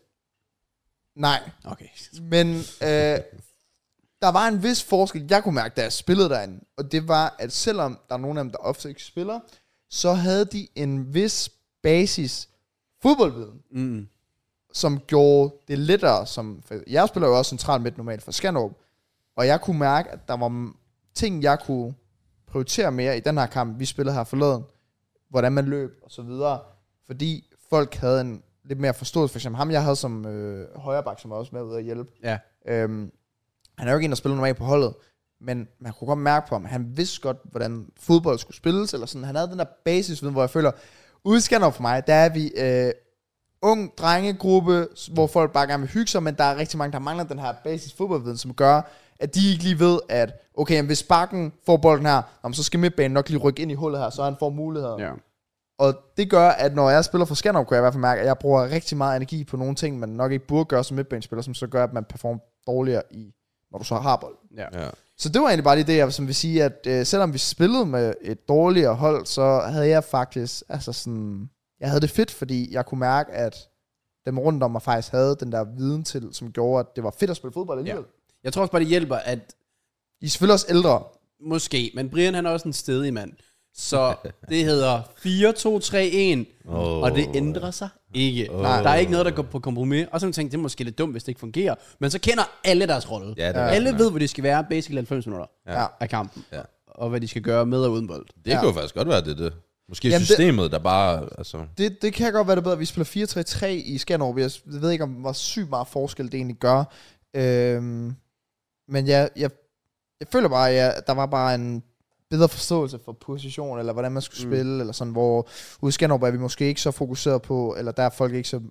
nej. Okay. Men øh, der var en vis forskel, jeg kunne mærke, da jeg spillede derinde. Og det var, at selvom der er nogle af dem, der ofte ikke spiller, så havde de en vis basis fodboldviden, Mm. som gjorde det lettere. Som, for jeg spiller jo også centralt midt normalt for Skanderup. Og jeg kunne mærke, at der var ting, jeg kunne prioritere mere i den her kamp, vi spillede her forleden. Hvordan man løb og så videre. Fordi folk havde en lidt mere forståelse. For eksempel ham, jeg havde som øh, højreback, som var også med ud at hjælpe. Ja. Øhm, han er jo ikke en, der spiller normalt på holdet, men man kunne godt mærke på ham, han vidste godt, hvordan fodbold skulle spilles, eller sådan. Han havde den der basisviden, hvor jeg føler, udskanner for mig, der er vi øh, ung drengegruppe, hvor folk bare gerne vil hygge sig, men der er rigtig mange, der mangler den her basis fodboldviden, som gør, at de ikke lige ved, at okay, hvis bakken får bolden her, så skal midtbanen nok lige rykke ind i hullet her, så han får muligheder. Ja. Og det gør, at når jeg spiller for Skanderup, kan jeg i hvert fald mærke, at jeg bruger rigtig meget energi på nogle ting, man nok ikke burde gøre som midtbanespiller, som så gør, at man performer dårligere i, når du så har bold. Ja. Ja. Så det var egentlig bare lige det, jeg som vil sige, at øh, selvom vi spillede med et dårligere hold, så havde jeg faktisk, altså sådan, jeg havde det fedt, fordi jeg kunne mærke, at dem rundt om mig faktisk havde den der viden til, som gjorde, at det var fedt at spille fodbold alligevel. Ja. Jeg tror også bare, det hjælper, at I er selvfølgelig også ældre. måske, men Brian han er også en stedig mand. Så det hedder fire to tre en, Oh. og det ændrer sig ikke. Oh. Der er ikke noget, der går på kompromis. Og så tænker det er måske lidt dumt, hvis det ikke fungerer. Men så kender alle deres rolle. Ja, det er Alle rigtigt ved, hvor de skal være basically halvfems minutter Ja. af kampen. Ja. Og hvad de skal gøre med og uden bold. Det Ja. kunne faktisk godt være det, det. Måske Jamen, systemet, det... der bare... Altså... Det, det kan godt være det bedre, at vi spiller fire tre tre i Skanderup. Jeg ved ikke, om hvor sygt meget forskel det egentlig gør. Øhm, men jeg, jeg, jeg føler bare, at jeg, der var bare en bedre forståelse for position, eller hvordan man skulle Mm. spille, eller sådan, hvor ude i Skanderup er vi måske ikke så fokuseret på, eller der er folk ikke så,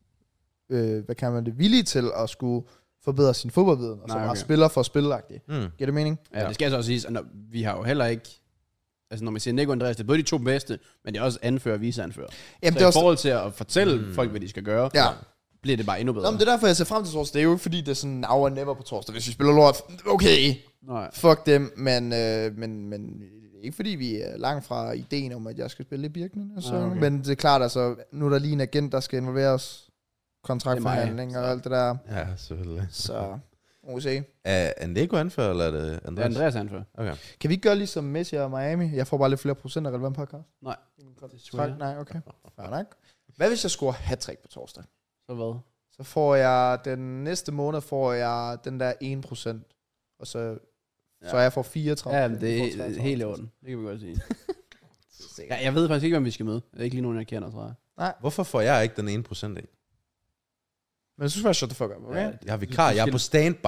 øh, hvad kan man det, villige til at skulle forbedre sin fodboldviden, og så Nej, bare okay. spiller for spilleragtigt. Hmm. Giver det mening? Ja. Det skal så også siges, at når, vi har jo heller ikke... Altså når man siger Nico og Andreas, det er både de to bedste, men det er også anfører og viceanfører. Jamen, Så det er i også, forhold til at fortælle Mm. folk, hvad de skal gøre, ja. bliver det bare endnu bedre. Nå, men det er derfor, jeg ser frem til torsdag. Det er jo ikke, fordi det er sådan now or never på torsdag. Hvis vi spiller lort, okay, Nej. fuck dem, men, øh, men, men ikke fordi vi er langt fra ideen om, at jeg skal spille i Birken. Så. Ah, okay. Men det er klart, altså, nu er der lige en agent, der skal involveres, kontraktforhandling og alt det der. Ja, selvfølgelig. Så må vi se. Er, er Nico anfører, eller er det Det er Andreas? Andreas anfører. Okay. Kan vi ikke gøre ligesom Messi og Miami? Jeg får bare lidt flere procent af relevant podcast. Nej. Fuck, nej, okay. Fair nok. Hvad hvis jeg scorer hat-trick på torsdag? Så hvad? Så får jeg, den næste måned får jeg den der en procent. Og så, ja. så jeg får fireogtredive. Ja, men det får er treogtredive. helt i orden. Det kan vi godt sige. Ja, jeg ved faktisk ikke, hvem vi skal møde. Det er ikke lige nogen, jeg kender, tror jeg. Hvorfor får jeg ikke den ene procent af? Men jeg synes faktisk, shut the fuck up, okay? Ja, Ja. Jeg har vikar, jeg er på standby.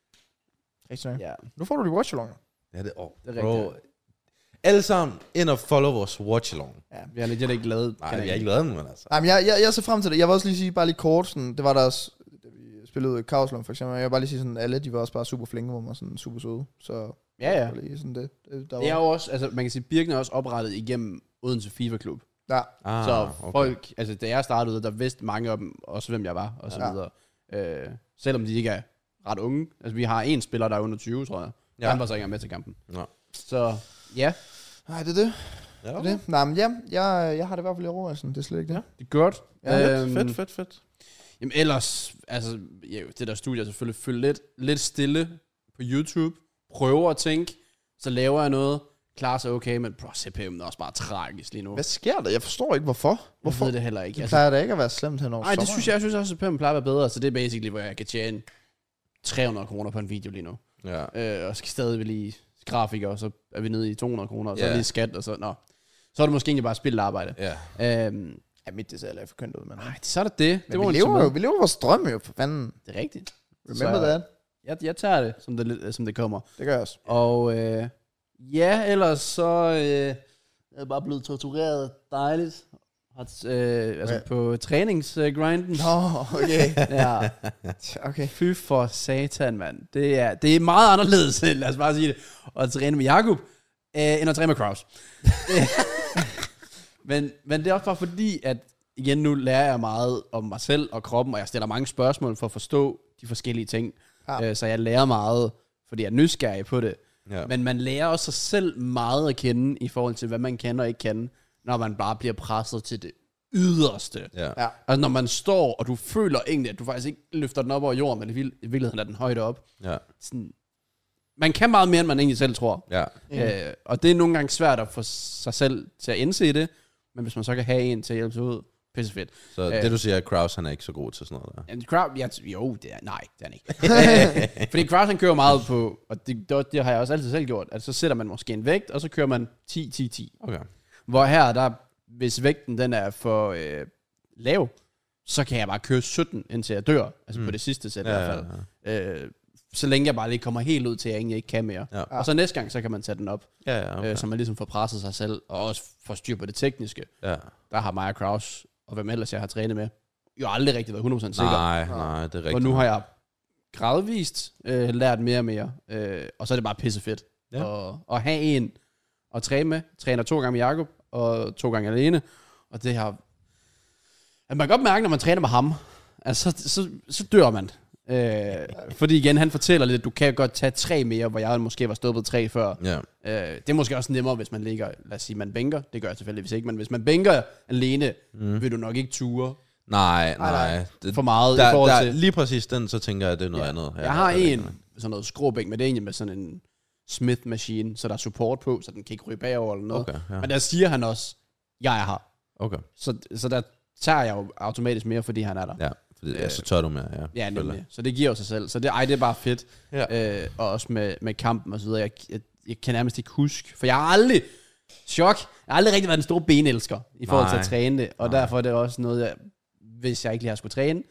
Rigtig nok. Ja, Nu får du de watch along. Ja, det, oh, det er bro. rigtigt. Alle sammen ind og follow vores watch along. Vi har legit ikke lavet Nej, vi har ikke lavet den, men altså. Nej, men jeg, jeg, jeg ser frem til det. Jeg vil også lige sige, bare lige kort, sådan, det var der også, da vi spillede ud i Kauslund for eksempel, jeg vil bare lige sige sådan, alle de var også bare super flinke mod mig, sådan super søde. Så Ja, ja. bare lige sådan det, det der Det er var. jo også, altså man kan sige, Birken er også oprettet igennem Odense FIFA-klub. Ja, Ah, Så okay. folk, altså da jeg startede, der vidste mange af dem også, hvem jeg var, og så Ja. videre. Øh, selvom de ikke er ret unge. Altså vi har en spiller, der er under tyve, tror jeg. Ja. Ja. Han var så ikke engang med til kampen. Nå. Så ja, nej, det er det. Ja, Det er okay. det. Nej, men ja, jeg, jeg har det i hvert fald i ro, sådan. Det er slet ikke det. Ja. det er godt. Ja, Øhm, fedt, fedt, fedt. Jamen ellers, altså ja, det der studie er selvfølgelig følge lidt, lidt stille på YouTube. Prøver at tænke, så laver jeg noget. klarer sig okay, men bro, C P M'en er også bare tragisk lige nu. Hvad sker der? Jeg forstår ikke, hvorfor. Hvorfor? Jeg ved det heller ikke. Det plejer da ikke at være slemt hen over Nej, det sommeren. synes jeg, jeg synes også, at C P M plejer at være bedre, så det er basically, hvor jeg kan tjene tre hundrede kroner på en video lige nu. Ja. Øh, og skal stadig lige grafiker, og så er vi nede i to hundrede kroner, og så Ja. yeah. lige skat, og så, nå. Så er det måske egentlig bare spildt arbejde. Ja. Øhm, Ja, mit det ser lidt for kønt ud, men... nej, så er det det. det Men må vi man lever tage jo, med. vi lever vores drømme jo, for fanden. Det er rigtigt. Remember Så- that? Jeg, jeg tager det, som det, som det kommer. Det gør jeg også. Og øh, ja, ellers så øh, jeg er bare blevet tortureret dejligt. Har, øh, altså Okay. på træningsgrinden. Nå, okay. Ja. Okay. Fy for satan, mand. Det er, det er meget anderledes, lad os bare sige det, at træne med Jakob, øh, end at træne med Kraus. men, men det er også bare fordi, at igen nu lærer jeg meget om mig selv og kroppen, og jeg stiller mange spørgsmål for at forstå de forskellige ting. Ja. Øh, så jeg lærer meget, fordi jeg er nysgerrig på det. Ja. Men man lærer også sig selv meget at kende, i forhold til, hvad man kan og ikke kan, når man bare bliver presset til det yderste. Ja. Ja. Altså når man står, og du føler egentlig, at du faktisk ikke løfter den op over jorden, men i vil- i virkeligheden er den højt op. Ja. Sådan, man kan meget mere, end man egentlig selv tror. Ja. Mm. Øh, og det er nogle gange svært at få sig selv til at indse det, men hvis man så kan have en til at hjælpe sig ud, pisse fedt. Så Øh. det du siger, at Kraus han er ikke så god til sådan noget der. Ja, Kraus, ja, jo, det er, nej, det er han ikke. Øh, Fordi Kraus han kører meget på, og det, det, det har jeg også altid selv gjort, at så sætter man måske en vægt, og så kører man ti ti ti. Okay. Hvor her, der, hvis vægten den er for øh, lav, så kan jeg bare køre sytten, indtil jeg dør. Altså mm. på det sidste sæt Ja, i hvert fald. Øh, så længe jeg bare lige kommer helt ud til, at jeg egentlig ikke kan mere. Ja. Og så næste gang, så kan man tage den op. Ja, ja, okay. Øh, så man ligesom får presset sig selv, og også får styr på det tekniske. Ja. Der har Maja Kraus, og hvem ellers jeg har trænet med, jo aldrig rigtig været hundrede procent sikker. Nej, nej, det er rigtigt. Og nu har jeg gradvist øh, lært mere og mere. Øh, og så er det bare pissefedt. Ja. Ja. Og, at have en at træne med. Træner to gange med Jakob, og to gange alene. Og det har... At man kan godt mærke, når man træner med ham, altså, så, så, så dør man. Øh, fordi igen, han fortæller lidt, at du kan godt tage tre mere, hvor jeg måske var stoppet tre før. Ja. Øh, det er måske også nemmere, hvis man ligger, lad os sige, man bænker. Det gør jeg tilfældigvis ikke, men hvis man bænker alene, mm. vil du nok ikke ture Nej, nej. Det, for meget der, i forhold der, til... lige præcis den, så tænker jeg, at det er noget Ja. andet. Jeg har en, sådan noget skråbænk, men det er egentlig med sådan en Smith-maskine, så der er support på, så den kan ikke ryge bagover eller noget. Okay, ja. Men der siger han også, jeg er her. Okay. Så, så der tager jeg jo automatisk mere, fordi han er der. Ja, fordi, ja, så tør du mere, ja. Ja, selvfølgelig. nemlig. Så det giver jo sig selv. Så det, ej, det er bare fedt. Ja. Øh, og også med, med kampen og så videre. Jeg, jeg, jeg kan nærmest ikke huske, for jeg har aldrig, chok, jeg har aldrig rigtig været den store benelsker i forhold til Nej. at træne det. Og Nej. derfor er det også noget, jeg, hvis jeg ikke lige har skulle træne,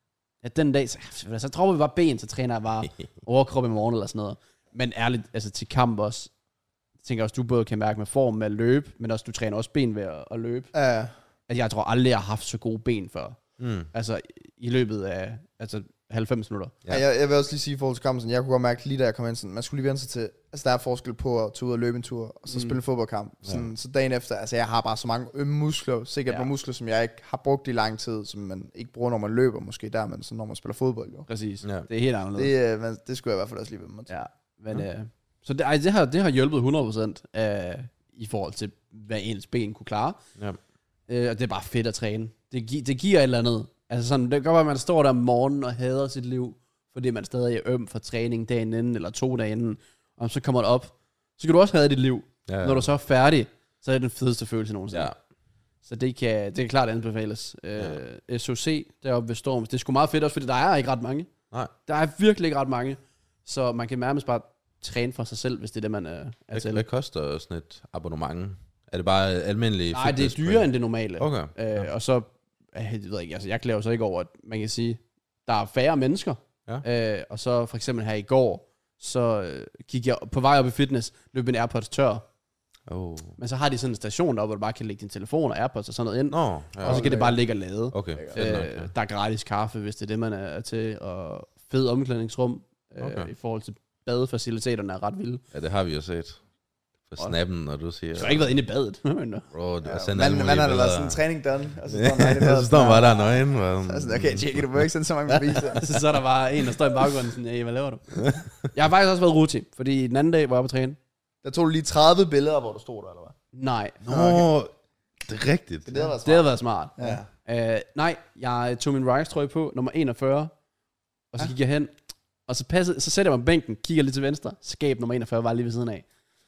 at den dag, så, så dropper vi bare ben, så træner jeg bare overkrop i morgen eller sådan noget. Men ærligt, altså til kamp også, jeg tænker også, du både kan mærke med form med at løbe, men også du træner også ben ved at, at løbe. Ja. At jeg tror aldrig, jeg har haft så gode ben før. Mm. Altså i løbet af altså halvfems minutter. Ja. Jeg, jeg vil også lige sige i forhold til kampen, sådan, jeg kunne godt mærke lige da jeg kom ind, sådan, man skulle lige vende sig til, altså der er forskel på at tage ud og løbe en tur, og så Mm. spille fodboldkamp. Sådan, Ja. Så dagen efter, altså jeg har bare så mange ømme muskler, sikkert Ja. ja. muskler, som jeg ikke har brugt i lang tid, som man ikke bruger, når man løber måske der, men sådan, når man spiller fodbold jo. Præcis. Ja. Det er helt anderledes. Det, øh, man, det skulle jeg i hvert fald også lige ved mig til. Ja, men øh, så det, ej, det, har, det har hjulpet hundrede procent øh, i forhold til, hvad ens ben kunne klare. Ja. Øh, og det er bare fedt at træne. Det, gi- det giver et eller andet. Altså sådan, det kan godt være, at man står der om morgenen og hader sit liv, fordi man stadig er øm for træning dagen inden, eller to dage inden, og så kommer det op. Så kan du også have dit liv. Ja, ja. Når du så er færdig, så er det den fedeste følelse nogensinde. Ja. Så det kan, det kan klart anbefales. Øh, S O C deroppe ved Storms, det er sgu meget fedt også, fordi der er ikke ret mange. Nej. Der er virkelig ikke ret mange. Så man kan nærmest bare træne for sig selv, hvis det er det, man er, er Hvad, til. hvad koster sådan et abonnement? Er det bare almindelig Nej, det er fitness- dyrere end det normale. Okay. Øh, Ja. Og så, øh, jeg ved ikke, altså jeg klæder så ikke over, at man kan sige, der er færre mennesker. Ja. Øh, og så for eksempel her i går, så øh, gik jeg på vej op i fitness, løb en AirPods tør. Oh. Men så har de sådan en station deroppe, hvor du bare kan lægge din telefon og AirPods og sådan noget ind. Nå, ja. Og så kan det bare ligge og lade. Okay, fedt nok, Øh, ja. der er gratis kaffe, hvis det er det, man er til. Og fed omklædningsrum. Øh, Okay. I forhold til badefaciliteterne er ret vilde. Ja, det har vi jo set. På snappen, når du siger... Du har ikke været inde i badet. Men, Bro, det er Ja, sådan man, man har da lavet sådan en træning done, og så står man bare i Ja, så står man bare der nøgen. Og sådan, okay, tjekke, du må ikke sende så mange beviser. så, så er der bare en, der står i baggrunden sådan, hey, hvad laver du? Jeg har faktisk også været ruti, fordi den anden dag var jeg på træne. Der tog du lige tredive billeder, hvor du stod der, eller hvad? Nej, Nå, okay. Det er rigtigt. Det, det, det havde været smart. Ja. Uh, nej, jeg tog min Rice trøje på, nummer enogfyrre, og så Ja. gik jeg hen, og så, passede, så sætter jeg mig på bænken, kigger lidt til venstre, skab nummer enogfyrre var lige ved siden af.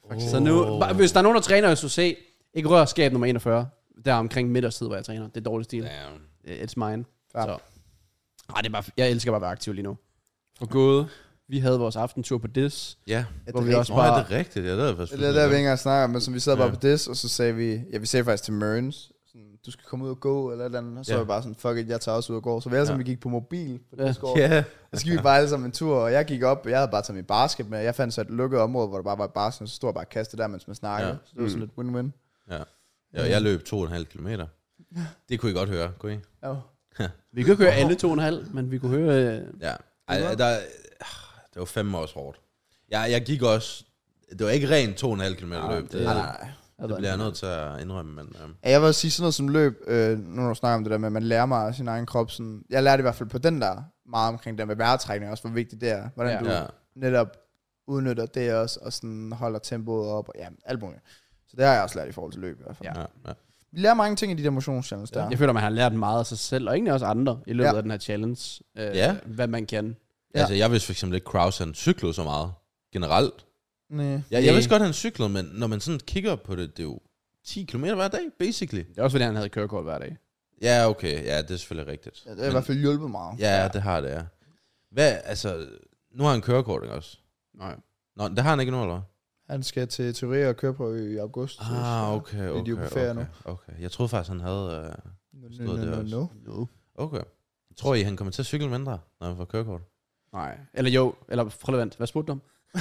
Oh. Så nu, bare, hvis der er nogen, der træner i S O C, ikke rør skab nummer enogfyrre. Der omkring middagstid, hvor jeg træner. Det er dårlig stil. Damn. It's mine. Ja. Så. Ej, det er bare, jeg elsker bare at være aktiv lige nu. For gået. Vi havde vores aftentur på Dis. Ja. Hvor vi også Nå, bare... er det rigtigt? Ja, det er faktisk det er der, vi ikke engang snakker, men som vi sad ja. bare på Dis, og så sagde vi, ja, vi sagde faktisk til Mørns, du skal komme ud og gå, eller et eller andet. Og så ja. var vi bare sådan, fuck it, jeg tager også ud og går. Så vi alle sammen, ja. vi gik på mobil på ja. Discord. Ja. Og så gik vi bare alle sammen en tur, og jeg gik op, og jeg havde bare taget min basket med. Jeg fandt så et lukket område, hvor der bare var et basket, og så stod jeg bare og kastede der, mens man snakkede. Ja. Så det var sådan mm. lidt win-win. Ja. ja, jeg løb to og en halv kilometer. Det kunne I godt høre, kunne I? Ja. Vi kunne høre alle to og en halv, men vi kunne høre... Øh... Ja, Ej, der, det var fem års hårdt. Jeg, jeg gik også... Det var ikke rent to og en halv kilometer løb. Det, nej, nej. Det bliver jeg nødt til at indrømme, men... Um. Ja, jeg vil sige sådan noget som løb, øh, nu når du snakker om det der med, at man lærer mig af sin egen krop, sådan, jeg lærte i hvert fald på den der, meget omkring det med vejrtrækning også, hvor vigtigt det er, hvordan ja. du ja. netop udnytter det også, og sådan holder tempoet op, og ja, alt muligt. Så det har jeg også lært i forhold til løb i hvert fald. Ja. Ja. Vi lærer mange ting i de der motionschallenge der. Jeg føler, man har lært meget af sig selv, og egentlig også andre, i løbet ja. af den her challenge, øh, ja. hvad man kan. Ja. Altså, jeg vidste for eksempel ikke, Kraus han cyklede så meget, generelt. Nej. Ja, jeg vidste godt, at han cyklede, men når man sådan kigger på det, det er jo ti kilometer hver dag, basically. Det er også, fordi han havde kørekort hver dag. Ja, okay. Ja, det er selvfølgelig rigtigt. Ja, det har men, i hvert fald hjulpet meget. Ja, ja, det har det, ja. Hvad, altså, nu har han kørekort, ikke også? Nej. Nå, det har han ikke nu, eller? Han skal til teori og køre på i august. Ah, okay, okay, de okay, okay, okay. Jeg troede faktisk, han havde uh, stået no, no, det også. No. no. Okay. Tror I, han kommer til at cykle mindre, når han får kørekort? Nej. Eller jo, eller relevant. Hvad spurgte du om?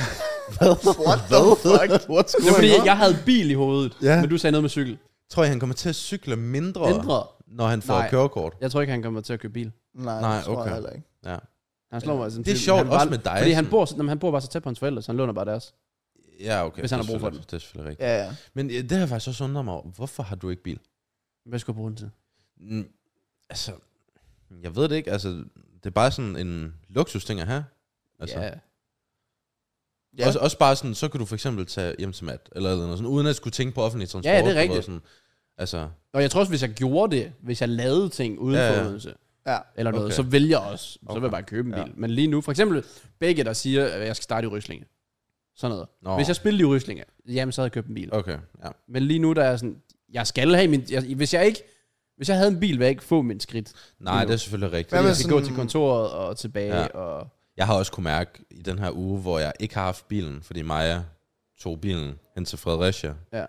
What the fuck? What's det er fordi, jeg havde bil i hovedet, yeah. men du sagde noget med cykel. Tror I, han kommer til at cykle mindre, mindre? når han får Nej. kørekort? Jeg tror ikke, han kommer til at køre bil. Nej, Nej det tror okay. jeg heller ikke. Ja. Han slår mig det er sjovt også bare, med dig. Fordi han bor, jamen, han bor bare så tæt på hans forældre, så han låner bare deres. Ja, okay. Hvis han har brug for den. Det er selvfølgelig rigtigt. Ja, ja. Men det har jeg faktisk også undret mig over. Hvorfor har du ikke bil? Hvad skal jeg bruge den til? Mm, altså, jeg ved det ikke. Altså, det er bare sådan en luksus ting at have. Altså. Ja. Ja. Også, også bare sådan, så kan du for eksempel tage hjem til mat, eller noget sådan, uden at skulle tænke på offentlig transport. Ja, det er rigtigt. Sådan, altså. Og jeg tror også, hvis jeg gjorde det, hvis jeg lavede ting uden ja, for ja. Odense, ja. eller noget, okay. så vil jeg også, så okay. vil jeg bare købe en bil. Ja. Men lige nu, for eksempel begge, der siger, at jeg skal starte i Ryslinge. Sådan noget. Nå. Hvis jeg spillede i Ryslinge, jamen så havde jeg købt en bil. Okay, ja. Men lige nu, der er sådan, jeg skal have min, jeg, hvis jeg ikke, hvis jeg havde en bil, ville jeg ikke få min skridt. Nej, det er selvfølgelig rigtigt. Fordi jeg skal sådan... gå til kontoret og tilbage, ja. og... Jeg har også kunne mærke i den her uge, hvor jeg ikke har haft bilen, fordi Maja tog bilen hen til Fredericia. Ja.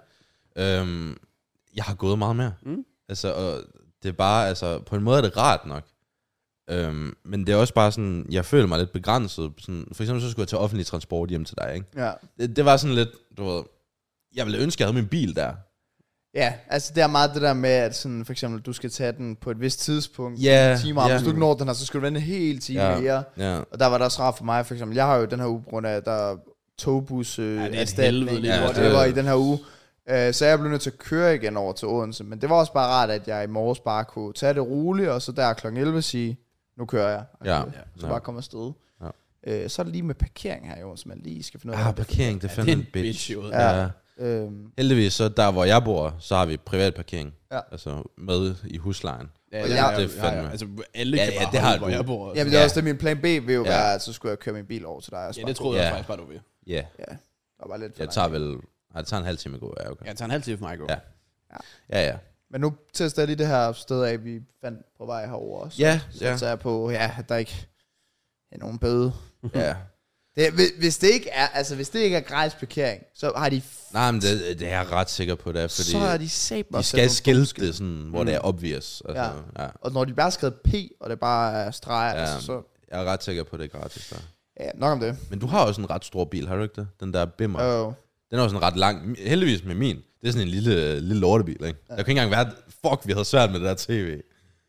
Øhm, jeg har gået meget mere. Mm. Altså, og det er bare, altså, på en måde er det rart nok. Øhm, men det er også bare sådan, jeg føler mig lidt begrænset. Sådan, for eksempel så skulle jeg tage offentlig transport hjem til dig, ikke? Ja. Det, det var sådan lidt, du ved, jeg ville ønske, jeg havde min bil der. Ja, altså det er meget det der med, at sådan, for eksempel, du skal tage den på et vist tidspunkt, yeah, timer, og yeah. hvis du ikke når den her, så skal du vente en hel time ja, mere. Ja. Og der var det også rart for mig, for eksempel, jeg har jo den her uge, på grund af, at der er togbus øh, ja, det helvede, ja, det var i den her uge. Uh, så jeg blev nødt til at køre igen over til Odense, men det var også bare rart, at jeg i morges bare kunne tage det roligt, og så der klokken elleve sige, nu kører jeg. Okay. Ja. Så ja. bare komme afsted. Ja. Uh, så er det lige med parkering her i Odense, man lige skal finde ud af. Ah, parkering, det er fandme ja, en bitch. bitch ja. ja. Øhm. Heldigvis, så der hvor jeg bor, så har vi privat parkering. Ja. Altså med i huslejen. Ja, og ja, jeg, det er fandme. ja, ja. Altså alle kan ja, ja, bare det har holde, hvor du. jeg bor. Ja, men det er ja. også det, min plan B vil jo ja. være, at så skulle jeg køre min bil over til dig. Ja, det troede ja. jeg faktisk bare, du vil. Ja. Ja, det var bare lidt for Jeg tager vel, nej, det tager en halv time at gå, ja, okay. Ja, det tager en halv time for mig at gå. Ja. Ja, ja. ja. Men nu tester jeg lige det her sted af, vi fandt på vej herover også. Ja, så ja. tager jeg på, ja, at der ikke er nogen bøde. Ja. Det, hvis det ikke er, altså hvis det ikke er gratis parkering, så har de... F- Nej, men det, det er jeg ret sikker på, det er, fordi så er de sæt de skal skilte det sådan, hvor mm. det er obvious. Altså, ja. Ja. Og når de bare har skrevet P, og det bare er streger, ja, altså, så... Jeg er ret sikker på, det er gratis der. Ja, nok om det. Men du har også en ret stor bil, har du ikke det? Den der Bimmer. Jo. Den er også en ret lang, heldigvis med min. Det er sådan en lille, lille lortebil, ikke? Ja. Jeg kan ikke engang være, fuck, vi havde svært med det der tv.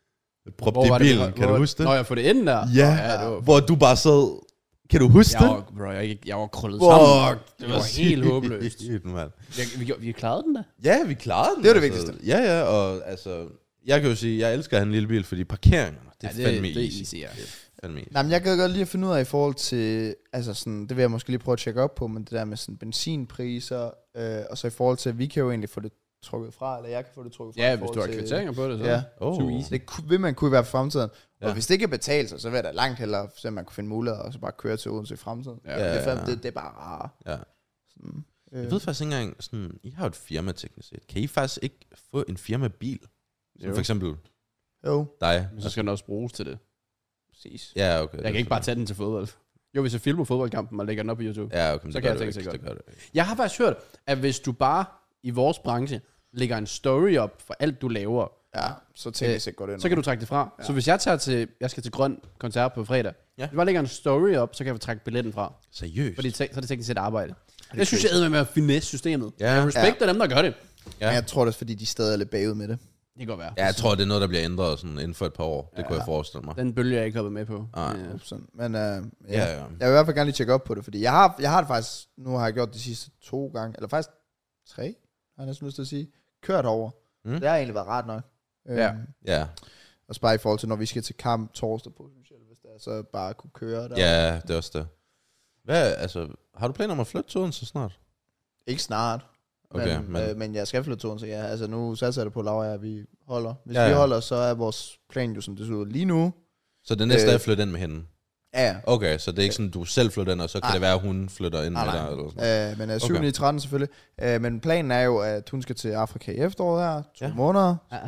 Prop det i bilen, kan hvor, du huske det? Når jeg får det ind der? Ja, ja det var, hvor du bare sad... Kan du huske jeg det? var, bro, jeg, jeg var krøllet Fuck, sammen. Det det var, var helt håbløst. Sygt, mand. Jeg, vi, vi klarede den da. Ja, vi klarede den. Det var det altså. vigtigste. Ja, ja, og altså... Jeg kan jo sige, jeg elsker at have en lille bil, fordi parkeringen, det er ja, det, fandme det er easy. easy, ja. Fandme easy. Nej, men jeg kan godt lige at finde ud af i forhold til, altså sådan, det vil jeg måske lige prøve at tjekke op på, men det der med sådan benzinpriser, øh, og så i forhold til, at vi kan jo egentlig få det trukket fra, eller jeg kan få det trukket fra. Ja, hvis du har kvitteringer på det, så ja. Oh. too easy. Det kunne, vil man kunne være for fremtiden. Ja. Og hvis det ikke kan betale sig, så vil jeg da langt hellere, så man kunne finde muligheder, og så bare køre til Odense i fremtiden. Ja, ja, det, er fandme, ja. det, det er bare rart. Ja. Sådan. Jeg ved faktisk ikke engang, sådan, I har jo et firma teknisk set. Kan I faktisk ikke få en firmabil? Som Jo. for eksempel Jo. dig. Men så skal den også bruges til det. Præcis. Ja, okay. Jeg kan ikke bare tage den til fodbold. Jo, hvis jeg filmer fodboldkampen og lægger den op på YouTube. Ja, okay, så det kan gør jeg det tænke ikke, sig det gør det ikke. Jeg har faktisk hørt, at hvis du bare i vores branche lægger en story op for alt, du laver, Ja, så teknisk set går det ind. så kan du trække det fra. Ja. Så hvis jeg tager til, jeg skal til Grøn koncert på fredag, Ja. hvis jeg bare lægger en story op, så kan jeg trække billetten fra. Seriøst? Fordi så er det teknisk set arbejde. Jeg synes, jeg æder med at finesse systemet. Ja. Jeg respekter dem, der gør det. Ja. Men jeg tror det er, fordi de stadig er lidt bagud med det. Det kan godt være. Ja, jeg tror, det er noget, der bliver ændret sådan inden for et par år. Det Ja. kunne jeg forestille mig. Den bølge er jeg ikke hoppet med på. Nej. Ja. Sådan. Men uh, ja. Ja, ja. Jeg vil i hvert fald gerne lige tjekke op på det, fordi jeg har, jeg har det faktisk, nu har jeg gjort de sidste to gange, eller faktisk tre, har jeg næsten lyst til at sige, kørt over. Mm. Mm. Det har egentlig været ret nok. Ja. Øhm, Ja, og så bare i forhold til, når vi skal til kamp torsdag potentielt, hvis det er, så bare kunne køre der. ja, det er også det. Hvad, altså, har du planer om at flytte til Odense snart? Ikke snart, Okay, men, men- øh, men jeg skal flytte til Odense, ja. Altså nu satser jeg det på, Laura og jeg, vi holder. Hvis Ja, ja, vi ja. holder, så er vores plan jo, som det ser ud lige nu. Så det næste Øh. er at flytte ind med hende? Ja, ja. Okay, så det er ikke sådan, du selv flytter ind, og så kan Nej. det være, at hun flytter ind Nej, med nej. dig? Eller sådan. Øh, men øh, syvende i tretten selvfølgelig. Øh, men planen er jo, at hun skal til Afrika i efteråret her, to Ja. ja. måneder. Ja.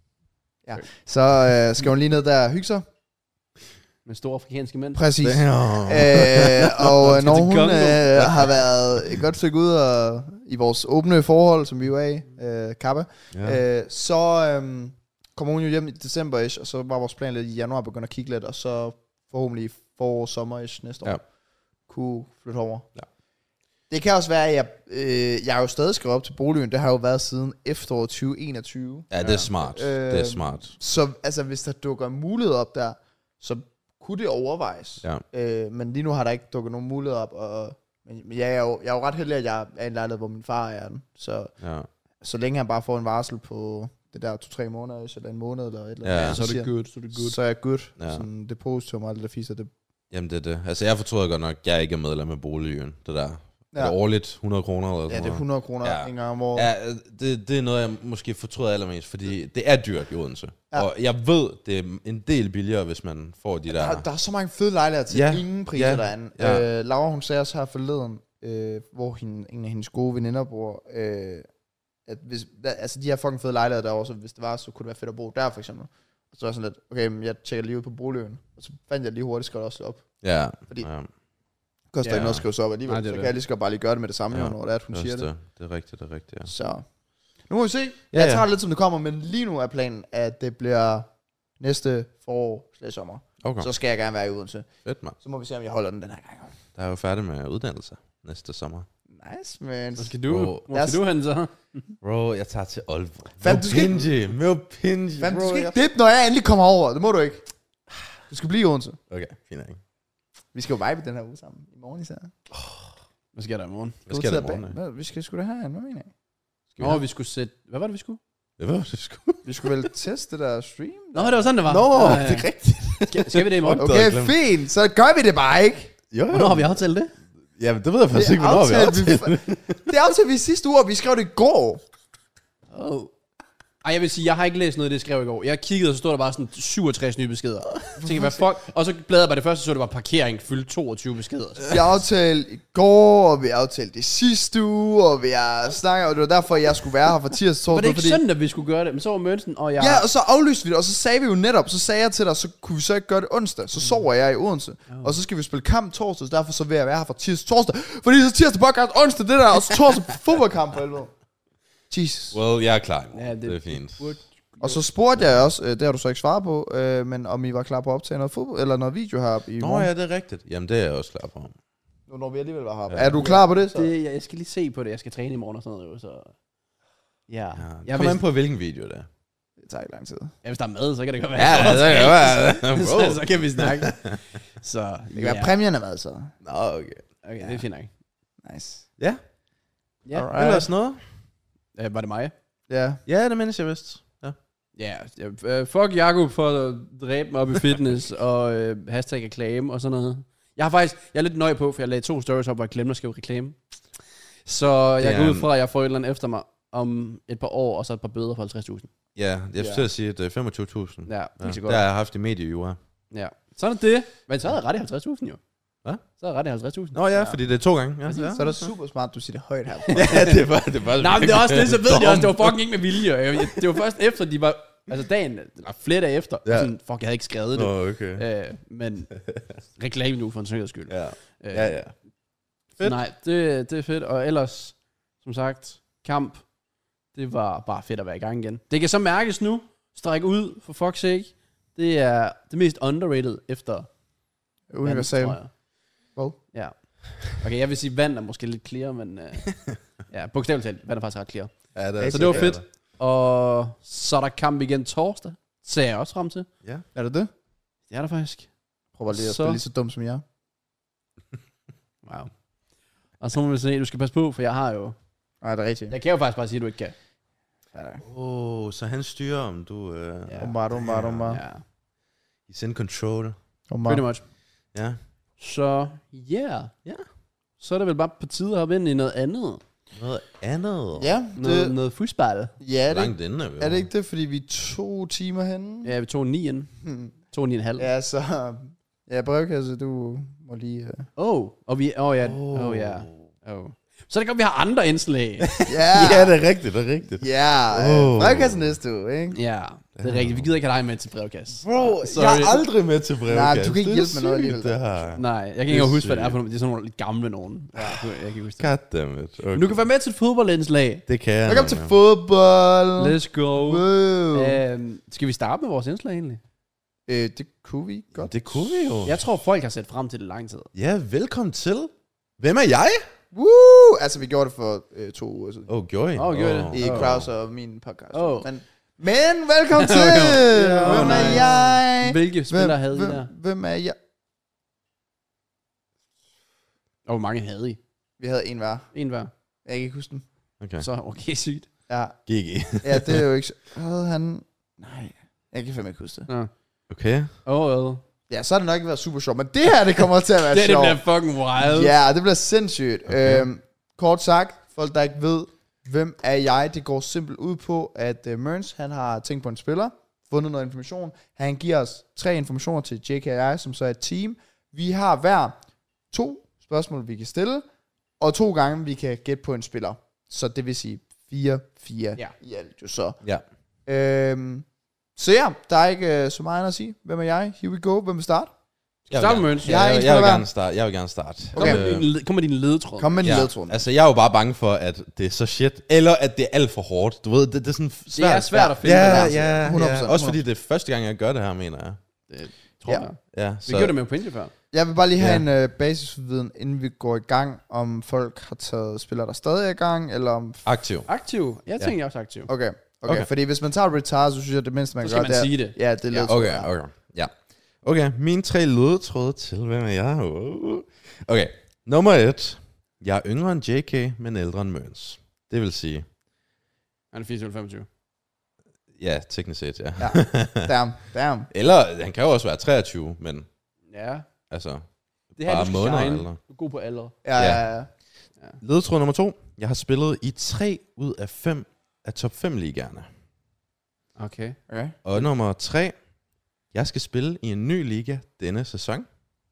Ja. Så øh, skal hun lige ned der og hygge sig. Med store afrikanske mænd. Præcis. Øh, Damn. og Skal når til hun Congo. øh, har været et godt stykke ud og, i vores åbne forhold, som vi jo er i, øh, Kappa, Ja. ja. øh, så øh, kommer hun jo hjem i december-ish, og så var vores plan lidt i januar at begynde at kigge lidt, og så forhåbentlig forår, sommer-ish næste år, Ja. ja. kunne flytte over. Ja. Det kan også være, at jeg, øh, jeg har jo stadig skrevet op til boligen, det har jo været siden efteråret tyve enogtyve. Ja, det er smart. Øh, Det er smart. Så altså, hvis der dukker en mulighed op der, så kunne det overvejes. Ja. Øh, men lige nu har der ikke dukket nogen mulighed op. Og, men men jeg, er jo, jeg er jo ret heldig, at jeg er i en lejlighed, hvor min far er den. Så, Ja. så længe han bare får en varsel på det der to-tre måneder, eller en måned, eller et eller Ja. andet, Så er siger det han, good, så er det good. så er jeg good. Ja. Ja. Sådan, det positive og alt det der fiser, det Jamen, det er det. Altså, jeg fortryder godt nok, at jeg ikke er medlem af boligen. Det der. Ja. Er Ja. det årligt hundrede kroner eller sådan Ja, det er hundrede kroner Ja. ja. en gang om året. Ja, det, det er noget, jeg måske fortryder allermest, fordi det er dyrt i Odense. Ja. Ja. Og jeg ved, det er en del billigere, hvis man får de der... Der, der er så mange fede lejligheder til Ja. ja. ingen priser Ja. derinde. Ja. Ja. Øh, Laura, hun sagde også her forleden, øh, hvor hende, en af hendes gode veninder bor, øh, at hvis, altså de her fucking fede lejligheder derovre, så hvis det var, så kunne det være fedt at bo der for eksempel. Og så var jeg sådan lidt, okay, men jeg tjekker lige ud på boligøen, og så fandt jeg lige hurtigt, skrev det også op. Ja, Fordi- ja. Det koster Ja. ja. ikke noget at skrive sig op alligevel, Nej, Nej, det er så kan det. jeg lige så godt bare lige gøre det med det samme, Ja. ja. når det er, at hun Det er siger også det. det. Det er rigtigt, det er rigtigt, ja. Så nu må vi se. Ja, Jeg ja. tager det lidt, som det kommer, men lige nu er planen, at det bliver næste forår, slet sommer. Okay, Så skal jeg gerne være i Odense. fedt, mand. Så må vi se, om jeg holder den den her gang. Der er jo færdig med uddannelse næste sommer. Nice, man. Hvor skal du? Bro, Hvor jeg- skal du hen så? Bro, jeg tager til Aalborg. Fand, du skal ikke- Mopinji, Mopinji, Fanden, du bro. skal jeg- ikke dippe, når jeg endelig kommer over. Det må du ikke. Du skal blive i Odense. Okay, fint ikke. Vi skal jo vibe den her uge sammen. I morgen især. Hvad sker der i morgen? Hvad sker der i morgen? Hvad, vi skal sgu da have en, hvad mener jeg? Skal vi Nå, have- vi skulle sætte... Hvad var det, vi skulle? Jeg ved, hvad det skulle. Vi skulle vel teste det der stream? Nå, det var sådan, det var. Nå, Ja, ja. det er rigtigt. Skal, skal vi det i morgen? Okay. Det havde Okay, jeg glemt. fint. Så gør vi det bare, ikke? Jo, Hvornår har vi aftalt det? Ja, men det ved jeg faktisk Det ikke, hvornår vi har aftalte aftalt. vi, det aftalte vi sidste uge, og vi skrev det i går. Oh. Ej, jeg vil sige, jeg har ikke læst noget af det, jeg skrev i går. Jeg kiggede, og så stod der bare sådan syvogtres nye beskeder. Jeg tænkte, hvad fuck? Og så bladrede jeg bare det første, så det var parkering fyldt toogtyve beskeder. Vi aftalte i går, og vi aftalte det sidste uge, og vi har snakket, og det var derfor, jeg skulle være her for tirsdag. Var det ikke sådan, at vi skulle gøre det? Men så var Mønsen, og jeg... Ja, og så aflyste vi det, og så sagde vi jo netop, så sagde jeg til dig, så kunne vi så ikke gøre det onsdag. Så sover jeg i Odense, og så skal vi spille kamp torsdag, så derfor så vil jeg være her fra tirsdag torsdag. Fordi så tirsdag podcast, onsdag det der, og så torsdag fodboldkamp for helvede. Jesus. Well, jeg er klar. Ja, Ja, det- det, det er fint. Og så spurgte jeg også, øh, det har du så ikke svaret på, øh, men om I var klar på at optage noget fodbold, eller noget video her i Nå morgen. ja, det er rigtigt. Jamen, det er jeg også klar på. Nu når vi alligevel var her. Ja. Er du klar på det? Så? Det, jeg, jeg skal lige se på det. Jeg skal træne i morgen og sådan noget, jo, så... Ja. Ja. Jeg Kom vil, an på, hvilken video det er. Det tager ikke lang tid. ja, hvis der er mad, så kan det godt være. Ja, det kan være. så, så kan vi snakke. Så, Det kan være præmierne med, så. Nå, okay. Okay, det er fint nok. Nice. Ja, Ja. Alright. ellers noget? Øh, var det mig? Ja. Ja, det mindes jeg vist. Ja. Ja, yeah, uh, fuck Jakob for at dræbe mig op i fitness, og uh, hashtag reklame og sådan noget. Jeg har faktisk, jeg er lidt nøje på, for jeg lagde to stories op, og jeg glemte at skrive reklame. Så jeg går ud fra, at jeg får et eller andet efter mig om et par år, og så et par bøder for halvtreds tusind. Ja, jeg skulle Ja. til at sige, at det er femogtyve tusind. Ja, Ja, ikke så det godt. har jeg haft i mediejura. Ja. Sådan er det. Men så havde jeg ret i halvtreds tusind jo. Hvad? Så er det halvtreds tusind. Nå ja, ja, fordi det er to gange. Ja, ja. Så er det super smart, du siger det højt her. ja, det var det var. Nej, men det er også det, så ved de også, det var fucking ikke med vilje. Jeg- jeg- Det var først efter, de var, altså dagen, eller flere dage efter, Ja. ja. sådan, fuck, jeg havde ikke skrevet det. Nå, okay. Øh, men reklame nu for en sikkerheds skyld. Ja, Øh, ja, ja. Fedt. Nej, det, det er fedt. Og ellers, som sagt, kamp, det var bare fedt at være i gang igen. Det kan så mærkes nu. Stræk ud, for fuck's sake. Det er det mest underrated efter Universal. vand, tror jeg. Hvad? Ja. Okay, jeg vil sige, vand er måske lidt clear, men uh, ja, bogstaveligt talt, vand er faktisk ret clear. Ja, det er Så det var ja, fedt. det Og så er der kamp igen torsdag. Ser jeg også frem til. er- Ja. Er det det? Det er der faktisk. Prøv bare lige at Så- spille lige så dum som jeg. Wow. Og så må vi se, du skal passe på, for jeg har jo... Nej, det er rigtigt. Jeg kan jo faktisk bare sige, at du ikke kan. Åh, oh, så han styrer, om du øh, Ja. Umbar, umbar, umbar. Ja, he's in control. Umbar. pretty much. Ja. Så, yeah. Ja. Så er det vel bare på tide at hoppe ind i noget andet. Noget andet. Ja, Noget, det, noget fodbold. ja, er det, Langt inde er vi er det jo. ikke det, fordi vi er to timer henne? Ja, vi tog ni ind. Hmm. To ni og en halv. Ja, så... Ja, brevkasse, du må lige... Uh... Oh, og vi... Åh, oh, ja. Åh, oh, ja. Oh. Så er det godt, vi har andre indslag. Ja, Ja, det er rigtigt, det er rigtigt. ja. Oh. Uh, brevkasse næste uge, ikke? Ja, det er rigtigt. Vi gider ikke have dig med til brevkast. Bro, Sorry. Jeg er aldrig med til brevkast. Nej, du kan ikke Det er hjælpe med noget sygt, alligevel. Det her. Nej, jeg kan Det ikke er huske, hvad det er sygt. for nogle. Det er sådan nogle lidt gamle nogen. Ja, jeg kan ikke huske det. Goddammit. Okay. Men du kan være med til et fodboldindslag. Det kan jeg. Velkommen til nemlig. fodbold. Let's go. Wow. Øhm, skal vi starte med vores indslag egentlig? Øh, det kunne vi godt. Det kunne vi jo. Jeg tror, folk har set frem til det lang tid. Ja, velkommen til. Hvem er jeg? Woo! Altså, vi gjorde det for øh, to uger siden. Åh, oh, gjorde I? Åh, gjorde I det? I Oh. Kraus og min podcast. Oh. Men, men velkommen til! Ja, Hvem er nice. jeg? Hvilke spillere havde I hvem, der? hvem er jeg? Og hvor mange havde I? Vi havde en hver. En hver. Jeg kan ikke huske den. Okay. Så okay, sygt. Ja, G G. ja det er jo ikke... så- Havde han... Nej, jeg kan fandme ikke huske det. Nå. Okay. Åh, oh, Ja, så har det nok ikke været super sjovt, men det her, det kommer til at være det, det sjovt. bliver fucking wild. Ja, det bliver sindssygt. Okay. Øhm, kort sagt, folk der ikke ved, hvem er jeg, det går simpelt ud på, at uh, Mørns, han har tænkt på en spiller, fundet noget information. Han giver os tre informationer til J K og I, som så er et team. Vi har hver to spørgsmål, vi kan stille, og to gange, vi kan gætte på en spiller. Så det vil sige fire, fire Ja. i alt jo så. Ja. Øhm, så ja, der er ikke uh, så meget at sige. Hvem er jeg? Here we go. Hvem vil starte? Jeg vil Start gerne- med Møns. Jeg har Jeg, en jeg, spiller vil hver. gerne starte. Jeg vil gerne starte. Kom, Okay. med din, led- kom med din ledetråd. Kom med din Ja, ledtråd. altså jeg er jo bare bange for, at det er så shit, eller at det er alt for hårdt. Du ved, det, det er sådan Det svært. er svært at finde Ja, balancen. ja, hundrede ja. procent, Også fordi det er første gang, jeg gør det her, mener jeg. Det tror Ja. jeg. Ja, Vi så, gjorde det med Opinje før. Jeg vil bare lige have Ja. en uh, basisviden, inden vi går i gang, om folk har taget spillere, der stadig er i gang, eller om... aktiv. Aktiv. Jeg Ja. tænker også aktiv. Okay, okay, Okay. okay. Fordi hvis man tager retard, så synes jeg, det mindste, man Så kan skal gøre, man det sige er... det. Ja, det er Ja, lidt Okay, okay. Ja. Okay, mine tre ledetråde til, hvem er jeg? Uh. Okay, nummer et. Jeg er yngre end J K, men ældre end Mørns. Det vil sige, Han er fireogtyve femogtyve. ja, teknisk set, ja. Ja. Damn, damn. Eller, han kan jo også være treogtyve, men Ja. altså, Det her, Bare du skal måneder, shine. eller? Du er god på alder. Ja, Ja. ja, ja. ledetråd nummer to. Jeg har spillet i tre ud af fem af top fem ligaerne. Okay. Okay. Og nummer tre. Jeg skal spille i en ny liga denne sæson.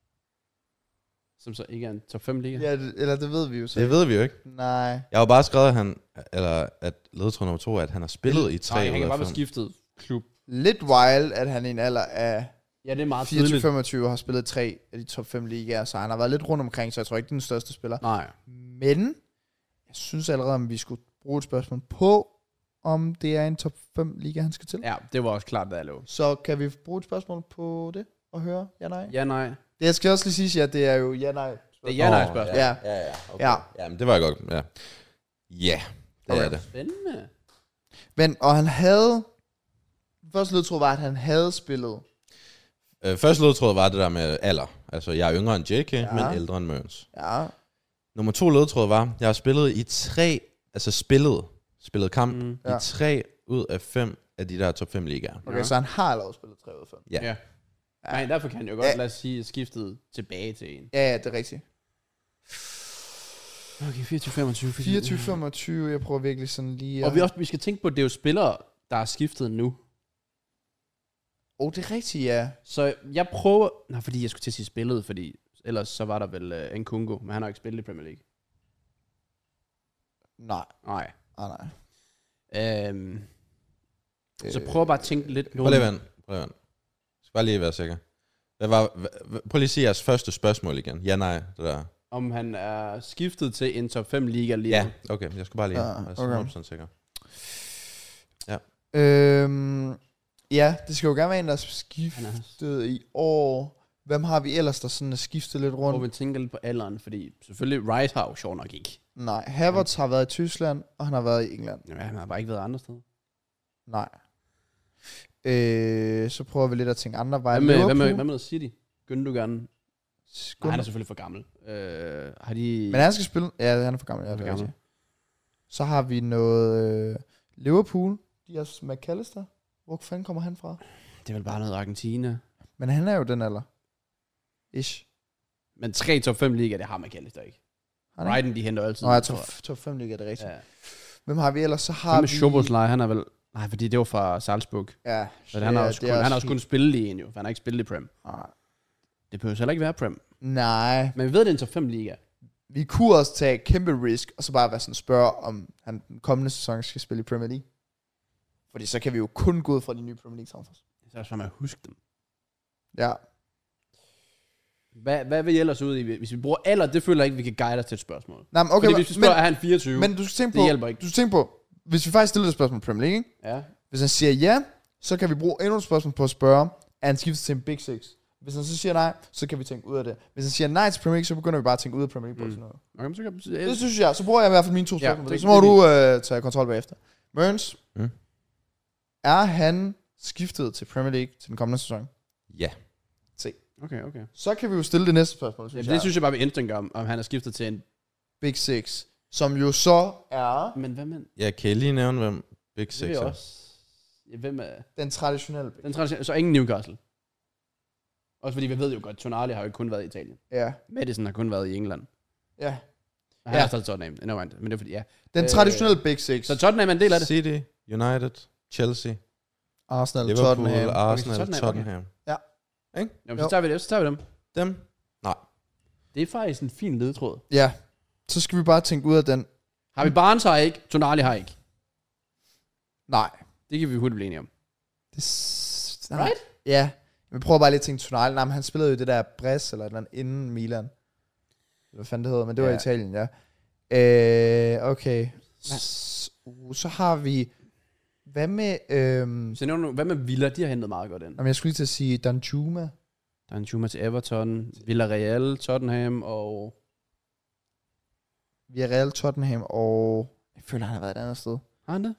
Som så ikke er en top fem liga. Ja, det, eller det ved vi jo så. Det ved vi jo ikke. Nej. Jeg har jo bare skrevet, at han, eller at ledetråd nummer to, at han har spillet i tre Nej, han ud kan af bare være fem. skiftet klub. Lidt wild, at han i en alder af Ja, det er meget fireogtyve tidligt. femogtyve har spillet tre af de top fem ligaer, så han har været lidt rundt omkring, så jeg tror ikke, det er den største spiller. Nej. Men jeg synes allerede, om vi skulle bruge et spørgsmål på, om det er en top fem liga, han skal til. Ja, det var også klart, hvad jeg lå. Så kan vi bruge et spørgsmål på det og høre ja, nej? Ja, nej. Det jeg skal også lige sige, at det er jo ja, nej. Det er ja, nej spørgsmål. Ja. Ja, ja, okay. Ja. ja. men det var jeg godt. Ja, ja det Okay. er det. Spændende. Men, og han havde, første ledtråd var, at han havde spillet. Øh, første ledetråd var det der med alder. Altså, jeg er yngre end J K, Ja. ja. men ældre end Mørns. Ja, Nummer to ledetråd var, jeg har spillet i tre, altså spillet, spillet kamp Mm. mm. Ja. i tre ud af fem af de der top fem ligaer. okay, Ja. så han har allerede spillet tre ud af fem. Ja. Ja. Nej, derfor kan han jo godt, Ja. lad os sige, skiftet tilbage til en. Ja, ja, det er rigtigt. Okay, fireogtyve femogtyve. fireogtyve femogtyve, jeg prøver virkelig sådan lige... Og vi, også, vi skal tænke på, at det er jo spillere, der er skiftet nu. Åh, oh, det er rigtigt, ja. Så jeg prøver... Nej, fordi jeg skulle til at sige spillet, fordi Ellers så var der vel uh, Nkunku, men han har ikke spillet i Premier League. Nej. Nej. Ah, nej. Øhm, så prøv bare at tænke lidt... Prøv lige vand. Prøv lige vand. Jeg skal bare lige være sikker. Hvad var, hvad, prøv lige at sige jeres første spørgsmål igen. Ja, nej, det der. Om han er skiftet til en top fem liga lige Ja, nu. okay. Jeg skal bare lige Ja, være okay. hundrede procent sikker. Ja. Øhm, ja, det skal jo gerne være en, der er Han er... skiftet i år. Hvem har vi ellers, der sådan er skiftet lidt Hvor rundt? vi tænker lidt på alderen, fordi selvfølgelig Wright har jo sjov nok ikke. Nej, Havertz har været i Tyskland, og han har været i England. Ja, han har bare ikke været andre steder. Nej. Øh, så prøver vi lidt at tænke andre veje. Hvad med, hvad Liverpool. med, hvad med City? Gündogan? Nej, Skum- han er selvfølgelig for gammel. Øh, har de... Men han skal spille... Ja, han er for gammel. Ja, For det er gammel. rigtigt. Så har vi noget... Øh, Liverpool. De har McAllister. Hvor fanden kommer han fra? Det er vel bare noget Argentina. Men han er jo den alder. Ish. Men tre top fem liga, det har man kaldt ikke. Han er- Brighton, de henter altid. Nå, jeg tror top fem liga, det er rigtigt. Ja. Hvem har vi ellers? Så har Hvad med vi... Szoboszlai, han er vel... Nej, fordi det var fra Salzburg. Ja. Så han har ja, også, det kun, er han har også kun helt- spillet i en jo, for han har ikke spillet i Prem. Nej. Det behøver heller ikke være Prem. Nej. Men vi ved, det er en top fem liga. Vi kunne også tage kæmpe risk, og så bare være sådan spørge, om han den kommende sæson skal spille i Premier League. Fordi så kan vi jo kun gå ud fra de nye Premier League transfers. Det er også for mig at huske dem. Ja. Hvad, hvad vil I ellers ud i, hvis vi bruger alder? Det føler jeg ikke, vi kan guide os til et spørgsmål. Nej, men okay, Fordi hvis vi spørger, men, er han fireogtyve? men du skal tænke det på, hjælper ikke. du skal tænke på, hvis vi faktisk stiller et spørgsmål på Premier League, ikke? Ja. Hvis han siger ja, så kan vi bruge endnu et spørgsmål på at spørge, er han skiftet til en Big Six? Hvis han så siger nej, så kan vi tænke ud af det. Hvis han siger nej til Premier League, så begynder vi bare at tænke ud af Premier League. Mm. På sådan noget. Okay, så kan, Det synes jeg. Så bruger jeg i hvert fald mine to Ja, spørgsmål. Ja, det- så må det du øh, tage kontrol bagefter. Mørns, Mm. er han skiftet til Premier League til den kommende sæson? Ja. Okay, okay. Så kan vi jo stille det næste spørgsmål, synes Ja, jeg. det synes jeg bare, vi instant gør, om, om han er skiftet til en... Big Six, som jo så er Men hvad med... Ja, kan I lige nævne, hvem Big Det Six vil jeg er? også... Ja, hvem er... den traditionelle Big Den tradition, så ingen Newcastle. Også fordi vi ved jo godt, Tonali har jo ikke kun været i Italien. Ja, Madison har kun været i England. ja. Og han Ja. har stadig Tottenham. No, men det er fordi, ja. Den Øh, traditionelle Big Six. Så Tottenham er en del af det. City, United, Chelsea, Arsenal, Liverpool, Tottenham. Arsenal, Okay, Tottenham, Tottenham. Jamen, Jo. så tager vi det. Så tager vi dem. Dem? Nej. Det er faktisk en fin ledtråd. Ja, så skal vi bare tænke ud af den. Har vi Barnes har ikke, Tonali har ikke. Nej. Det kan vi hurtigt blive enige om. Det s- nej. Right? Ja, men prøv bare lige at tænke Tonali. Nej, men han spillede jo det der Bres eller et eller andet inden Milan. Eller hvad fanden det hedder, men det var Ja. i Italien, ja. Øh, okay. S- uh, så har vi... Hvad med... Øhm, Så nævner du, hvad med Villa? De har hentet meget godt ind. jamen, jeg skulle lige til at sige Danjuma. Der er en Juma til Everton, Villarreal, Tottenham og... Villarreal, Tottenham og... Jeg føler, han har været et andet sted. Har han det?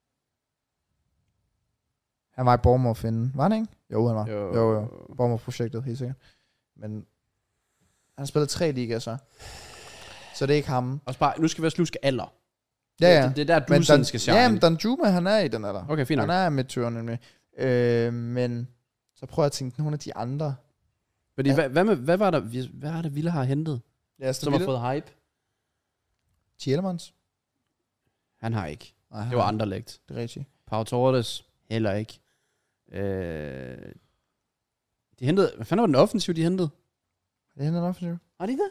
Han var i Bournemouth inden. Var han ikke? Jo, han var. Jo. Jo, jo. Bournemouth-projektet, helt sikkert. Men han har spillet tre ligaer så. Så det er ikke ham. Også bare, nu skal vi også sluske alder. Ja, ja. Det, det er der, du Men sådan Dan, skal shine. ja, men Danjuma, han er i den alder. Okay, fint nok. Han er midttyren nemlig. Øh, men så prøver jeg at tænke nogle af de andre. Fordi, Ja. hvad, hvad, med, hvad var der, hvad er det, Villa har hentet, Ja, som har fået hype? Tielemans. Han har ikke. Nej, Det var Anderlecht. Det er rigtigt. Pau Torres, heller ikke. Øh, de hentede, hvad fanden var den offensiv, de hentede? Er det hentet en offensiv? Har de ikke det?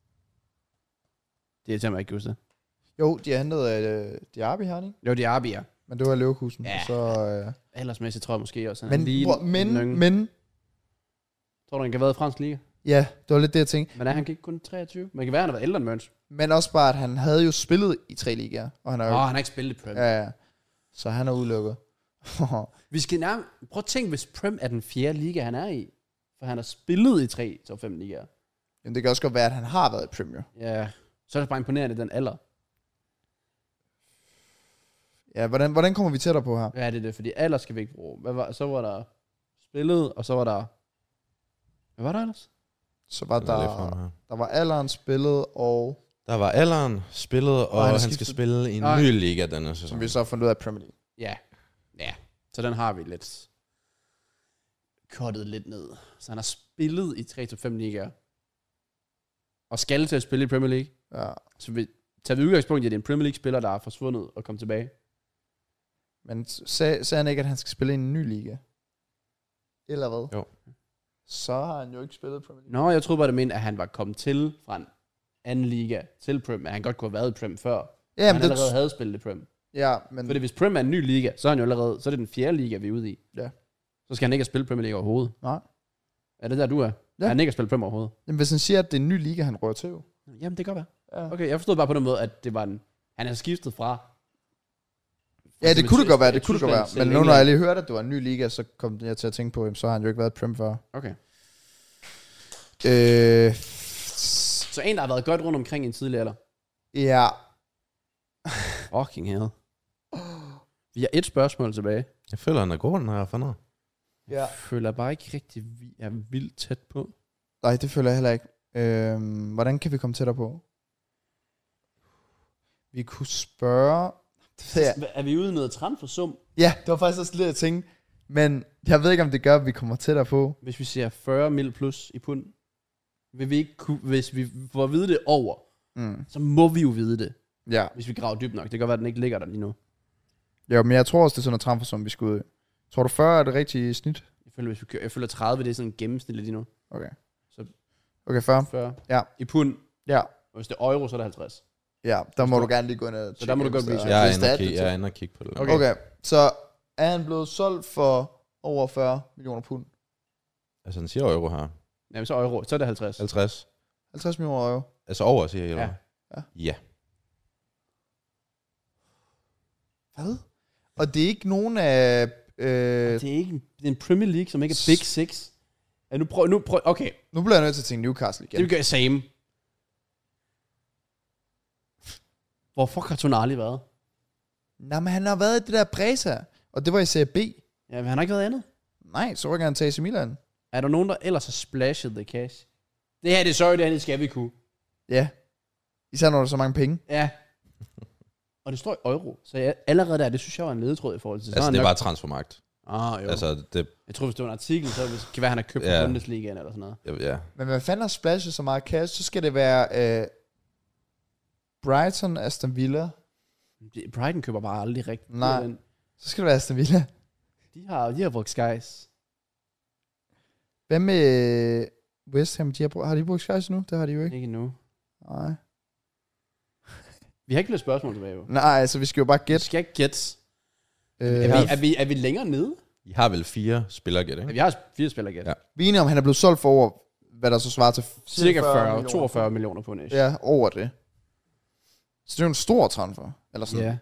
Det er til mig ikke huske det. Jo, de har hentet øh, Diaby her, ikke? Jo, de er Arbia. Men det var Leverkusen. Ja. Så, øh, Aldersmæssigt tror jeg måske også. han er men, lige hvor, men, en yngre. men, Tror du, han kan have været i fransk liga? ja, det var lidt det, jeg tænkte. Men er han ikke kun treogtyve? Men det kan være, han har været ældre end Mørns. Men også bare, at han havde jo spillet i tre ligaer. Og han Åh, er jo, oh, han har ikke spillet i Prem. ja, ja. Så han er udelukket. Vi skal nærmest... Prøv at tænke, hvis Prem er den fjerde liga, han er i. For han har spillet i tre top fem ligaer. Men det kan også godt være, at han har været i Premier. Ja, så er det bare imponerende, den alder. Ja, hvordan, hvordan kommer vi tættere på her? Hvad er det det? Fordi alder skal vi ikke bruge. Hvad var, så var der spillet, og så var der... Hvad var der ellers? Så var Den er lidt frem der, her. der var alderen spillet, og Der var alderen spillet, og, Og han han, har han skal skiftet- spille i en Nej. ny liga denne som sæson. vi så har fundet ud af Premier League. Ja. Ja. Så den har vi lidt... Kottet lidt ned. Så han har spillet i tre top fem ligaer. Og skal til at spille i Premier League. Ja. Så vi tager vi udgangspunkt i, at det er en Premier League-spiller, der er forsvundet og kommet tilbage. Men sag, sagde han ikke, at han skal spille i en ny liga? Eller hvad? Jo. så har han jo ikke spillet Premier League. Nå, jeg troede bare, det mente, at han var kommet til fra en anden liga til Prem, at han godt kunne have været i Prem før. Ja, han men allerede det, havde spillet i Prem. ja, men... Fordi hvis Prem er en ny liga, så er han jo allerede, så er det den fjerde liga, vi er ude i. Ja. Så skal han ikke have spillet Premier League overhovedet. Nej. Er det der, du er? Ja. Er han ikke har spillet Prem overhovedet? Jamen, hvis han siger, at det er en ny liga, han rører til jo. Jamen, det kan godt være. Ja. Okay, jeg forstod bare på den måde, at det var en... Han er skiftet fra... Ja, det kunne det godt være, det kunne det godt være. Tyskland Men til nu, når jeg England. lige hørte, at det var en ny liga, så kom jeg til at tænke på, jamen, så har han jo ikke været i Prem før. Okay. Øh, Så en, der har været godt rundt omkring i en tidlig alder. ja. Fucking hell. Vi har et spørgsmål tilbage. Jeg føler, han er god, den her fandt. Ja. Jeg føler bare ikke rigtig, vi er vildt tæt på. Nej, det føler jeg heller ikke. Øhm, hvordan kan vi komme tættere på? Vi kunne spørge... Ja. Er vi ude i noget transfersum? ja, det var faktisk også lidt at tænke. Men jeg ved ikke, om det gør, at vi kommer tættere på. Hvis vi siger fyrre mil plus i pund, vil vi ikke kunne, hvis vi får at vide det over, Mm. så må vi jo vide det, Ja. hvis vi graver dybt nok. Det kan godt være, at den ikke ligger der lige nu. Jo, men jeg tror også, det er sådan noget transfer, som vi skal ud i. Tror du fyrre er det rigtige snit? Jeg føler, hvis vi kører, jeg føler tredive, det er sådan en gennemsnit lige nu. Okay. Så- Okay, fyrre. fyrre. Ja. I pund. Ja. Og hvis det er euro, så er det halvtreds. Ja, der må du gerne lige gå ind og Så der må du godt hvis research. der- Jeg er hvis inde der og det kigge, til. jeg er inde og kigge på det. Okay. Okay, så er han blevet solgt for over fyrre millioner pund? Altså, han siger euro her. Jamen, så euro, så er det halvtreds. halvtreds. halvtreds millioner euro. Altså over, siger jeg. Eller? Ja. hvad? Ja. Ja. Hvad? Og det er ikke nogen af... Øh, Det er ikke en, det er en Premier League, som ikke er Big Six. Ja, nu prøv, nu prøv, okay, nu bliver jeg nødt til at tænke Newcastle igen. det vi gør same. Hvor fuck har Tonali været? Nej, men han har været i det der Bresa, og det var i Serie B. Ja, men han har ikke været andet. Nej, så rykker han til A C Milan. Er der nogen, der ellers har splashet the cash? Det her, det er sorry, det her, det skal vi kunne. Ja. Især når der er så mange penge. Ja. Og det står i euro. Så jeg, allerede der, det synes jeg var en ledetråd i forhold til. Så Altså, har han det er nok- bare transfermagt. Ah, jo. Altså, det... Jeg tror, hvis det var en artikel, så hvis- kan det være, han har købt Ja. ja. Bundesligaen eller sådan noget. Ja, ja. Men hvad fanden har splashet så meget cash? Så skal det være øh, Brighton, Aston Villa. Det- Brighton køber bare aldrig rigtigt. Nej. Men Så skal det være Aston Villa. De har, de har brugt Skies. Hvad med West Ham? De har, brug- har de brugt Skies nu? Det har de jo ikke. Ikke nu. Nej. Vi har ikke flere spørgsmål tilbage, jo. Nej, altså vi skal jo bare Vi gætte. skal ikke gætte. Øh, Er, vi, er, vi, er vi længere nede? I har vel fire spillere, gæt, ikke? Vi har fire spillere gæt. Ja. Vi er enige om, han er blevet solgt for over, hvad der så svarer til Cirka fyrre, millioner. toogfyrre millioner på næste. Ja, over det. Så det er jo en stor transfer. Eller sådan. Ja.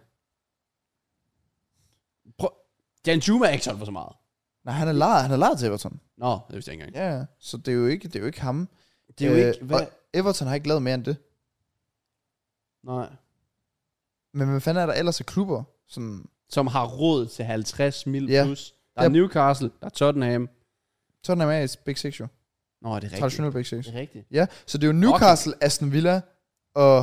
Prøv. Jan Juma er ikke solgt for så meget. Nej, han er lejet, han er lejet til Everton. Nå, det vidste jeg ikke engang. Ja, ja. Så det er jo ikke, det er jo ikke ham. Det er jo Øh, ikke... Hvad? og Everton har ikke lavet mere end det. Nej. Men hvad fanden er der ellers af klubber? Sådan, Som har råd til halvtreds mil Ja. plus. Der er Ja. Newcastle, der er Tottenham. sådan er med i Big Six jo. Nå, det er rigtigt. Traditionelt Big Six. Det er rigtigt. Ja, så det er jo Newcastle, Aston Villa og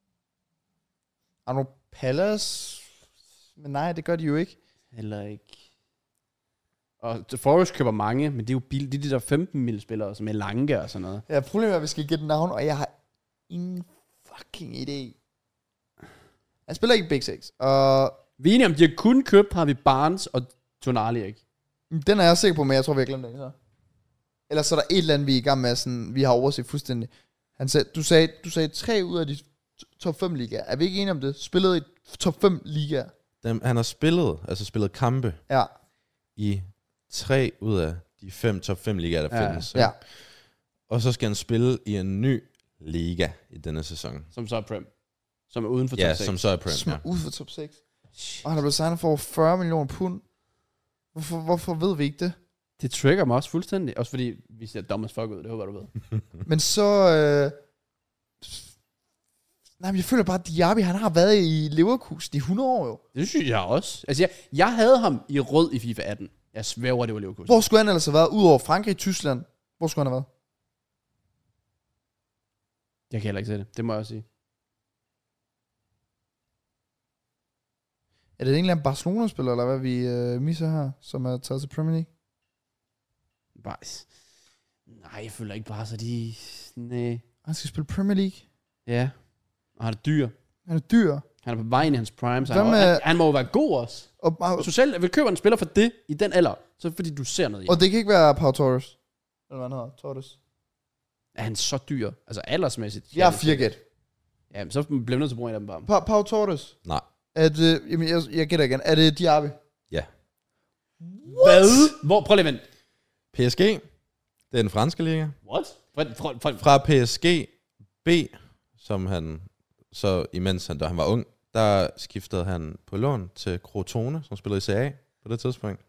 Arno Palace. Men nej, det gør de jo ikke. Heller ikke. Og The Forest køber mange, men det er jo bil, det er de der femten mil spillere, som er lange og sådan noget. Ja, problemet er, at vi skal gætte navn, og jeg har ingen fucking idé. Han spiller ikke i Big Six, og Vi er enige om, de har kun købt Harvey Barnes og Tonali, ikke? den er jeg sikker på, men jeg tror, vi har glemt det. Så. Ellers så er der et eller andet, vi er i gang med, sådan, vi har overset fuldstændig. Han sagde, du, sagde, du sagde tre ud af de top fem ligaer. Er vi ikke enige om det? Spillet i top fem ligaer. Dem, han har spillet, altså spillet kampe Ja, i tre ud af de fem top fem ligaer, der Ja. findes. ja. Og så skal han spille i en ny liga i denne sæson. Som så er Prem. Som er uden for Ja, top seks. som så er Prem. Som Ja. er ude for top seks. Og han er blevet signet for over fyrre millioner pund. Hvorfor, hvorfor ved vi ikke det? Det trigger mig også fuldstændig. Også fordi vi ser dumb as fuck ud, det håber du ved. Men så... Øh... Nej, men jeg føler bare, at Diaby, han har været i Leverkusen i hundrede år jo. Det synes jeg også. Altså, jeg, jeg havde ham i rød i FIFA atten. Jeg svæver, det var Leverkusen. Hvor skulle han ellers have været? Udover Frankrig, Tyskland. Hvor skulle han have været? Jeg kan heller ikke se det. Det må jeg også sige. Er det en eller anden Barcelona-spiller, eller hvad vi øh, misser her, som er taget til Premier League? Bare... Nej, jeg føler ikke bare så de... Nej. Han skal spille Premier League. Ja. Og han er dyr. Han er dyr. Han er på vej ind i hans prime, så Hvad han, med- han, han må jo være god også. Og, og, Hvis du selv vil købe en spiller for det, i den alder, så er det fordi, du ser noget i og ham. det kan ikke være Pau Torres. Eller hvad han hedder? Torres. Er han så dyr? Altså aldersmæssigt? Jeg har fire gæt. Ja, så bliver vi nødt til at bruge en af dem bare. Pa- Pau Torres. Nej. Er det, jamen, jeg, jeg gætter igen. Er det Diaby? Ja. Hvad? Hvor? Prøv lige at vente. P S G. Det er den franske liga. What? Fra, fra, fra, Fra P S G B, som han så imens han, da han var ung, der skiftede han på lån til Crotone, som spillede i C A på det tidspunkt.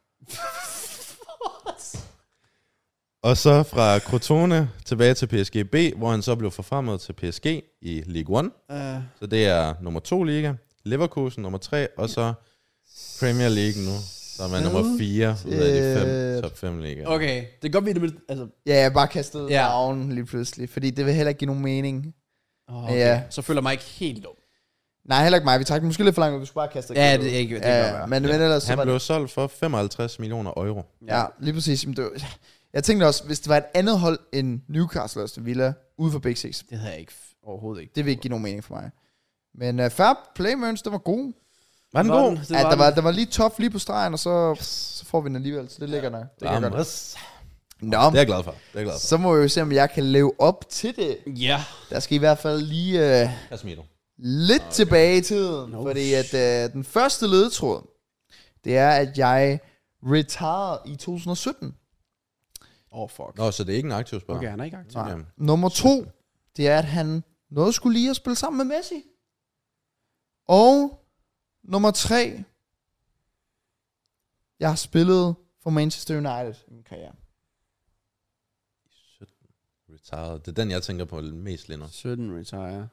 Og så fra Crotone tilbage til P S G B, hvor han så blev forfremmet til P S G i Ligue et. Uh, Så det er nummer to liga, Leverkusen nummer tre, og så Premier League nu, som er nummer fire ud af de fem, top fem liga. okay, det er godt, vi det altså. Ja, jeg bare kastet Ja. navn lige pludselig, fordi det vil heller ikke give nogen mening. Oh, okay. Ja. Så føler jeg mig ikke helt dum. Nej, heller ikke mig. Vi trak den måske lidt for langt, ud. Vi skulle bare kaste Ja, det er ikke det kan ja, godt være. men, men ellers så Han var blev det, solgt for femoghalvtreds millioner euro. ja, lige præcis. Men det var, jeg tænkte også, hvis det var et andet hold end Newcastle og Aston Villa ude for Big Six, Det havde jeg ikke f- overhovedet ikke. det vil ikke give nogen mening for mig. Men uh, fair play, Mørns, det var god. Var den Var god? den? Det Ja, der den. var, der var lige tough lige på stregen, og så, så får vi den alligevel, så det ligger nok. Det kan jeg godt. Ramos. Nå, Det er jeg glad for. Det er jeg glad for. så må vi jo se, om jeg kan leve op til det. Ja. Der skal i hvert fald lige uh, Casemiro. lidt okay. tilbage i tiden, No fordi at uh, den første ledetråd, det er, at jeg retired i to tusind og sytten. Åh, oh, fuck. Nå, så det er ikke en aktiv spiller. Okay, han er ikke aktiv. Nej. Jamen. Nummer to, det er, at han nåede skulle lige at spille sammen med Messi. Og nummer tre, jeg har spillet for Manchester United i min karriere. sytten. Retired. Det er den, jeg tænker på mest lige nu. sytten retire.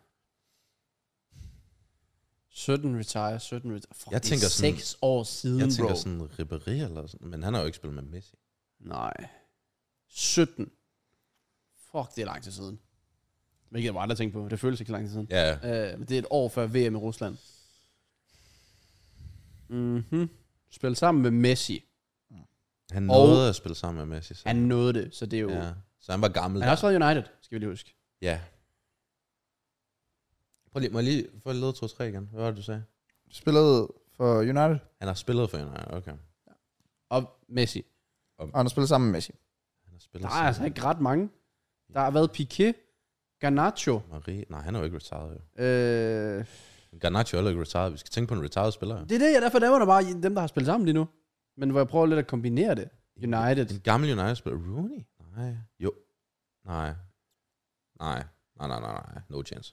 sytten retire, sytten retire. Fuck, Jeg det tænker er sådan- seks år siden, Jeg tænker bro. sådan Ribéry eller sådan, men han har jo ikke spillet med Messi. Nej. sytten. Fuck, det er lang tid siden. Hvilket jeg bare aldrig tænkt på. Det føles ikke lang tid siden. Ja, Uh, men det er et år før V M i Rusland. Mhm. Spil sammen med Messi. han Og- nåede at spille sammen med Messi. Så. Han nåede det, så det er jo... Ja, så han var gammel. Han har også været United, skal vi lige huske. Ja. Prøv lige, må jeg lige få lidt to tre igen? Hvad var det, du sagde? Spillede for United, Han har spillet for United, okay. Og Messi. og han har spillet sammen med Messi. Han har spillet Der er altså ikke ret mange. Der har været Piqué, Garnacho. Marie. Nej, han er jo ikke retired, jo. Øh, Garnacho er heller ikke retired. Vi skal tænke på en retired spiller, jo. det er det, jeg derfor nævner bare dem, der har spillet sammen lige nu. Men hvor jeg prøver lidt at kombinere det. United. En gammel United-spiller. Rooney? Nej. Jo. Nej. Nej. Nej, nej, nej, nej. No chance.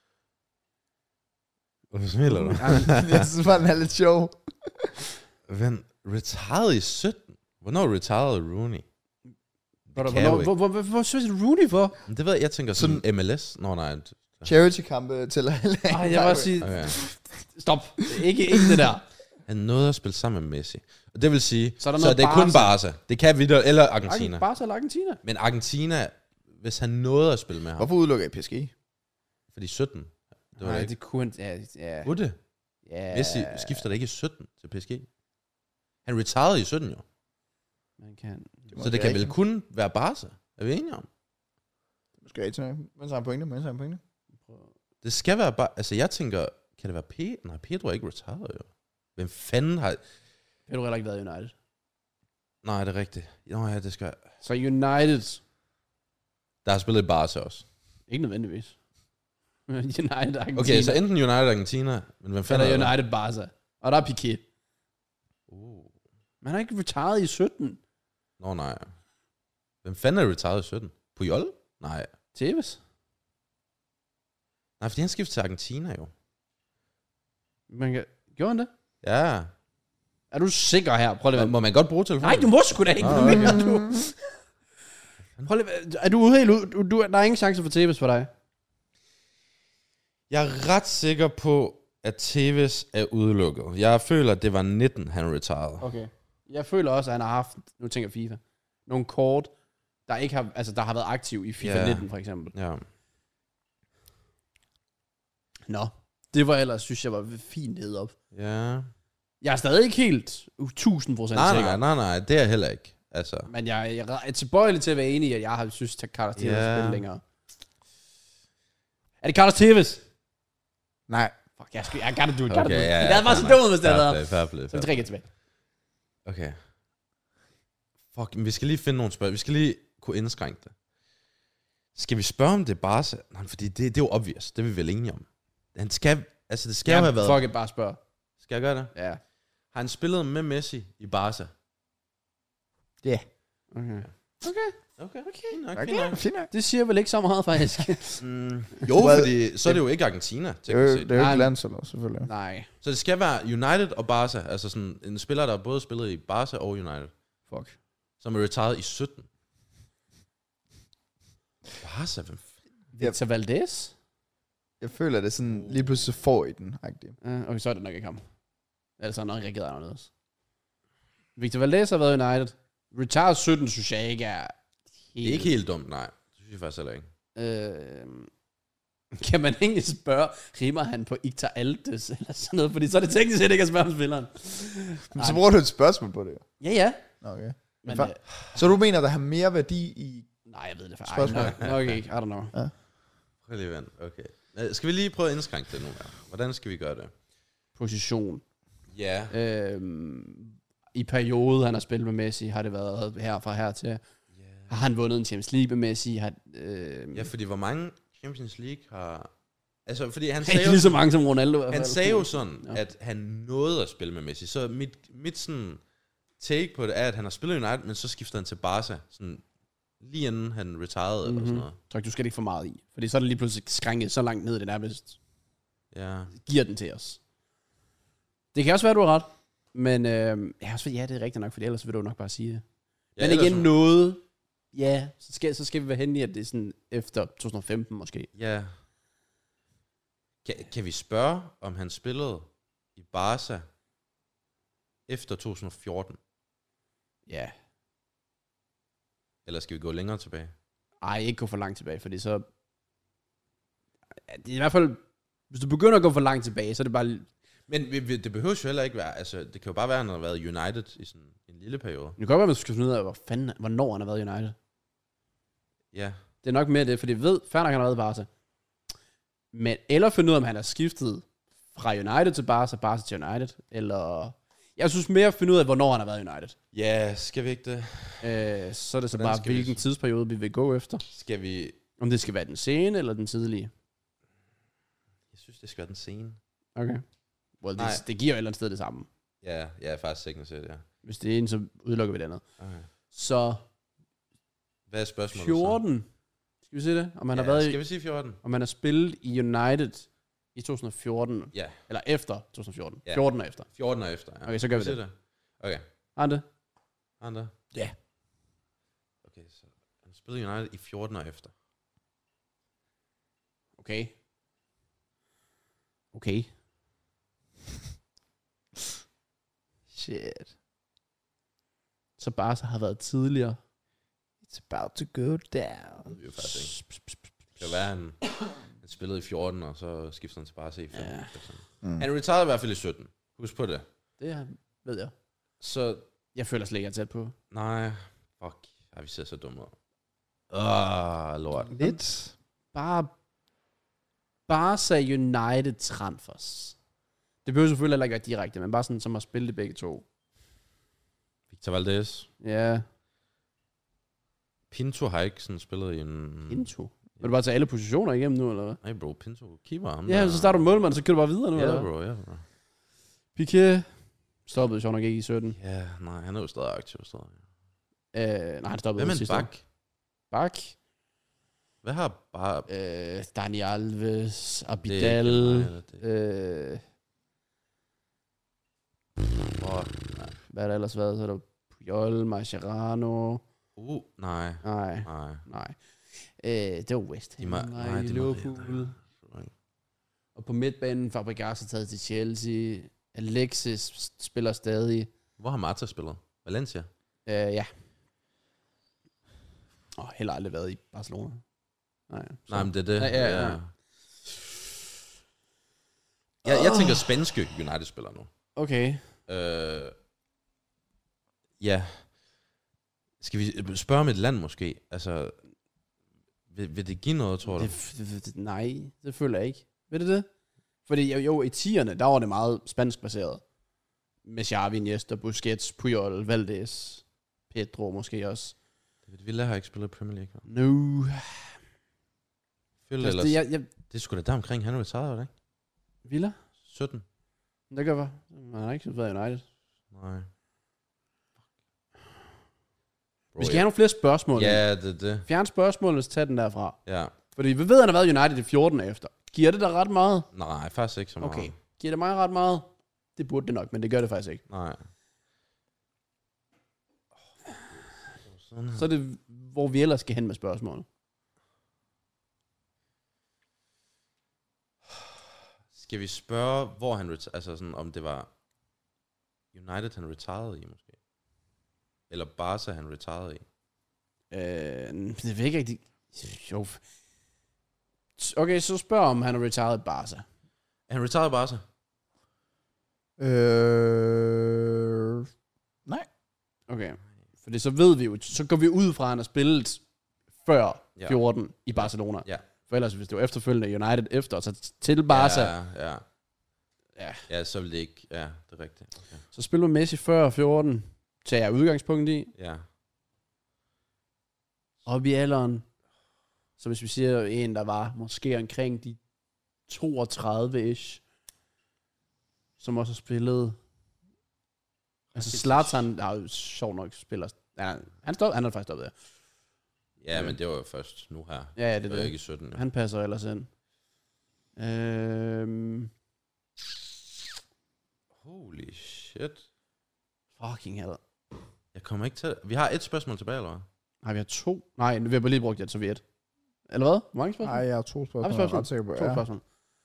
Hvorfor smiler du? Jeg synes bare, den er lidt sjov. Hvem? Retired i sytten? Hvornår retired Rooney? Hvor, Det kan jeg jo hvor, ikke. hvor, hvor, hvor, hvor synes du Rooney for? Men det ved jeg, jeg tænker sådan M L S. Nå, nej. Charity-kampe til at Ej, jeg vil også sige, Okay. stop. Ikke, ikke det der. Han nåede at spille sammen med Messi. Og det vil sige, Så er der så noget det er kun Barca. Barca. Det kan vi der, eller Argentina. Barca eller Argentina? Men Argentina, hvis han nåede at spille med ham, Hvorfor udelukker I P S G? fordi sytten, det var Nej, det ikke. det kunne han... Ja, ja, Kunne det? ja. Messi skifter da ikke i sytten til P S G. Han retired i sytten jo. Man kan... Så det kan vel kun være Barca. Er vi enige om? Skal jeg ikke tage, mens han har pointe, mens han har pointe. Det skal være bare... Altså jeg tænker, kan det være Pedro? Nej, Pedro er ikke retired jo. Hvem fanden har... Har du heller ikke været i United? Nej, det er rigtigt. Nå ja, det skal... Så United... Der har spillet i Barca også. Ikke nødvendigvis. United Argentina. Okay, så enten United og Argentina, men hvem fanden Eller er det? United Barca. Og der er Piqué. Uh. Man har ikke retired i sytten. Nå nej. Hvem fanden er retired i sytten? Puyol? Nej. Tevez. Nej, fordi han skiftede til Argentina jo. Man kan... Gjorde han det? Ja. Er du sikker her? Prøv lige Må, at... må man godt bruge telefonen? Nej, du må sgu da ikke. Nå, Hvad okay. mener du? Prøv lige... at- Er du helt ud? Du, du, der er ingen chance for Tevez for dig. Jeg er ret sikker på, at Tevez er udelukket. Jeg føler, at det var nitten, han retired. Okay. Jeg føler også, at han har haft... Nu tænker jeg FIFA. Nogle kort, der ikke har... Altså, der har været aktiv i FIFA Ja. nitten, for eksempel. Ja. Nå. Det var ellers, synes jeg, var fint ned op. Ja. Jeg er stadig ikke helt tusind procent Nej, sikker. nej, nej, nej, det er jeg heller ikke. Altså, Men jeg, jeg er tilbøjelig til at være enig i, at jeg har synes, at Carlos Tevez Ja. spiller længere. Er det Carlos Tevez? Nej. Fuck, jeg, skal, jeg gotta do it, gotta okay, do it. ja, Jeg ja, havde bare så fair dumt, hvis det nok. havde Fair været. play, fair play, Så fair vi trækker tilbage. Okay. Fuck, men vi skal lige finde nogle spørgsmål. Vi skal lige kunne indskrænke det. Skal vi spørge om det bare så? Nej, fordi det, det er jo obvious. Det er vi vel enige om. Han skal, altså det skal jo have været... Fuck it, bare spørg. Skal jeg gøre det? Ja. Har han spillet med Messi i Barca? Ja. Yeah. Okay. Okay. Okay. Okay. Fint nok, fint Okay, nok. fint nok. Det siger vel ikke så meget, faktisk. Mm, jo, fordi så er det jo ikke Argentina, Det er teknisk jo, set. det er jo Nej. ikke landsholdet, selvfølgelig. Nej. Så det skal være United og Barca. Altså sådan en spiller, der både spillet i Barca og United. Fuck. Som er retired i sytten. Barca, hvem f- Victor Valdez? Jeg føler, at det er sådan, lige pludselig så får I den. -agtigt. Ja, okay, så er det nok ikke ham. Ellers har han nok reageret anderledes. Victor Valdez har været i United. Retired sytten, synes jeg ikke er helt... Det er ikke helt dumt, nej. Det synes jeg faktisk heller ikke. Øh, kan man egentlig spørge, rimer han på Ictar Altes eller sådan noget? Fordi så er det teknisk set ikke at spørge om spilleren. Men så bruger du et spørgsmål på det. Ja, ja. Okay. Men, Fa- øh, Så du mener, der har mere værdi i... nej, jeg ved det faktisk. Spørgsmål. Ej, nok ikke. I don't know. Prøv lige vent. Okay. Øh, Skal vi lige prøve at indskrænke det nu her? Hvordan skal vi gøre det? Position. Ja. Øhm, I periode, han har spillet med Messi, har det været her fra her til. Har han vundet en Champions League med Messi? Har, øh, Ja, fordi hvor mange Champions League har... Altså, fordi han ikke sagde, lige jo, så mange som Ronaldo. i hvert han fald. sagde jo sådan, Ja. at han nåede at spille med Messi. Så mit, mit sådan take på det er, at han har spillet i United, men så skifter han til Barca. Sådan lige inden han retired mm-hmm. eller sådan noget. Så du skal det ikke for meget i. Fordi så er det lige pludselig skrænket så langt ned, det nærmest Ja. giver den til os. Det kan også være, du har ret. Men øh, ja, også, ja, det er rigtigt nok, for ellers vil du nok bare sige det. Ja, Men ellers igen, så- noget... Ja, så skal, så skal vi være henne i, at det er sådan efter to tusind og femten måske. Ja. Kan, kan vi spørge, om han spillede i Barca efter to tusind og fjorten? Ja. Eller skal vi gå længere tilbage? Ej, ikke gå for langt tilbage, fordi så... Ja, det er i hvert fald... Hvis du begynder at gå for langt tilbage, så er det bare... Men vi- vi- det behøver jo heller ikke være, altså det kan jo bare være, at han har været United i sådan en lille periode. Det kan godt være, at man skal finde ud af, hvor fanden, hvornår han har været i United. Ja. Det er nok mere det, fordi vi ved, fair nok, han har været i Barca. Men, eller finde ud af, om han har skiftet fra United til Barca, Barca til United, eller... Jeg synes mere at finde ud af, hvornår han har været i United. Ja, skal vi ikke det? Øh, så er det så Hvordan bare, skal vi- hvilken tidsperiode vi vil gå efter. Skal vi... Om det skal være den sene, eller den tidlige. Jeg synes, det skal være den scene. Okay. Well, Nej. det, det giver jo et eller andet sted det samme. Ja, ja, faktisk sikkert set, ja. Hvis det er en, så udelukker vi det andet. Okay. Så Hvad er spørgsmålet fjorten. Skal vi se det? Om han så? har været Skal i, vi sige fjorten? om han har spillet i United i to tusind og fjorten. Ja, Eller efter to tusind og fjorten. Ja. fjorten og efter. fjorten og efter. Ja. Okay, så gør vi Skal det. sige Okay, Har han det? har han det? Ja. Okay, så han spillede i United i fjorten og efter. Okay. Okay. Shit. Så Barca har været tidligere. It's about to go down. Det ved vi jo faktisk ikke. Det kan være, han, han spillede i fjorten, og så skiftede han til Barca i femten. Ja. Mm. Han retired i hvert fald i sytten. Husk på det. Det her ved jeg. Så, Jeg føler slet ikke, jeg er tæt på. nej, fuck. Ej, vi ser så dumme ud. Åh, lort. Lidt. Bare Barca United transfers. Det behøver selvfølgelig heller ikke være direkte, men bare sådan, som har spillet det begge to. Victor Valdez. Ja, Pinto har ikke sådan spillet i en... Pinto. Vil du bare tage alle positioner igennem nu, eller hvad? Nej, bro. Pinto. Keeper. Ham Ja, der. så starter du målmand, så kører du bare videre nu, Ja, eller bro. hvad? Ja, bro. Piqué stoppede sjovt nok ikke i sytten. Ja, nej, han er jo stadig aktiv. Stadig. Øh, nej, han stoppede Hvad med en sidste år. bak? Bak. Hvad har bare... Øh, Dani Alves, Det Abidal. er ikke mig, eller det- Øh, Åh, hvad har der ellers været? Så er der Puyol, Mascherano. Uh, nej, Nej, nej. nej. Øh, det var West De Ham, ma- nej, nej, de Liverpool. Maria, Og på midtbanen, Fabregas er taget til Chelsea. Alexis spiller stadig. Hvor har Marta spillet? Valencia? Øh, ja. Og heller aldrig været i Barcelona. Nej, så. Nej, men det er det. Ja, ja, ja. Jeg, jeg tænker spanske United-spillere nu. Okay. Øh, ja. Skal vi spørge om et land måske? Altså, vil, vil det give noget, tror du? Det, det, det, nej, det føler jeg ikke. Ved du det? Fordi jo, jo i tierne, der var det meget spansk baseret. Med Xavi, Iniesta, Busquets, Puyol, Valdez, Pedro måske også. David Villa har ikke spillet Premier League. No. Føler Altså, ellers, det, det, jeg, jeg, det er sgu da der omkring, han retired, ikke? Villa? sytten. Det gør hvad? Han har ikke været United. Nej. Bro, Vi skal have nogle flere spørgsmål. Ja, det er det. Fjern spørgsmålene, så tag den derfra. Ja. Fordi vi ved, at han har været United i fjorten efter. Giver det dig ret meget? Nej, faktisk ikke så meget. Okay. Giver det mig ret meget? Det burde det nok, men det gør det faktisk ikke. Nej. Så er det, hvor vi ellers skal hen med spørgsmålet. Skal vi spørge, hvor han reti- altså sådan, om det var United, han retired i, måske? Eller Barca, han retired i? Øh, det ved ikke rigtig. Jo. Okay, så spørg om han er retired i Barca. Er han retired i Barca? Øh... Nej. Okay. Fordi så ved vi jo, så går vi ud fra, at han har spillet før Ja. fjorten i Barcelona. Ja. For ellers, hvis det var efterfølgende United efter, så til Barca, Ja, ja. Ja. Ja, så vil det ikke... Ja, det er rigtigt. Okay. så spiller Messi før fjorten, tager jeg udgangspunkt i, Ja. op i alderen. Så hvis vi siger en, der var måske omkring de toogtredive-ish, som også har spillet... Altså Zlatan har jo sjovt nok spiller... Ja, han, stod, han er faktisk stoppet der. Ja, men det var jo først nu her. Ja, ja, det Det er var det. ikke i sytten. Jo. Han passer ellers ind. Øhm, Holy shit. fucking hell. Jeg kommer ikke til... Vi har et spørgsmål tilbage, eller hvad? Har vi har to? Nej, vi har bare lige brugt et, så vi er et. Eller hvad? Hvor mange spørgsmål? Nej, jeg har to spørgsmål. Har vi jeg er spørgsmål? ret sikker på. To Ja. spørgsmål.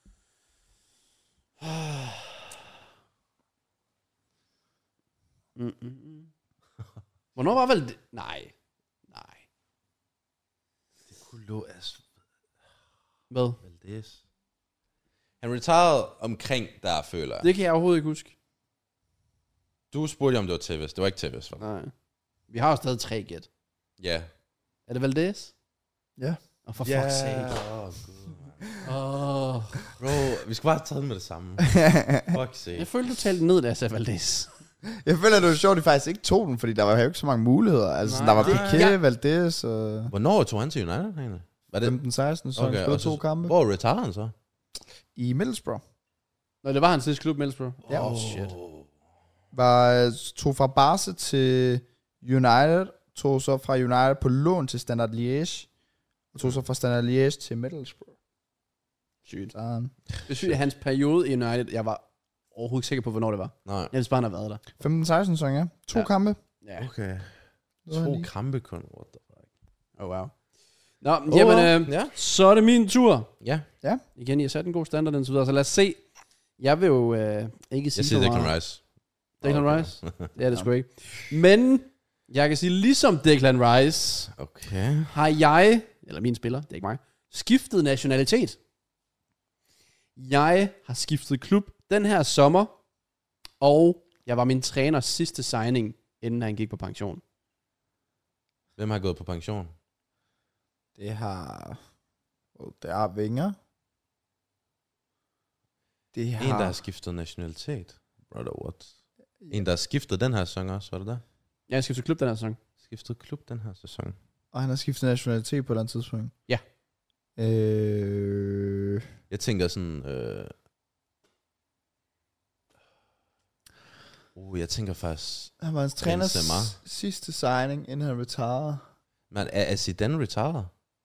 Mm, mm, mm. Hvornår var vel det? Nej. Nej. Det kunne lå... Altså, Hvad? Valdez. Han retired omkring der, føler jeg. Det kan jeg overhovedet ikke huske. Du spurgte, om det var Tevez. Det var ikke Tevez, vel? Nej. Vi har jo stadig tre gæt. Ja. Er det Valdez? Ja. Og for Ja. fuck's sake. Åh, gud, man. Åh. Bro, vi skal bare have taget den med det samme. Fuck sake. Jeg følte, du talte ned, da jeg sagde Valdez. Jeg føler, det var sjovt, at de faktisk ikke tog den, fordi der var jo ikke så mange muligheder. Altså, Nej. der var Nej. Piqué, Ja. Valdez og Hvornår tog han til United, egentlig? Var det... femten seksten, så han Okay, spillede og så- to kampe. Hvor retired han så? I Middlesbrough. Nå, det var hans sidste klub, Middlesbrough. Ja. Oh, shit. Var, tog fra Barca til United, tog så fra United på lån til Standard Liège, og tog så fra Standard Liège til Middlesbrough. Sygt. Sådan. Det er sygt, at hans periode i United, jeg var overhovedet ikke sikker på, hvornår det var. Nej. Jeg vidste bare, han har været der. femten seksten sæson, ja. To Ja. ja. kampe. Ja. Okay. Det var To lige. kampe kun. What the fuck? Oh, wow. Nå, oh, jamen, øh, Ja. så er det min tur. Ja. Igen, I har sat en god standard indtil videre, så lad os se. Jeg vil jo øh, ikke sige Jeg siger for Declan meget. Rice. Declan Okay. Rice? Det er det sgu ikke. Men jeg kan sige, ligesom Declan Rice, Okay. har jeg, eller min spiller, det er ikke mig, skiftet nationalitet. Jeg har skiftet klub den her sommer, og jeg var min træners sidste signing, inden han gik på pension. Hvem har gået på pension? Det har... Oh, det har Wenger. Det har... En, der har skiftet nationalitet. Brother, what? En, der har skiftet den her sæson også, var det der? Jeg har skiftet klub den her sæson. Skiftet klub den her sæson. Og han har skiftet nationalitet på et eller andet tidspunkt. Ja. Øh... Jeg tænker sådan... Øh... Uh, jeg tænker faktisk... Han var hans træners Benzema. sidste signing, inden han retired. Men er, er Zidane retired?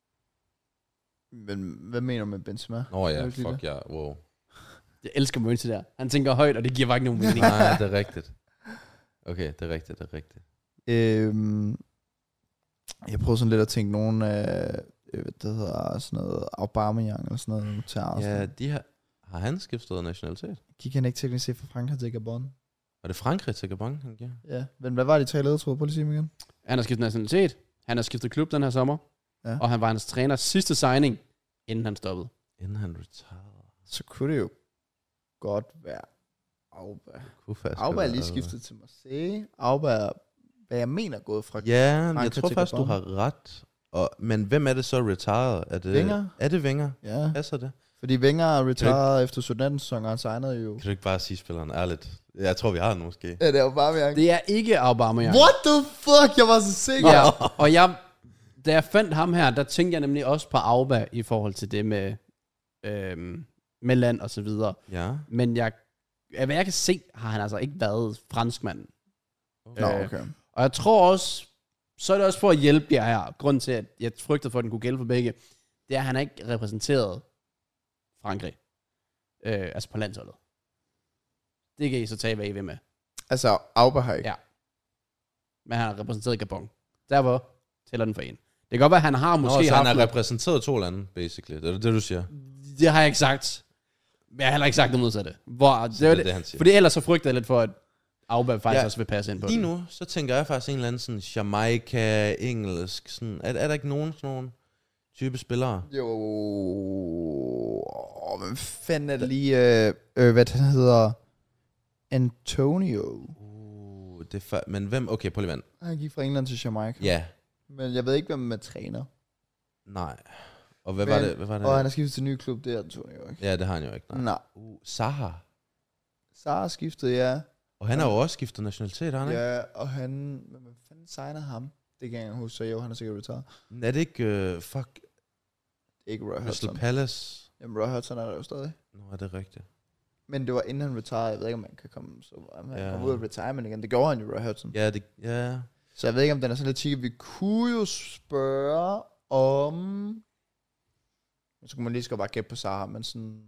Men hvad mener du med Benzema? Nå Er ja, det ikke lige fuck ja, wow. Jeg elsker Mønse der. Han tænker højt, og det giver bare ikke nogen mening. Nej, det er rigtigt. Okay, det er rigtigt, det er rigtigt. Øhm, jeg prøvede sådan lidt at tænke nogen af, øh, hvad det hedder, sådan noget Aubameyang eller sådan noget til Arsenal. Ja, de har... Har han skiftet nationalitet? Gik han ikke teknisk set fra Frankrig til Gabon? Var det Frankrig til Gabon, han gik? Ja. Men hvad var de tre ledetråde? Prøv lige at sige dem igen. Han har skiftet nationalitet. Han har skiftet klub den her sommer. Ja. Og han var hans træners sidste signing, inden han stoppede. Inden han retired. Så kunne det jo godt være Auba. Kunne faktisk Auba er have lige været- skiftet til Marseille. Auba er, hvad jeg mener, gået fra... Ja, men jeg Frankrig tror til faktisk, du Gabon. har ret. Og, men hvem er det så retired? Er det, Wenger. Er det Wenger? Ja, Passer det? fordi Wenger er retired efter sytten atten sæson, og han signede jo... Kan du ikke bare sige spilleren ærligt? Jeg tror, vi har den måske. Ja, det er jo bare Wenger. Det er ikke Aubameyang. What the fuck? Jeg var så sikker. Ja, og jeg, Da jeg fandt ham her, der tænkte jeg nemlig også på Auba i forhold til det med, øhm, med land og så videre. Ja. Men jeg, hvad jeg kan se, har han altså ikke været franskmand. Nå, okay. Og jeg tror også, så er det også for at hjælpe jer her. Grunden til, at jeg frygtede for, at den kunne gælde for begge, det er, at han ikke repræsenteret Frankrig. Øh, altså på landsholdet. Det kan I så tage, hvad I vil med. Altså, Auba har ikke. Ja. Men han har repræsenteret Gabon. Derfor tæller den for en. Det kan godt være, at han har måske Nå, så han haft... har repræsenteret to lande, basically. Det er det, du siger. Det har jeg ikke sagt. Men jeg har heller ikke sagt noget modsatte. Hvor, det, det er det, det, han siger. fordi ellers så frygter jeg lidt for, at Auba faktisk Ja. også vil passe ind på Lige den. nu, så tænker jeg faktisk en eller anden sådan Jamaica, engelsk, sådan, er, er der ikke nogen sådan nogle type spillere? Jo, åh, hvem fanden er det lige, øh, øh, hvad han hedder, Antonio. Uh, det er fa- men hvem, okay, prøv lige vand. Han gik fra England til Jamaica. Ja, Men jeg ved ikke, hvem er træner. nej. Og hvad Men- var det? Hvad var det? Og han har skiftet til en ny klub, det er Antonio ikke. Ja, det har han jo ikke. Nej. Nej. Uh, Zaha. Sara skiftede, ja. Og han har jo også skiftet nationalitet, har han ikke? Ja, og han, men hvad fanden signede ham? Det kan jeg ikke huske, så jo, han er sikkert retired. Men er det ikke, uh, fuck, Ikke Roy Crystal Hudson. Palace? Jamen, Roy Hudson er der jo stadig. Nå, er det rigtigt? Men det var inden han retired. Jeg ved ikke, om man kan komme, så han Ja. kom ud af retirement igen. Det gjorde han jo, Roy Hudson. Ja, det, ja. Så jeg ved ikke, om den er sådan lidt chic. Vi kunne jo spørge om... Men så kunne man lige så godt bare gætte på Zaha, men sådan...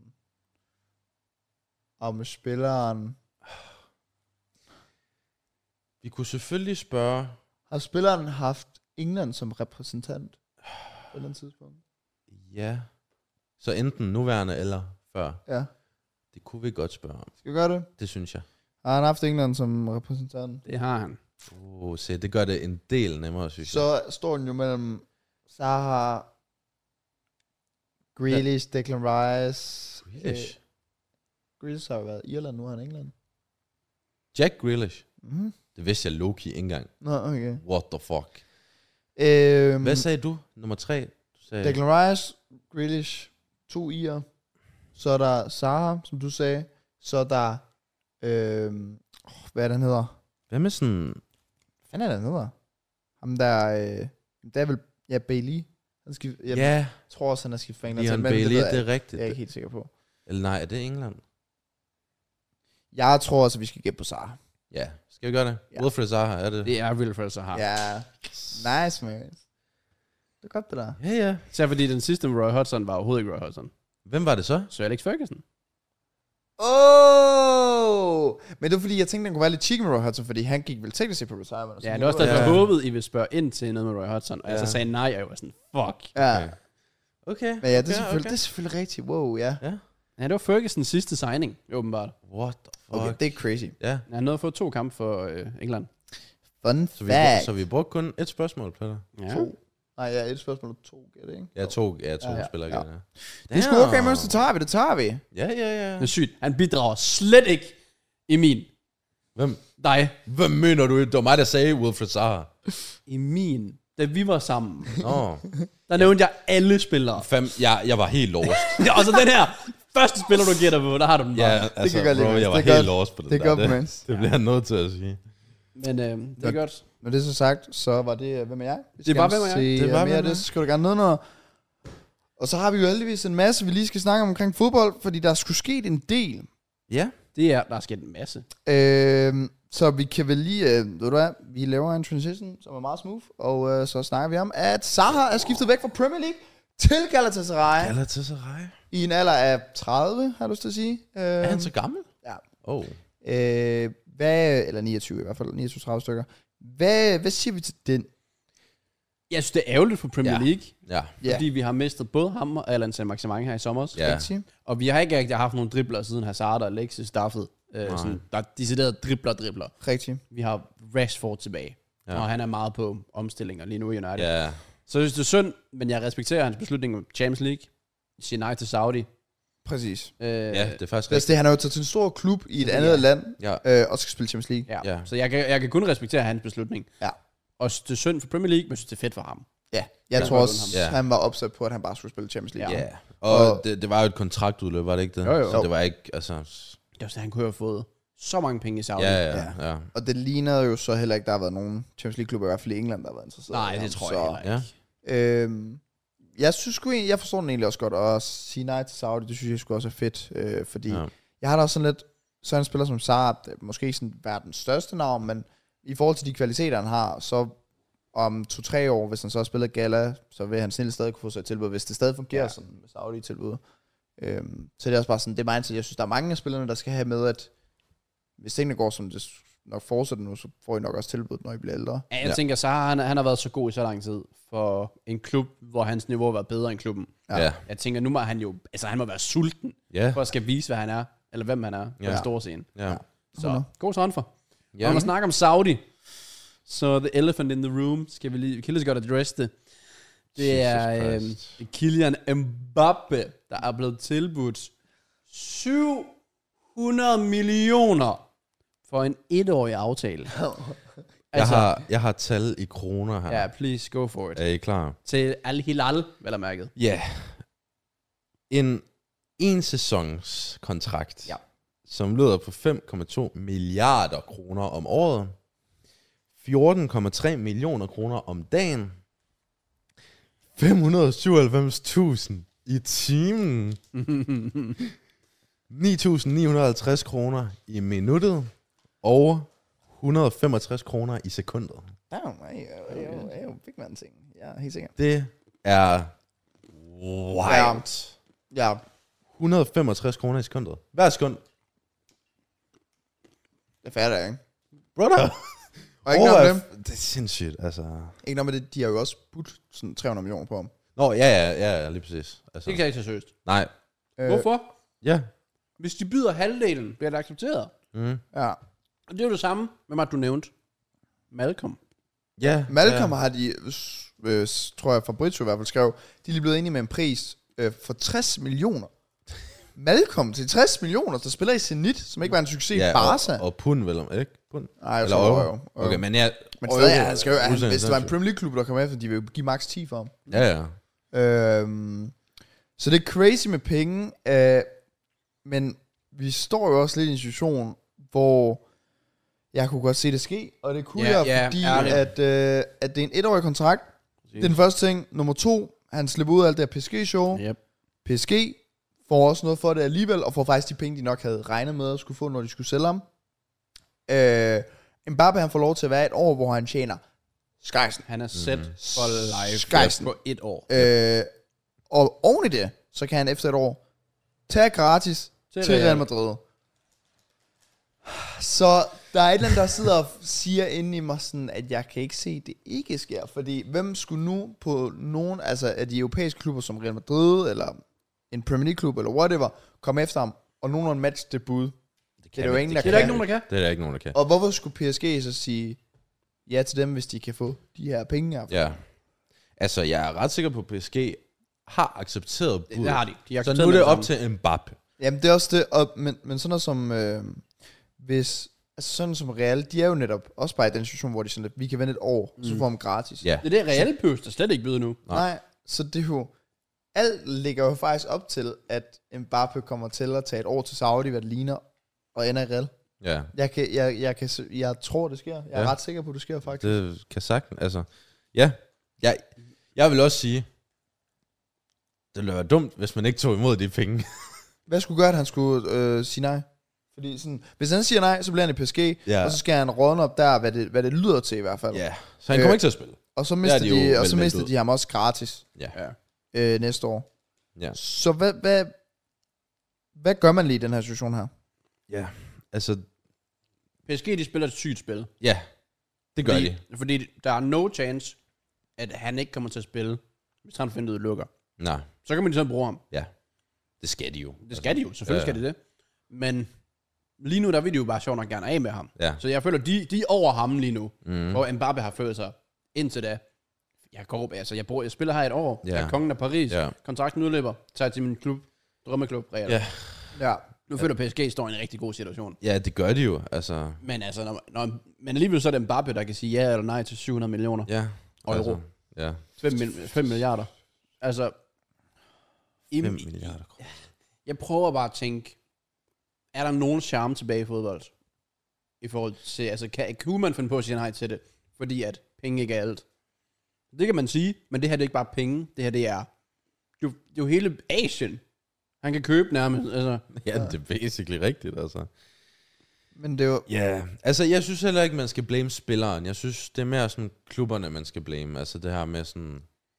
Om spilleren... Vi kunne selvfølgelig spørge, Har spilleren haft England som repræsentant på et eller andet tidspunkt? ja, så enten nuværende eller før. Ja. Det kunne vi godt spørge om. Skal vi gøre det? Det synes jeg. Har han haft England som repræsentant? Det har han. Uh, se, det gør det en del nemmere, synes jeg. Så står den jo mellem Zaha, Grealish, Declan Rice. Grealish. Øh, Grealish har jo været i Irland, nu er han i England. Jack Grealish. Mm-hmm. Det vidste jeg low-key ikke engang. Nå, okay. What the fuck? Øhm, Hvad sagde du? Nummer tre? Du sagde... Declan Rice, Grealish, to i'er. Så er der Zaha, som du sagde. Så er der, øhm, oh, hvad er det, han hedder? Hvad med sådan... Hvad fanden er det, han hedder? Ham der, øh, det er vel, ja, Bailey. Han skif, jeg Ja, tror også, han har skiftet fra England. Leon men Bailey, ved det, jeg det ikke. er rigtigt. Jeg er ikke helt sikker på. Eller nej, er det England? Jeg tror også, at vi skal gætte på Zaha. Ja, skal vi gøre det? Ja. Wilfred Zaha, er det? Det er Wilfred Zaha. Ja, nice, man. Det er godt, det der. Ja, ja. Så fordi den sidste med Roy Hodgson var overhovedet ikke Roy Hodgson. Hvem var det så? Så Alex Ferguson. Oh! Men det var fordi, jeg tænkte, den kunne være lidt chicken med Roy Hudson, fordi han gik vel teknisk set på retirement. og Ja, sådan det var også noget. derfor, jeg Ja. håbede, I ville spørge ind til noget med Roy Hodgson. Og jeg Ja. så sagde nej, og jeg var sådan, fuck. Ja, Okay. Okay. men ja, det er, okay, selvfølgelig, okay. det er selvfølgelig rigtigt. Wow, ja. Ja. Ja, det var Fergusons sidste signing, åbenbart. What the fuck? Okay, det er crazy. Ja. Han nåede at få to kampe for øh, England. Fun Så vi, fact. så vi brugte kun et spørgsmål, Peter. Ja. To. Nej, ja, et spørgsmål og to, gæt, ikke? Ja, to, ja, to Ja. ja. spillere. Ja. Ja. Det er sgu okay, men så tager vi det, tager vi. Ja, ja, ja. Det er sygt. Han bidrager slet ikke i min. Hvem, Dig. hvem mener du? Det var mig, der sagde Wilfred Zaha. I min. Da vi var sammen, Nå. der nævnte jeg alle spillere. Fem, jeg, jeg var helt lost. Ja, og så den her første spiller, du gætter på, der har du den bare. Ja, altså, kan jeg bro, lide, jeg var det er helt godt. lost på det Det er der. godt, det, Mans. det bliver jeg nødt til at sige. Men øh, det er godt. Når det er så sagt, så var det, øh, hvem er jeg? Vi skal var, gerne hvem er jeg. se, Det var, øh, mere af hvem er det, så skal du gerne ned noget. Og så har vi jo heldigvis en masse, vi lige skal snakke om omkring fodbold, fordi der skulle sket en del. Ja. Det er, der er sket en masse. Øh, så vi kan vel lige, øh, ved du hvad, vi laver en transition, som er meget smooth, og øh, så snakker vi om, at Zaha er skiftet væk fra Premier League til Galatasaray Galatasaray. i en alder af tredive, har jeg lyst til at sige. Øh, Er han så gammel? Ja. Oh. Øh, hvad, eller niogtyve i hvert fald, niogtyve tredive stykker. Hvad, hvad siger vi til den? Jeg synes, det er ærgerligt for Premier Ja. League, Ja. Ja, fordi vi har mistet både ham og Allan Saint-Maximin her i sommer. Ja. rigtigt. Og vi har ikke rigtig haft nogle dribler siden Hazard og Alexis staffet. Øh, Nej. sådan, der er decideret dribler dribler. Rigtigt. Vi har Rashford tilbage. Ja. Ja. Og han er meget på omstillinger lige nu i United. Ja. Så jeg synes, det er synd, men jeg respekterer hans beslutning om Champions League. Jeg siger nej til Saudi. Præcis. Øh, Ja, det er faktisk Altså, rigtigt. det, han er jo taget til en stor klub i et Ja. andet land, Ja. øh, og skal spille Champions League. Ja. Ja. ja. Så jeg kan, jeg kan kun respektere hans beslutning. Ja. Og det er synd for Premier League, men jeg synes, det er fedt for ham. Ja, jeg Ja. tror også, Ja. han var opsat på, at han bare skulle spille Champions League. Ja. Ja. Og, Og- det, det var jo et kontraktudløb, var det ikke det? Jo, jo. Så det var ikke, altså... Det var så, han kunne have fået så mange penge i Saudi. Ja, ja, ja. Og det ligner jo så heller ikke, der har været nogen Champions League-klubber, i hvert fald i England, der har været interesseret Nej, i ham. det tror så, jeg heller ikke. Ja. Øhm, jeg synes sgu egentlig, jeg forstår den egentlig også godt, og at sige nej til Saudi, det synes jeg sgu også er fedt, øh, fordi ja. jeg har da også sådan lidt, så en spiller som Saab, måske ikke sådan verdens største navn, men i forhold til de kvaliteter, han har, så om to-tre år, hvis han så har spillet Gala, så vil han snildt stadig kunne få sig et tilbud, hvis det stadig fungerer ja. sådan med Saudi-tilbud. Øhm, så det er også bare sådan, det er mindset. Jeg synes, der er mange af spillerne, der skal have med, at hvis tingene går, som det nok fortsætter nu, så får I nok også tilbud, når I bliver ældre. Ja, jeg ja. tænker, så har han, han har været så god i så lang tid for en klub, hvor hans niveau var bedre end klubben. Ja. Jeg tænker, nu må han jo, altså han må være sulten, ja. for at skal vise, hvad han er, eller hvem han er, på ja. den store scene. Ja. Ja. Så, god transfer. Ja. Og når vi snakker om Saudi, så the elephant in the room, skal vi lige, vi kan lige så godt address det. Det er øhm, Kylian Mbappe, der er blevet tilbudt syv hundrede millioner for en etårig aftale. Jeg, altså, har, jeg har tal i kroner her. Ja, yeah, please go for it. Er I klar? Til Al-Hilal, vel er mærket. Ja. Yeah. En en sæsons kontrakt, ja. som lyder på fem komma to milliarder kroner om året. fjorten komma tre millioner kroner om dagen. fem hundrede og syvoghalvfems tusind i timen. ni tusind ni hundrede og halvtreds kroner i minuttet. Og et hundrede og femogtres kroner i sekundet. Ja, det er jo big man ting. Ja, helt sikkert. Det er wild. Ja. et hundrede og femogtres kroner i sekundet. Hver sekund. Det fatter jeg, ikke? Brother. Og ikke noget med dem. Det er sindssygt, altså. Ikke noget med det, de har jo også budt sådan tre hundrede millioner på ham. Nå, ja, ja, ja, ja lige præcis. Altså. Det kan jeg ikke tage seriøst. Nej. Øh, Hvorfor? Ja. Hvis de byder halvdelen, bliver det accepteret. Mm. Ja. Og det er jo det samme, hvem har du nævnt? Malcolm. Ja. Malcolm ja. har de, øh, tror jeg Fabrizio i hvert fald skrev, de er lige blevet enige med en pris øh, for tres millioner. Malcolm til tres millioner, der spiller i Zenit, som ikke var en succes ja, i Barca. Og, og pund vel, ikke? Pund? Nej, jeg tror euro. euro. Okay, men jeg... Men stadig, ja, han skal jo, han, hvis det var en Premier League-klub, der kom efter, de vil jo give max ti for ham. Ja, ja. Øhm, så det er crazy med penge, øh, men vi står jo også lidt i en situation, hvor jeg kunne godt se det ske, og det kunne yeah, jeg, yeah, fordi yeah, at, øh, at det er en etårig kontrakt. Præcis. Det er den første ting. Nummer to, han slipper ud af alt det her P S G-show. Yep. P S G får også noget for det alligevel, og får faktisk de penge, de nok havde regnet med at skulle få, når de skulle sælge ham. Øh, Mbappe, han får lov til at være et år, hvor han tjener skejsen. Han er set mm. for life skejsen. på et år. Øh, og oven i det, så kan han efter et år tage gratis til, til Real Madrid. Så der er et eller andet, der sidder og siger inde i mig sådan, at jeg kan ikke se, at det ikke sker. Fordi hvem skulle nu på nogen, altså af de europæiske klubber som Real Madrid, eller en Premier League klub, eller whatever, komme efter ham, og nogen en match det bud. Det, det er jo ingen, der kan. Det er der ikke nogen, der kan. Det er der ikke nogen, der kan. Og hvorfor skulle P S G så sige ja til dem, hvis de kan få de her penge her? Ja. Altså, jeg er ret sikker på, at P S G har accepteret bud. Det har de. de har så nu er det op til Mbappe. Jamen, det er også det. Og, men, men sådan noget som... Øh, hvis... Altså sådan som Real, de er jo netop også bare i den situation, hvor de sådan, at vi kan vente et år, mm. så får de gratis. Ja. Det er det, Real pøs, der slet ikke byder nu. Nej. Nej, så det er jo... Alt ligger jo faktisk op til, at Mbappe kommer til at tage et år til Saudi, hvad det ligner, og ender i Real. Ja. Jeg, kan, jeg, jeg, kan, jeg tror, det sker. Jeg er ja. ret sikker på, at det sker faktisk. Det kan sagtens, altså... Ja, jeg, jeg vil også sige, det ville være dumt, hvis man ikke tog imod de penge. Hvad skulle gøre, at han skulle øh, sige nej? Fordi sådan, hvis han siger nej, så bliver han i P S G, ja. og så skal han rådne op der, hvad det, hvad det lyder til i hvert fald. Ja, så han kommer øh, ikke til at spille. Og så mister, de, de, og så mister de ham også gratis ja. øh, næste år. Ja. Så hvad, hvad, hvad gør man lige i den her situation her? Ja, altså... P S G, de spiller et sygt spil. Ja, det gør fordi, de. Fordi der er no chance, at han ikke kommer til at spille, hvis han finder ud lukker. Nej. Så kan man ligesom bruge ham. Ja, det skal de jo. Det skal de jo, selvfølgelig ja, ja. skal de det. Men lige nu, der vil de jo bare sjovt nok gerne af med ham. Ja. Så jeg føler, de, de er over ham lige nu. Mm. Hvor Mbappe har følt sig indtil da. Jeg går altså jeg, bor, jeg spiller her et år. Ja. Jeg er kongen af Paris. Ja. Kontrakten udløber. Tager til min klub. Drømmeklub, Real. Ja. ja. Nu føler P S G står i en rigtig god situation. Ja, det gør de jo. Altså. Men altså, når, når, men alligevel så er det Mbappe, der kan sige ja eller nej til syv hundrede millioner. Ja. Euro. Altså, ja. fem milliarder. Altså. fem milliarder kroner. Jeg prøver bare at tænke, er der nogen charme tilbage i fodbold? I forhold til, altså, kan, kunne man finde på at sige nej til det? Fordi at penge ikke er alt. Det kan man sige, men det her det er ikke bare penge. Det her det er, det er jo, det er jo hele Asien. Han kan købe nærmest. Altså. Ja, det er basically rigtigt, altså. Men det er jo... Ja, yeah. altså jeg synes heller ikke, man skal blame spilleren. Jeg synes, det er mere sådan klubberne, man skal blame. Altså det her med sådan...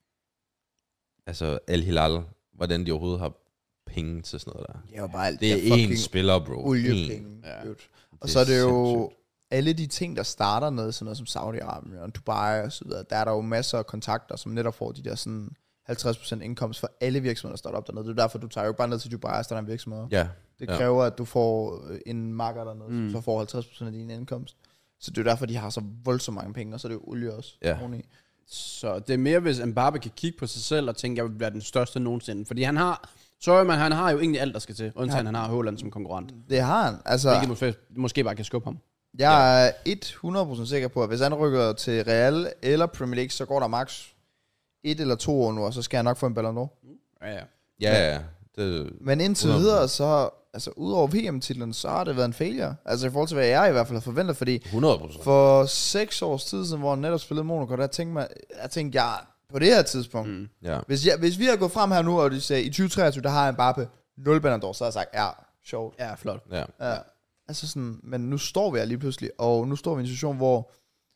Altså Al Hilal, hvordan de overhovedet har penge til sådan noget der. Det er jo bare alt Det er én spiller, bro. oliepenge. Ja. Og så er det jo alle de ting, der starter med sådan noget som Saudi-Arabien og Dubai og så videre. Der er der jo masser af kontakter, som netop får de der sådan halvtreds procent indkomst for alle virksomheder, der starter op dernede. Det er derfor, du tager jo ikke bare ned til Dubai og starter en virksomhed. Ja. Det ja. kræver, at du får en makker dernede, Mm. som så får halvtreds procent af din indkomst. Så det er derfor, de har så voldsomt mange penge, og så er det jo olie også. Ja. Oveni. Så det er mere, hvis Mbappe kan kigge på sig selv og tænke, at jeg vil være den største nogensinde. Fordi han har, sorry, men han har jo egentlig alt, der skal til. Undtagen Ja. han har Haaland som konkurrent. Det har han. Altså, Hvilket måske, måske bare kan skubbe ham. jeg er hundrede procent sikker på, at hvis han rykker til Real eller Premier League, så går der max et eller to år nu, og så skal han nok få en Ballon d'Or. Ja, ja. Ja, ja. Det, Men indtil hundrede procent. videre, så altså udover V M-titlen, så har det været en failure. Altså i forhold til, hvad jeg i hvert fald har forventet, fordi hundrede procent. for seks års tid siden, hvor han netop spillede Monaco, der tænkte man, jeg tænkte, ja, på det her tidspunkt, mm. Ja. hvis, jeg, hvis vi har gået frem her nu, og de sagde, i tyve treogtyve, der har han bare på nul Ballon d'Or, så har jeg sagt, ja, sjovt. Ja, flot. Ja. Ja. Altså sådan, men nu står vi her lige pludselig, og nu står vi i en situation, hvor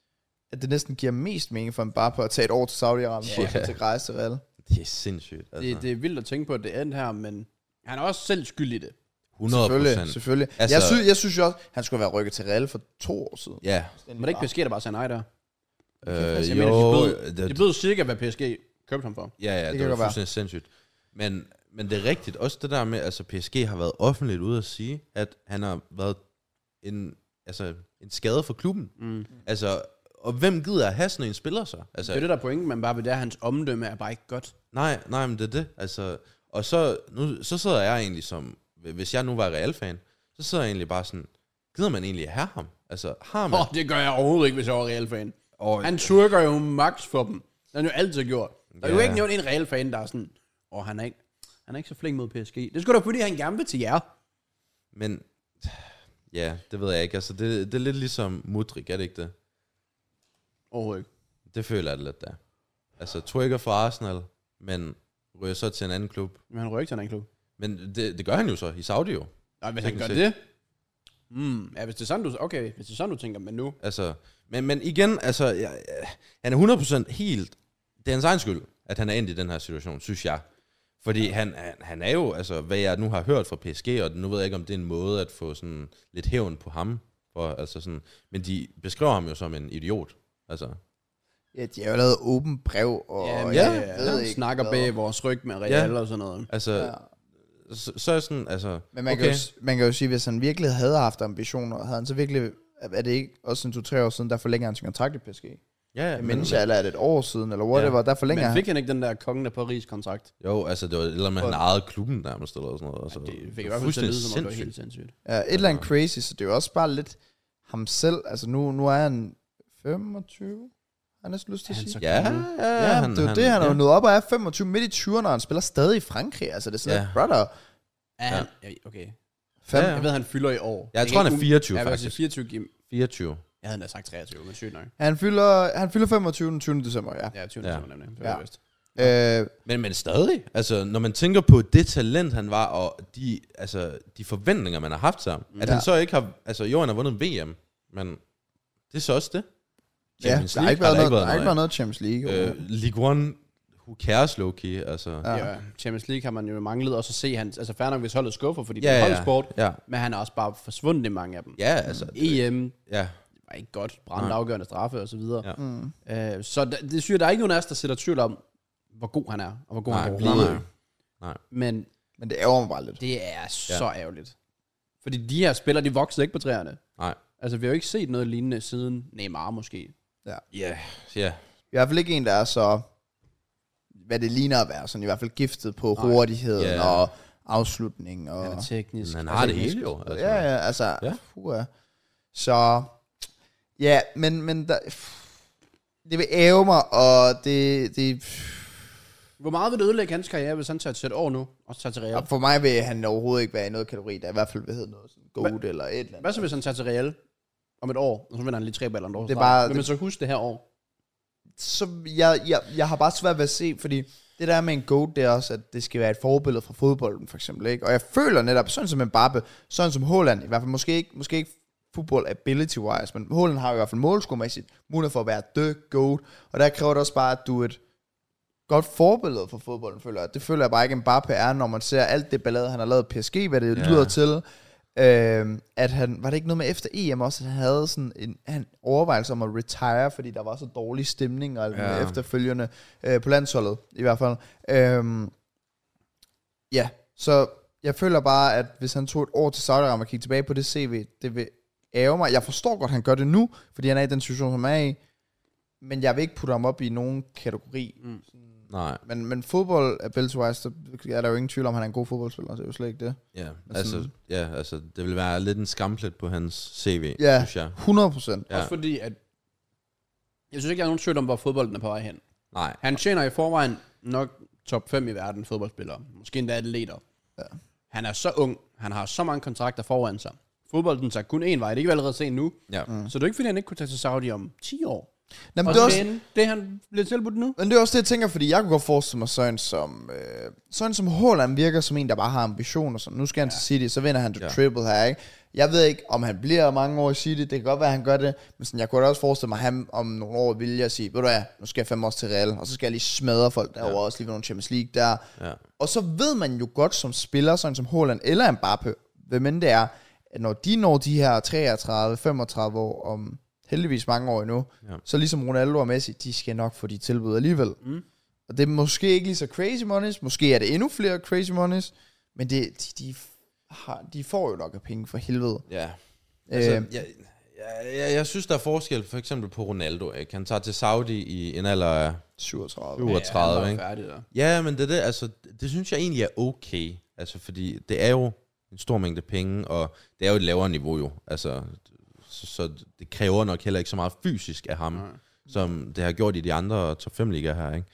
at det næsten giver mest mening for en bare på at tage et år til Saudi-Arabien, Ja. yeah. til rejse til Real. Det er sindssygt. Altså. Det, det er vildt at tænke på, at det endte her, men han er også selv skyld i det. hundrede Selvfølgelig, procent. selvfølgelig. Altså- jeg, synes, jeg synes jo også, han skulle være rykket til Real for to år siden. Ja. Men det ikke P S G, der bare sagde nej der? Øh, Jeg jo, mener, de bød, det, de bød cirka, hvad P S G købte ham for. ja, ja, det, kan det var godt være. fuldstændig sindssygt. Men, men det er rigtigt. Også det der med, altså P S G har været offentligt ude at sige, at han har været en, altså, en skade for klubben. Mm. Altså, og hvem gider at have sådan en spiller så? Altså, Det er det, der er pointen, men bare ved det, er, hans omdømme er bare ikke godt. nej, nej, men det er det. Altså, og så, nu, så sidder jeg egentlig som, hvis jeg nu var Real-fan, så sidder jeg egentlig bare sådan, gider man egentlig at have ham? Altså, har man? Åh, oh, det gør jeg overhovedet ikke, hvis jeg var Real-fan. Og, Han turker jo max for dem. Det har han jo altid gjort. Der er jo Ja. ikke nævnt en Real-fan, der er sådan, åh, oh, han er ikke, han er ikke så flink mod P S G. Det er sgu da fordi, han gerne vil til jer. men, ja, det ved jeg ikke. Altså, det, det er lidt ligesom Mudryk, er det ikke det? Overhovedet ikke. Det føler jeg lidt, der. Altså, trigger for Arsenal, men ryger så til en anden klub. Men han rører ikke til en anden klub. Men det, det gør han jo så i Saudi jo. Nej, hvis han gør Teknisk det. Mm, ja, hvis det er sådan, du, okay, hvis det er sådan, du tænker, men nu. Altså, men, men igen, altså, jeg, jeg, han er hundrede procent helt, det er hans egen skyld, at han er endt i den her situation, synes jeg. Fordi ja. han, han, han er jo, altså, hvad jeg nu har hørt fra P S G, og nu ved jeg ikke, om det er en måde at få sådan lidt hævn på ham, for, altså sådan, men de beskriver ham jo som en idiot. Altså, Ja, de har jo lavet åben brev, og Ja, men, jeg ja, ved ja, ikke snakker hvad. bag vores ryg med Real Ja. og sådan noget. altså Ja. så, så er sådan, altså, Men man, okay. kan jo, man kan jo sige, hvis han virkelig havde haft ambitioner, havde han så virkelig, er det ikke også sådan to-tre år siden, der forlænger han sin kontrakt i P S G? Ja, ja, Jeg mindes jeg, eller er det et år siden, eller whatever, Ja. der forlænger Men han. fik han ikke den der kongen af Paris-kontrakt? jo, altså, det var et eller andet med, han ejede klubben nærmest, eller sådan noget. Altså, Det fik i hvert fald til at lyde, som om det var helt sindssygt. Ja, et eller andet crazy, så det er jo også bare lidt ham selv. Altså nu, nu er han femogtyve, har jeg næsten lyst til at Er han sige. så Ja, gammel? ja, Ja, han, det er jo det, han er ja. jo nået op og er femogtyve midt i tyverne, og han spiller stadig i Frankrig. Altså det er sådan, Ja. ja. brother. Er han, ja, okay. Fem. Ja, Jeg ved, han fylder i år. Jeg tror, han er fireogtyve, Jeg vil sige faktisk. fireogtyve gim. fireogtyve. Jeg havde da sagt treogtyve, men sygt nok. Han fylder, han fylder femogtyve den tyvende december, ja. Ja, tyvende Ja. december nemlig. Det Ja. var ja. Øh, Men, men stadig, altså når man tænker på det talent, han var, og de, altså, de forventninger, man har haft til ham, mm. at Ja. han så ikke har, altså jo, han har vundet V M, men det er så også det. ja, Champions der har League ikke været, noget, der har noget ikke af. været noget Champions League. Øh, League One, who cares, low-key, altså. Ja. Ja. Champions League har man jo manglet, og så se hans, altså fair nok, hvis holdet skuffer, fordi det Ja, er ja, holdsport, ja. men han er også bare forsvundet i mange af dem. Ja, altså. E M Ja, var ikke godt, brændt Nej. afgørende straffe og så videre. Ja. Mm. Øh, så det, det synes jeg, der er ikke nogen af os, der sætter tvivl om, hvor god han er, og hvor god Nej, han kan nej, blive. nej. Nej. Men Men det ærger mig bare lidt. det er så ærgerligt. Fordi de her spillere, de voksede ikke på træerne. Nej. Altså, vi har jo ikke set noget lignende siden Neymar måske. Ja, ja. I hvert fald ikke en, der er så, hvad det ligner at være, sådan i hvert fald giftet på Nej. hurtigheden Ja. og afslutning. Og, Han er teknisk. Men han har det hele jo. Altså. Ja, ja, altså, Ja. ja. Puh, så, ja, men, men der, det vil æve mig, og det, det, Hvor meget vil det ødelægge hans karriere, hvis han tager til et år nu, og så tager til Real? og for mig vil han overhovedet ikke være i noget kategori, der i hvert fald vil hedde noget sådan goat eller et eller andet. Hvad så, hvis han tager til Real om et år, og så vinder han lige tre baller Det er det bare- Vil man så huske det her år? så jeg, jeg, jeg har bare svært ved at se, fordi det der med en GOAT, det er også, at det skal være et forbillede fra fodbolden, for eksempel, ikke? Og jeg føler netop, sådan som Mbappe, sådan som Haaland, i hvert fald måske ikke, måske ikke football ability-wise, men Haaland har i hvert fald målscoremæssigt mulighed for at være the GOAT, og der kræver det også bare, at du er et godt forbillede for fodbolden, føler jeg. Det føler jeg bare ikke, Mbappe er, når man ser alt det ballade, han har lavet P S G, hvad det ja. lyder til. Øh, at han, var det ikke noget med efter E M også, at han havde sådan en han overvejelse om at retire, fordi der var så dårlig stemning og ja. efterfølgende øh, på landsholdet, i hvert fald. Øh, ja, så jeg føler bare, at hvis han tog et år til Saudi-Arabien og kiggede tilbage på det C V, det vil ære mig. Jeg forstår godt, at han gør det nu, fordi han er i den situation, som han er i, men jeg vil ikke putte ham op i nogen kategori. Mm. Nej. Men, men fodbold ability-wise, så er der jo ingen tvivl om, at han er en god fodboldspiller, det er jo slet ikke det. Ja, altså, ja, altså det vil være lidt en skamplet på hans C V, ja, synes jeg. hundrede procent. Ja. Også fordi, at jeg synes ikke, jeg har nogen tvivl om, hvor fodbolden er på vej hen. Nej. Han tjener i forvejen nok top fem i verden fodboldspillere. Måske endda atleter. Ja. Han er så ung. Han har så mange kontrakter foran sig. Fodbolden tager kun én vej. Det kan vi allerede se nu. Ja. Mm. Så det er ikke, fordi han ikke kunne tage til Saudi om ti år. Nå, men og det, er også, det han bliver tilbudt nu. Men det er også det, jeg tænker, fordi jeg kunne godt forestille mig sådan som øh, sådan som Haaland virker som en, der bare har ambitioner. Så nu skal han ja. til City, så vinder han til ja. triple her, ikke? Jeg ved ikke, om han bliver mange år i City. Det kan godt være, at han gør det. Men sådan, jeg kunne da også forestille mig, at han om nogle år vil jeg sige, ved du hvad, nu skal jeg fem år til Real, og så skal jeg lige smadre folk derovre, ja. også lige ved nogle Champions League der. Ja. Og så ved man jo godt som spiller, sådan som Haaland eller Mbappe, hvem end det er, at når de når de her treogtredive femogtredive år om heldigvis mange år endnu, ja. så ligesom Ronaldo og Messi, de skal nok få de tilbud alligevel. Mm. Og det er måske ikke lige så crazy monies, måske er det endnu flere crazy monies, men det, de, de, har, de får jo nok af penge for helvede. Ja, altså, øh, jeg, jeg, jeg, jeg synes, der er forskel for eksempel på Ronaldo, ikke? Han tager til Saudi i en alder af syvogtredive, syvogtredive ja, ikke? Færdig der. Ja, men det, det, altså, det synes jeg egentlig er okay, altså, fordi det er jo en stor mængde penge, og det er jo et lavere niveau jo, altså, så, så det kræver nok heller ikke så meget fysisk af ham, nej. som det har gjort i de andre top fem ligaer her, ikke?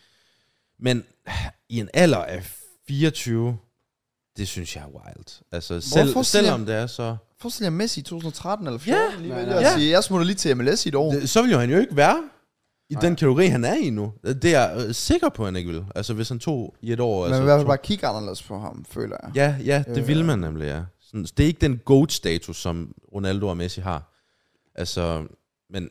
Men i en alder af fireogtyve, det synes jeg er wild. Altså, selv, selvom det er så... Forestil jer Messi i to tusind og tretten eller fjorten, ja, lige ja. sige, jeg smutter lige til M L S i et år. Det, så vil jo han jo ikke være i nej. den kategori, han er i nu. Det er jeg sikker på, han ikke vil. Altså, hvis han tog i et år... Men altså, i hvert fald bare kigge anderledes på ham, føler jeg. Ja, ja, det øh, vil man nemlig, ja. Sådan, det er ikke den GOAT-status, som Ronaldo og Messi har. Altså, men...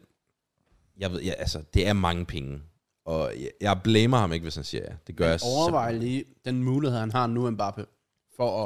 Jeg ved, ja, altså, det er mange penge. Og jeg, jeg blamer ham ikke, hvis han siger ja. Det gør jeg overvej lige den mulighed, han har nu, Mbappe, for at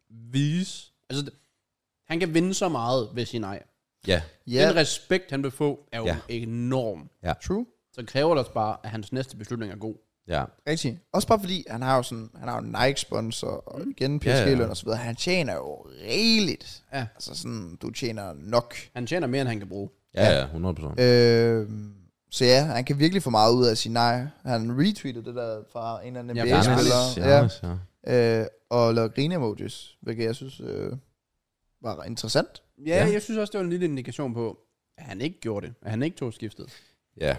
vise... Altså, det, han kan vinde så meget ved sin ej. Ja. Den respekt, han vil få, er jo ja. enorm. Ja. True. Så kræver det også bare, at hans næste beslutning er god. Ja. Rigtig. Også bare fordi, han har jo sådan, han har jo Nike-sponsor, og igen P S G-løn ja, ja. og så videre. Han tjener jo rigeligt. Ja. Altså sådan, du tjener nok. Han tjener mere, end han kan bruge. Ja, ja, hundrede procent. Øh, så ja, han kan virkelig få meget ud af sin nej. Han retweetede det der fra en eller anden N B A-spiller. Ja, ja. ja. Øh, og lavede grine-emojis, hvilket jeg synes øh, var interessant. Ja, ja, jeg synes også, det var en lille indikation på, at han ikke gjorde det. At han ikke tog skiftet. Ja.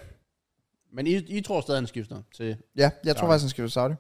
Men I, I tror stadig, han skifter til... Ja, jeg tror faktisk, han skifter Saudi.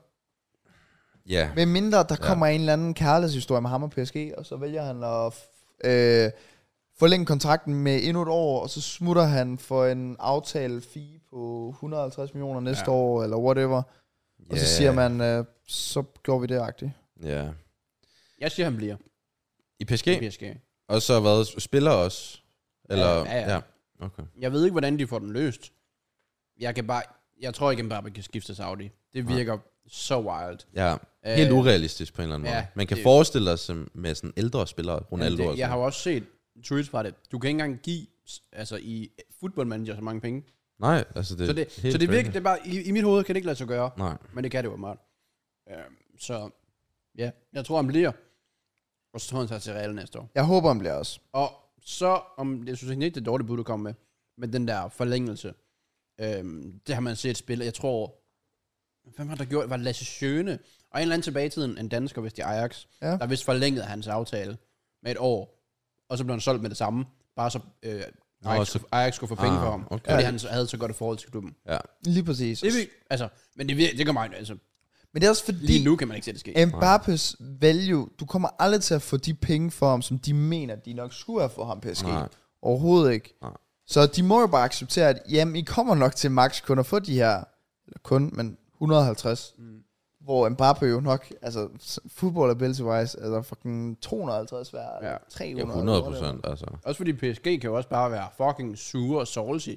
Ja. Med mindre, der kommer ja. en eller anden kærlighedshistorie med ham og P S G, og så vælger han at øh, forlænge kontrakten med endnu et år, og så smutter han for en aftale fee på et hundrede og halvtreds millioner næste ja. år, eller whatever. Og yeah. så siger man, øh, så går vi det agtigt. Ja. Jeg siger, han bliver. I P S G? I P S G. Og så hvad? Spiller også? Eller? Ja, ja, ja. ja. Okay. Jeg ved ikke, hvordan de får den løst. Jeg kan bare... Jeg tror ikke, Mbappe kan skifte Saudi. Det virker ja. så wild. Ja, helt uh, urealistisk på en eller anden ja, måde. Man kan det, forestille sig med sådan ældre spillere, Ronaldo det, og jeg har jo også set tweets fra det. Du kan ikke engang give altså i Football Manager så mange penge. Nej, altså det Så det, så det virker, det er bare, i, i mit hoved kan det ikke lade sig gøre. Nej. Men det kan det jo meget. Uh, så ja, jeg tror, han bliver. Og så tror han sig til Real næste år. Jeg håber, han bliver også. Og så, om jeg synes ikke, det er dårligt bud, du kommer med, med den der forlængelse. Øhm, det har man set spille. Jeg tror, hvem har der gjort? Var Lasse Schöne og en eller anden tilbage i tiden, en dansker, hvis det er Ajax, ja. der vist forlængede hans aftale med et år, og så blev han solgt med det samme, bare så øh, Ajax, så, skulle, Ajax skulle få penge ah, for ham, okay. fordi han havde så godt et forhold til klubben. Ja. Lige præcis. Det, altså, men det, det gør mig, altså. Men det er også fordi, lige nu kan man ikke se det ske. Mbappes value, du kommer aldrig til at få de penge for ham, som de mener, de nok skulle have for ham P S G. Nej. Overhovedet ikke. Nej. Så de må jo bare acceptere, at jamen, I kommer nok til max kun at få de her, eller kun, men et hundrede og halvtreds. Mm. Hvor Mbappé jo nok, altså football ability-wise, altså fucking to hundrede og halvtreds hver, Ja. tre hundrede. Ja, hundrede procent, altså. Også fordi P S G kan jo også bare være fucking sure og salty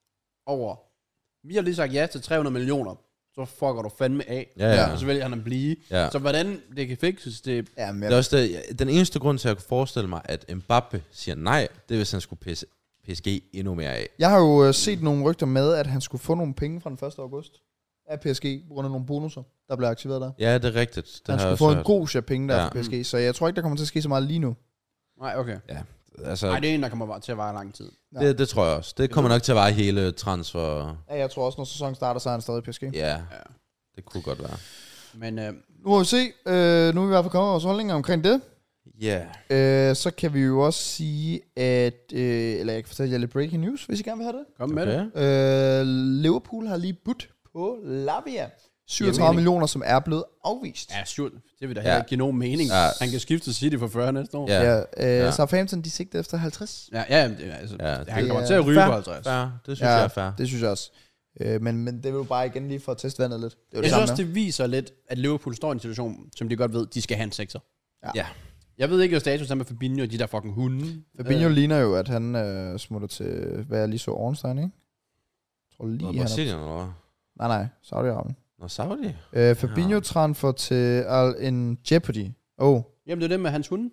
over. Vi har lige sagt ja til tre hundrede millioner, så fucker du fandme af. Ja, ja. Og så vælger han at blive. Ja. Så hvordan det kan fikses, det... Ja, men Det er også det, den eneste grund til, at jeg kunne forestille mig, at Mbappé siger nej, det er, hvis han skulle pisse P S G endnu mere af. jeg har jo øh, set nogle rygter med, at han skulle få nogle penge fra den første august af P S G, på grund af nogle bonusser, der blev aktiveret der. Ja, det er rigtigt. Det Han har jeg skulle også få en hørt. god share penge der Ja. ja. fra P S G, så jeg tror ikke, der kommer til at ske så meget lige nu. Nej, okay. Ja, altså, Nej, det er en, der kommer bare til at vare lang tid. Ja. det, det tror jeg også. Det kommer nok til at være hele transfer. Ja, jeg tror også, når sæsonen starter, så er han stadig i P S G. Ja, Ja. det kunne godt være. Men øh, Nu må vi se. Øh, nu er vi i hvert fald kommet vores holdninger omkring det. Ja. Øh, så kan vi jo også sige, at... Øh, eller jeg kan fortælle jer lidt breaking news, hvis I gerne vil have det. kom med det. Okay. Øh, Liverpool har lige budt på Lavia. syvogtredive mening. millioner, som er blevet afvist. Ja, sure. Det vil da Ja. heller ikke give nogen mening. Ja. Han kan skifte til City for fyrre næste år. Ja. Ja, øh, Ja. Southampton, de sigter efter halvtreds. Ja, ja, det, er- altså, Ja, ja, det han kommer er til at ryge fair. på halvtreds. Fair. Det synes Ja, jeg er fair. det synes jeg også. Øh, men, men det vil jo bare igen lige for at teste vandet lidt. Det er jo Jeg det synes samme også, det viser lidt, at Liverpool står i en situation, som de godt ved, de skal have en sekser. Ja. Jeg ved ikke, hvad status er med Fabinho og de der fucking hunde. Fabinho Øh, ligner jo, at han øh, smutter til, hvad jeg lige så, Ornstein, ikke? Jeg tror lige, Nå, han er... Brasilien, eller hvad? Nej, nej, Saudi-Arabien. Nå, Saudi? Øh, Fabinho Ja. transfer til Al en Jeopardy. Oh, Jamen, det er det med hans hunde.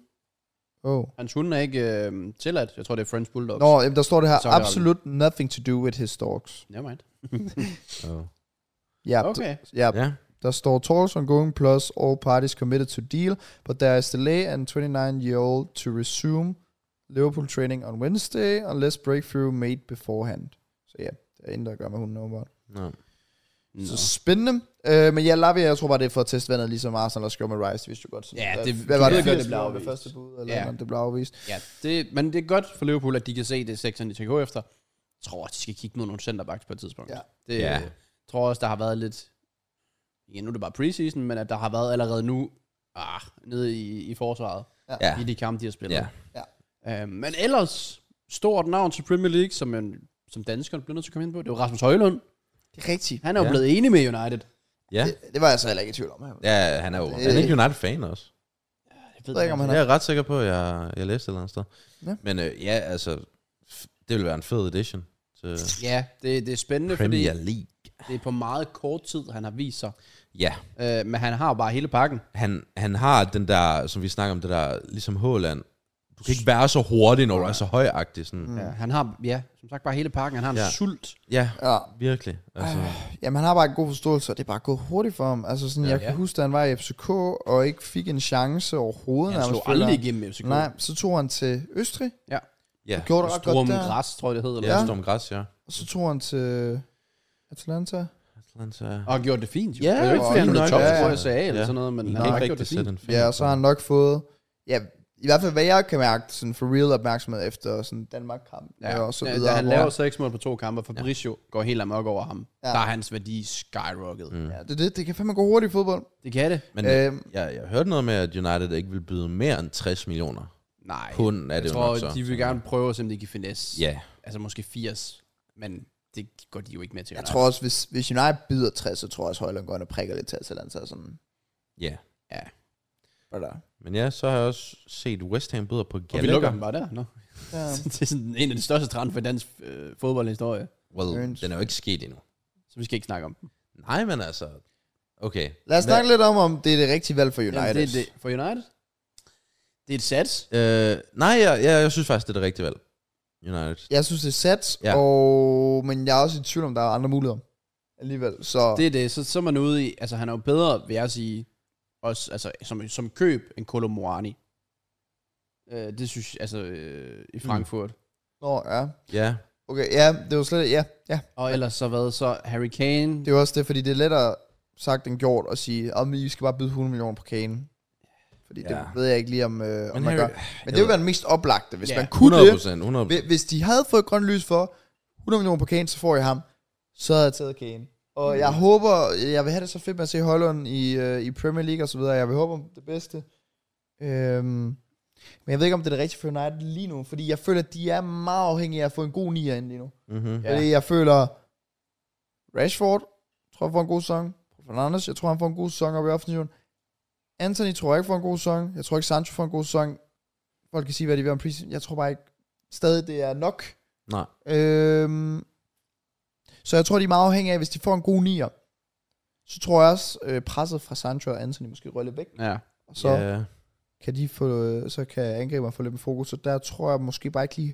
oh. Hans hunde er ikke øh, tilladt. Jeg tror, det er French Bulldogs. Nå, jamen, der står det her, Saudi-Arabien. absolute nothing to do with his dogs. Never mind. Oh. Ja, Okay. d- ja, Ja. der står talks ongoing plus all parties committed to deal, but there is delay and twenty-nine-year-old to resume Liverpool training on Wednesday unless breakthrough made beforehand. Så ja, det er intet, der gør med hunden åbenbart. Nå. Nå. Så spændende. Øh, men ja, Lavia, jeg tror bare, det er for at teste vandet, ligesom Arsenal og Skjold med Rice, det vidste jo godt. Sådan, Ja, hvad- det- hvad du var ved det, godt, firs det blev millioner ved afvist. første bud, eller Ja. ja. det blev afvist. Ja, det, men det er godt for Liverpool, at de kan se, det er sekseren, de skal gå efter. Jeg tror også, de skal kigge mod nogle centerbacks på et tidspunkt. Ja. Det, Ja. Jeg tror også, der har været lidt... Igen, nu er det bare preseason, men at der har været allerede nu ah, nede i, i forsvaret. Ja. I de kampe, de har spillet. Ja. Øhm, men ellers, stort navn til Premier League, som, en, som danskeren bliver nødt til at komme ind på, det var Rasmus Højlund. Det er rigtigt. Han er jo Ja. blevet enig med United. Ja. Det, det var jeg så heller ikke i tvivl om. Jeg Ja, han er jo... Han er ikke United-fan også. Jeg ved ikke, om han Jeg er ret sikker på, at jeg, jeg læste et eller andet sted. Ja. Men øh, ja, altså... f- Det vil være en fed edition til Ja, det, det er spændende, Premier fordi League. det er på meget kort tid, han har vist sig. Ja. Øh, men han har jo bare hele pakken. Han, han har den der, som vi snakker om, det der, ligesom Haaland. Du kan ikke være så hurtig, når du er så højagtig. Sådan. Mm. Ja, han har, ja, som sagt, bare hele pakken. Han har en Ja. ja. sult. Ja, Ja. virkelig. Altså, Jamen, han har bare en god forståelse, og det er bare gået hurtigt for ham. Altså sådan, Ja. ja, jeg kan Ja. huske, da han var i F C K, og ikke fik en chance overhovedet. Han slog nærmest, føler aldrig jeg. igennem F C K. Nej, så tog han til Østrig, ja. og gjorde det ret Storm godt der. Græs, tror jeg, det hedder. Ja, Ja. Ja. Storm Græs, ja. Og så tog han til Atlanta. Atlanta. Og gjort det fint, jo. Ja, det er jo ikke, fordi han fint er nok. top, Ja, ja. tror jeg, sagde, eller Ja. sådan noget, men Han han kan har ikke gjort rigtig det fint. sætte en finger Ja, og så har han nok fået, ja, i hvert fald hvad jeg kan mærke, sådan for real opmærksomhed efter sådan Danmark-kamp. Ja, og så ja, videre. da han hvor- laver seks mål på to kampe, Fabricio ja. går helt amok over ham. Ja. Ja. Der er hans værdi skyrocket. Mm. Ja, det, er det, det kan fandme gå hurtigt i fodbold. Det kan det. Men Øhm. øhm, jeg, jeg hørte noget med, at United ikke vil byde mere end tres millioner. Nej, Pund er det jeg jo tror, nok så. de vil gerne prøve at se, om de kan finesse. Ja. Altså måske firs, men det går de jo ikke med til. Jeg tror også, hvis, hvis United byder tres, så tror jeg også, Højlund går ind og prikker lidt til Atalanta. Sådan, Ja. Ja. hvad der. Men ja, så har jeg også set West Ham byder på Og vi Gallagher. lukker dem bare der. No. Ja. Det er sådan en af de største transfer i dansk øh, fodboldhistorie, Well, Ernst. den er jo ikke sket endnu. så vi skal ikke snakke om dem. Nej, men altså... Okay. Lad os Hvad- snakke lidt om, om det er det rigtige valg for United. Jamen, det er det. For United? Det er et sats. Øh, nej, jeg, jeg, jeg synes faktisk, det er det rigtige valg. United. Jeg synes, det er sats, Ja. og, men jeg er også i tvivl om, der er andre muligheder alligevel. Så Det er det. Så, så er man ude i... Altså, han er jo bedre, vil jeg sige, også, altså, som, som køb end Kolo Muani. Øh, det synes jeg, altså, øh, i Frankfurt. Nå, ja. Ja. Okay, ja, det var slet ja, ja. Og ellers så hvad? Så Harry Kane. Det er jo også det, fordi det er lettere sagt end gjort at sige, at vi skal bare byde hundrede millioner på Kane. Fordi ja. Ja. det ved jeg ikke lige, om, øh, om man Harry- gør. Men det ville være den mest oplagte, hvis Ja, man kunne hundrede det. procent, hundrede procent. Hvis de havde fået grønt lys for hundrede millioner på Kane, så får jeg ham. Så havde jeg taget Kane. Og Mm. jeg håber, jeg vil have det så fedt med at se Højlund i, øh, i Premier League og så videre. Jeg vil håbe om det bedste. Øhm, Men jeg ved ikke, om det er det rigtige for United lige nu, fordi jeg føler, at de er meget afhængige af at få en god nier ind lige nu. Mm-hmm. Ja. Fordi jeg føler, Rashford, tror jeg får en god sæson. Fernandes, jeg tror, han får en god sæson op i offensiven. Anthony tror jeg ikke får en god sæson. Jeg tror ikke, Sancho får en god sæson. Folk kan sige, hvad de vil om preseason. Jeg tror bare ikke, stadig det er nok. Nej. Øhm, så jeg tror, de er meget afhængige af, hvis de får en god nier. Så tror jeg også, øh, presset fra Sancho og Anthony måske rører lidt væk. Ja. Og så Yeah. kan de få, så kan angriberne få lidt med fokus. Så der tror jeg måske bare ikke lige,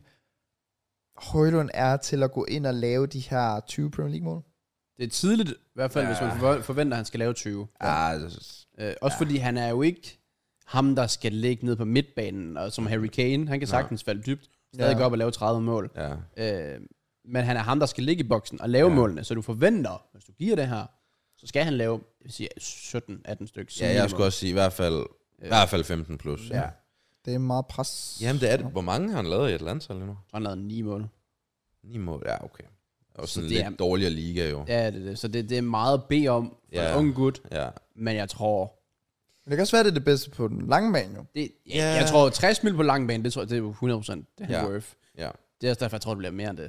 Højlund er til at gå ind og lave de her tyve Premier League-mål. Det er tidligt, i hvert fald, Ja. ja. hvis man forventer, at han skal lave tyve. Ja, det, Øh, også Ja. fordi han er jo ikke ham, der skal ligge ned på midtbanen, og som Harry Kane. Han kan sagtens falde dybt, stadig Ja. gå op og lave tredive mål. ja. Øh, men han er ham, der skal ligge i boksen og lave Ja. ja. målene. Så du forventer, hvis du giver det her, så skal han lave, jeg vil sige, sytten atten stykker. som Ja, jeg minimum. skulle også sige, i hvert fald, i hvert fald femten plus. Ja. Det er meget pres. Jamen, det er det. Hvor mange har han lavet i Atlanta lige nu? Så han lavede ni mål. Ni mål, ja, okay. Og Så sådan det lidt er- dårligere liga jo. Ja, det er det. Så det, det er meget at bede om for Ja. en ung gut. Ja. Men jeg tror, Men det kan også være, det er det bedste på den lange bane, jo. det, ja. Ja. jeg tror tres mil på lang bane, det tror jeg, det er jo hundrede procent. Det er Ja. ja. worth. Ja. Det er også derfor, jeg tror, det bliver mere end det.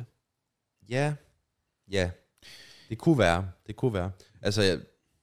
Ja. Ja. Det kunne være. Det kunne være. Altså, jeg,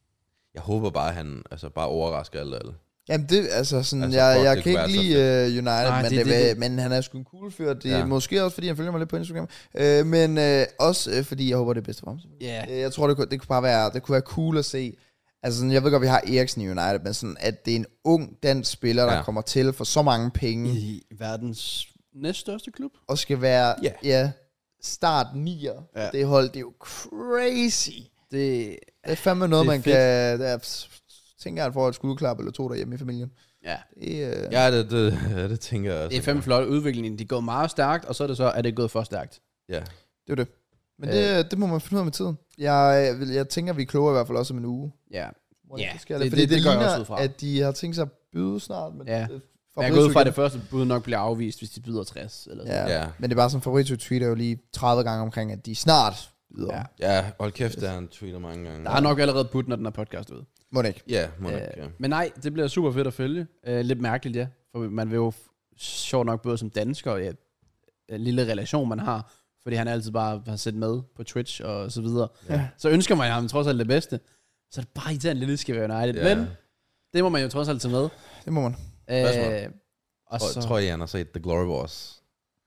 jeg håber bare, at han altså, bare overrasker alle alle. Jamen det, altså sådan, Altså, jeg, fuck, jeg det kan kunne ikke være så lide uh, United, Nej, men, det- det, det- det, det- men han er sgu en cool fyr. Det er Ja. måske også, fordi han følger mig lidt på Instagram. Uh, men uh, også uh, fordi jeg håber, det er bedst for ham. Ja. Uh, jeg tror, det kunne, det kunne bare være, det kunne være cool at se. Altså sådan, jeg ved godt, vi har Eriksen i United, men sådan, at det er en ung dansk spiller, der Ja. kommer til for så mange penge, I verdens næststørste klub. og skal være Ja. ja, start nier. Ja. Det hold, det er jo crazy. Det, Det er fandme noget, Det er man fedt. kan... Det er, tænker jeg, får et skudklap eller to derhjemme i familien. ja. Det, uh, Ja, det, det, ja, det tænker jeg også. Det er fandme flot udvikling. De går meget stærkt, og så er det så, at det er gået for stærkt. Ja. Det er det. Men det, det må man finde ud af med tiden. Jeg, jeg, jeg tænker, vi er klogere i hvert fald også om en uge. Ja. Hvor Ja, det, skal, det- fordi det- det, det går jeg også ligner, ud fra. at de har tænkt sig at byde snart. Men Ja. det- Men jeg Fabrizio er gået fra, at igen- det første bud nok bliver afvist, hvis de byder tres. Eller sådan. Ja. Ja. Men det er bare som Fabrizio tweeter jo lige tredive gange omkring, at de snart byder. Ja. Ja. Ja, hold kæft, der han tweeter mange gange. Der er nok allerede budt, når den er podcast ud. Må det ikke. Ja, må Øh, ikke, ja. Men nej, det bliver super fedt at følge. Uh, lidt mærkeligt, ja. For man vil jo f- sjovt nok både som dansker og ja, en lille relation, man har. Fordi han altid bare har set med på Twitch og så videre. Ja. Så ønsker man ham trods alt det bedste. Så er det bare irriterende lidt, det skal være United. Ja. Men det må man jo trods alt tage med. Det må man. Spørgsmål. Øh, og Tror, så... tror jeg, han har set The Glory Wars.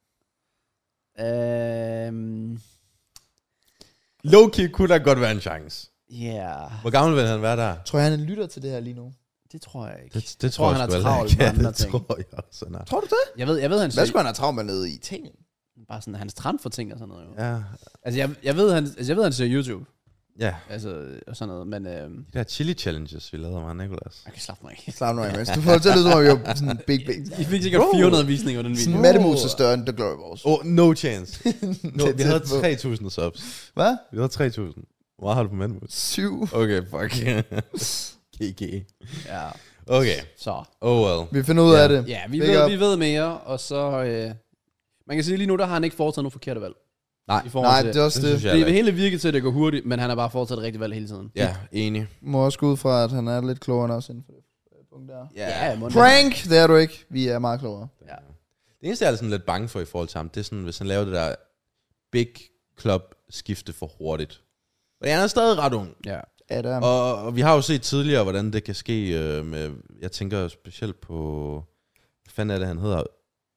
Øhm, Low-key kunne der godt være en chance. Ja, Hvor gammel vil han være der? Tror jeg, han lytter til det her lige nu? det tror jeg ikke. Det, det tror, tror han jeg er sgu travlt heller med ikke. andre Ja, det ting. tror jeg også, han er. Tror du det? Jeg ved, jeg ved han Hvad ser skulle han have travlt med nede i Italien? bare sådan hans trend for ting og sådan noget. Jo. Ja, Altså jeg, jeg ved han, altså jeg ved han ser YouTube, ja. altså og sådan noget, men øhm, De der chili challenges, vi lavede med Nicolas. jeg kan slappe mig ikke. Slap nu af, mens. Du får det til at lyde, som om vi var sådan en big, big. I fik sikkert Bro. fire hundrede visninger på den Sådan video. en mattemus er større end The Glory Wars. Oh, no chance. No, Det vi er havde tæt på. tre tusind subs. Hvad? Vi havde tre tusind. Hvor har du på Manmus? Syv. Okay, fuck. G G. Ja, Okay. så. Oh well. Vi finder ud Ja. af det. Ja, vi Big ved, up. vi ved mere, og så... Øh, man kan sige lige nu, der har han ikke foretaget nogen forkerte valg. Nej. I forhold Nej, til, det er også Det det. synes jeg det heller er ikke. hele virket til, at det går hurtigt, men han har bare foretaget rigtigt valg hele tiden. Ja, enig. Må også gå ud fra, at han er lidt klogere end os inden for det øh, punkt der. Ja, må Prank, det er du ikke. Vi er meget klogere. Ja. Det eneste, jeg er sådan lidt bange for i forhold til ham, det er sådan, hvis han laver det der big club skifte for hurtigt. Og han er stadig ret ung. Ja. Ja, det er. Og, og vi har jo set tidligere, hvordan det kan ske øh, med, jeg tænker specielt på, hvad fanden er det, han hedder?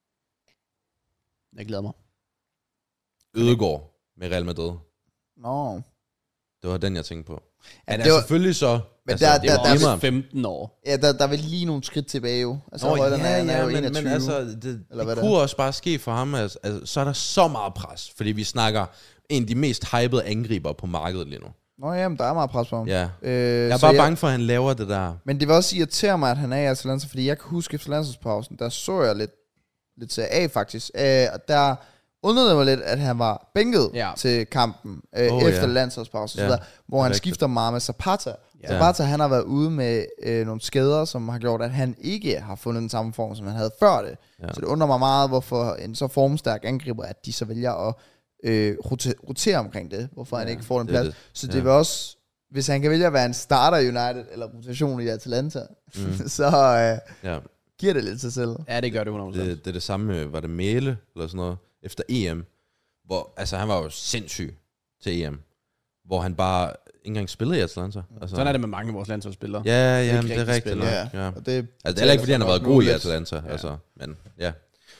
Jeg glæder mig. Ødegaard med Real Madrid. Nå. Det var den, jeg tænkte på. Ja, Men det er var- selvfølgelig så... Men altså, der- Det der- var der- også Iman. femten år. Ja, der, der er vel lige nogle skridt tilbage jo. Altså, Nå, Højlund ja, er- han er ja, jo men, enogtyve. men altså, det, Eller hvad det det kunne også bare ske for ham, altså, altså, så er der så meget pres, fordi vi snakker en af de mest hypede angriber på markedet lige nu. Nå jamen, der er meget pres på ham. Ja. Øh, Jeg er så bare bange for, at han laver det der. Men det vil også irritere mig, at han er i Atalanta, fordi jeg kan huske efter landsholdspausen, der så jeg lidt, lidt til A faktisk. Øh, og der undrede mig lidt, at han var bænket Ja. til kampen øh, Oh, efter ja. landsholdspausen, Ja. ja. hvor han Rigtigt. skifter meget med Zapata. Ja. Zapata, han har været ude med øh, nogle skader, som har gjort, at han ikke har fundet den samme form, som han havde før det. Ja. Så det undrer mig meget, hvorfor en så formstærk angriber, at de så vælger at øh, rotere, rotere omkring det. Hvorfor ja, han ikke får den det er plads. det. Så det Ja. vil også, hvis han kan vælge at være en starter i United, eller rotation i Atalanta, Mm. så, øh, Ja. giver det lidt sig selv. Ja, det gør det hundrede procent. Det, det er det samme med, var det Mæle, eller sådan noget, efter E M, hvor, altså han var jo sindssyg til E M, hvor han bare ikke engang spillede i Atalanta. Altså, Sådan er det med mange af vores landsholdsspillere. Ja, ja, Ikke det er rigtig rigtigt. spiller. nok, Ja. Og det, Altså, det er heller ikke, fordi han har været god i muligt. Atalanta, Ja. altså, men ja.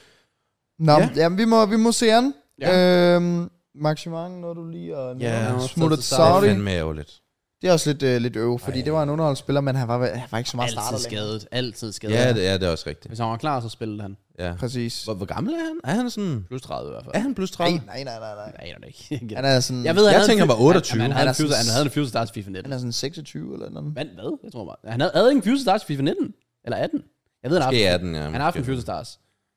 Nå, Ja. ja. Jamen, vi må, vi må se an. Ja. Øhm, Maximang, når du lige og Ja, han var smuttet til til Det er Saudi. fandme ærgerligt. Det er også lidt, øh, lidt øv, fordi Ej. det var en underholdsspiller, men han var, han var ikke så meget starter Altid længere. skadet. Altid skadet. Ja, det er, det er også rigtigt. Hvis han var klar, så spillede han. Ja. Præcis. Hvor, hvor gammel er han? Er han sådan... Plus tredive i hvert fald. Er han plus Nej, tredive? nej, nej, nej, nej. Nej, det er ikke. Han er sådan, Jeg ved, han Jeg havde tænker, en han var fuse- otteogtyve. Han, han, Han havde er en fuse- sådan- han havde en fuse start til FIFA nitten. han er sådan seksogtyve eller noget. Vand hvad? Jeg tror bare. Han havde, havde ikke en fuse start til FIFA nitten. Eller atten. Jeg ved, han har Måske haft, atten, ja. han har haft en fuse start.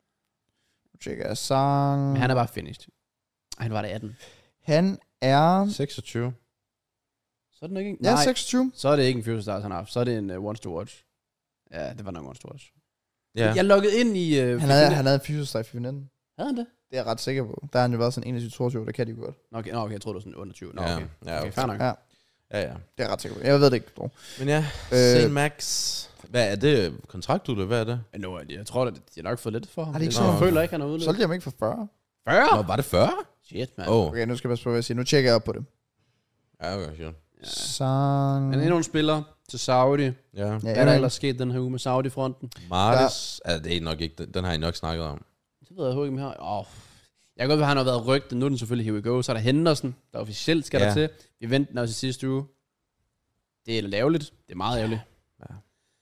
Nu tjekker jeg sang. Men han er bare finished. Ej, nu var det atten. Han er... seksogtyve. Så er det nok ikke... Ja, Nej, seksogtyve. så er det ikke en fuse start, han har haft. Så er det en uh, once to watch. Ja, det var nok once to watch. Ja. Jeg loggede ind i... Uh, Han havde, han havde en fysisk FIFA nitten. Havde han det? Det er jeg ret sikker på. Der har han jo været sådan enogtyve toogtyve, det kan de jo godt. Nå, okay, nå, okay, jeg troede, det var sådan under tyve. Nå, Ja, okay. ja, Okay, fair nok. Ja, Ja, ja. det er jeg ret sikker på. Jeg ved det ikke, dog. Men ja, Øh, Saint Max. Hvad er det? Kontraktudløb, hvad er det? Men nu, jeg tror, at de har nok fået lidt for ham. Har de ikke jeg sådan- føler ikke, han har udløbet. Solgte jeg ham ikke for fyrre? fyrre? Nå, var det fyrre? Shit, mand. Åh. Oh. Okay, nu skal jeg passe på, hvad jeg siger. Nu tjekker jeg op på det. Ja, okay, sure. Ja. Sang... Men endnu en spiller til Saudi. Ja. Ja, Hvad er der ja, ellers sket den her uge med Saudi-fronten? Martes. Ja. Altså, det er nok ikke, den, den har I nok snakket om. Det ved jeg ikke, om jeg har. Åh. Jeg kan godt ved, at han har været rygtet. Nu er den selvfølgelig Here We Go. Så er der Henderson, der officielt skal Ja. der til. Vi ventede den også i sidste uge. Det er ærgerligt. Det er meget ærgerligt. Ja.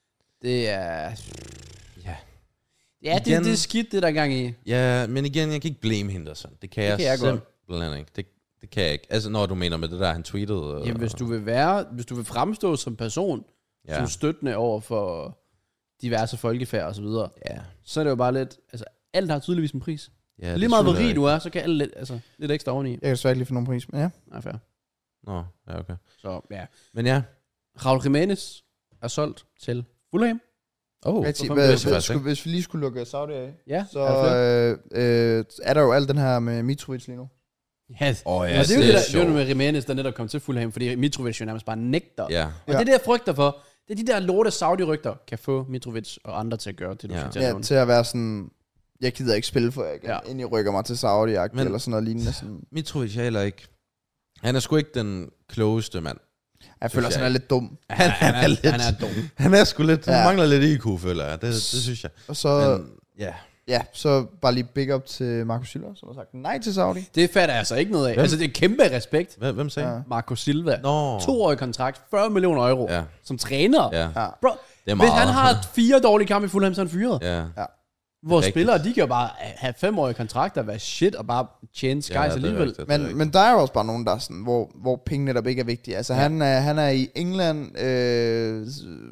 Det er... Ja. Ja, det, Igen- det er skidt, det der er gang i. Ja, men igen, jeg kan ikke blame Henderson. Det kan Det jeg, kan jeg godt. simpelthen ikke. Det, det kan jeg ikke. Altså, når du mener med det der, han tweetede. Jamen, hvis du vil være... Hvis du vil fremstå som person, ja. Ja. som støttende over for diverse folkefærd og så videre, Ja. så er det jo bare lidt... Altså, alt har tydeligvis en pris. Ja, Ja, det Lige meget hvor synes jeg rig ikke. du er, så kan alle lidt, altså, lidt ekstra oveni. Jeg kan desværre ikke lige få nogen pris, men ja. Nej, fair. Nå, ja, okay. Så ja. Men ja. Raul Jimenez er solgt til Fulham. Oh, Rigtig, hvorfor- hvad, det vidste jeg hvad, faktisk skulle, ikke. hvis vi lige skulle lukke Saudi af, Ja, så er der øh, øh, er der jo alt den her med Mitrovic lige nu. Ja, Åh, ja, ja, det er jo det det, er der, det er jo sjovt. med Jimenez, der netop kom til Fulham, fordi Mitrovic jo nærmest bare nægter. Ja. Og Ja. det er det, jeg frygter for. Det er de der lorte Saudi-rygter, kan få Mitrovic og andre til at gøre det, du Ja. ja. skal Ja, til til at være sådan, jeg gider ikke spille for jer igen, Ja. ja. inden I rykker mig til Saudi Men- eller sådan noget lignende. Sådan. Mitrovic er heller ikke... Han er sgu ikke den klogeste mand. Jeg føler, jeg at han er lidt dum. Han, han, er er, lidt- han er dum. Han er sgu lidt... Han Ja. mangler lidt I Q, føler jeg. Det, det synes jeg. Og så, Men, ja. ja, så bare lige big up til Marco Silva, som har sagt nej til Saudi. Det fatter jeg altså ikke noget af. Hvem? Altså, det er kæmpe respekt. Hvem, hvem sagde? Ja. Ja. Marco Silva. Nå. Toårig kontrakt, fyrre millioner euro. Ja. Som træner. Ja. Ja. Bro, Det er hvis meget. han har fire dårlige kampe i Fulham, så er han fyret. Ja. Hvor rigtigt. spillere, de kan jo bare have femårige kontrakter, være shit, og bare tjene skies Ja, det er alligevel. rigtigt, det er Men, rigtigt. men der er jo også bare nogen, der er sådan, hvor, hvor penge netop ikke er vigtige. Altså, Ja. ja. han, er, han er i England, øh,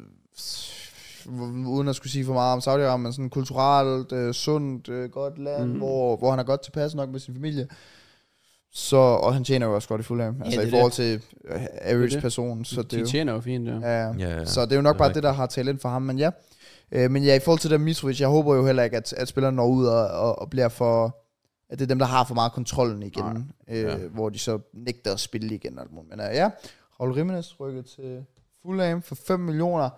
s- uden at skulle sige for meget om Saudi-Arabien, men sådan kulturelt, øh, sundt, øh, godt land, Mhm. mm. hvor, hvor han er godt tilpas nok med sin familie. Så, og han tjener jo også godt i Fulham, altså det i er forhold til øh, average det. person. Så det, er De jo, tjener jo fint, ja. ja, ja. Ja, ja. Så det er jo nok Det er bare rigtigt. det, der har talent for ham, men ja. Øh, men ja, i forhold til det Mitrovic, jeg håber jo heller ikke, at, at spillerne når ud og, og, og bliver for... At det er dem, der har for meget kontrollen igen, øh, Ja. hvor de så nægter at spille igen. og alt muligt. Men uh, ja, Raul Jimenez rykket til Fulham for fem millioner.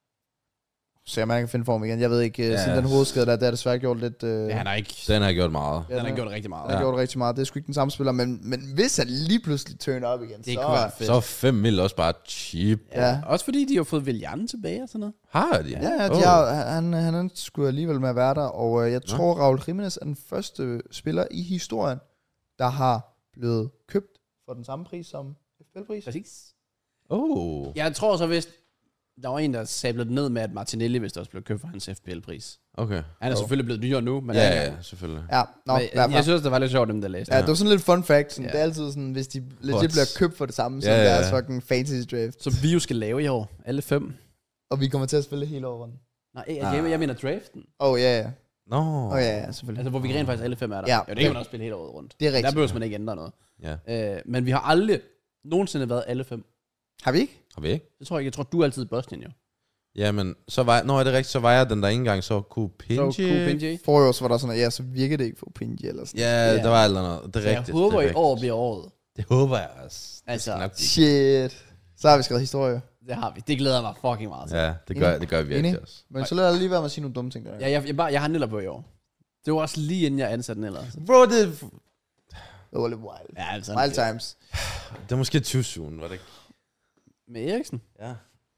Så jeg man kan finde form igen. Jeg ved ikke, ja. Ja. siden den hovedskade der, det har desværre gjort lidt... Øh, Ja, han har ikke... Den har gjort meget. Den har gjort rigtig meget. han har gjort rigtig meget. Det er sgu ikke den samme spiller, men, men hvis han lige pludselig turner op igen, Det så... kunne være fedt. Så er fem mil også bare cheap. Ja. Ja. Også fordi de har fået Willian tilbage og sådan noget. Har de? Ja, ja de Åh. har, han, han er sgu alligevel med at være der, og øh, jeg Nå. tror, Raul Jimenez er den første spiller i historien, der har blevet købt for den samme pris som F P L-pris. Præcis. Oh. Jeg tror så, hvis der var en, der sablede det ned med, at Martinelli, hvis der også blev købt for hans F P L-pris. Okay. Han er Jo. selvfølgelig blevet dyrere nu, men Ja, han- ja, selvfølgelig. Ja, nå, Men, lad jeg, mig. jeg synes, det var lidt sjovt, dem der læste. Ja, det var sådan lidt fun fact. Sådan, Ja. Det er altid sådan, hvis de legit What? bliver købt for det samme, som Ja, ja, deres ja. fucking fantasy draft. Så vi jo skal lave i år, alle fem. Og vi kommer til at spille hele året. Nej, jeg, jeg, jeg mener draften. Åh, oh, ja, ja. Nå. Åh, oh, ja, ja, selvfølgelig. Altså, hvor vi rent faktisk alle fem er der. Ja. Jo, det kan man også spille hele året rundt. Det er rigtigt. Der behøver man ikke ændre noget. Ja. Øh, men vi har aldrig nogensinde været alle fem. Har vi ikke? Har vi ikke? Det tror jeg ikke. Jeg tror, du er altid i Bosnien, jo. Jamen, så var jeg, nå, er det rigtigt, så var jeg den der ikke engang så kunne Så pinche. Kupinji. Forrige år, så var der sådan, at ja, så virker det ikke for Pinji eller sådan. Ja, Ja. der var alt andet. Det er Så jeg rigtigt. håber, det er i år rigtigt. bliver året. Det håber jeg også. Det Altså, skal nok blive. Shit. Så har vi skrevet historie. Det har vi. Det glæder jeg mig fucking meget til. Ja, det gør, det gør vi Enig? virkelig også. Men så lad dig lige være med at sige nogle dumme ting. Der. Ja, jeg, jeg, bare, jeg har Niller på i år. Det var også lige inden jeg ansatte Niller. Bro, det, Det var lidt wild. Ja, altså. Wild times. det er måske too soon, var det ikke? Med Eriksen? Ja.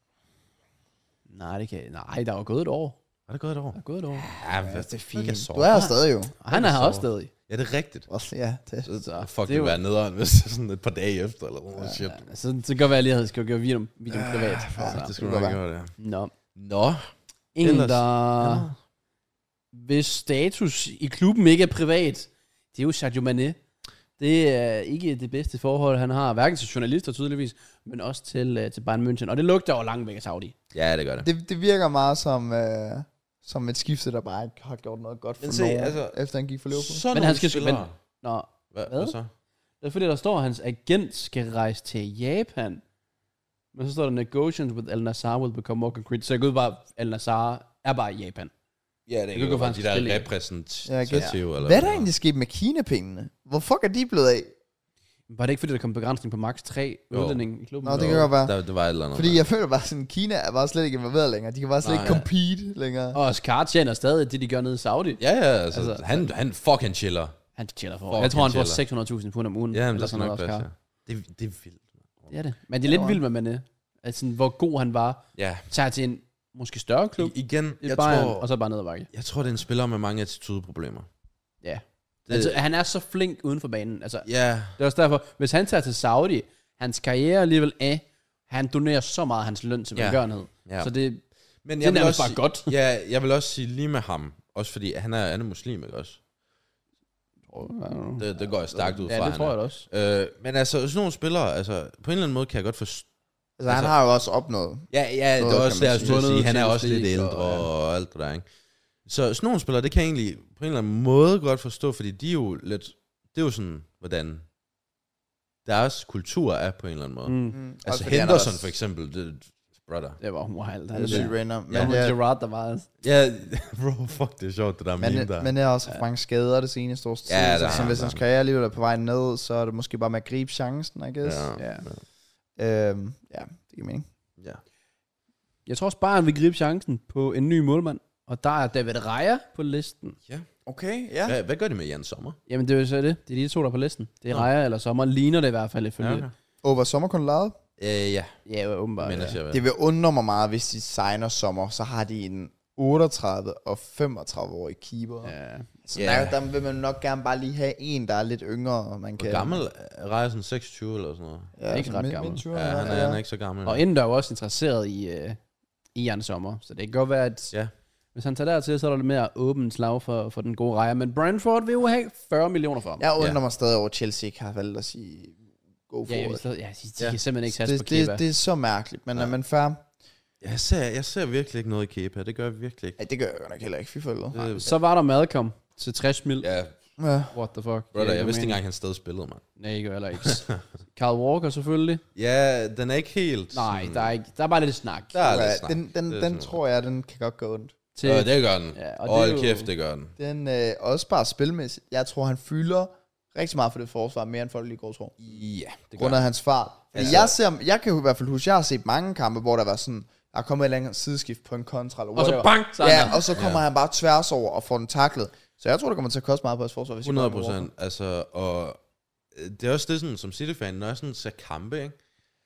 Nej, det kan Nej, der var gået et år. Var det gået et år? Der er gået et år. Ja, Ja, det er fint. Jeg Du er her stadig jo. Og han er her også stadig. Ja, det er rigtigt. Også, ja, det. Så, Så, fuck, det det er jo- vil være nederen, hvis det er sådan et par dage efter, eller noget shit. Ja, så, så kan godt være, at jeg lige havde skrevet video, video privat. Ja, Så. Det skulle det du kan nok gøre, det. Nå. Nå. En, Ellers- der... Hvis status i klubben ikke er privat, det er jo Sadio Mané. Det er ikke det bedste forhold, han har, hverken til journalister tydeligvis, men også til, uh, til Bayern München. Og det lugter jo langt væk af Saudi. Ja, det gør det. Det, det virker meget som, øh, som et skifte, der bare ikke har gjort noget godt for Men se, nogen, altså- efter han gik for Liverpool. Så Men nogle han skal- spillere. men- Nå, Hvad, Hvad? hvad så? det er fordi, der står, at hans agent skal rejse til Japan. Men så står der, negotiations with Al Nassr will become more concrete. Så jeg går ud bare, at Al Nassr er bare i Japan. Ja, det kan kan gå gå fra de en der forskellige- repræsentative. Eller Hvad er der egentlig sket med Kina-pengene? Hvor fuck er de blevet af? Var det ikke fordi, der kom begrænsning på maks tre Jo. udlændinge i klubben? Nå, det kan godt være. Der, det var et eller andet. Fordi jeg føler bare sådan, Kina er bare slet ikke involveret længere. De kan bare slet Nej, ikke ja. compete længere. Og Oscar tjener stadig det, de gør nede i Saudi. Ja, ja, altså, Altså- altså han, han fucking chiller. Han tjener for. Fuck, Jeg tror, han han får tjeller. seks hundrede tusind pund om ugen. Ja, men eller det skal sådan nok noget, passe. Oscar. Det, det er vildt. Det er det. Men det er lidt Ja, vildt med Mané. Altså, hvor god han var. Ja, Tager til en måske større klub. I, igen, I jeg Bayern, tror, og så bare ned ad bakke. jeg tror, det er en spiller med mange attitudeproblemer. Ja. Det, Altså, han er så flink uden for banen. Altså, ja, det er også derfor, hvis han tager til Saudi, hans karriere alligevel er, han donerer så meget af hans løn til Ja. velgørenhed. ja. Så det, Men det er vil nærmest bare sige- godt. Ja, jeg vil også sige lige med ham. Også fordi han er, han er muslim, ikke også? Det, det går jeg stærkt ud fra. Ja, det han tror er. jeg da også. Øh, men altså, sådan nogle spillere, altså, på en eller anden måde kan jeg godt forstå. Altså, han Altså- har jo også opnået. Ja, ja, Noget, det er kan også man der, jeg sige. skulle sige, Vundet han er Champions også lidt League ældre og- og, og alt det der, ikke? Så sådan nogle spillere, det kan jeg egentlig på en eller anden måde godt forstå, fordi de er jo lidt, det er jo sådan, hvordan deres kultur er på en eller anden måde. Mm. Mm. Mm. Altså Også fordi han er Henderson også- for eksempel, det, brother. Det var wild. Han Han er er sygt der. random. Ja, Men, ja. ja, Gerrard, der var... Ja, bro, fuck, det er sjovt, det der meme men, der. men det er også for mange skader det seneste års tid. Ja, Ja, der så er- hvis der hans er- karriere alligevel er på vej ned, så er det måske bare med at gribe chancen, I guess. Ja. Ja. Øhm, ja, det giver mening. Ja. Jeg tror også bare, han vil gribe chancen på en ny målmand. Og der er David Raya på listen. Okay, ja. Hvad, hvad gør de med Jan Sommer? Jamen, det er jo så det. Det er de to, der er på listen. Det er Nå. Raya eller Sommer. Ligner det i hvert fald ifølge. Ja, okay. Over sommer kun lavet. Øh, ja, Ja, åbenbart. men Ja. jeg siger, Det vil undre mig meget, hvis de signer sommer, så har de en otteogtredive og femogtredive-årig keeper. Ja. Ja. Så Ja. der, der vil man nok gerne bare lige have en, der er lidt yngre, og man kan... hvor gammel er Raya, sådan seksogtyve eller sådan noget? Ja, Ikke ret midt- gammel. midt-tyverne, Ja, han er, han er ikke så gammel. Og inden der er jo også interesseret i, øh, i Jan Sommer. Så det kan godt være, at Ja. hvis han tager dertil, så er der lidt mere åbent slag for, for den gode Raya. Men Brentford vil jo have fyrre millioner for ham. Jeg undrer Ja. mig stadig over, at Chelsea ikke har valgt at sige go for Ja, jeg it. vil stadig, ja, de, de Ja. kan simpelthen ikke satse på det, Kepa. det, det er så mærkeligt, men Ja. er man fair? Jeg ser, jeg ser virkelig ikke noget i Kepa, det gør jeg virkelig ikke. Ja, det gør jeg godt nok heller ikke, fy for Det, Så var der Malcolm til tres mil. ja, Ja. What the fuck? brother, jeg giver vidste ikke mening. engang, han stadig spillede, mand. Nej, ikke heller ikke. Carl Walker selvfølgelig. Ja, den er ikke helt... Nej, sådan- der er, ikke, der er bare lidt snak. Der er lidt Ja, snak. den, den, Det er den sådan tror jeg, den kan godt gå ondt. Til, Ja, det gør den. Ja, og Og det er Hold jo- kæft, det gør den. Den øh, også bare spilmæssigt. Jeg tror, han fylder rigtig meget for det forsvar, mere end folk lige går og tror. Ja, det gør Grundet af hans fart. Fordi Altså- jeg, ser, jeg kan jo i hvert fald huske, jeg har set mange kampe, hvor der var sådan, der er kommet et eller andet sideskift på en kontra, eller og så whatever. bang! Så er han Ja, der. og så kommer Ja. han bare tværs over og får den taklet. Så jeg tror, det kommer til at koste meget på hans forsvar, hvis I hundrede kommer med procent. Altså, og øh, det er også det, sådan, som City-fan, når jeg sådan ser kampe, ikke?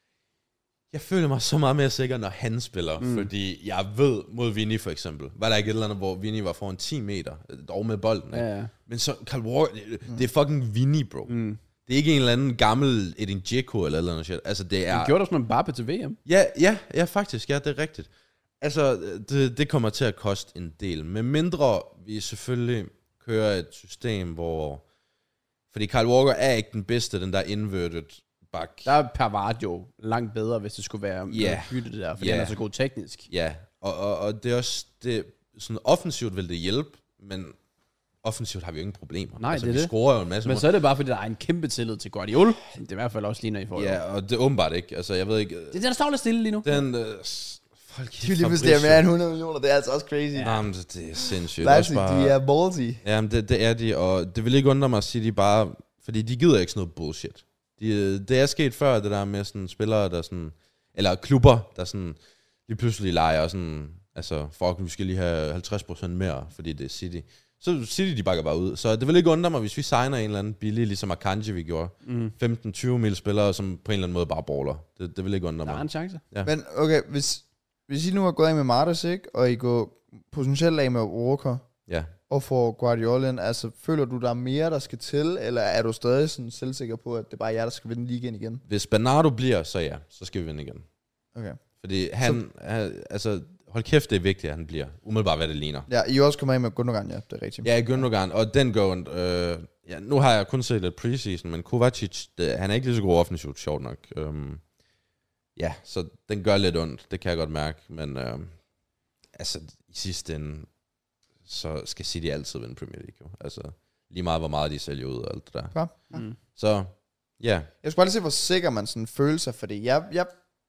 Jeg føler mig så meget mere sikker, når han spiller, mm. fordi jeg ved mod Vinny for eksempel, var der ikke et eller andet, hvor Vinny var foran ti meter, øh, dog med bolden, ikke? Ja, ja. Men så, Kyle Walker, det, det er fucking Vinny, bro. Mm. Det er ikke en eller anden gammel Edin Dzeko eller eller andet shit. Altså, det er... Han gjorde der sådan en Mbappe til V M. Ja, ja, ja, faktisk, ja, det er rigtigt. Altså, det, det kommer til at koste en del. Med mindre vi selvfølgelig kører et system, hvor... Fordi Kyle Walker er ikke den bedste, den der inverted back. Der er Pavard jo langt bedre, hvis det skulle være Ja. yeah. bytte det der, for Ja. han er så god teknisk. Ja, og, og, og det er også... Det, sådan offensivt vil det hjælpe, men offensivt har vi jo ingen problemer. Nej, altså, det er vi det. scorer jo en masse Men mål. så er det bare, fordi der er en kæmpe tillid til Guardiola, som det i hvert fald også ligner i forhold. Ja, og det er åbenbart ikke. Altså, jeg ved ikke... Det er den, der står lidt stille lige nu. Den... Øh, s- folk Det er lige pludselig, det er mere end hundrede millioner, det er altså også crazy. Ja. Nej, men det, det er sindssygt. Leipzig, Også bare- de er ballsy. Jamen, det, det er de, og det vil ikke undre mig at sige, de bare... Fordi de gider ikke sådan noget bullshit. De, det er sket før, det der med sådan spillere, der sådan... eller klubber, der sådan lige pludselig leger sådan, altså, fuck, vi skal lige have halvtreds procent mere, fordi det er City. Så City, de bakker bare ud. Så det vil ikke undre mig, hvis vi signer en eller anden billig, ligesom Akanji, vi gjorde. Mm. femten til tyve mil spillere, som på en eller anden måde bare baller. Det, det vil ikke undre mig. Der er en chance. Ja. Men okay, hvis, hvis I nu har gået af med Martes, ikke? Og I går potentielt af med Walker, ja. og får Guardiola ind, altså føler du, der er mere, der skal til, eller er du stadig sådan selvsikker på, at det er bare jer, der skal vinde ligaen igen? Hvis Bernardo bliver, så ja, så skal vi vinde igen. Okay. Fordi han, så, han altså, hold kæft, det er vigtigt, at han bliver. Umiddelbart, hvad det ligner. Ja, I også kommer af med Gundogan, ja, det er rigtigt. Ja, Gundogan, og den går, øh, ja, nu har jeg kun set lidt preseason, men Kovacic, det, han er ikke lige så god offensivt, sjovt nok. Um, ja, så den gør lidt ondt, det kan jeg godt mærke, men øh, altså, i sidste ende, så skal City altid vinde Premier League, jo. Altså, lige meget, hvor meget de sælger ud og alt det der. Ja. Mm. Så, ja. Yeah. Jeg skal bare lige se, hvor sikker man sådan føler sig, fordi jeg, jeg,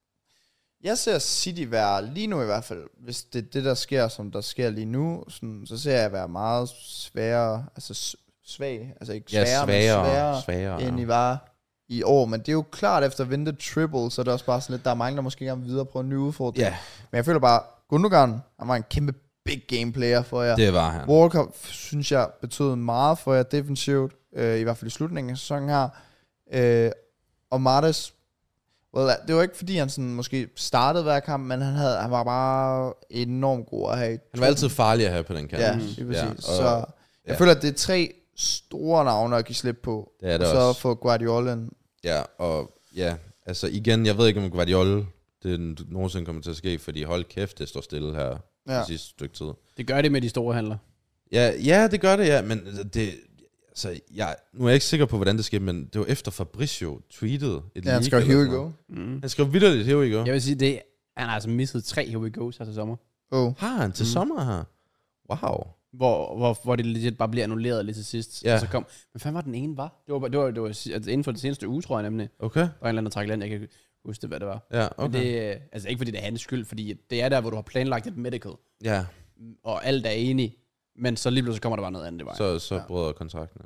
jeg ser City være, lige nu i hvert fald, hvis det er det, der sker, som der sker lige nu, sådan, så ser jeg være meget sværere, altså svag, altså ikke sværere, ja, sværere, men sværere, sværere end ja. I var i år. Men det er jo klart, efter at vinde triple, så er det også bare sådan lidt, der er mange, der måske gerne vil videre på en ny udfordring. Yeah. Men jeg føler bare, Gundogan, han var en kæmpe big game player for jer. Det var han. Walker, synes jeg, betød meget for jer defensivt, øh, i hvert fald i slutningen af sæsonen her. Øh, og Martes, well, det var ikke fordi, han sådan måske startede hver kamp, men han, havde, han var bare enormt god at have. Han var altid farlig at have på den kant. Ja, det er ja, præcis. Så jeg ja. føler, at det er tre store navne at give slip på. Det er det og så også. få Guardiola. Ja, og ja, altså igen, jeg ved ikke om Guardiola, det nogensinde kommer til at ske, fordi hold kæft, det står stille her ja. det sidste stykke tid. Det gør det med de store handler. Ja, ja, det gør det, ja, men det, altså, jeg, nu er jeg ikke sikker på, hvordan det sker, men det var efter Fabrizio tweetede et ja, han skrev, here we go. Mm. Han skrev vitterligt, here we go. Jeg vil sige, det, han har altså misset tre here we go's her til sommer. Oh. Har han til mm. sommer her? Wow. Hvor, hvor, hvor det legit bare bliver annulleret lidt til sidst. Ja. Og så kom, men fanden var den ene var? Det var, det var, det var altså inden for det seneste uge, tror jeg nemlig. Okay. Og en eller anden træk land, jeg kan huske det, hvad det var. Ja, okay. Men det, altså ikke fordi det er hans skyld, fordi det er der, hvor du har planlagt et medical. Ja. Og alt er enige, men så lige pludselig kommer der bare noget andet i vejen. Så, så ja. bryder kontrakten.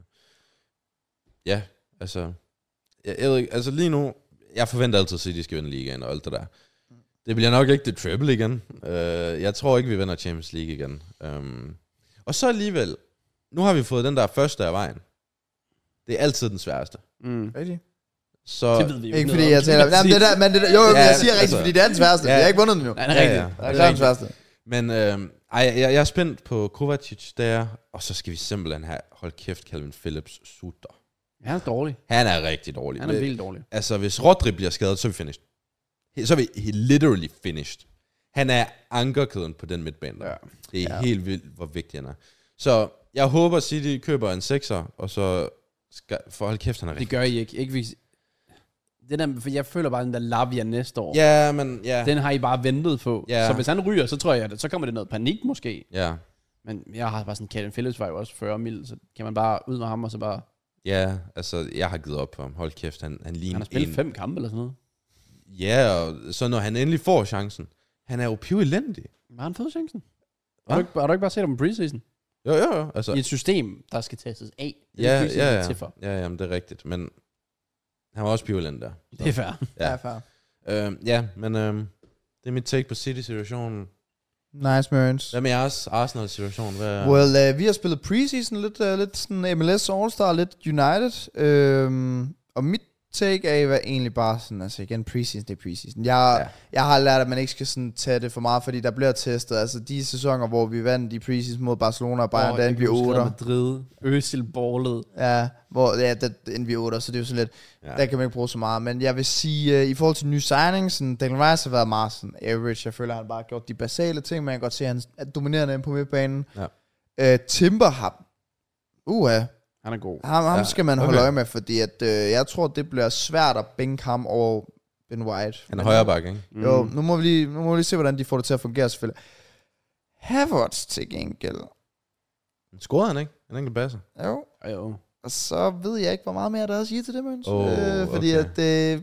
Ja, altså, jeg, jeg ved ikke, altså lige nu, jeg forventer altid, at City skal vinde ligaen og alt det der. Det bliver nok ikke det triple igen. Uh, jeg tror ikke, vi vinder Champions League igen. Um, og så alligevel, nu har vi fået den der første af vejen. Det er altid den sværeste. Mm. Rigtig? Så, det ved vi jo ikke fordi jeg taler, jamen, det der, men det der, jo, jo, ja, jeg siger rigtigt, altså, fordi det er den sværeste. Ja, jeg har ikke vundet den jo. Nej, det er rigtigt. Ja, ja. Det er den sværeste. Men øh, ej, jeg, jeg er spændt på Kovacic der, og så skal vi simpelthen have, hold kæft, Calvin Phillips sutter. Han er dårlig. Han er rigtig dårlig. Han er vildt dårlig. Altså, hvis Rodri bliver skadet, så er vi finished. Så er vi literally finished. Han er ankerkæden på den midtbane der. Ja. Det er ja. helt vildt, hvor vigtig han er. Så jeg håber, City køber en sekser, og så skal, for hold kæft, han er rigtig. Det gør I ikke. Ikke hvis det der, for jeg føler bare, den der Lavia næste år. Ja, men ja. Den har I bare ventet på. Ja. Så hvis han ryger, så tror jeg, at så kommer det noget panik måske. Ja. Men jeg har bare sådan, Calvin Phillips var jo også fyrre mil, så kan man bare ud med ham, og så bare... Ja, altså, jeg har givet op på ham. Hold kæft, han, han ligner en... Han har spillet en... fem kampe eller sådan noget. Ja, og så når han endelig får chancen, han er jo piv elendig. Har han fået chancen? Har du, ikke, har du ikke bare set ham på preseason? Jo, jo, jo. Altså, i et system, der skal testes af. Det ja, er ja, ja. Til for. Ja, jamen, det er rigtigt. Men han var også piv elendig der. Det er fair. Ja, ja fair. Øhm, ja, men øhm, det er mit take på City-situationen. Nice, Mørens. Hvad med jeres Arsenal-situation? Hvad... Well, uh, vi har spillet preseason, lidt, uh, lidt sådan M L S All-Star, lidt United. Øhm, og mit take er egentlig bare sådan, altså igen, preseason, det er preseason. Jeg, ja. jeg har lært, at man ikke skal sådan tage det for meget, fordi der bliver testet. Altså de sæsoner, hvor vi vandt i preseason mod Barcelona og Bayern, oh, der endte vi otter. Madrid, Øsil ballet. Ja, hvor, ja, der endte vi otter, så det er jo så lidt, ja. Der kan man ikke bruge så meget. Men jeg vil sige, uh, i forhold til nye signings, sådan, Declan Rice har været meget sådan average. Jeg føler, at han bare har gjort de basale ting, men jeg kan godt se, at han er dominerende inde på midtbanen. Ja. Uh, Timber har... Uha. Han er god. Ham, ham ja, skal man holde okay. øje med, fordi at, øh, jeg tror, det bliver svært at bænke ham over Ben White. Han er højre bakke, ikke? Mm. Jo, nu må, vi lige, nu må vi lige se, hvordan de får det til at fungere selvfølgelig. Havertz til gengæld. Scorede han ikke? Han enkelt basser. Jo. jo. Og så ved jeg ikke, hvor meget mere der er at sige til det, Møns. Oh, øh, fordi okay. at... Øh,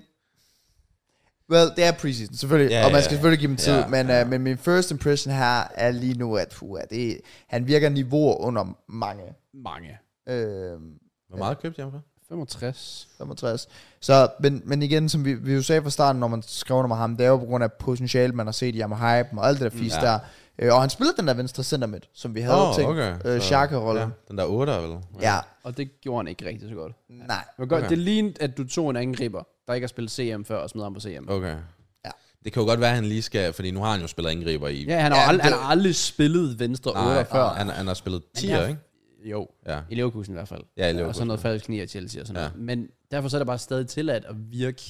well, det er preseason, selvfølgelig. Ja, og man skal ja, selvfølgelig give dem tid. Ja, men, ja. Uh, men min first impression her er lige nu, at uh, det, han virker niveauer under mange. Mange. Øh, Hvor meget købte jeg ham for? femogtres. femogtres. Så, men, men igen, som vi, vi jo sagde fra starten, når man skrev under med ham, det er jo på grund af potentiale, man har set i ham, hype og alt det der fisk Ja. der. Øh, og han spillede den der venstre center midt, som vi havde Åh, tænkt. okay. Øh, Så- Xhaka-rollen. Ja, den der otter, vel? Ja. Og det gjorde han ikke rigtig så godt. Nej. Men godt, Okay. det lignede, at du tog en angriber, der ikke har spillet C M før, og smed ham på C M. Okay. Ja. Det kan jo godt være, at han lige skal, fordi nu har han jo spillet angriber i... Ja, han har, Ja, aldrig, det- han har aldrig spillet venstre Nej, otter før. han, han har spillet Men tier, jeg- ikke? Jo, Ja. i Leverkusen i hvert fald. Ja, i Og så Leverkusen. noget falsk knie af Chelsea og sådan Ja. noget. Men derfor så er det bare stadig tilladt at virke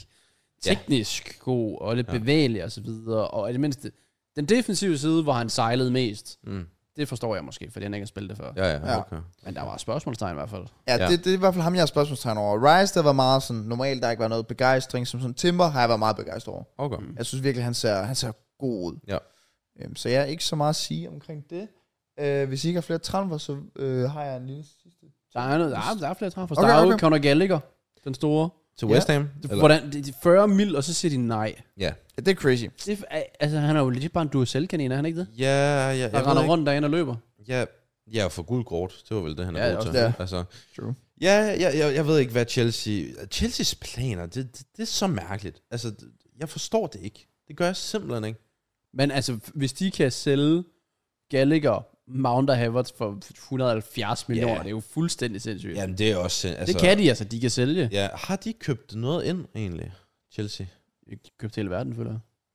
teknisk god og lidt Ja. bevægelig og så videre. Og i det mindste, den defensive side, hvor han sejlede mest, Mm. det forstår jeg måske, fordi han ikke har spillet det før. Ja, ja, Ja. okay. Men der var spørgsmålstegn i hvert fald. Ja, Ja. det, det er i hvert fald ham, jeg har spørgsmålstegn over. Rice, der var meget sådan, normalt der ikke var noget begejstring, som sådan Timber har jeg været meget begejstret over. Okay. Jeg synes virkelig, han ser, han ser god ud. Ja. Øhm, så jeg har ikke så meget at sige omkring det. Øh, hvis I ikke har flere transfer, så øh, har jeg en lille sidste. Der er, noget, der er, der er flere transfer. Okay, Der er jo okay. Conor Gallagher, den store. Til Ja. West Ham? Det, Eller? hvordan, det, de fyrre mil, og så siger de nej. Ja. Ja, det er crazy. Det, er- altså, han er jo legit bare en Duracell-kanin, er han ikke det? Ja, ja, jeg Der ved render ikke. rundt derinde og løber. Ja, ja, for guld kort. Det var vel det, han er Ja, god også til. det. Altså, True. ja, jeg, jeg, jeg ved ikke, hvad Chelsea... Chelseas planer, det, det, det er så mærkeligt. Altså, det- jeg forstår det ikke. Det gør jeg simpelthen ikke. Men altså, hvis de kan sælge Gallagher, Mount og Havertz for et hundrede og halvfjerds millioner, Ja. det er jo fuldstændig sindssygt. Jamen, det er også... sind- Altså, det kan de altså, de kan sælge. Ja, har de købt noget ind, egentlig? Chelsea? De købte hele verden, føler jeg.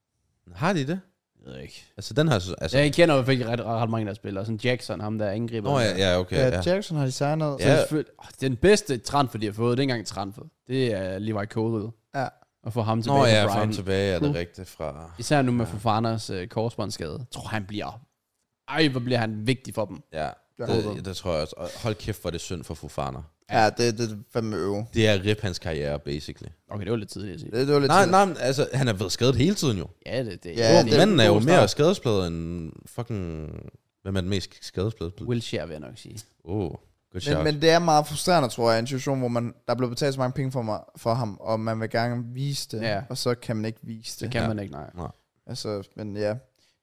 Har de det? Jeg ved ikke. Altså, den her... Altså, Altså, jeg kender i hvert fald ikke ret, ret mange, der spiller. Sådan Jackson, ham der angriber. Nå, ja, ja, okay. Ja, Ja. Jackson har de signet. Så Ja. ja. oh, den bedste transfer, de har fået, det er ikke engang en transfer. Det er Levi Colwill. Ja. Og få ham tilbage Nå, på ja, Brighton. frem tilbage er det True. rigtigt fra... Især nu med Fofanas øh, korsbåndsskade. Jeg tror, han bliver... Ej, hvor bliver han vigtig for dem. Ja, Ja. det, det tror jeg også. Og hold kæft, hvor er det synd for Fofana. Ja, det, det er fandme øve. Det er rip hans karriere, basically. Okay, det var lidt tidligt at sige. Det, det var lidt Nej, tidligt. nej, men altså, han er blevet skadet hele tiden jo. Ja, det, det Ja, jo, det- men Manden er jo god mere start. skadespladet end fucking... Hvem er den mest skadespladet? Wilshere vil jeg nok sige. Oh, good shot. Men, men det er meget frustrerende, tror jeg, en situation, hvor man, der er blevet betalt så mange penge for, mig, for ham, og man vil gerne vise det, Ja. og så kan man ikke vise det. Det kan Ja. man ikke, nej. Altså, men ja.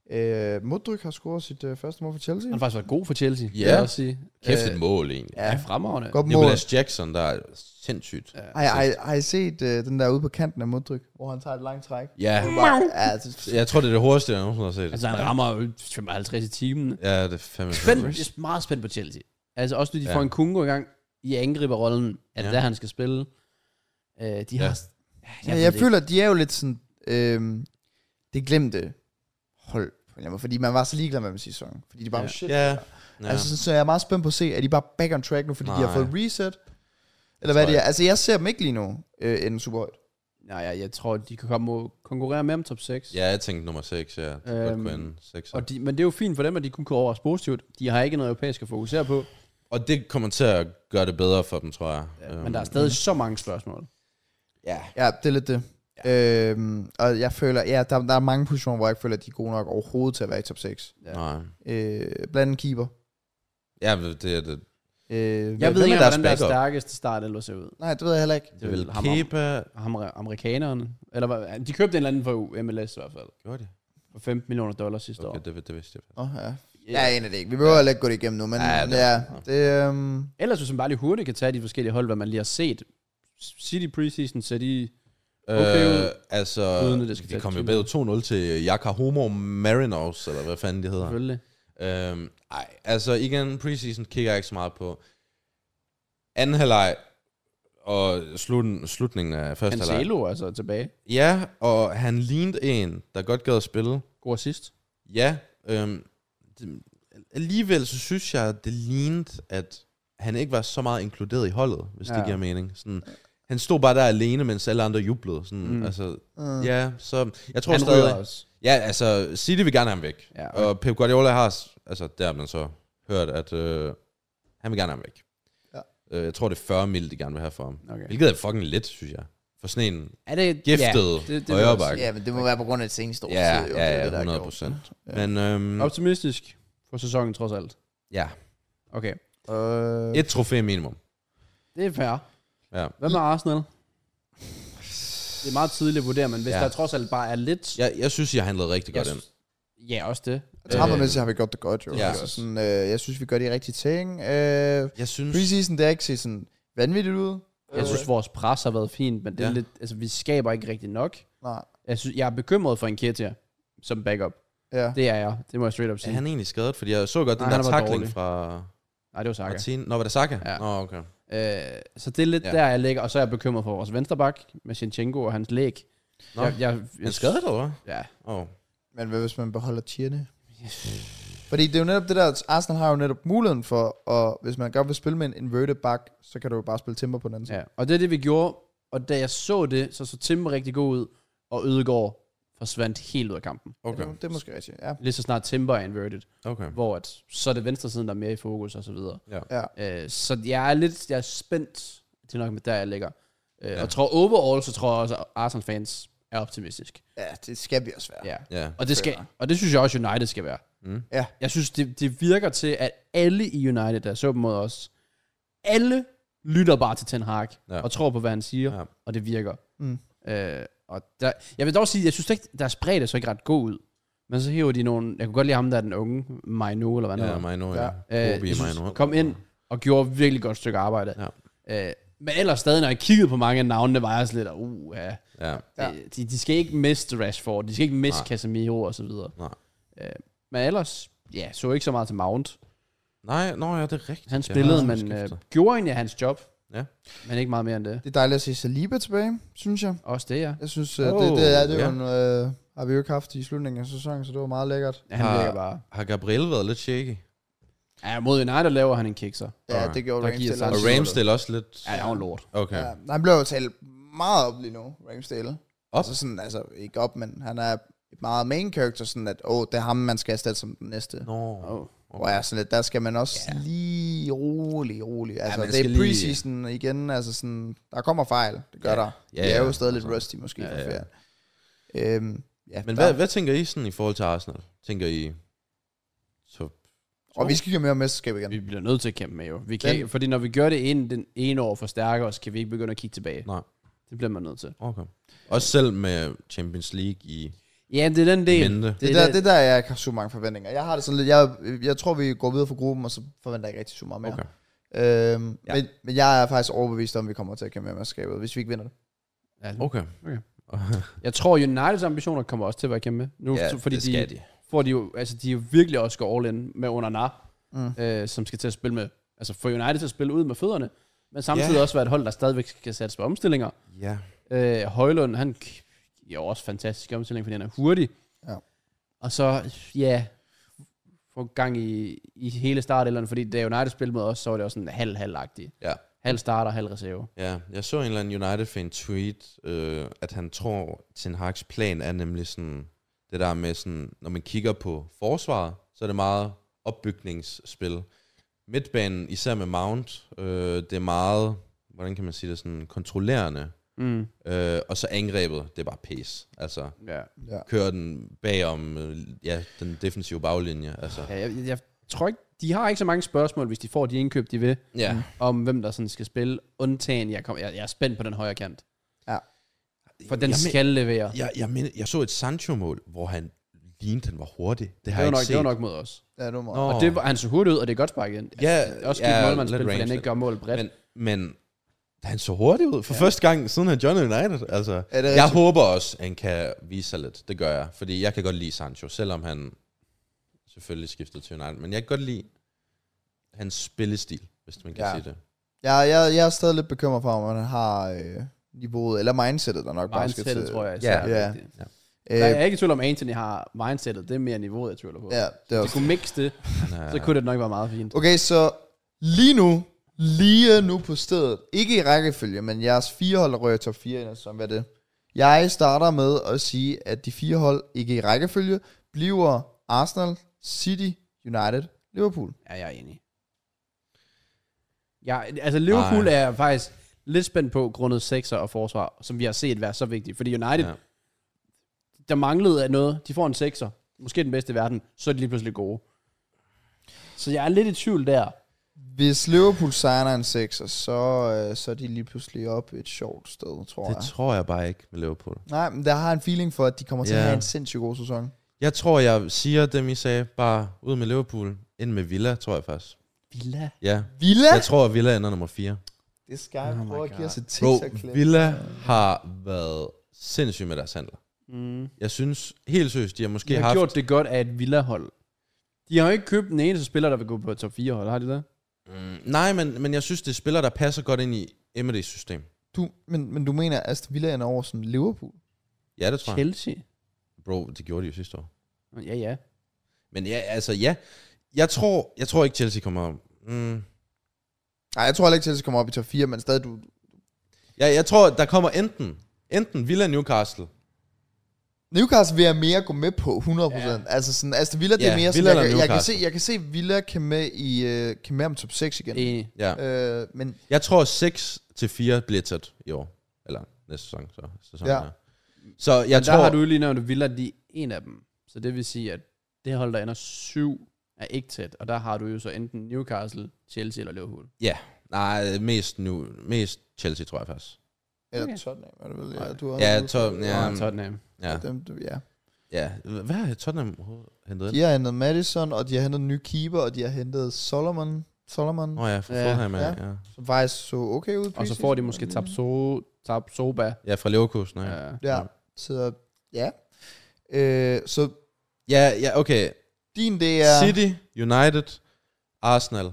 Øh, Modryk har scoret sit øh, første mål for Chelsea. Han har faktisk været god for Chelsea, Ja. vil jeg også sige. Kæft Øh, et mål, egentlig. Ja, fremragende. Godt mål. Nicolas Jackson, der er sindssygt. Ja. Har, har, har I set øh, den der ude på kanten af Modryk, hvor han tager et langt træk? Ja, Ja, det, jeg tror, det er det hurtigste, jeg nogensinde har set. Altså, han rammer jo femoghalvtreds i timen. Ja, det er fandme Spændt, jeg er meget spændt på Chelsea. Altså, også når de Ja. får en Kungo i gang i angriberrollen, at Ja. ja. der han skal spille. Øh, de Ja. har... ja, ved jeg det føler, at de er jo lidt sådan, øh, det glemte hold, på en eller anden måde, fordi man var så ligeglad med dem sidste sæson. Fordi de bare Ja. var shit. Ja, ja. Altså, så, så jeg er meget spændt på at se, at de bare back on track nu, fordi Nej. de har Nej. fået reset. Eller hvad tror det er. jeg. Altså, jeg ser dem ikke lige nu øh, ende super højt. Nej, jeg, jeg tror, de kan komme og konkurrere med om top seks. ja, jeg tænkte nummer seks, ja. Det øhm, godt Øhm, kunne ende seks. Og de, men det er jo fint for dem, at de kunne gå over positivt. De har ikke noget europæisk at fokusere på. Og det kommer til at gøre det bedre for dem, tror jeg. Ja, Øhm, men der er stadig så mange spørgsmål. Ja. Ja, det er lidt det. Ja. Øhm, og jeg føler, ja, der, der er mange positioner, hvor jeg ikke føler, at de er gode nok overhovedet til at være i top seks. Ja. Nej. Øh, blandt andet keeper. Ja, det er det. Øh, Jeg Hvem ved er ikke, deres hvordan deres backup? stærkeste start ellers ser ud. Nej, det ved jeg heller ikke. Det er vel ham, Kepa. ham, amerikanerne. Eller hvad? De købte en eller anden for M L S i hvert fald. Gjorde de? For femten millioner dollars sidste Okay, år. det, det vidste jeg. Åh, oh, ja. Jeg aner det ikke. Vi behøver heller ikke gå det igennem nu, men Ja, ja, det- det, ja, det øhm, Ellers hvis man bare lige hurtigt kan tage de forskellige hold, hvad man lige har set. City preseason, så de... Okay, Okay, øh, altså, uden at det skal de tage kom jo timer. bedre to nul til Yokohama Marinos, eller hvad fanden de hedder. Selvfølgelig. Øhm, ej, altså igen, preseason kigger jeg ikke så meget på. Anden halvleg og slutten, slutningen af første halvleg. Cancelo altså tilbage. Ja, og han lignede en, der godt gad at spille. God assist. Ja, øhm, det, alligevel så synes jeg, at det lignede, at han ikke var så meget inkluderet i holdet, hvis ja. Ja. det giver mening. Sådan, han stod bare der alene, mens alle andre jublede. Sådan, Mm. mm. altså, øh, ja, så jeg tror Han stadig... ryger også. Ja, altså, City vil gerne have ham væk. Ja, Og Pep Guardiola har, s- altså der har man så hørt, at øh, han vil gerne have ham væk. Ja. Øh, jeg tror, det er fyrre mil, de gerne vil have for ham. okay. Hvilket er fucking lidt, synes jeg. For sådan en Er det giftet ja, det, det, det højre er bak. ja, men det må være på grund af det seneste års Ja, tid. jo. ja, Det er ja, det, der er hundrede gjort. procent. Ja. Men øhm, optimistisk for sæsonen trods alt. ja, Okay. Øh, et trofæ minimum. Det er fair. Ja. Hvad med Arsenal? Det er meget tidligt at vurdere, men hvis Ja. ja. der trods alt bare er lidt... Jeg, jeg synes, jeg handlede rigtig godt Jeg ind. sy- Ja, også det. Trampemæssigt har vi gjort det godt, jo. Ja. Altså, sådan, øh, jeg synes, vi gør de rigtige ting. Øh, Jeg synes... preseason, det er ikke set sådan vanvittigt ud. Jeg synes, vores pres har været fint, men det er Ja. lidt, altså, vi skaber ikke rigtig nok. Nej. Jeg, synes, jeg er bekymret for en Ketia som backup. Ja. Det er jeg. Det må jeg straight up Er sige. han egentlig skadet? Fordi jeg så godt Nej, den han der var tackling dårlig. fra Nej, det var Saka. Martin. Nå, var det Saka? Ja. Nå, okay. Øh, så det er lidt Ja. der, jeg ligger. Og så er jeg bekymret for vores vensterbak med Shinchenko og hans læg. Nå, Jeg, jeg, er han skadet, eller hvad? Ja. Åh. Men hvad hvis man beholder Tierney? Fordi det er jo netop det der, Arsenal har jo netop muligheden for, og hvis man godt vil spille med en inverted back, så kan du jo bare spille Timber på den anden side. Ja, og det er det, vi gjorde. Og da jeg så det, så så Timber rigtig god ud, og Ødegaard forsvandt helt ud af kampen. Okay. Ja, det er måske rigtigt, ja. Lige så snart Timber er inverted, Okay. hvor at, så er det venstre siden, der er mere i fokus og så videre. Ja. Ja. Øh, så jeg er lidt jeg er spændt til nok med der, jeg ligger. Øh, Ja. Og tror overall, så tror jeg også, at Arsenal-fans er optimistisk. Ja, det skal vi også være. Ja. Ja. Og det, skal, og det synes jeg også, United skal være. Mm. Ja. Jeg synes, det, det virker til, at alle i United, der så dem mod os, alle lytter bare til Ten Hag, Ja. og tror på, hvad han siger, Ja. og det virker. Mm. Øh, og der, jeg vil dog sige, jeg synes ikke, deres bredde så ikke ret god ud. Men så hiver de nogle, jeg kunne godt lide ham, der er den unge, Maino, eller hvad han Ja, hedder. mig nu, Ja. ja. Øh, Obi jeg synes, Maino. kom ind og gjorde virkelig godt stykke arbejde. Ja. Øh, men ellers stadig, når jeg kiggede på mange af navnene, var jeg sådan lidt, uh, ja, Ja. Ja. de, de, de skal ikke miste Rashford, de skal ikke miste Nej. Casemiro og så videre. Nej. Øh, men ellers, ja, så ikke så meget til Mount. Nej, nå ja, det er rigtigt. Han Ja, spillede, han men skifter. øh, gjorde egentlig hans job. Ja. Men ikke meget mere end det. Det er dejligt at se Saliba tilbage, synes jeg. Også det, ja. Jeg synes, oh, Oh, det, det er det ja. jo en, øh, har vi jo ikke haft i slutningen af sæsonen, så det var meget lækkert. Han Har- virker bare. Har Gabriel været lidt shaky? Ja, mod United laver han en kikser. Ja, Okay. det gjorde Der Ramsdale giver også. Og Sancho- Ramsdale også lidt... Ja, det var en lort. Okay. Ja, han blev jo talt meget op lige nu, Ramsdale. Op? Altså sådan, altså ikke op, men han er et meget main character, sådan at, åh, det er ham, man skal erstatte som den næste. Nå. Oh. Hvor jeg er sådan lidt, der skal man også Ja. lige rolig, rolig. Altså, man det skal er lige- preseason igen, altså sådan, der kommer fejl, det gør Ja. der. Ja, Det er ja. jo stadig lidt Altså. rusty måske Ja, fra ja. ferien. Øhm, ja, Men der, hvad, hvad tænker I sådan i forhold til Arsenal? Tænker I... Så, og vi skal ikke have mere mesterskab igen. Vi bliver nødt til at kæmpe med jo. Vi kan, Den- ikke, fordi når vi gør det ene, den ene år forstærker os, kan vi ikke begynde at kigge tilbage. Nej. Det bliver man nødt til. Okay. Også selv med Champions League i Ja, det er den del. mente. Det, Det, er der, den- det der, jeg ikke har så mange forventninger. Jeg har det sådan lidt, jeg, jeg tror, vi går videre for gruppen, og så forventer jeg ikke rigtig så meget mere. Okay. Øhm, Ja. men, men jeg er faktisk overbevist om, at vi kommer til at kæmpe med mesterskabet, hvis vi ikke vinder det. Ja, Okay. jeg tror, Uniteds ambitioner kommer også til at være kæmpe. Nu, Ja, så- fordi det de, skal de. får de jo, altså de er jo virkelig også går all in med Onana, Mm. øh, som skal til at spille med, altså få United til at spille ud med fødderne, men samtidig Ja. også være et hold, der stadigvæk skal sættes på omstillinger. Ja. Øh, Højlund, han giver også fantastisk omstilling, fordi han er hurtig. Ja. Og så, ja, få gang i, i hele startelveren, fordi da United spillede mod os, så var det også sådan halv-halv-agtigt. Ja. Halv starter, halv reserve. Ja, jeg så en eller anden United-fan tweet, øh, at han tror, Ten Hag's plan er nemlig sådan, det der med sådan, når man kigger på forsvaret, så er det meget opbygningsspil. Midtbanen, især med Mount, øh, det er meget, hvordan kan man sige det, sådan kontrollerende. Mm. Øh, og så angrebet, det er bare pace. Altså, Ja. Ja. kører den bagom, øh, ja, den defensive baglinje. Altså, Ja, jeg, jeg tror ikke, de har ikke så mange spørgsmål, hvis de får de indkøb, de vil, ja. om hvem der sådan skal spille. Undtagen, jeg, kom, jeg, jeg er spændt på den højre kant. Ja. For den jeg, skal levere. jeg, jeg, men, jeg så et Sancho-mål, hvor han lignede, han var hurtig. Det har Det var, jeg nok, ikke det var set. nok mod os. Ja, det var meget. Nå. Og det var, han så hurtigt ud, og det er godt sparket ind. Ja, Altså, det er også ja, ja, målmandsspil, lidt fordi han range. ikke gør mål bredt. Men, men han så hurtigt ud for ja. første gang siden han joinede United. Altså, Er det jeg rigtigt? håber også, at han kan vise sig lidt. Det gør jeg. Fordi jeg kan godt lide Sancho, selvom han selvfølgelig skiftede til United. Men jeg kan godt lide hans spillestil, hvis man kan Ja. sige det. Jeg, jeg, jeg er stadig lidt bekymret for, om han har øh, niveauet, eller mindsetet, der nok bare skal til. Mindsetet, tror jeg. Ja. Ja. Ja. Ja. Øh, Jeg er ikke i tvivl om, at Anthony har mindsetet. Det er mere niveauet, jeg tvivler på. ja, det er Hvis også. du kunne mixe det, Han er, så kunne det nok være meget fint. Okay, så lige nu, lige nu på stedet, ikke i rækkefølge, men jeres fire hold, der rører i top fire, som hvad er det? Jeg starter med at sige, at de fire hold, ikke i rækkefølge, bliver Arsenal, City, United, Liverpool. Ja, jeg er enig. Ja, altså Liverpool Nej. er jeg faktisk lidt spændt på, grundet sekser og forsvar, som vi har set være så vigtigt. Fordi United, Ja. ja. der manglede af noget. De får en sekser, måske den bedste i verden, så er de lige pludselig gode. Så jeg er lidt i tvivl der. Hvis Liverpool signer en sekser, så, øh, så er de lige pludselig op et sjovt sted, tror Det jeg. tror jeg bare ikke med Liverpool. Nej, men der har en feeling for, at de kommer til Ja. at have en sindssygt god sæson. Jeg tror, jeg siger dem, I sagde, bare ud med Liverpool, ind med Villa, tror jeg faktisk. Villa. Ja, Villa? jeg tror, at Villa ender nummer fire. This guy Oh my prøver at give God. os et Bro, TikTok-klip. Villa har været sindssyg med deres handler. Mm. Jeg synes helt seriøst, de har måske De har haft... gjort det godt af et Villa-hold. De har jo ikke købt den eneste spiller, der vil gå på top fire hold, har de det? Mm, nej, men, men jeg synes, det er spillere, der passer godt ind i Emery's system. Du, men, men du mener, at Aston Villa er over som Liverpool? Ja, det tror jeg. Chelsea? Bro, det gjorde de jo sidste år. Ja, ja. Men ja, altså ja. Jeg tror, jeg tror ikke, Chelsea kommer op. Mm. Nej, jeg tror heller ikke, Chelsea kommer op i top fire, men stadig du... Ja, jeg tror, der kommer enten, enten Villa Newcastle. Newcastle vil jeg mere gå med på, hundrede procent. Ja. Altså sådan, Aston Villa, det Ja, er mere Villa sådan, jeg, eller jeg, kan Newcastle. se, jeg kan se, Villa kan med i uh, kan med om top seks igen. Enig. Ja. Øh, men Jeg tror seks til fire bliver tæt i år. Eller næste sæson, så. Sæson, Ja. ja. Så jeg Men tror... der har du jo lige nævnt, Villa, de er en af dem. Så det vil sige, at det hold, der ender syv, er ikke tæt. Og der har du jo så enten Newcastle, Chelsea eller Liverpool. Ja, nej, mest, nu, mest Chelsea, tror jeg faktisk. eller Okay. Tottenham, er det vel? Ja, du har Ja, du- to, ja, Og Tottenham. ja, Dem, du, ja. ja. Hvad har Tottenham hentet ind? De har hentet Madison, og de har hentet en ny keeper, og de har hentet Solomon, Solomon, Åh oh, ja, fra Ja. Fulham, ja. Ja. ja. som faktisk så okay ud. Og så får de måske Tapso, Tapsoba. Ja, fra Leverkusen, ja. Ja. Ja, så ja. Øh, så Ja, ja, okay. din, det er... City, United, Arsenal,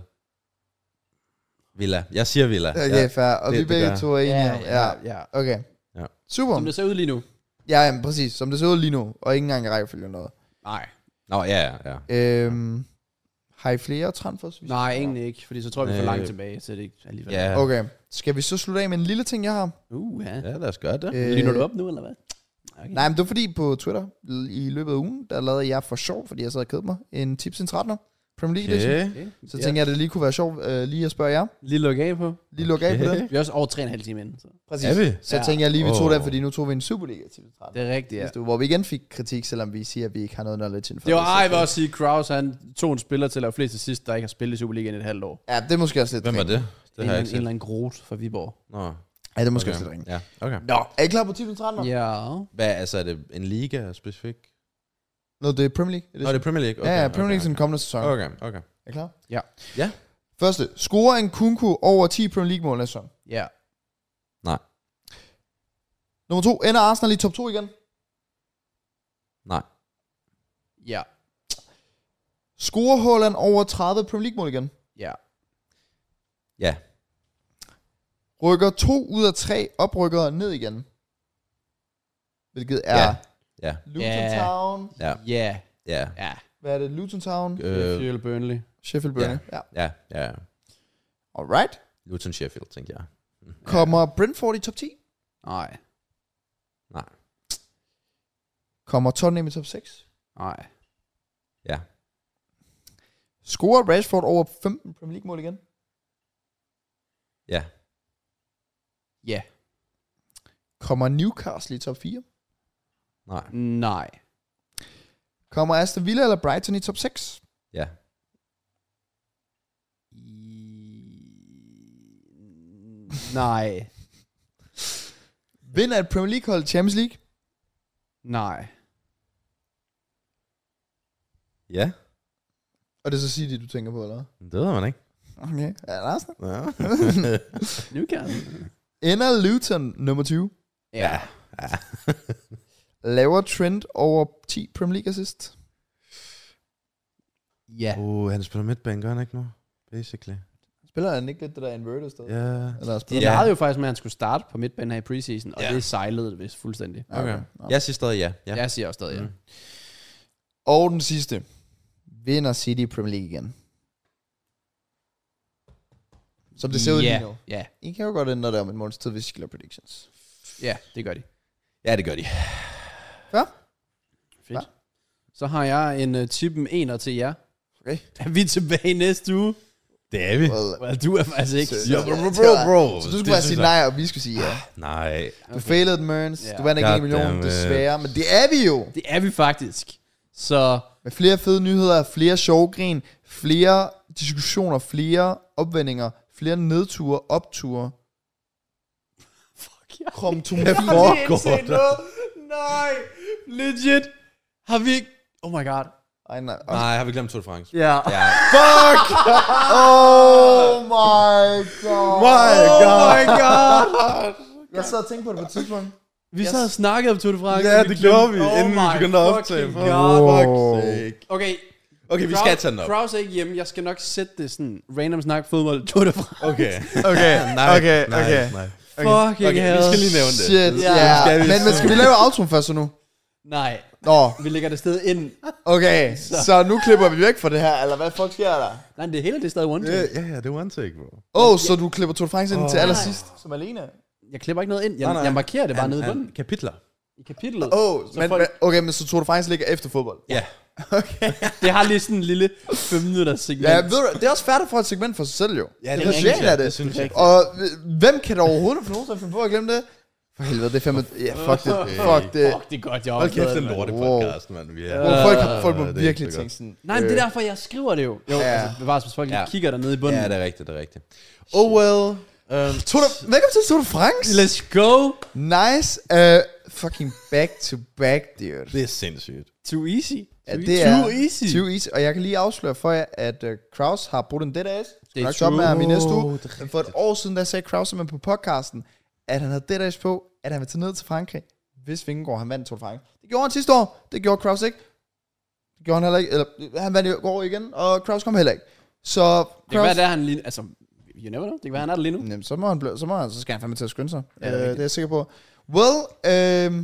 Villa. Jeg siger Villa. Okay, Ja. fair. Og det- vi det begge gør to er enige. Ja, om- ja, ja. Okay. Ja. Super. Som det ser ud lige nu. Ja, jamen, præcis. Som det ser ud lige nu. Og ikke engang i rækkefølge noget. Nej. Nå, ja, ja, ja. Øhm, har I flere transfers? vi skal Nej, snakke om? egentlig ikke, fordi så tror jeg, vi får Øh, langt tilbage, så det ikke alligevel. Ja, Okay. Skal vi så slutte af med en lille ting, jeg har? Uh, ja. ja, lad os gøre det. Øh, Ligner du op nu, eller hvad? Okay. Nej, men det var fordi på Twitter i løbet af ugen, der lavede jeg for sjov, fordi jeg sad og kedede mig, en tips en trettende Premier League edition. Okay. Okay. Så tænkte jeg, at det lige kunne være sjovt øh, lige at spørge jer. Lige lukke af på. Lige lukke af på Okay. det. Vi er også over tre og en halv time inden. Så. Præcis. Er vi? Så Ja. tænkte jeg lige, vi tog Åh. den, fordi nu tog vi en Superliga tips en trettende. Det er rigtigt, ja. Sidste uge, hvor vi igen fik kritik, selvom vi siger, at vi ikke har noget knowledge inden for Det var, så- ej, jeg vil også sige, Kraus, han tog en spiller til at lave flest til sidst, der ikke har spillet i Superligaen i et halvt år. Ja, det er måske også lidt Hvem var ringe. det? Det en, har jeg en, ikke en eller set. anden grot fra Viborg. Nå, Ja, det er måske okay. også lidt ringe. Ja, okay. Nå, er I klar på tips en trettende? Ja. Hvad, altså er det en liga specifik? Nå, det er Premier League. Nå, det er Premier League? Okay, ja, ja, Premier League okay, til den kommende sæson. Okay, okay. Er I klar? Ja. Ja. Første. Scorer en Kunku over ti Premier League mål næste sæson. Ja. Nummer to. Ender Arsenal i top to igen? Nej. Ja. Scorer Haaland over tredive Premier League mål igen? Ja. Ja. Rykker to ud af tre oprykkere ned igen? Hvilket er Ja. Ja. Luton Ja. Town. Ja. Ja. Ja. Ja. Hvad er det? Luton Town? Øh, Sheffield Burnley. Sheffield Burnley. Ja. ja, ja. Alright. Luton Sheffield, tænkte jeg. Kommer Brentford i top ti? Nej. Nej. Kommer Tottenham i top seks? Nej. Ja. Scorer Rashford over femten Premier League mål igen? Ja. Ja. Kommer Newcastle i top fire? Nej. Nej. Kommer Aston Villa eller Brighton i top seks? Ja. Nej. Vinder et Premier League hold Champions League? Nej. Ja. Og det er så City, du tænker på, eller? Det ved man ikke. Okay. Ja, Arsenal. Ja. Newcastle. Ender Luton nummer tyve? Ja. ja. Laver Trent over ti Premier League assist? Ja. Uh, han spiller midtbane, gør han ikke nu? Basically. Spiller han ikke lidt det der inverted sted? Ja. Eller De spiller Ja. legede jo faktisk med, at han skulle starte på midtbanen her i preseason, og Ja. det sejlede det vist fuldstændig. Okay. Nå. Jeg siger stadig ja. Ja. Jeg siger også stadig ja. Mm. Og den sidste. Vinder City Premier League igen? Som det ser ud ja. lige nu. Ja. I kan jo godt ændre det om en måneds tid, hvis I skal lave predictions. Ja, det gør de. Ja, det gør de. Ja? Fedt. Hva? Så har jeg en uh, tippen ener til jer. Okay. Er vi tilbage næste uge? Det er vi. Well, Well, du er faktisk ikke. Så- Ja, bro, bro, bro. så du skulle Det bare synes sige jeg- nej, og vi skulle sige ja. Nej. Du okay. failede den, Mørns. Ja. Du vandt ikke en million, Goddammit. desværre. Men det er vi jo. Det er vi faktisk. Så Med flere fede nyheder, flere sjove grin, flere diskussioner, flere opvendinger, flere nedture, opture. fuck, jeg Krom to har foregår lige indset noget. Nej, legit. Har vi ikke... Oh my god. Ej, nej. Nej, har vi glemt Tour de France? Ja. Ja. Fuck! Oh my god. My Oh my god. Jeg sad og tænkte på det på et tidspunkt. Vi sad og snakkede om Tour de France. Ja, og vi det glemte- gjorde vi, Oh inden vi my begyndte at optage. fucking For god. fuck's sake. Okay. Okay, vi Kraus- skal tage den op. Kraus er ikke hjemme. Jeg skal nok sætte det sådan random snak fodbold Tour de France. Okay. Okay, Nej, okay, nej, okay. nej. Fucking Okay, vi skal lige nævne det. Shit, Ja. ja. Skal vi Men, men så- skal vi lave outroen først så nu? Nej, Nå, vi lægger det sted ind. okay. Så. så nu klipper vi væk fra det her, eller hvad fuck sker der? Nej, det hele det er stadig one Ja, take. ja, ja, det er one take, bro. Åh, oh, så du klipper Tour de France ind Åh. til allersidst, som alene? Jeg klipper ikke noget ind. Jeg, Nej, nej. jeg markerer det bare An- nede i an- bunden. Kapitler. I kapitlet. Åh, oh, men, folk- men, okay, men så Tour de France ligger efter fodbold. Ja. Okay. Det har lige sådan en lille fem minutters segment. Ja, ved du, det er også færdigt for et segment for sig selv jo. Ja, det det synes er jeg. det. Det synes jeg. Og hvem kan der overhovedet få nogen til at finde på at glemme det? For helvede, det er fandme... Ja, fuck det. Fuck det. Fuck, det er godt, jeg har Hold kæft, opdaget den det, mand. lorte Wow. podcast, mand. Vi er. Hvor folk, har- folk må Ja, det er virkelig ikke så tænke sådan... Nej, men det er derfor, jeg skriver det jo. Jo, Ja. altså, bevares, hvis folk lige Ja. kigger dernede i bunden. Ja, det er rigtigt, det er rigtigt. Oh well. Um, Tour de, velkommen til Tour de France. Let's go. Nice. Uh, fucking back to back, dude. det er sindssygt. Too easy. Ja, Too det er too easy. Too easy. Og jeg kan lige afsløre for jer, at uh, Kraus har brugt en dead ass. Det er nok op med ham i true. næste uge. Oh, det er Men for et år siden, der sagde Kraus med på podcasten, at han havde dead ass på, at han ville tage ned til Frankrig, hvis Vingegaard han vandt Tour de France. Det gjorde han sidste år. Det gjorde Kraus ikke. Det gjorde han heller ikke. Eller han vandt i går igen, og Kraus kom heller ikke. Så Det kan Kraus... være, der han lige... Altså, you never know. Det kan være, han er der lige nu. Jamen, så må han, blive, så, må han, så skal han fandme til at skynde sig. Ja, Ja, det er det, rigtigt. det er jeg sikker på. Well, øhm,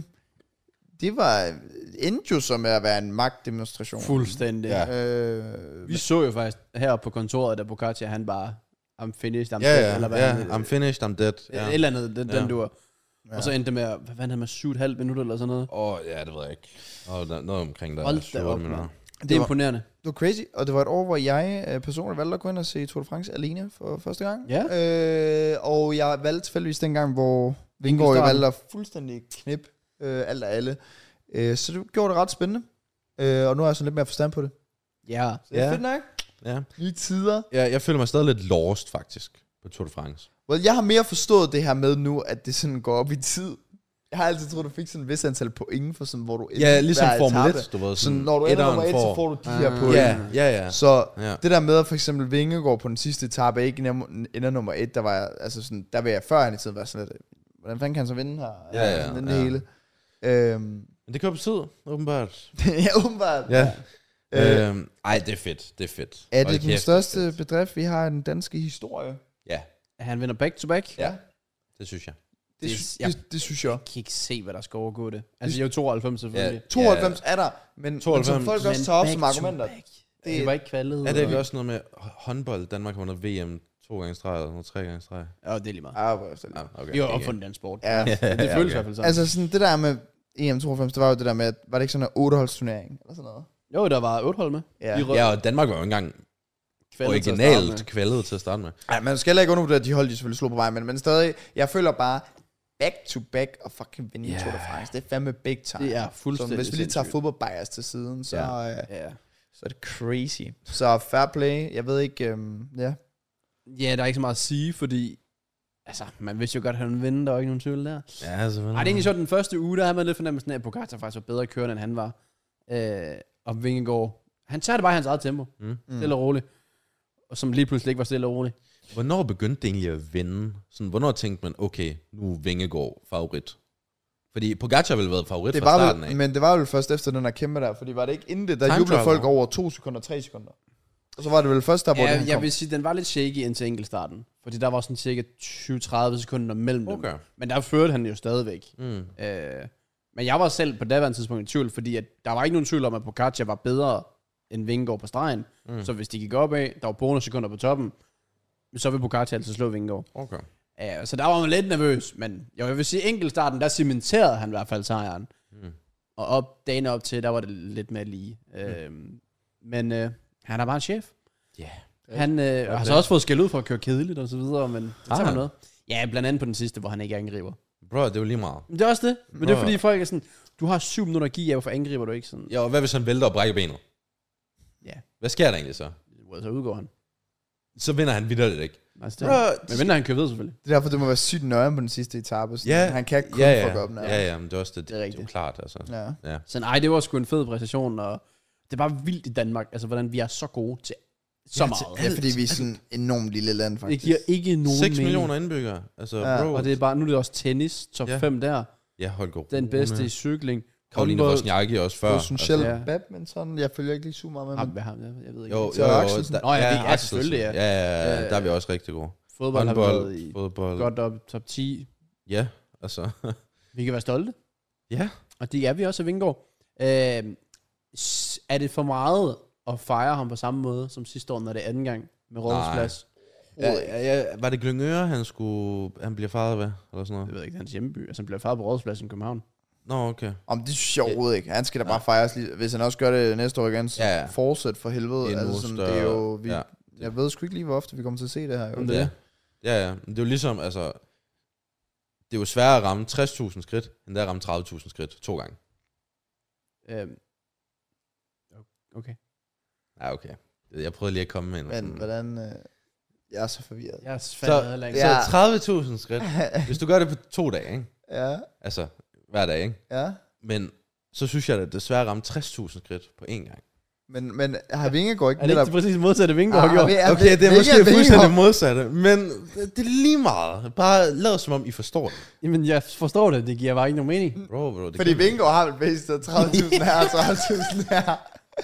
det var endte jo som at være en magtdemonstration. Fuldstændig. Ja. Øh, Vi så jo faktisk heroppe på kontoret, da Boccaccia, han bare... I'm finished, I'm Ja, dead, ja, eller hvad ja. han, I'm finished, I'm dead. ja. Ja. Et eller andet, den, Ja. den duer. Ja. Og så endte det med, at- hvad vandt han med, syv komma fem minutter eller sådan noget? Åh, oh, ja, det ved jeg ikke. Og der, noget omkring der. Hold da syv, op, otte minutter. mand. Det Det er var- imponerende. Det var crazy, og det var et år, hvor jeg øh, personligt valgte at gå ind og se Tour de France alene for første gang. Ja. Øh, og jeg valgte tilfældigvis dengang, hvor Vingegaard jo starten. valgte at fuldstændig knip øh, alt og alle. Øh, så det gjorde det ret spændende. Øh, og nu har jeg sådan lidt mere forstand på det. Ja. Så det er Ja. fedt nok. Ja. Nye tider. ja. Jeg føler mig stadig lidt lost, faktisk, på Tour de France. Well, jeg har mere forstået det her med nu, at det sådan går op i tid. Jeg har altid troet, du fik sådan en vis antal point for sådan, hvor du Ja, ligesom hver Formel etape. et, du ved. Sådan, når du ender nummer et, så får... får du de Ah. her point. Ja, ja, ja. Så ja. det der med, at for eksempel Vingegaard på den sidste etape ikke nem- ender nummer et, der var jeg, altså sådan, der vil jeg før han i tiden være sådan lidt, hvordan fanden kan han så vinde her? Ja, ja, Vinde ja. det hele. Øhm, Men det kan betyde, åbenbart. ja, åbenbart. Ja. Øh, Øhm, ej, det er fedt, det er fedt. er Hold det den kæft, største det er fedt. bedrift, vi har i den danske historie? Ja, Han vinder back to back. Ja. det synes jeg. Det, Det- det, jeg- det, det synes jeg. Jeg kan ikke se, hvad der skal overgå det. Altså, jeg er jo tooghalvfems selvfølgelig. tooghalvfems er der, men, men som tooghalvfems. folk også tager op som argumenter. Det, det var ikke kvalet. Er det ikke også noget med håndbold? Danmark har vundet V M to gange i streg, eller tre gange i streg? Ja, det er lige meget. Ah, hvor efter det. Ja, okay. Vi har okay. opfundet den sport. Ja. Det, det føles okay. i hvert fald sådan. Altså sådan, det der med E M tooghalvfems, det var jo det der med, at, var det ikke sådan en otteholdsturnering, eller sådan noget? Jo, der var otte hold med. Ja. De rød- Ja, og Danmark var jo ikke engang kvalet til at starte med. originalt kvalet til at starte med. Ej, man skal heller ikke undervurdere, at de hold, de selvfølgelig slog på vej, men, men stadig, jeg føler bare, back to back og fucking vinde Ja. yeah. Tour de France, det er fandme big time. Det er Så fuldstændig hvis vi lige tager sindssygt. fodboldbias til siden, så, Ja. ja. øh, Ja. så er det crazy. Så fair play, jeg ved ikke, øhm, ja. Ja, der er ikke så meget at sige, fordi... Altså, man vidste jo godt, at han ville vinde. Der var ikke nogen tvivl der. Ja, selvfølgelig. Ej, det er egentlig så den første uge, der havde man lidt fornemmelsen af, at Pogacar faktisk var bedre kørende, end han var. Øh, og Vingegaard, han tager det bare i hans eget tempo. Mm. Stille og roligt. Og som lige pludselig ikke var stille og roligt. Hvornår begyndte det egentlig at vinde? Sådan, hvornår tænkte man, okay, nu er Vingegaard favorit? Fordi Pogacar ville have været favorit Det fra var starten vel, af. men det var vel først efter den der kæmpe der, fordi var det ikke inden det, der Time jublede trial, folk hva'? over to sekunder, tre sekunder. Og så var det vel først der, hvor Ja, det han jeg kom. vil sige, den var lidt shaky indtil enkeltstarten. Fordi der var sådan cirka tyve til tredive sekunder mellem dem. Okay. Men der førte han jo stadigvæk. Mm. Øh, men jeg var selv på daværende tidspunkt i tvivl, fordi at der var ikke nogen tvivl om, at Pogacar var bedre end Vingegaard på stregen. Mm. Så hvis de gik opad, der var bonussekunder på toppen, så vil Pogacar altid slå Vingegaard. Okay. Uh, så der var man lidt nervøs, men jeg vil sige, enkeltstarten, der cementerede han i hvert fald sejren. Mm. Og op, dagen op til, der var det lidt mere lige. Mm. Uh, men uh, han er bare en chef. Ja. Yeah. Han uh, har det. så også fået skæld ud for at køre kedeligt og så videre, men det Ah. tager man noget. Ja, blandt andet på den sidste, hvor han ikke angriber. Bro, det var lige meget. Men det er også det. Men det er Bro. fordi folk er sådan, du har syv minutter at give, hvorfor angriber du ikke sådan? Ja, og hvad hvis han vælter og brækker benet? Ja. Hvad sker der egentlig så? Så udgår han. Så vinder han vidderligt ikke. Altså, det, Bro, men vinder han kører ved selvfølgelig. Det er derfor, det må være sygt nøje på den sidste etape. Sådan. Ja. Han kan kun ja, ja. fuck op. Ja, ja, men det er også det, Det er det er rigtigt. jo klart, altså. Ja. Ja. Så nej, det var sgu en fed præstation, og Det er bare vildt i Danmark, altså hvordan vi er så gode til så Ja, meget. Ja, fordi vi er sådan enormt lille land, Det faktisk. giver ikke nogen seks mening. millioner indbyggere. Altså, Ja, bro. Og det er bare, nu er det også tennis, top Ja. fem der. Ja, hold god. Den bedste i cykling. Karoline håndbold. Wozniacki også før. Potentielt Ja. altså, badminton. Jeg følger ikke lige super meget med, Ham, men ham, jeg, jeg ved ikke. Jo, jo, Så jo. Axelsen. der- Nå, ja, vi er Axelsen. selvfølgelig, ja. Ja, ja, ja, Øh, der er vi også rigtig gode. Fodbold har vi Håndbold, været i fodbold. godt op top ti. Ja, altså. Vi kan være stolte. ja. Og det er vi også af Vingård. Øh, s- er det for meget at fejre ham på samme måde som sidste år, når det er anden gang med Rådhusplads? Ja, ja, ja, var det Glyngøre, han skulle, han bliver faret ved, eller sådan noget? Jeg ved ikke, det er hans hjemmeby. Altså, han bliver fejret på Rådhuspladsen i København. Nå, okay. om det synes jeg overhovedet ikke. Han skal da bare fejres lige. Hvis han også gør det næste år igen, så Ja, ja. fortsæt for helvede. Endnu Altså sådan, større- det er jo, vi, ja. jeg ved sgu ikke lige, hvor ofte vi kommer til at se det her. Jo. Om det. Ja, ja, ja. Men det er jo ligesom, altså, det er jo sværere at ramme tres tusind skridt, end det er at ramme tredive tusind skridt to gange. Øh, okay. Ja, okay. Jeg prøvede lige at komme med en. Men hvordan... Øh, jeg er så forvirret. Jeg er Så, fandme heller ikke. så Ja. tredive tusind skridt. Hvis du gør det på to dage, ikke? Ja, Altså, hver dag, ikke? ja. Men så synes jeg, at det er svært at ramme tres tusind skridt på én gang. Men, men har Vingegaard ikke Er det ikke netop... det præcis modsatte Vingård Ah, har gjort? vi- er- Okay, det er Vingegaard- måske fuldstændig Vingegaard- modsatte, men det er lige meget. Bare lad som om, I forstår det. Jamen, jeg forstår det. Det giver bare ikke nogen mening. Bro, bro, det Fordi kan- Vingegaard har vel baseret tredive tusind her og tredive tusind her.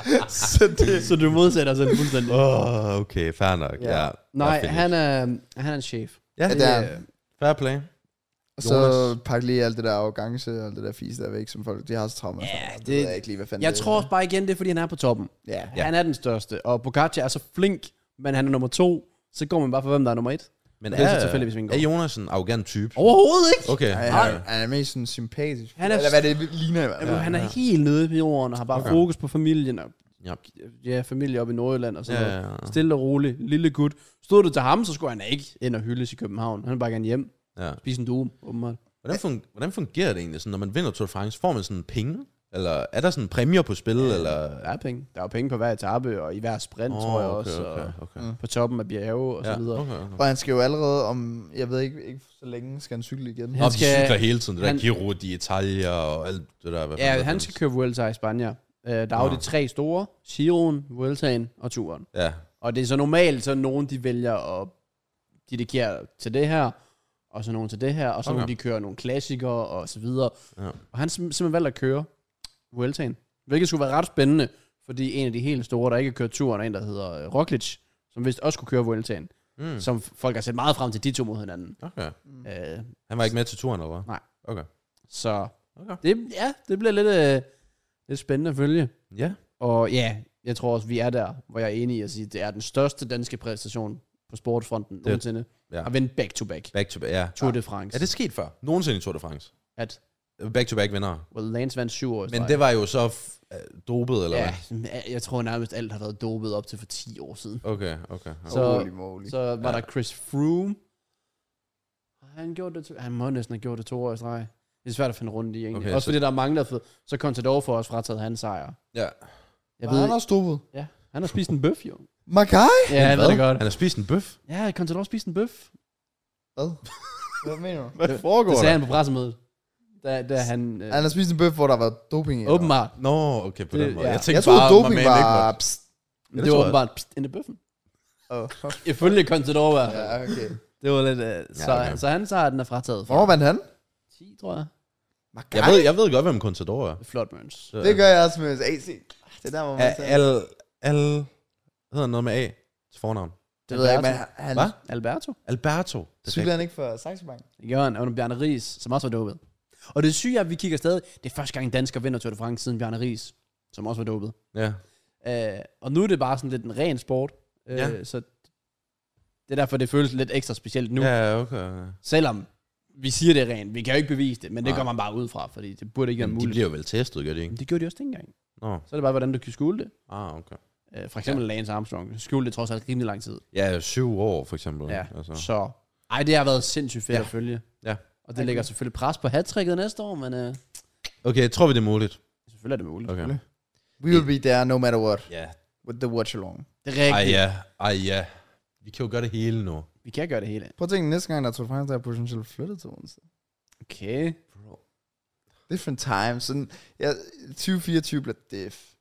Så det... Så du modsætter sådan fuldstændig. Åh, oh, okay, fair nok. Ja. Ja. Nej, jeg han er, han er en chef. Ja, Ja, det er- Øh, fair play. Og så pakke lige alt det der arrogance og alt det der fis der væk, som folk, de har så travlt med. Ja, det, det- ved jeg ikke lige, hvad fanden Jeg det tror også bare igen, det er, fordi han er på toppen. Ja. Ja. Han er den største. Og Pogacar er så flink, men han er nummer to. Så går man bare for, hvem der er nummer et. Men Det er så er, tilfældigvis er Vingegaard. Jonas en arrogant type? Overhovedet ikke. Okay. Ej, Ja. han, han er mest sådan sympatisk. Han er- Eller hvad det ligner i hvert fald. Jamen, han er helt nede på jorden og har bare Okay. fokus på familien. Og, Ja. ja, familie oppe i Nordjylland og sådan Ja, noget. ja, ja. Stille og roligt. Lille gut. Stod det til ham, så skulle han ikke ind og hyldes i København. Han vil bare gerne hjem. ja. Spise en due, åbenbart. Hvordan, fun- hvordan fungerer det egentlig, sådan, når man vinder Tour de France? Får man sådan penge? Eller er der sådan præmier på spil? Ja, eller? Der er penge. Der er jo penge på hver etape, og i hver sprint, Åh, tror jeg okay, også. Okay, Og okay. Mm. på toppen af bjerge og Ja, så videre. okay, okay. Og han skal jo allerede om, jeg ved ikke, ikke så længe, skal han cykle igen. Han Og de skal- cykler hele tiden, det han- der Giro d'Italia og alt det der. Hvad Ja, fanden der han findes. skal køre Vuelta i Spanien. Uh, der er jo Nå. de tre store. Giroen, Vueltaen og Turen. Ja, Og det er så normalt, så nogen de vælger at dedikere til det her, og så nogen til det her, og så Okay. okay. nogle de kører nogle klassikere og så videre. ja. Og han har sim- simpelthen valgt at køre Vueltaen. Hvilket skulle være ret spændende, fordi en af de helt store, der ikke har kørt turen, er en, der hedder øh, Roglic, som vist også kunne køre Vueltaen. Mm. Mm. Som folk har set meget frem til, de to mod hinanden. Okay. Mm. Uh, Han var ikke med til turen, eller hvad? Nej. Okay. så Okay. det, ja, det bliver lidt, øh, lidt spændende at følge. Ja. Og ja, jeg tror også, vi er der, hvor jeg er enig i at sige, at det er den største danske præstation på sportfronten Det- nogensinde. ja. At vinde back-to-back. Back to back, ja. Tour de France. Er det sket før? Nogensinde i Tour de France? At Back to back vinder. well, Lance vandt syv år i Men streg. det var jo så f- øh, dopet, eller Ja, hvad? jeg tror nærmest alt har været dopet op til for ti år siden. Okay, okay. okay. Så- Holy moly. Så var Ja. der Chris Froome. Han, gjorde det to, han må næsten have gjort det to år i streg. Det er svært at finde rundt i, egentlig. Okay, Okay, også så- fordi der er mange, der har fået... Så Contador for os frataget hans sejr. Ja. Jeg Var ved, han også stupet? ja, han har spist en bøf, jo. Makai? Ja, jeg ved det godt. Han har spist en bøf. Ja, Contador har spist en bøf. Hvad? Hvad mener du? Hvad foregår Det sagde han på pressemødet. Da, da han... Øh, Han har spist en bøf, hvor der var doping i. eller åbenbart. Nå, okay, på Det- den måde. ja. Jeg tænkte Jeg troede, bare, doping my man var... ikke Pst. Men det det, tror var jeg. åbenbart pst, ind i bøffen. Oh. Ifølge Contador var Ja, okay. det var lidt... Øh, så, okay. så han sejr, den er frataget. Hvornår vandt han? ti, tror jeg. Makai? Jeg ved, jeg ved godt, hvem Contador er. Flot, Møns. Så- Det gør jeg også med A C. Det er der, hvor man A- tager. Al... Al... Hedder han noget med A til fornavn? Det ved jeg ikke, men han- han... Hvad? Alberto. Alberto. Cykler han ikke for Saxo Bank? Det gør han under Bjarne Ries, som også var dopet. Og det syge er, at vi kigger stadig... Det er første gang, en dansker vinder Tour de France siden Bjarne Ries, som også var dopet. Ja. Uh, og nu er det bare sådan lidt en ren sport. Uh, Ja. Så det er derfor, det føles lidt ekstra specielt nu. Ja, okay. Selvom vi siger, det er rent. Vi kan jo ikke bevise det, men det Nej. går man bare ud fra, fordi det burde ikke være Jamen, de muligt. bliver jo vel testet, gør de ikke? Men det gjorde de også dengang. Nå. Så er det bare, hvordan du kan skjule det. Ah, okay. Uh, for eksempel ja. Lance Armstrong. Skjule det trods alt rimelig lang tid. Ja, syv år for eksempel. Ja, Altså. så... Ej, det har været sindssygt fedt Ja. at følge. Ja. Og det lægger selvfølgelig pres på hat-tricket næste år, men uh, Okay, tror vi det er muligt? selvfølgelig er det muligt. Okay. We will be there no matter what. Ja. With the watch along. Det er rigtigt. Ej ja, ej ja. Vi kan jo gøre det hele nu. Vi kan gøre det hele. Prøv at tænke, næste gang, der er Tour de France, der er potentielt flyttet til onsdag. Okay. Bro. Different times. Sådan, ja, tyve fireogtyve bliver diff.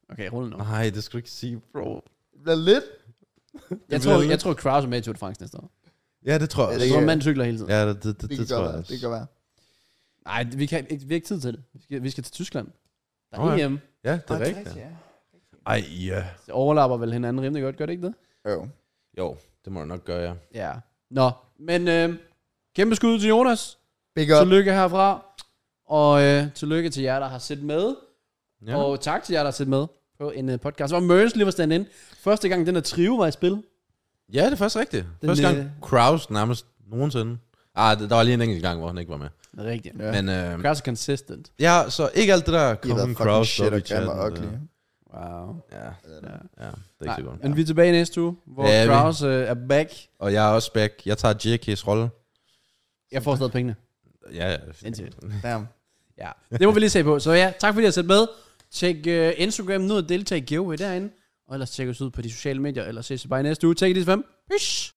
Okay, rulle nu. Nej, det skal du ikke sige, bro. Det bliver lidt. Jeg tror, jeg tror Kraus er med i Tour de France næste år. Ja, det tror jeg Ja, også. Jeg tror, mand cykler hele tiden. Ja, det, det, det, Det, det, kan tror godt jeg være. også. Det kan godt være. Nej, vi, kan, ikke- vi har ikke tid til det. Vi skal, vi skal til Tyskland. Der er Nå ja. E M. Ja, det er rigtigt. ja. Ej, ja. Det overlapper vel hinanden rimelig godt, gør det ikke det? Jo. Jo, det må du nok gøre, ja. Ja. Nå, men øh, kæmpe skud til Jonas. Big up. Tillykke herfra. Og øh, tillykke til jer, der har set med. ja. Ja. Og tak til jer, der har set med på en uh, podcast, hvor Merns lige var stand ind. Første gang, den der trio var i spil. Ja, det er faktisk rigtigt. Den, Første gang øh, Kraus nærmest nogensinde. Ah, der var lige en enkelt gang, hvor han ikke var med. Det er rigtigt. Ja. Men øh, Kraus er consistent. ja, så ikke alt det der I har Colin været fucking Kraus shit op i og grim og chatten. ugly. øh, Wow. Ja, Ja. ja, det er ikke Nej, så godt. men vi er tilbage næste uge, hvor Ja, ja, vi- Kraus øh, er back. Og jeg er også back. Jeg tager J K's rolle. Jeg får stadig pengene. Ja, ja. Indtil. Damn. Ja, det må vi lige se på. Så ja, tak fordi I har set med. Tjek uh, Instagram nu og deltag i giveaway derinde. Og ellers tjek os ud på de sociale medier. Ellers ses vi bare i næste uge. Take it easy, fam. Peace.